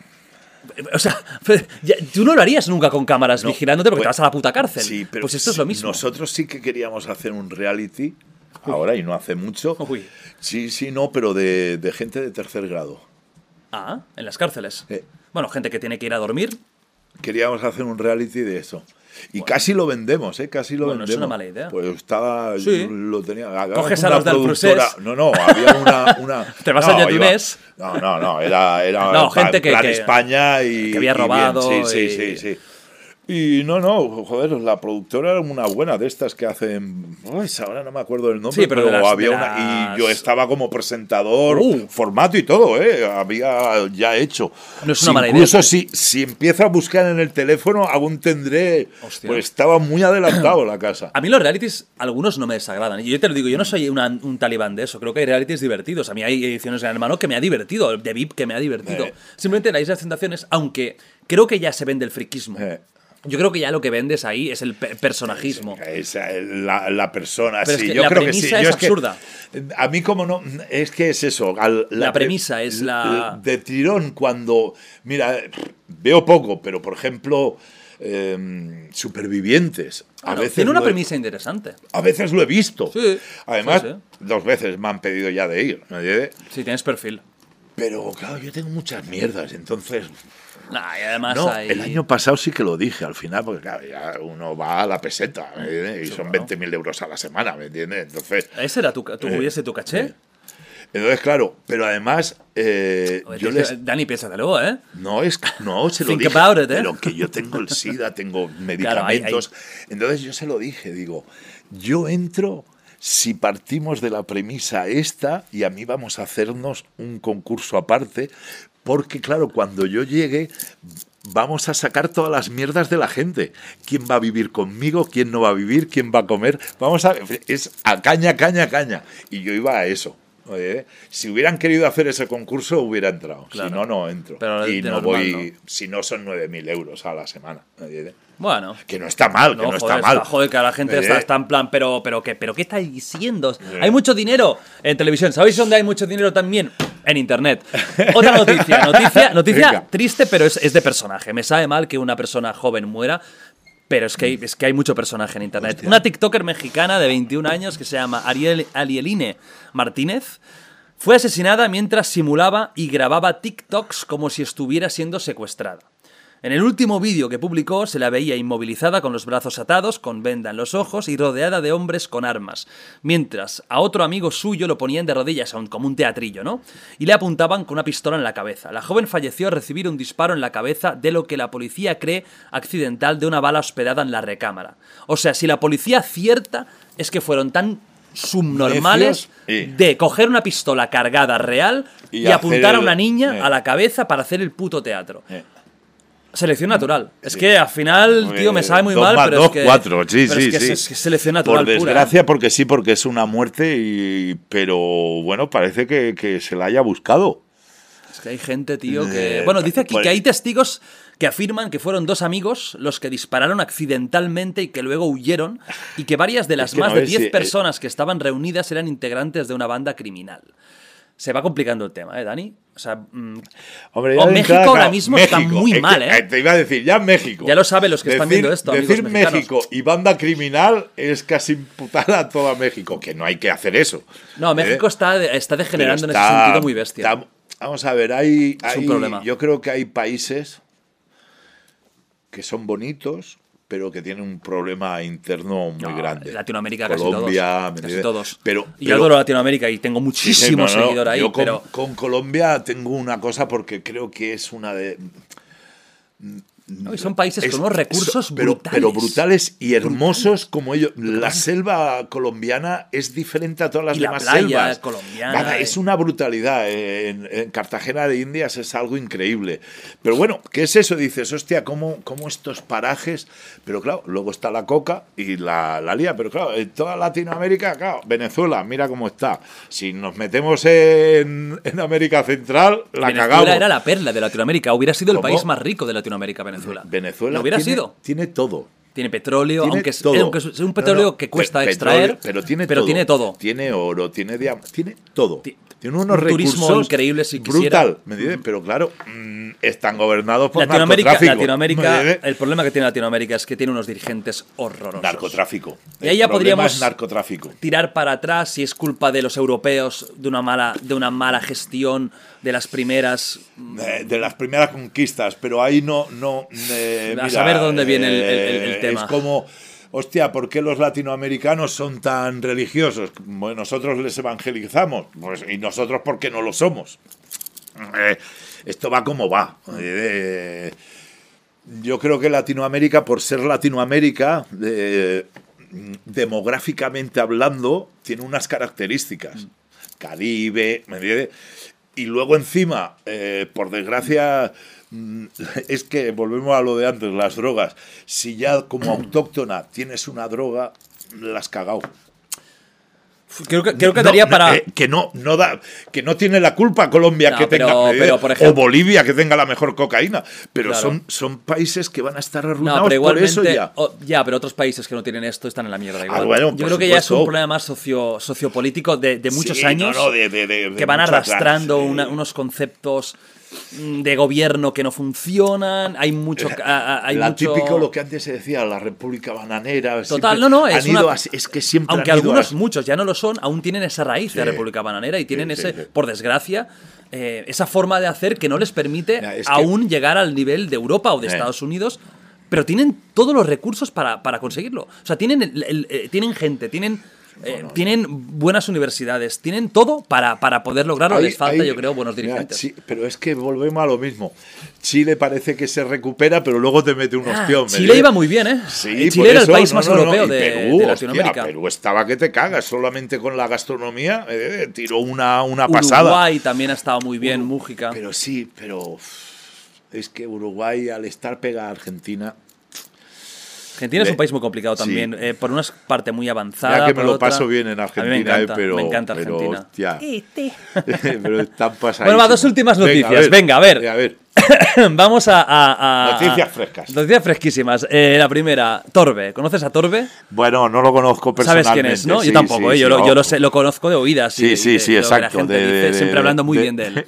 O sea, ya- tú no lo harías nunca con cámaras No, vigilándote porque pues- te vas a la puta cárcel. Sí, pero pues esto es lo mismo. Nosotros sí que queríamos hacer un reality, ahora y no hace mucho. Uy. Sí, sí, no, pero de, de gente de tercer grado. Ah, en las cárceles. Eh. Bueno, gente que tiene que ir a dormir. Queríamos hacer un reality de eso. Y casi lo vendemos, ¿eh? Casi lo Bueno, es vendemos. una mala idea. Pues estaba. Sí. Lo tenía. había Coges a una los del productora- Procés. No, no, había una. una Te vas no, al iba- Yetunés. No, no, no. Era. era No, pa- gente que- plan que- España y. que había y bien. robado Sí, sí, y- sí, sí. Y no, no, joder, la productora era una buena de estas que hacen. Uy, ahora no me acuerdo del nombre, Sí, pero pero, de las- había de una. las- Y yo estaba como presentador, Uh. formato y todo, ¿eh? Había ya hecho. No es una Si mala idea. Incluso si, si empiezo a buscar en el teléfono, aún tendré. Hostia. Pues estaba muy adelantado la casa. A mí los realities, algunos no me desagradan. Y yo te lo digo, yo no soy una- un talibán de eso. Creo que hay realities divertidos. A mí hay ediciones de Gran Hermano que me ha divertido. De V I P que me ha divertido. Eh. Simplemente la Isla de las Tentaciones, aunque creo que ya se vende el friquismo. Eh. Yo creo que ya lo que vendes ahí es el pe- personajismo. Esa, la, la persona, Pero sí, es que yo la creo que sí. premisa Yo es absurda. Que, a mí como no, es que es eso. al- La premisa es la- De tirón cuando, mira, veo poco, pero por ejemplo, eh, Supervivientes. A Bueno, veces tiene una lo he- premisa interesante. A veces lo he visto. Sí, Además, sí, sí. dos veces me han pedido ya de ir. ¿me entiendes? Si tienes perfil. Pero claro, yo tengo muchas mierdas, entonces... Nah, y además No, hay... el año pasado sí que lo dije al final, porque claro, ya uno va a la peseta, ¿me entiendes? Y Sí, son claro. veinte mil euros a la semana, ¿me entiendes? Entonces, ¿Ese era tu, tu, Eh, ese tu caché? eh, entonces claro, pero además eh, Oye, yo tío, les... Dani, piénsatelo, ¿eh? No, es, no, se lo Think dije, about it, ¿eh? pero que yo tengo el SIDA, tengo Claro, hay- medicamentos. Entonces yo se lo dije, digo, yo entro si partimos de la premisa esta y a mí vamos a hacernos un concurso aparte, porque claro, cuando yo llegue vamos a sacar todas las mierdas de la gente. ¿Quién va a vivir conmigo? ¿Quién no va a vivir? ¿Quién va a comer? Vamos a... Es a caña, caña, caña. Y yo iba a eso. Oye, si hubieran querido hacer ese concurso, hubiera entrado. Claro. Si no, no entro. Pero y de no normal, voy... Si no, son nueve mil euros a la semana. Oye, Bueno. que no está mal, que no, joder, está mal. joder, que la gente Eh, está, está en plan, pero, pero, ¿qué, pero ¿qué estáis diciendo? Hay mucho dinero en televisión. ¿Sabéis dónde hay mucho dinero también? En internet. Otra noticia. Noticia, noticia Venga. triste, pero es, es de personaje. Me sabe mal que una persona joven muera. Pero es que, hay, es que hay mucho personaje en internet. Hostia. Una TikToker mexicana de veintiún años que se llama Ariel, Arieline Martínez fue asesinada mientras simulaba y grababa TikToks como si estuviera siendo secuestrada. En el último vídeo que publicó se la veía inmovilizada con los brazos atados, con venda en los ojos y rodeada de hombres con armas, mientras a otro amigo suyo lo ponían de rodillas, aun como un teatrillo, ¿no? Y le apuntaban con una pistola en la cabeza. La joven falleció al recibir un disparo en la cabeza de lo que la policía cree accidental de una bala hospedada en la recámara. O sea, si la policía acierta es que fueron tan subnormales Necios, y- de coger una pistola cargada real y, Y hacer apuntar a el- una niña eh. a la cabeza para hacer el puto teatro. eh. Selección natural. Es Sí. que al final, tío, me Eh, sabe muy dos mal, más pero dos, es que. cuatro, sí, pero sí, es que sí. es, es selección natural Por pura. desgracia, porque sí, porque es una muerte, y pero bueno, parece que, que se la haya buscado. Es que hay gente, tío, que. Eh, Bueno, dice aquí pues- que hay testigos que afirman que fueron dos amigos los que dispararon accidentalmente y que luego huyeron, y que varias de las Es que más no de ves diez si- eh, personas que estaban reunidas eran integrantes de una banda criminal. Se va complicando el tema, ¿eh, Dani? O sea, mm, Hombre, Oh, de México entrada, ahora claro, mismo está muy es que, mal, ¿eh? Te iba a decir, ya México. Ya lo saben los que están Decir- viendo esto, amigos Decir mexicanos. México y banda criminal es casi imputar a toda México, que no hay que hacer eso. no, México ¿eh? está, está degenerando Pero en ese está- sentido muy bestia. está- vamos a ver, hay, Es un hay- problema. yo creo que hay países que son bonitos, pero que tienen un problema interno muy No, grande. Latinoamérica Colombia, casi ¿me todos. Casi entiendes? todos. Pero, y yo pero- adoro Latinoamérica y tengo Sí, sí, muchísimo no, no, seguidor ahí, yo con, pero con Colombia tengo una cosa porque creo que es una de... no, y son países es- con unos recursos so- pero, brutales. pero brutales y hermosos como ellos. La selva colombiana es diferente a todas las Y la demás playa selvas. colombiana, Nada, eh. es una brutalidad. En, en Cartagena de Indias es algo increíble. Pero bueno, ¿qué es eso? Dices, hostia, ¿cómo, cómo estos parajes? Pero claro, luego está la coca y la, la lía. Pero claro, en toda Latinoamérica, claro, Venezuela, mira cómo está. Si nos metemos en, en América Central, la Venezuela cagamos. era la perla de Latinoamérica. Hubiera sido el ¿Cómo? país más rico de Latinoamérica, Venezuela. Venezuela ¿Lo hubiera tiene, sido? tiene todo. Tiene petróleo, Tiene aunque, es, todo. aunque es un petróleo No, no, que cuesta pe- extraer, petróleo, pero tiene pero todo. tiene todo. Tiene oro, tiene diamantes, tiene todo. Ti- Tiene unos un turismo recursos increíble si quisiera. brutal, ¿me entiendes? Pero claro, mm, están gobernados por Latinoamérica, narcotráfico. ¿me Latinoamérica, entiendes? el problema que tiene Latinoamérica es que tiene unos dirigentes horrorosos. Narcotráfico. Y ahí El ya problema podríamos es narcotráfico. tirar para atrás si es culpa de los europeos, de una mala, de una mala gestión de las primeras. Eh, de las primeras conquistas, pero ahí no... no eh, A mira, saber dónde viene el- el- el eh, tema. Es como... Hostia, ¿por qué los latinoamericanos son tan religiosos? Bueno, nosotros les evangelizamos, pues, y nosotros ¿por qué no lo somos? Eh, esto va como va. Eh, yo creo que Latinoamérica, por ser Latinoamérica, eh, demográficamente hablando, tiene unas características. Caribe, ¿me entiendes? Y luego encima, eh, por desgracia, es que volvemos a lo de antes, las drogas. Si ya como autóctona tienes una droga, la has cagado. Creo que, creo que no, daría no, para... Eh, que, no, no da, que no tiene la culpa Colombia no, que pero, tenga... Eh, pero, por ejemplo, o Bolivia que tenga la mejor cocaína. Pero claro. son, son países que van a estar arruinados no, pero igualmente, por eso ya. O, ya, pero otros países que no tienen esto están en la mierda igual. Ah, bueno, Yo por creo que ya es un supuesto. problema más socio, sociopolítico de, de muchos Sí, años no, no, de, de, de, de que van mucho arrastrando atrás, sí. una, unos conceptos de gobierno que no funcionan. Hay mucho... Hay la mucho... típico lo que antes se decía, la República Bananera. Total, siempre no, no, es han ido una... a, es que siempre Aunque han ido algunos, a... muchos ya no lo son, aún tienen esa raíz Sí. de República Bananera y tienen Sí, ese, sí, sí. por desgracia, eh, esa forma de hacer que no les permite Ya, es que- aún llegar al nivel de Europa o de Eh. Estados Unidos, pero tienen todos los recursos para, para conseguirlo. O sea, tienen, el- el- eh, tienen gente, tienen... eh, tienen buenas universidades, tienen todo para, para poder lograrlo. Hay- Les falta, hay- yo creo, buenos mira, dirigentes. sí, pero es que volvemos a lo mismo. Chile parece que se recupera, pero luego te mete un Ah, ostión. ¿me Chile entiendes? iba muy bien, ¿eh? Sí, Eh, por Chile era el eso, país no, más no, no, europeo y de, Perú, de hostia, Latinoamérica. Perú estaba que te cagas, solamente con la gastronomía eh, tiró una, una pasada. Uruguay también ha estado muy bien, Mújica. Pero sí, pero uf, es que Uruguay al estar pega a Argentina... Argentina es Le- un país muy complicado sí. también, eh, por una parte muy avanzada. Ya que me por lo otra- paso bien en A Argentina, mí me encanta, eh, pero, me encanta pero, Argentina. hostia. Pero están pasadísimos. Bueno, va, dos últimas noticias. Venga, Venga, a ver. Venga, a ver. Vamos a, a- a- Noticias a- frescas. Noticias fresquísimas. Eh, la primera, Torbe. ¿Conoces a Torbe? Bueno, no lo conozco personalmente. ¿Sabes quién es, no? Sí, yo tampoco, sí, eh, yo, sí, lo, no. yo lo sé, lo conozco de oídas. Sí, y- sí, y de- sí, de lo que exacto, La gente de- dice, de- siempre de- hablando muy de- bien de él.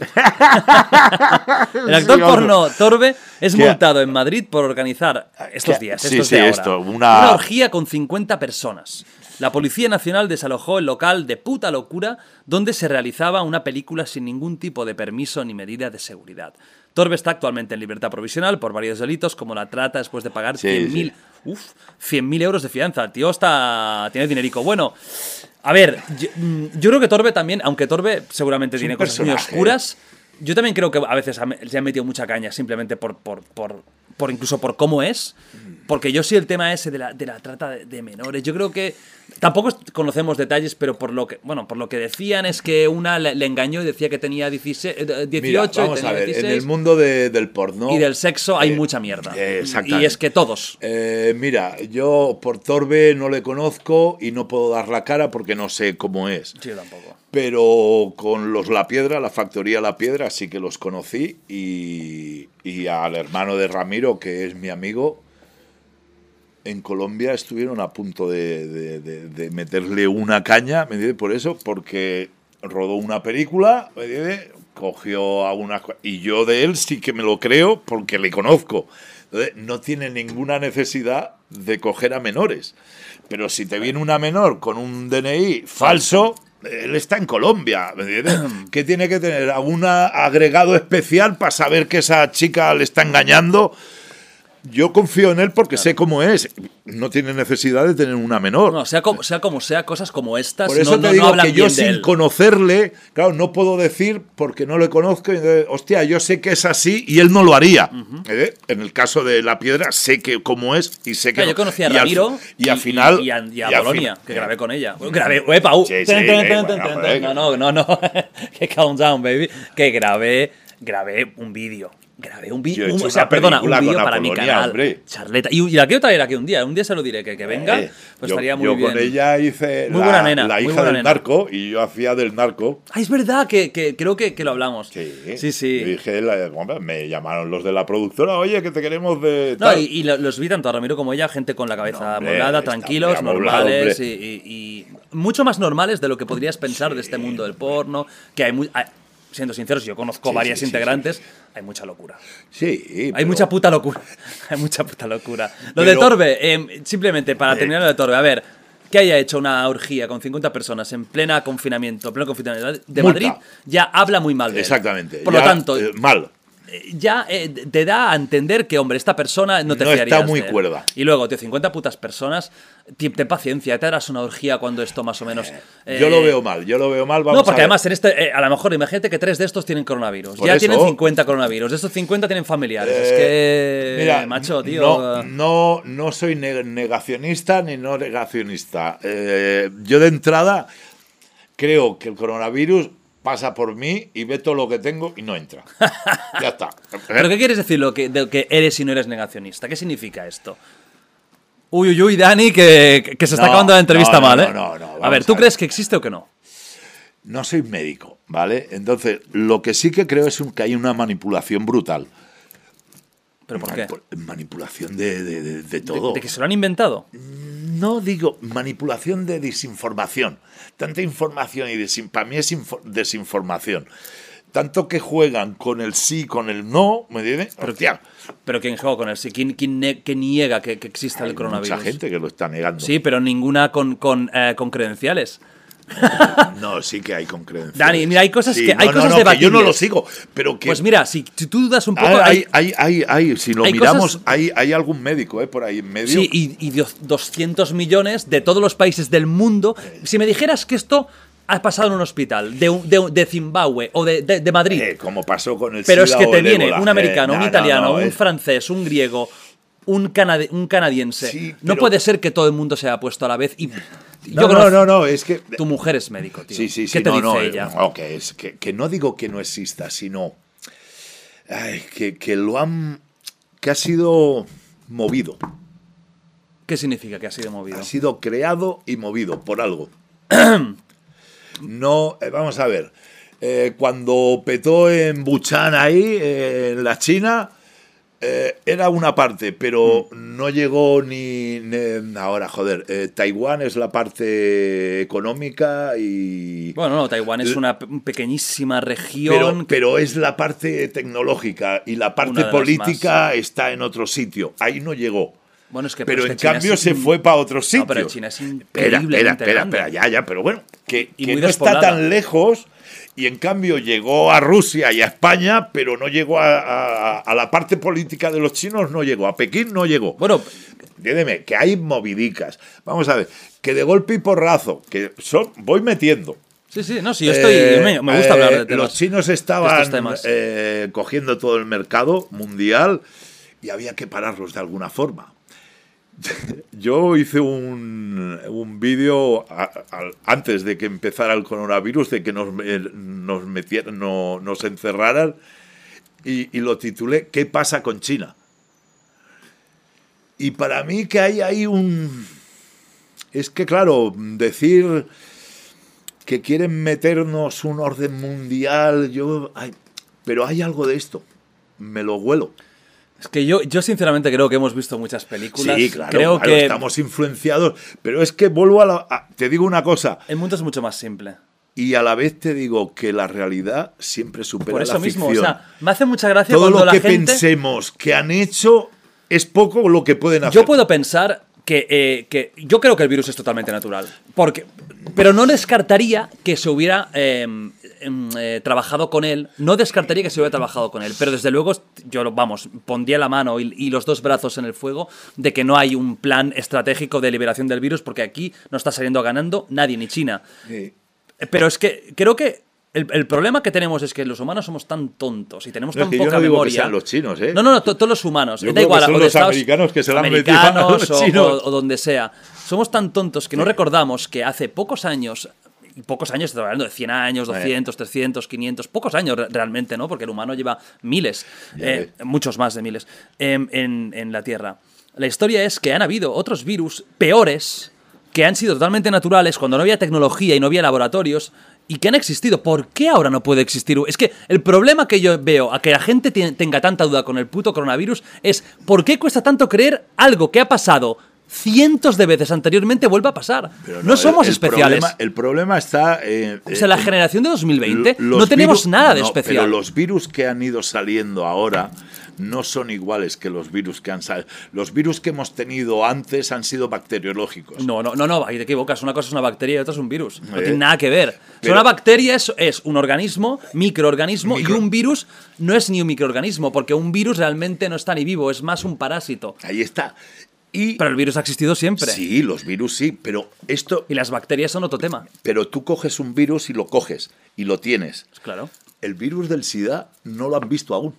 El actor Sí, porno Torbe es ¿Qué? multado en Madrid por organizar estos ¿Qué? días, Sí, estos sí, de ahora, esto, una- orgía con cincuenta personas. La Policía Nacional desalojó el local de puta locura donde se realizaba una película sin ningún tipo de permiso ni medida de seguridad. Torbe está actualmente en libertad provisional por varios delitos como la trata después de pagar Sí, cien mil sí. uf, cien mil euros de fianza. El tío está, tiene dinerico. Bueno, a ver, yo, mm, yo creo que Torbe también, aunque Torbe seguramente Es tiene un cosas muy personaje. oscuras, yo también creo que a veces ha- se ha metido mucha caña simplemente por, por, por, por incluso por cómo es. Porque yo sí el tema ese de la, de la trata de, de menores, yo creo que tampoco es- conocemos detalles, pero por lo que bueno por lo que decían es que una le, le engañó y decía que tenía dieciséis, eh, Mira, dieciocho vamos y tenía a ver, en dieciséis, el mundo de- del porno... y del sexo hay eh, mucha mierda. eh, exactamente. Y es que todos. Eh, mira, yo por Torbe no le conozco y no puedo dar la cara porque no sé cómo es. Sí, yo tampoco. Pero con los La Piedra, la factoría La Piedra, sí que los conocí y, y al hermano de Ramiro, que es mi amigo, en Colombia estuvieron a punto de, de- de- de meterle una caña, ¿me entiendes? Por eso, porque rodó una película, ¿me entiendes? Cogió algunas co- y yo de él sí que me lo creo porque le conozco. Entonces, no tiene ninguna necesidad de coger a menores. Pero si te viene una menor con un D N I falso, él está en Colombia, ¿me entiendes? ¿Qué tiene que tener? ¿Algún agregado especial para saber que esa chica le está engañando? Yo confío en él porque sé cómo es. No tiene necesidad de tener una menor. No, sea como sea, como sea cosas como estas, Por eso no, te no- no digo hablan que yo bien de sin él. conocerle, claro, no puedo decir porque no le conozco. y entonces, hostia, yo sé que es así y él no lo haría. ¿Eh? En el caso de La Piedra, sé que cómo es y sé que. Claro, no. yo conocí a Y al- Ramiro y, al final. y, a, y a y al Bolonia, fin- que grabé con ella. Grabé, ¡epa! Uh, Sí, sí, ten, ten, eh, ten, bueno, ten, ten, joder. no, no, no, no. Que calm down, baby. Que grabé, grabé un vídeo. Grabé un Yo he vídeo. hecho O sea, una perdona, un película vídeo con para mi Apolonia, canal. hombre. Charleta. Y, y la quiero traer aquí un día. Un día se lo diré, que, que venga. Eh, Pues yo, estaría muy yo bien. con ella hice Muy la, buena nena, la muy hija buena del nena. narco y yo hacía del narco. Ah, es verdad que, que creo que, que lo hablamos. Sí, sí. sí. Y dije, la- hombre, me llamaron los de la productora, oye, que te queremos de. No, tal". y, y lo- los vi tanto a Ramiro como ella, gente con la cabeza No, hombre, amoblada, está tranquilos, muy amoblado, normales y, hombre. y- y mucho más normales de lo que podrías pensar de este mundo del porno, que hay muy... hay- siendo sinceros, yo conozco Sí, varias sí, sí, integrantes, hay mucha locura. Sí, Hay pero- mucha puta locura. Hay mucha puta locura. Lo Pero- de Torbe, eh, simplemente para Eh. terminar lo de Torbe, a ver, que haya hecho una orgía con cincuenta personas en plena confinamiento, en pleno confinamiento de Multa. Madrid, ya habla muy mal de él. Exactamente. Por ya, lo tanto, eh, mal. ya eh, te da a entender que, hombre, esta persona no te no fiarías está muy de él. cuerda. Y luego, tío, cincuenta putas personas, ten, ten paciencia, te darás una orgía cuando esto más o menos... Eh, yo lo veo mal, yo lo veo mal. Vamos no, porque a ver. además, en este, eh, a lo mejor, imagínate que tres de estos tienen coronavirus. Por ya eso. tienen cincuenta coronavirus. De estos cincuenta tienen familiares. Eh, es que... Mira, macho, tío... No, no, no soy negacionista ni no negacionista. Eh, yo de entrada creo que el coronavirus pasa por mí y ve todo lo que tengo y no entra. Ya está. ¿Pero qué quieres decir lo que, de que eres y no eres negacionista? ¿Qué significa esto? Uy, uy, uy, Dani, que, que se está No, acabando la entrevista no, no, mal, ¿eh? no, no, no, a ver, vamos ¿tú a ver. crees que existe o que no? No soy médico, ¿vale? Entonces, lo que sí que creo es un- que hay una manipulación brutal. ¿Pero por qué? Manipu- Manipulación de, de- de- de ¿De, todo. de que se lo han inventado? No digo manipulación de desinformación. Tanta información y desin- para mí es info- desinformación. Tanto que juegan con el sí, con el no, ¿me entiendes? Pero, Hostia, ¿Pero quién juega con él? Sí, ¿Quién, quién ne- que niega que, que exista hay el coronavirus? mucha gente que lo está negando. Sí, pero ninguna con, con, eh, con credenciales. No, sí que hay con creencias. Dani, mira, hay cosas Sí, que- hay no, cosas no, no, que yo debatibles. no lo sigo, pero que Pues mira, si, si tú dudas un poco... hay, hay- hay, hay, hay- si lo hay miramos, cosas- hay, hay algún médico eh, por ahí en medio. Sí, y, y dos- doscientos millones de todos los países del mundo. Si me dijeras que esto ha pasado en un hospital de, un- de, de Zimbabue o de, de- de Madrid, Eh, como pasó con el pero es SIDA que o te el viene ébola. un americano, Eh, un no, italiano, no, no, un eh. francés, un griego, un, canadi- un canadiense. Sí, No pero- puede ser que todo el mundo se haya puesto a la vez y... No, yo no, conozco- no, no, es que Tu mujer es médico, tío. sí, sí, sí, ¿Qué te no, dice no, ella? no, que, es, que, que no digo que no exista, sino ay, que, que lo han que ha sido movido, ¿Qué significa que ha sido movido? ha sido creado y movido por algo. No, eh, vamos a ver. eh, cuando petó en Wuhan ahí, eh, en la China, eh, era una parte, pero no llegó ni, ni- ahora, joder, eh, Taiwán es la parte económica y... Bueno, no, Taiwán es una pe- pequeñísima región. Pero, que- pero es la parte tecnológica y la Una parte de las política está en otro sitio. Ahí no llegó. Bueno, es que Pero es que en China cambio es se in- fue para otro sitio. No, pero China es Espera, increíblemente espera, espera, grande. espera, ya, ya, pero bueno, que, Y que muy no está despoblada. tan lejos y en cambio llegó a Rusia y a España, pero no llegó a, a- a la parte política de los chinos, no llegó, a Pekín no llegó. Bueno, Entiéndeme, que hay movidicas. Vamos a ver, que de golpe y porrazo, que son, voy metiendo. sí, sí, no, sí, yo estoy... Eh, me, me gusta eh, hablar de, de los los... chinos de estaban estos temas. eh, cogiendo todo el mercado mundial y había que pararlos de alguna forma. Yo hice un, un vídeo a- a- antes de que empezara el coronavirus, de que nos, eh, nos metieran, no, nos encerraran, y, y lo titulé ¿Qué pasa con China? Y para mí que hay ahí un... Es que claro, decir que quieren meternos un orden mundial, yo... ay, pero hay algo de esto, me lo huelo. Es que yo, yo sinceramente creo que hemos visto muchas películas. Sí, claro, creo claro, que estamos influenciados, pero es que vuelvo a la... a- te digo una cosa, el mundo es mucho más simple. y a la vez te digo que la realidad siempre supera Por eso la mismo, ficción. o sea, me hace mucha gracia Todo cuando lo la que gente... pensemos que han hecho es poco lo que pueden hacer. Yo puedo pensar que, eh, que yo creo que el virus es totalmente natural, porque, pero no descartaría que se hubiera eh, em, eh, trabajado con él, no descartaría que se hubiera trabajado con él, pero desde luego yo, lo- vamos, pondría la mano y, y los dos brazos en el fuego de que no hay un plan estratégico de liberación del virus, porque aquí no está saliendo ganando nadie, ni China. Sí. Pero es que creo que el, el problema que tenemos es que los humanos somos tan tontos y tenemos No, es tan que yo poca no digo que memoria. sean los chinos, ¿eh? No, no, no, to- todos los humanos. Yo da creo que igual, son o de los Estados- americanos que se la han metido a americanos los o, chinos. o- o donde sea. Somos tan tontos que no recordamos que hace pocos años, y pocos años, estoy hablando de cien años, doscientos, trescientos, quinientos, pocos años re- realmente, ¿no? Porque el humano lleva miles, Ya eh, muchos más de miles, em, en, en la Tierra. La historia es que han habido otros virus peores que han sido totalmente naturales cuando no había tecnología y no había laboratorios y que han existido. ¿Por qué ahora no puede existir? Es que el problema que yo veo a que la gente te- tenga tanta duda con el puto coronavirus es ¿por qué cuesta tanto creer algo que ha pasado cientos de veces anteriormente vuelve a pasar? Pero no, somos el- el especiales. Problema, el problema está... eh, O sea, la eh, generación de dos mil veinte Los no tenemos virus- nada de no, especial. Pero los virus que han ido saliendo ahora no son iguales que los virus que han salido. Los virus que hemos tenido antes han sido bacteriológicos. No, no, no, no, ahí te equivocas. Una cosa es una bacteria y otra es un virus. No Eh, tiene nada que ver. O sea, pero- una bacteria es, es un organismo, microorganismo, Micro- y un virus no es ni un microorganismo, porque un virus realmente no está ni vivo, es más un parásito. Ahí está. Y Pero el virus ha existido siempre. sí, los virus sí, pero esto, Y las bacterias son otro tema. pero tú coges un virus y lo coges y lo tienes. Pues claro. El virus del SIDA no lo han visto aún.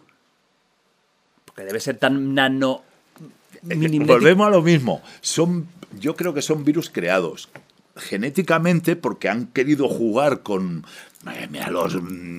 Porque debe ser tan nano. milimétrico. Volvemos a lo mismo. Son, yo creo que son virus creados genéticamente porque han querido jugar con eh, mira, los, mm,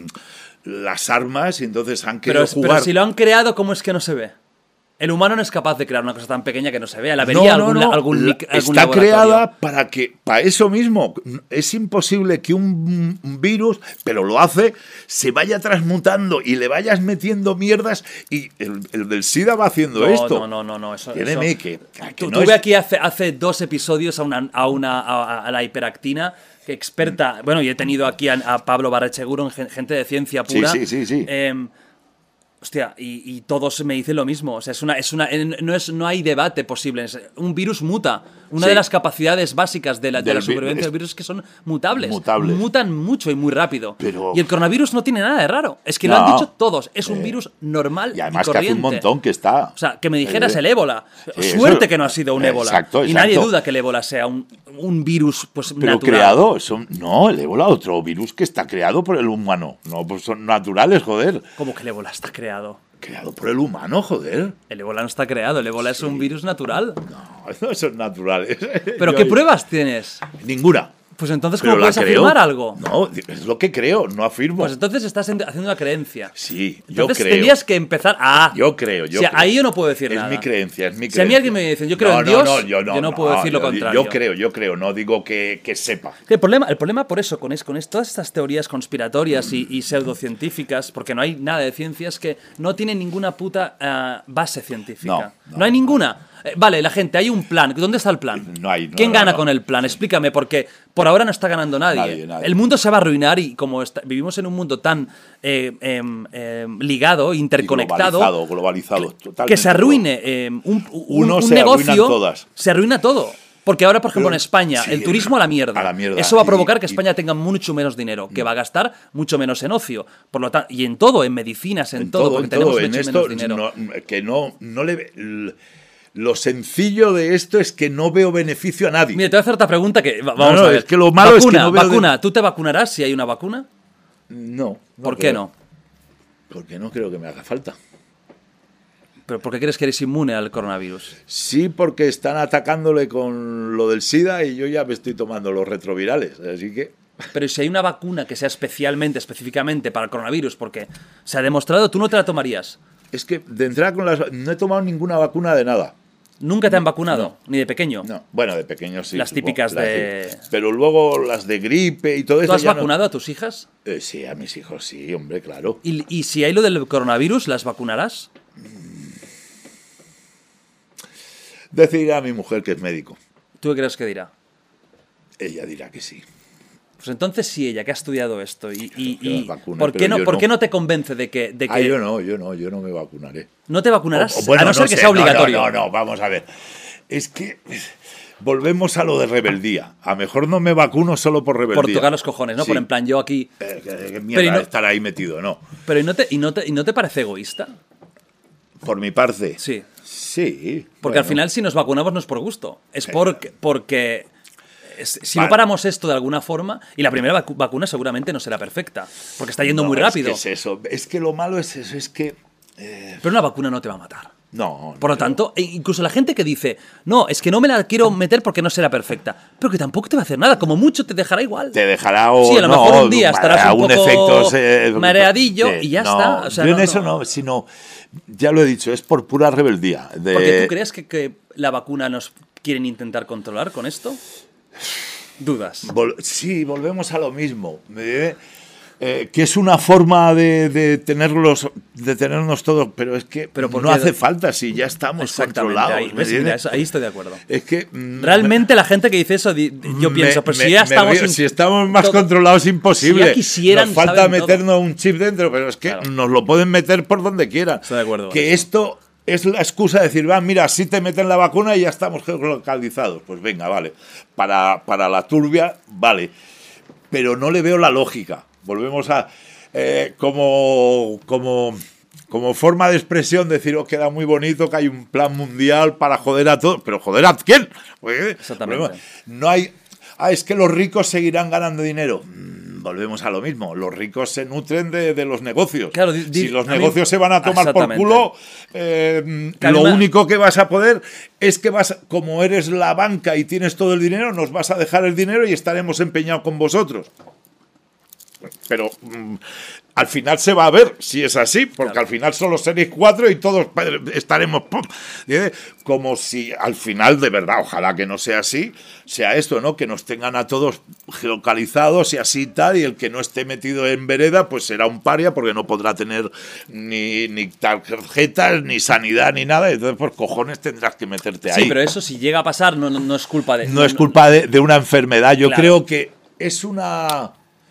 las armas y entonces han querido Pero, jugar. pero si lo han creado, ¿cómo es que no se ve? El humano no es capaz de crear una cosa tan pequeña que no se vea. La vería No, no, algún, no. algún, La- mic- algún está laboratorio. creada para que, para eso mismo. Es imposible que un, un virus, pero lo hace, se vaya transmutando y le vayas metiendo mierdas y el, el del SIDA va haciendo No, esto. no, no, no, no. Eso, Créeme eso- que, que Tu- no tuve es- aquí hace, hace dos episodios a una, a, una a, a la hiperactina, que experta. Bueno, y he tenido aquí a, a Pablo Barrecheguro, en gen- gente de ciencia Sí, pura. sí, sí, sí. Em, hostia, y, y todos me dicen lo mismo. O sea, es una, es una, en- no, es, no hay debate posible. Es- un virus muta. Una Sí. de las capacidades básicas de la, de Del la vi- supervivencia es- del virus es que son mutables. Mutables. Mutan mucho y muy rápido. Pero- Y el coronavirus no tiene nada de raro. Es que lo No. han dicho todos. Es un Eh, virus normal Y además y que hace un corriente. montón que está. O sea, que me dijeras Eh, el ébola. sí, Suerte eso- que no ha sido un ébola. Exacto, Y nadie exacto. duda que el ébola sea un, un virus pues, Pero natural. creado, son, no, el ébola, otro virus que está creado por el humano. No, pues son naturales, joder. ¿Cómo que el ébola está creado? Creado por el humano, joder. El ébola no está creado. El ébola es un virus natural. No, no son naturales. ¿Pero Yo- qué pruebas tienes? Ninguna. Pues entonces, Pero ¿cómo la puedes creo. afirmar algo? No, es lo que creo, no afirmo. Pues entonces estás en- haciendo una creencia. Sí, yo Entonces creo. tendrías que empezar. Ah, Yo creo, yo o sea, creo. ahí yo no puedo decir Es nada. mi creencia, es mi Si creencia. a mí alguien me dice, yo creo No, en no, Dios, no, yo no, yo no puedo decir lo yo- contrario. Yo creo, yo creo, no digo que, que sepa. El problema, el problema por eso, con, es, con es- todas estas teorías conspiratorias y, y pseudocientíficas, porque no hay nada de ciencia, es que no tienen ninguna puta eh, base científica. No, No, no, hay ninguna. Eh, vale, la gente, hay un plan. ¿Dónde está el plan? No hay, no, ¿Quién no, gana no. con el plan? Explícame, porque por ahora no está ganando nadie. Nadie, nadie. El mundo se va a arruinar y como está- vivimos en un mundo tan eh, em, em, ligado, interconectado, Globalizado, globalizado. Totalmente. que se arruine eh, un, un- Uno un se negocio, arruinan todas. se arruina todo. Porque ahora, por ejemplo, Pero- en España, sí, el turismo a la mierda. a la mierda. Eso va a Y- provocar que y- España tenga mucho menos dinero, que va a gastar mucho menos en ocio. Por lo tanto, y en todo, en medicinas, en, En todo, todo, porque en tenemos todo. En mucho esto, menos dinero. no- que no, no le... l- Lo sencillo de esto es que no veo beneficio a nadie. Mira, te voy a hacer otra pregunta que va- vamos no, a ver. es que lo malo es que vacuna, no veo de- vacuna. ¿Tú te vacunarás si hay una vacuna? No. ¿Por qué creo. no? Porque no creo que me haga falta. ¿Pero por qué crees que eres inmune al coronavirus? Sí, porque están atacándole con lo del SIDA y yo ya me estoy tomando los retrovirales. Así que... Pero si hay una vacuna que sea especialmente, específicamente para el coronavirus, porque se ha demostrado, tú no te la tomarías. Es que de entrada con las... No he tomado ninguna vacuna de nada. ¿Nunca te han vacunado? Ni de pequeño. No, bueno, de pequeño sí. Las supongo, típicas las de- Pero luego las de gripe y todo eso. ¿Tú has ya no- vacunado a tus hijas? Eh, sí, a mis hijos sí, hombre, claro. ¿Y, y si hay lo del coronavirus, las vacunarás? Decir a mi mujer que es médico. ¿Tú qué crees que dirá? Ella dirá que sí. Pues entonces sí, ella que ha estudiado esto y, y- que y- las vacune, ¿por qué pero no, yo por no. qué no te convence de que, de que Ah, yo no, yo no, yo no me vacunaré. no te vacunarás? O- o bueno, a no, ser que sé, sea obligatorio. No, no, no, vamos a ver. Es que volvemos a lo de rebeldía. A lo mejor no me vacuno solo por rebeldía. Por tocar los cojones, ¿no? Sí. Por en plan, yo aquí. Eh, qué- qué mierda Pero y no- estar ahí metido, no. Pero ¿y no te, y no te, y no te parece egoísta? Por mi parte. Sí. Sí. Porque al bueno. final, si nos vacunamos, no es por gusto. Es porque. porque es- si no Vale. paramos esto de alguna forma, y la primera vacu- vacuna seguramente no será perfecta, porque está yendo No, muy es rápido. que es eso. Es que lo malo es eso, es que. Pero una vacuna no te va a matar. No. Por lo no. tanto, e incluso la gente que dice, no, es que no me la quiero meter porque no será perfecta, pero que tampoco te va a hacer nada, como mucho te dejará igual. Te dejará o Sí, a lo no, mejor un día estarás un algún poco efecto, eh, mareadillo eh, y ya no, está. O sea, yo no- en eso no. no, sino, ya lo he dicho, es por pura rebeldía. De, Porque tú crees que, que la vacuna nos quieren intentar controlar con esto? Dudas. Vol- sí, volvemos a lo mismo. Me- Eh, que es una forma de, de tenerlos, de tenernos todos, pero es que pero no hace falta si ya estamos controlados. Ahí, ¿ves? Mira, eso, ahí estoy de acuerdo. Es que realmente me, la gente que dice eso, yo pienso, me, pero me, si ya estamos, río, si estamos más todo, controlados, imposible. Si ya quisieran, nos falta meternos todo. un chip dentro, pero es que claro. nos lo pueden meter por donde quieran. Estoy de acuerdo. Que esto es la excusa de decir, va, mira, si te meten la vacuna y ya estamos geolocalizados. Pues venga, vale. Para, para la turbia, vale. Pero no le veo la lógica. Volvemos a... Eh, como, como, como forma de expresión decir, oh, queda muy bonito que hay un plan mundial para joder a todos. ¿Pero joder a quién? Porque, Exactamente. No hay... Ah, es que los ricos seguirán ganando dinero. Mm, volvemos a lo mismo. Los ricos se nutren de, de los negocios. Claro, di, si los mí, negocios se van a tomar por culo, eh, lo me... único que vas a poder es que vas, como eres la banca y tienes todo el dinero, nos vas a dejar el dinero y estaremos empeñados con vosotros. Pero mmm, al final se va a ver si es así, porque claro. al final solo seréis cuatro y todos estaremos pum, como si al final, de verdad, ojalá que no sea así, sea esto, ¿no? Que nos tengan a todos geolocalizados y así tal, y el que no esté metido en vereda, pues será un paria porque no podrá tener ni, ni tarjetas, ni sanidad, ni nada, entonces por cojones tendrás que meterte ahí. Sí, pero eso si llega a pasar no, no, no es culpa de... No, no es culpa de, de una enfermedad, yo claro. creo que es una...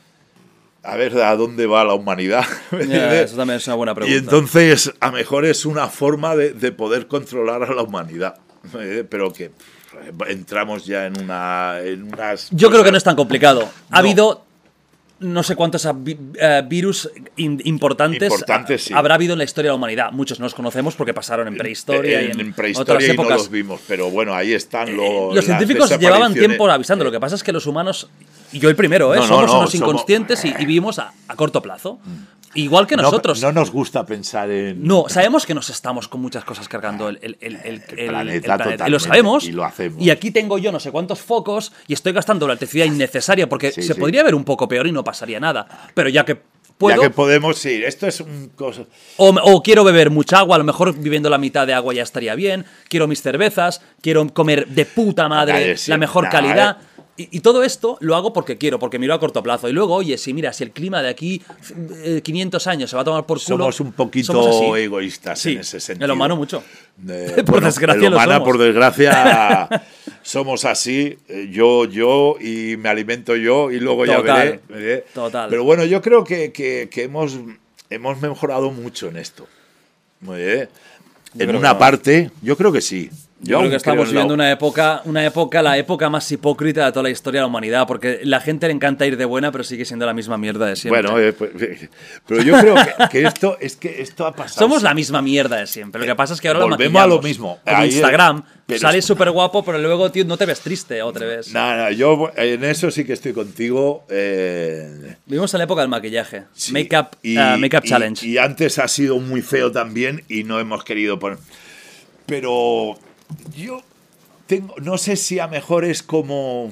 A ver, ¿a dónde va la humanidad? Yeah, eso también es una buena pregunta. Y entonces, a lo mejor es una forma de, de poder controlar a la humanidad. ¿Eh? Pero que pff, entramos ya en, una, en unas... Yo cosas... creo que no es tan complicado. Ha no. habido no sé cuántos uh, virus in, importantes, importantes sí. habrá habido en la historia de la humanidad. Muchos no los conocemos porque pasaron en prehistoria en, y en, en prehistoria otras épocas. Y no los vimos, pero bueno, ahí están los... Los científicos llevaban tiempo avisando. Lo que pasa es que los humanos... Y yo el primero, ¿eh? No, no, somos no, unos somos... inconscientes y, y vivimos a, a corto plazo. Igual que nosotros. No, no nos gusta pensar en... No, sabemos que nos estamos con muchas cosas cargando el, el, el, el, el, el planeta. El planeta y lo sabemos. Y lo hacemos. Y aquí tengo yo no sé cuántos focos y estoy gastando la electricidad innecesaria porque sí, se sí. podría ver un poco peor y no pasaría nada. Pero ya que puedo... Ya que podemos, sí. Esto es un cosa... O, o quiero beber mucha agua, a lo mejor viviendo la mitad de agua ya estaría bien. Quiero mis cervezas, quiero comer de puta madre, Nadie, sí, la mejor nada, calidad... Eh. Y, y todo esto lo hago porque quiero, porque miro a corto plazo. Y luego, oye, si mira, si el clima de aquí eh, quinientos años se va a tomar por culo... Somos un poquito egoístas sí, en ese sentido. El humano mucho. Eh, por bueno, desgracia el humano, lo somos. por desgracia, somos así. Yo, yo, y me alimento yo y luego total, ya veré. veré. Total. Pero bueno, yo creo que, que, que hemos, hemos mejorado mucho en esto. Muy bien. En una no. parte, yo creo que sí. Yo, yo creo que estamos viviendo una época, una época, la época más hipócrita de toda la historia de la humanidad, porque la gente le encanta ir de buena, pero sigue siendo la misma mierda de siempre. Bueno, eh, pues, pero yo creo que, que esto es que esto ha pasado. Somos la misma mierda de siempre. Lo que pasa es que ahora volvemos lo a lo mismo. En Instagram es, sales súper guapo, pero luego, tío, no te ves triste otra vez. No, no, yo en eso sí que estoy contigo. Eh, Vivimos en la época del maquillaje. Sí, Make-up y, uh, make y, challenge. Y antes ha sido muy feo también y no hemos querido poner. Pero yo tengo, no sé si a mejor es como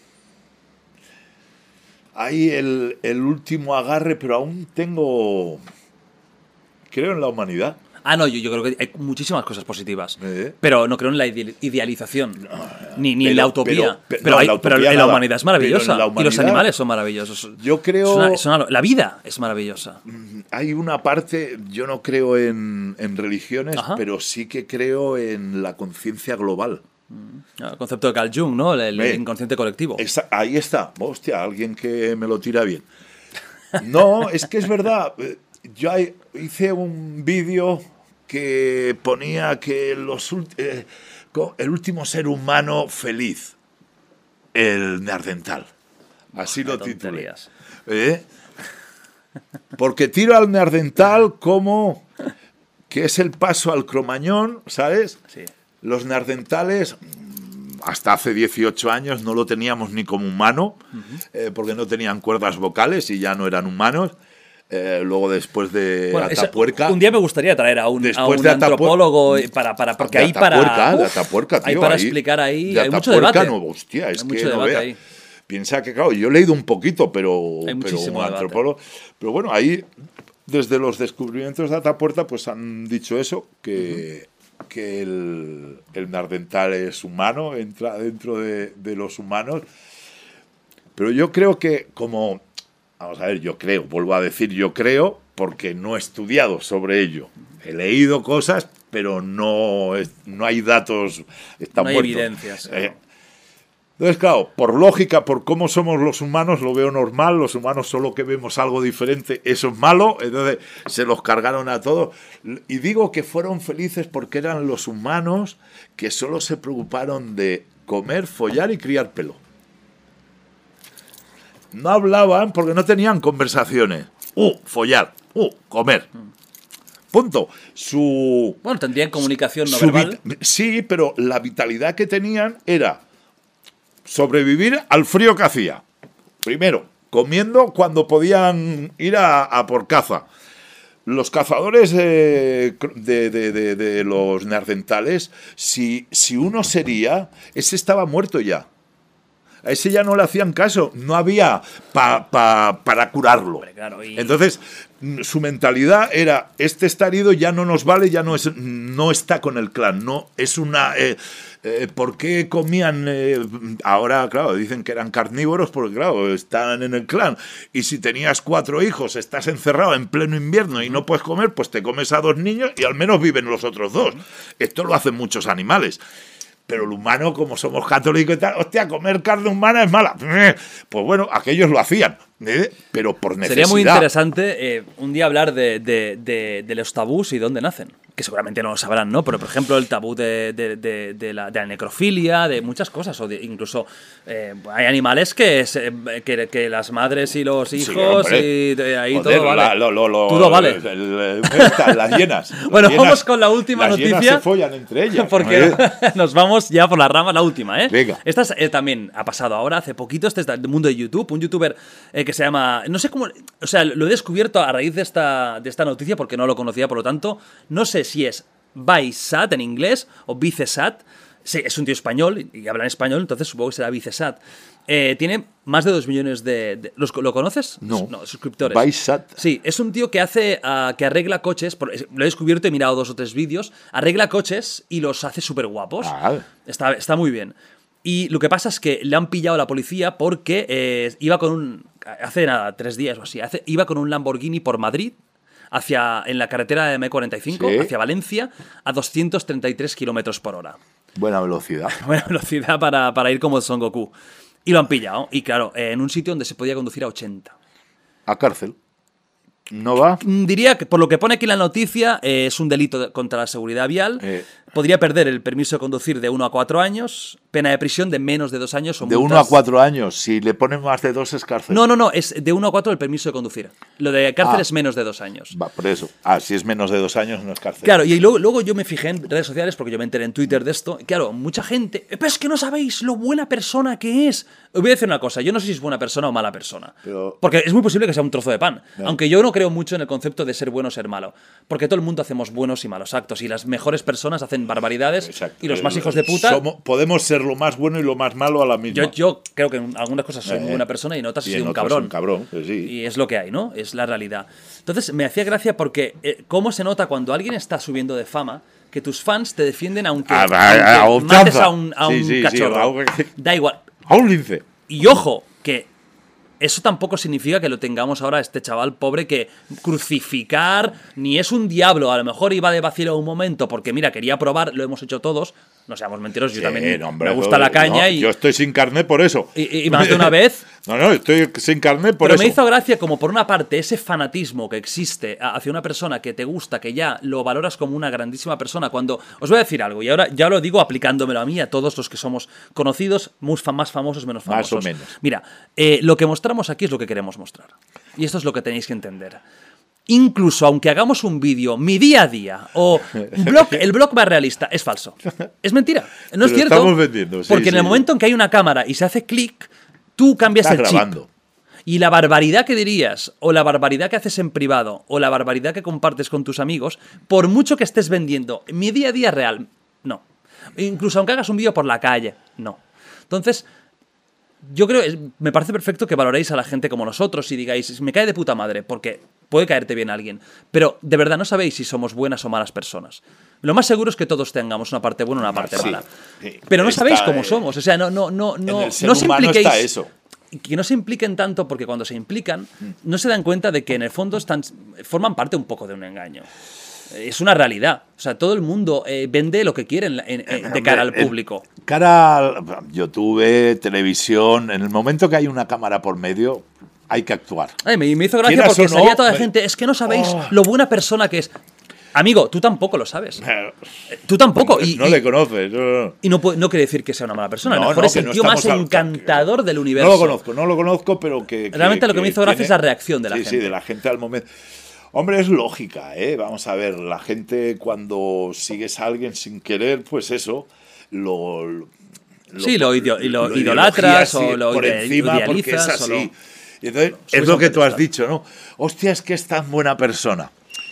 ahí el, el último agarre, pero aún tengo, creo en la humanidad. Ah, no, yo, yo creo que hay muchísimas cosas positivas. ¿Eh? Pero no creo en la idealización, no, ni, ni pero, en la utopía. Pero, pero, pero, hay, la, utopía pero en la humanidad es maravillosa. humanidad, y los animales son maravillosos. Yo creo... Es una, es una, la vida es maravillosa. Hay una parte, yo no creo en, en religiones, Ajá. pero sí que creo en la conciencia global. El concepto de Carl Jung, ¿no? El, el inconsciente colectivo. Esa, ahí está. Hostia, alguien que me lo tira bien. No, es que es verdad. Yo hice un vídeo que ponía que los, eh, el último ser humano feliz, el neandertal. Así lo titulé. ¿Eh? Porque tiro al neandertal como que es el paso al cromañón, ¿sabes? Sí. Los neandertales, hasta hace dieciocho años, no lo teníamos ni como humano, uh-huh. eh, porque no tenían cuerdas vocales y ya no eran humanos. Eh, luego después de bueno, Atapuerca... Ese, un día me gustaría traer a un, a un de antropólogo para, para, porque de ahí para... De Atapuerca, tío, hay para ahí, explicar ahí, de hay mucho debate. No, hostia, es hay que mucho no debate vea. ahí. Piensa que, claro, yo he leído un poquito, pero, hay pero un debate. antropólogo... Pero bueno, ahí, desde los descubrimientos de Atapuerca, pues han dicho eso, que... Uh-huh. que el, el neandertal es humano, entra dentro de, de los humanos. Pero yo creo que como vamos a ver, yo creo, vuelvo a decir yo creo, porque no he estudiado sobre ello. He leído cosas, pero no, es, no hay datos, están no hay muertos. evidencias. Eh, ¿no? Entonces, claro, por lógica, por cómo somos los humanos, lo veo normal. Los humanos solo que vemos algo diferente, eso es malo. Entonces se los cargaron a todos. Y digo que fueron felices porque eran los humanos que solo se preocuparon de comer, follar y criar pelo. No hablaban porque no tenían conversaciones. Uh, follar. Uh, comer. Punto. Su... Bueno, tendrían comunicación no su verbal. vit- Sí, pero la vitalidad que tenían era sobrevivir al frío que hacía. Primero, comiendo cuando podían ir a, a por caza. Los cazadores eh, de, de, de, de los neandertales, si, si uno sería, ese estaba muerto ya. A ese ya no le hacían caso, no había pa, pa, para curarlo. Hombre, claro, y... Entonces, su mentalidad era, este está herido, ya no nos vale, ya no, es, no está con el clan, no es una... Eh, eh, ¿Por qué comían? Eh, ahora, claro, dicen que eran carnívoros porque, claro, están en el clan. Y si tenías cuatro hijos, estás encerrado en pleno invierno y no puedes comer, pues te comes a dos niños y al menos viven los otros dos. Esto lo hacen muchos animales. Pero el humano, como somos católicos y tal, hostia, comer carne humana es mala. Pues bueno, aquellos lo hacían, ¿eh? Pero por necesidad. Sería muy interesante eh, un día hablar de, de, de, de los tabús y dónde nacen. Que seguramente no lo sabrán, ¿no? Pero, por ejemplo, el tabú de, de, de, de, la, de la necrofilia, de muchas cosas. O de, incluso eh, hay animales que, se, que, que las madres y los hijos sí, y de ahí Joder, todo vale. La, lo, lo, lo, todo vale. El, el, el, esta, las hienas. Las bueno, hienas, vamos con la última las noticia. Hienas se follan entre ellas. Porque ¿eh? nos vamos ya por la rama, la última, ¿eh? Venga. Esta es, eh, también ha pasado ahora, hace poquito, este es del mundo de YouTube, un youtuber eh, que se llama, no sé cómo, o sea, lo he descubierto a raíz de esta, de esta noticia porque no lo conocía, por lo tanto, no sé si es Vicesat en inglés o Vicesat. Sí, es un tío español y habla en español, entonces supongo que será Vicesat. Eh, tiene más de dos millones de... de ¿los, ¿Lo conoces? No. No, suscriptores. Vicesat. Sí, es un tío que hace, uh, que arregla coches, por, lo he descubierto, he mirado dos o tres vídeos, arregla coches y los hace súper guapos. Ah. Está, está muy bien. Y lo que pasa es que le han pillado a la policía porque eh, iba con un... Hace nada, tres días o así, hace, iba con un Lamborghini por Madrid, hacia, en la carretera de M cuarenta y cinco, ¿Sí? hacia Valencia, a doscientos treinta y tres kilómetros por hora. Buena velocidad. Buena velocidad para, para ir como Son Goku. Y lo han pillado. Y claro, eh, en un sitio donde se podía conducir a ochenta. A cárcel. ¿No va? Diría que, por lo que pone aquí en la noticia, eh, es un delito de, contra la seguridad vial. Eh. Podría perder el permiso de conducir de uno a cuatro años, pena de prisión de menos de dos años o De multas... uno a cuatro años. Si le ponen más de dos es cárcel. No, no, no, es de uno a cuatro el permiso de conducir. Lo de cárcel Ah. es menos de dos años. Va, por eso. Ah, si es menos de dos años no es cárcel. Claro, y luego, luego yo me fijé en redes sociales, porque yo me enteré en Twitter de esto. Y claro, mucha gente... Pero es que no sabéis lo buena persona que es. Os voy a decir una cosa, yo no sé si es buena persona o mala persona. Pero- Porque es muy posible que sea un trozo de pan. No. Aunque yo no creo mucho en el concepto de ser bueno o ser malo. Porque todo el mundo hacemos buenos y malos actos. Y las mejores personas hacen barbaridades. Exacto. Y los más hijos de puta... Somos- podemos ser lo más bueno y lo más malo a la misma. Yo, yo creo que en algunas cosas soy Eh, muy buena persona y en otras y soy en un otras cabrón. un cabrón, pues sí. Y es lo que hay, ¿no? Es la realidad. Entonces me hacía gracia porque eh, cómo se nota cuando alguien está subiendo de fama que tus fans te defienden aunque, A- a- a aunque ultranza. mates a un, a Sí, un sí, sí, cachorro. aunque- Da igual. A un lince. Y ojo, que eso tampoco significa que lo tengamos ahora a este chaval pobre que crucificar, ni es un diablo, a lo mejor iba de vacilo un momento porque mira, quería probar, lo hemos hecho todos, no seamos mentirosos, yo Sí, también no, hombre, me gusta la no, caña y, Yo estoy sin carnet por eso. y, y más de una vez... No, no, estoy sin carnet por Pero eso. me hizo gracia como por una parte ese fanatismo que existe hacia una persona que te gusta, que ya lo valoras como una grandísima persona, cuando... Os voy a decir algo, y ahora ya lo digo aplicándomelo a mí, a todos los que somos conocidos, más famosos, menos Más famosos. o menos. Mira, eh, lo que mostramos aquí es lo que queremos mostrar. Y esto es lo que tenéis que entender. Incluso aunque hagamos un vídeo, mi día a día, o un blog, el blog más realista, es falso. Es mentira. No es Pero cierto. estamos vendiendo, sí, porque en el sí. momento en que hay una cámara y se hace clic, tú cambias Estás el chip. grabando. Y la barbaridad que dirías, o la barbaridad que haces en privado, o la barbaridad que compartes con tus amigos, por mucho que estés vendiendo, mi día a día real, no. Incluso aunque hagas un vídeo por la calle, no. Entonces, yo creo, me parece perfecto que valoréis a la gente como nosotros y digáis, me cae de puta madre, porque puede caerte bien alguien. Pero de verdad no sabéis si somos buenas o malas personas. Lo más seguro es que todos tengamos una parte buena y una parte Sí, mala. sí. Pero no Está, sabéis cómo eh, somos. O sea, no, no, no, no, en el ser no os humano impliquéis. está eso. que no se impliquen tanto, porque cuando se implican no se dan cuenta de que en el fondo están, forman parte un poco de un engaño. Es una realidad. O sea, todo el mundo eh, vende lo que quiere en, en, en, de cara al público. En cara al YouTube, televisión, en el momento que hay una cámara por medio, hay que actuar. Ay, me, me hizo gracia porque salía no, toda la me... gente, es que no sabéis oh. lo buena persona que es. Amigo, tú tampoco lo sabes. Tú tampoco. Y, no y, le conoces. No, no. Y no, no quiere decir que sea una mala persona. No, a lo mejor no, es el tío más encantador que, del universo. No lo conozco, no lo conozco, pero que... que Realmente lo que, que me hizo gracia tiene, es la reacción de la sí, gente. Sí, de la gente al momento. Hombre, es lógica, ¿eh? Vamos a ver, la gente cuando sigues a alguien sin querer, pues eso, lo... lo sí, lo, ideo, lo, lo idolatras o lo por ide encima idealizas. Porque es así. Lo... Y entonces, es lo que tú has dicho, ¿no? Hostia, es que es tan buena persona.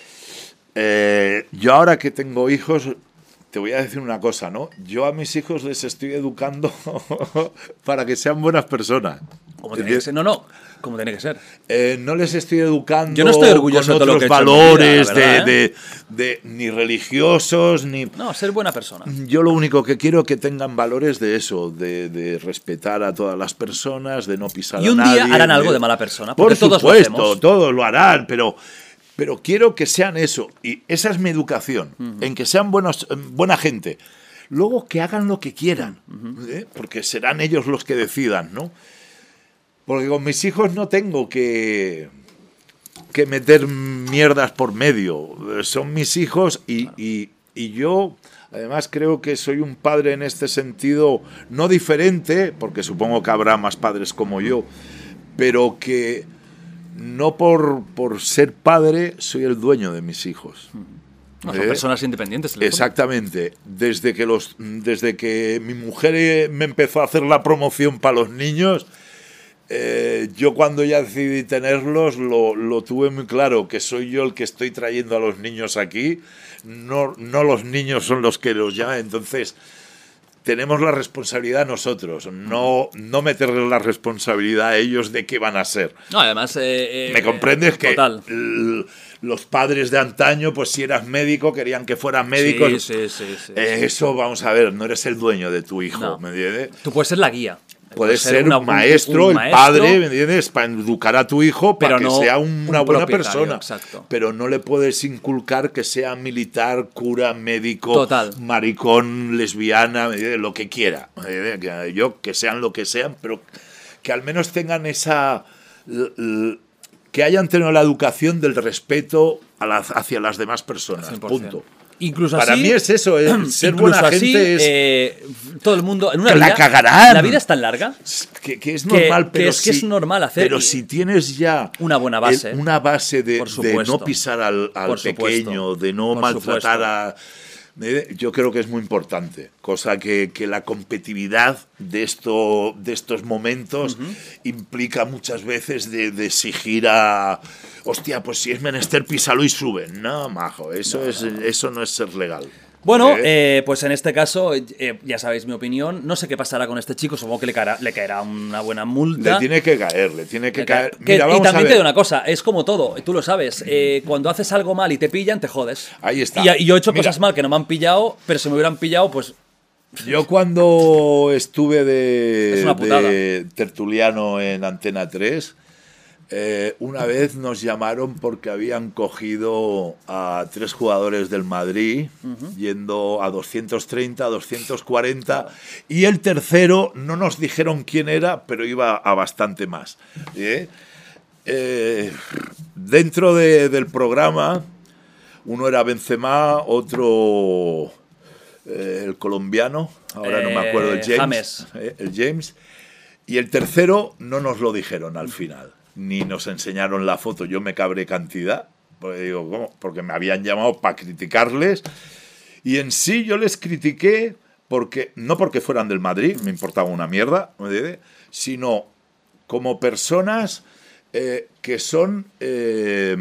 Eh, yo ahora que tengo hijos, te voy a decir una cosa, ¿no? Yo a mis hijos les estoy educando para que sean buenas personas. Como tiene que ser, no, no, como tiene que ser. Eh, no les estoy educando Yo no estoy orgulloso con de otros lo que valores he hecho en mi vida, la verdad, de, ¿eh? de, de, ni religiosos, ni... No, ser buena persona. Yo lo único que quiero es que tengan valores de eso, de, de respetar a todas las personas, de no pisar a nadie. Y un día harán de... algo de mala persona, porque por todos supuesto, lo hacemos. Todos lo harán, pero... Pero quiero que sean eso, y esa es mi educación, uh-huh. en que sean buenos, buena gente. Luego que hagan lo que quieran, uh-huh. ¿eh? Porque serán ellos los que decidan, ¿no? Porque con mis hijos no tengo que, que meter mierdas por medio. Son mis hijos y, claro. y, y yo, además, creo que soy un padre en este sentido, no diferente, porque supongo que habrá más padres como yo, pero que... No por, por ser padre soy el dueño de mis hijos. No, son ¿Eh? personas independientes. Exactamente. Desde que, los, desde que mi mujer me empezó a hacer la promoción para los niños, eh, yo cuando ya decidí tenerlos lo, lo tuve muy claro, que soy yo el que estoy trayendo a los niños aquí, no, no los niños son los que los llaman. Entonces... tenemos la responsabilidad nosotros, no, no meterles la responsabilidad a ellos de qué van a ser. No, además... Eh, eh, ¿Me comprendes? Total. Que l- los padres de antaño, pues si eras médico, querían que fueras médico. Sí, sí, sí. sí, eh, sí eso, sí. vamos a ver, no eres el dueño de tu hijo, No. ¿me entiendes? Tú puedes ser la guía. Puedes ser una, un maestro, un, un maestro, el padre, ¿me entiendes? Para educar a tu hijo, para que no sea una un buena persona. Exacto. Pero no le puedes inculcar que sea militar, cura, médico, Total. maricón, lesbiana, lo que quiera. Yo, que sean lo que sean, pero que al menos tengan esa... que hayan tenido la educación del respeto a la, hacia las demás personas. cien por ciento. Punto. Incluso Para así, mí es eso, ¿eh? Ser buena así, gente es... Eh, todo el mundo... En una que vida, la cagarán. La vida es tan larga... Que, que es normal, que, pero que es, si, que es normal hacer... Pero si tienes ya... Una buena base. El, una base de, de no pisar al, al supuesto, pequeño, de no maltratar supuesto. a... Yo creo que es muy importante, cosa que, que la competitividad de, esto, de estos momentos uh-huh. implica muchas veces de, de exigir a... Hostia, pues si es menester, písalo y sube. No, majo, eso, no, es, no. eso no es ser legal. Bueno, ¿Eh? Eh, pues en este caso, eh, ya sabéis mi opinión. No sé qué pasará con este chico, supongo que le caerá, le caerá una buena multa. Le tiene que caer, le tiene que le caer. Que, Mira, vamos y también te digo una cosa, es como todo, tú lo sabes. Eh, cuando haces algo mal y te pillan, te jodes. Ahí está. Y, y yo he hecho Mira. cosas mal que no me han pillado, pero si me hubieran pillado, pues... Yo cuando estuve de, es una putada. de tertuliano en Antena tres... Eh, una vez nos llamaron porque habían cogido a tres jugadores del Madrid, uh-huh. yendo a doscientos treinta, a doscientos cuarenta, y el tercero no nos dijeron quién era, pero iba a bastante más. ¿Eh? Eh, dentro de, del programa, uno era Benzema, otro eh, el colombiano, ahora eh, no me acuerdo, el James, James. Eh, el James, y el tercero no nos lo dijeron al final. Ni nos enseñaron la foto. Yo me cabré cantidad, porque digo, ¿cómo? Porque me habían llamado para criticarles, y en sí yo les critiqué porque no porque fueran del Madrid, me importaba una mierda, sino como personas eh, que son eh,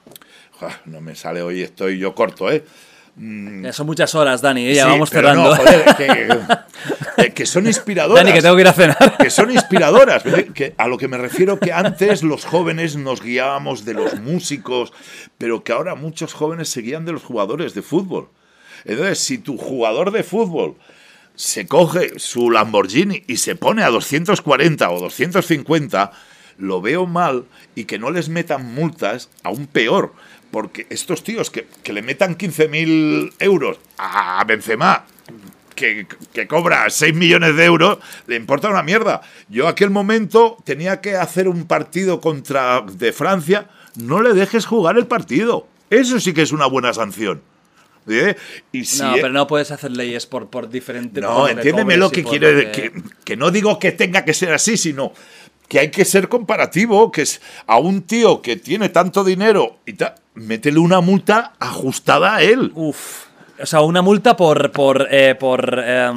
no me sale hoy, estoy yo corto, ¿eh? Ya son muchas horas, Dani, ya sí, vamos cerrando. No, joder, que, que son inspiradoras. Dani, que tengo que ir a cenar. Que son inspiradoras. Que a lo que me refiero que antes los jóvenes nos guiábamos de los músicos, pero que ahora muchos jóvenes se guían de los jugadores de fútbol. Entonces, si tu jugador de fútbol se coge su Lamborghini y se pone a doscientos cuarenta o doscientos cincuenta, lo veo mal, y que no les metan multas, aún peor. Porque estos tíos que, que le metan quince mil euros a Benzema, que, que cobra seis millones de euros, le importa una mierda. Yo aquel momento tenía que hacer un partido contra de Francia, no le dejes jugar el partido. Eso sí que es una buena sanción. ¿Eh? Y si no, pero no puedes hacer leyes por, por diferente... No, por entiéndeme lo que quiero que... Que, que no digo que tenga que ser así, sino que hay que ser comparativo, que es a un tío que tiene tanto dinero y ta, métele una multa ajustada a él. Uf, o sea, una multa por... por, eh, por eh,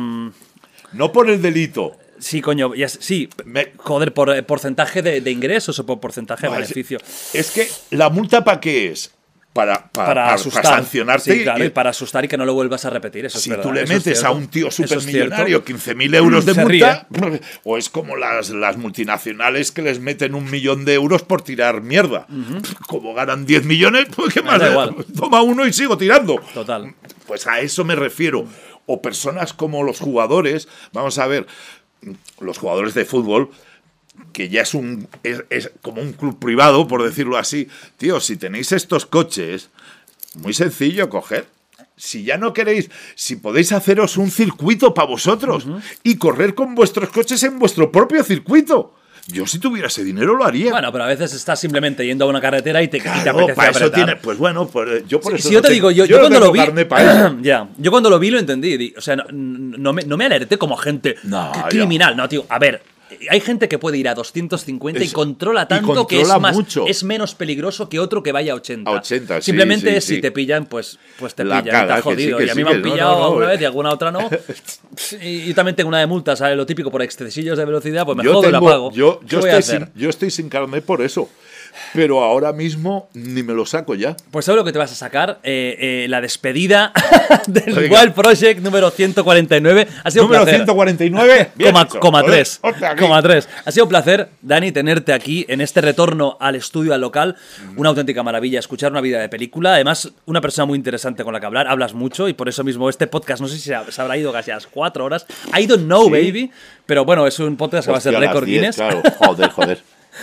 no por el delito. Sí, coño, ya, sí, Me... joder, por eh, porcentaje de, de ingresos o por porcentaje vale, de beneficio. Es que la multa ¿para qué es? Para, para, para, para, asustar, para sancionarte. Sí, claro, y, y para asustar y que no lo vuelvas a repetir. Eso si es verdad, tú le eso metes es a un tío supermillonario es quince mil euros de Se multa, ríe. O es como las, las multinacionales que les meten un millón de euros por tirar mierda. Uh-huh. Como ganan diez millones, pues qué más. Toma uno y sigo tirando. Total. Pues a eso me refiero. O personas como los jugadores, vamos a ver, los jugadores de fútbol, que ya es un es, es como un club privado, por decirlo así. Tío, si tenéis estos coches, muy sencillo coger. Si ya no queréis, si podéis haceros un circuito para vosotros uh-huh. y correr con vuestros coches en vuestro propio circuito. Yo si tuviera ese dinero lo haría. Bueno, pero a veces estás simplemente yendo a una carretera y te, claro, y te apetece para eso apretar. tiene, pues bueno, pues yo por sí, eso si yo no te tengo, digo, yo, yo, yo cuando lo vi, ya, yo cuando lo vi lo entendí. O sea, no, no, me, no me alerté como gente no, criminal. No, tío, a ver. Hay gente que puede ir a doscientos cincuenta es, y controla tanto y controla que es, más, mucho. es menos peligroso que otro que vaya a ochenta. A ochenta, simplemente sí, sí, si sí. te pillan, pues, pues te la pillan, caga, estás jodido. Sí, y a mí sí, me han pillado no, no, no, alguna no. vez y alguna otra no. y, y también tengo una de multas, ¿sabes? Lo típico por excesillos de velocidad, pues me yo jodo tengo, y la pago. Yo, yo, voy estoy a hacer? sin, yo estoy sin carnet por eso. Pero ahora mismo ni me lo saco ya. Pues ¿sabes lo que te vas a sacar? Eh, eh, la despedida del Oiga. Wild Project número ciento cuarenta y nueve. Ha sido número un placer. ciento cuarenta y nueve. coma, coma tres. Coma tres. Ha sido un placer, Dani, tenerte aquí en este retorno al estudio, al local. Una auténtica maravilla escuchar una vida de película. Además, una persona muy interesante con la que hablar. Hablas mucho y por eso mismo este podcast, no sé si se, se habrá ido casi a las cuatro horas. I don't know, ¿sí? Baby. Pero bueno, es un podcast que Hostia, va a ser récord Guinness. Claro, joder, joder.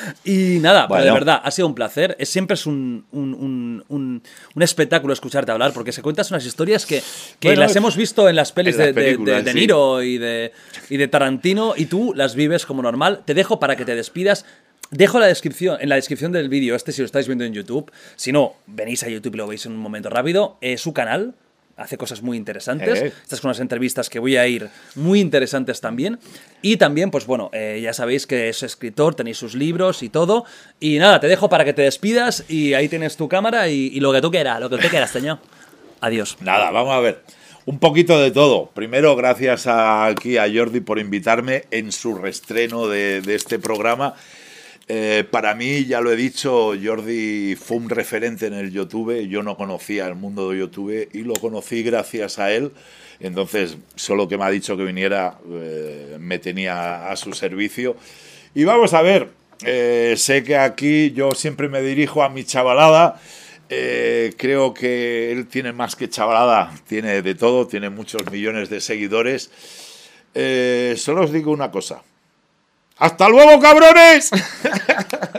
Y nada, bueno. pero de verdad, ha sido un placer. Es, siempre es un, un, un, un, un espectáculo escucharte hablar, porque se cuentas unas historias que, que bueno, las hemos visto en las pelis en de, las películas, de, de, de sí. Niro y de, y de Tarantino, y tú las vives como normal. Te dejo para que te despidas. Dejo la descripción, en la descripción del vídeo este, si lo estáis viendo en YouTube. Si no, venís a YouTube y lo veis en un momento rápido. Eh, su canal. Hace cosas muy interesantes. Eh. Estas son unas entrevistas que voy a ir muy interesantes también. Y también, pues bueno, eh, ya sabéis que es escritor, tenéis sus libros y todo. Y nada, te dejo para que te despidas y ahí tienes tu cámara y, y lo que tú quieras, lo que tú quieras, señor. Adiós. Nada, vamos a ver. Un poquito de todo. Primero, gracias a, aquí a Jordi por invitarme en su reestreno de, de este programa. Eh, para mí, ya lo he dicho, Jordi fue un referente en el YouTube. Yo no conocía el mundo de YouTube y lo conocí gracias a él. Entonces, solo que me ha dicho que viniera, eh, me tenía a su servicio. Y vamos a ver, eh, sé que aquí yo siempre me dirijo a mi chavalada. Eh, creo que él tiene más que chavalada, tiene de todo, tiene muchos millones de seguidores. Eh, solo os digo una cosa. ¡Hasta luego, cabrones!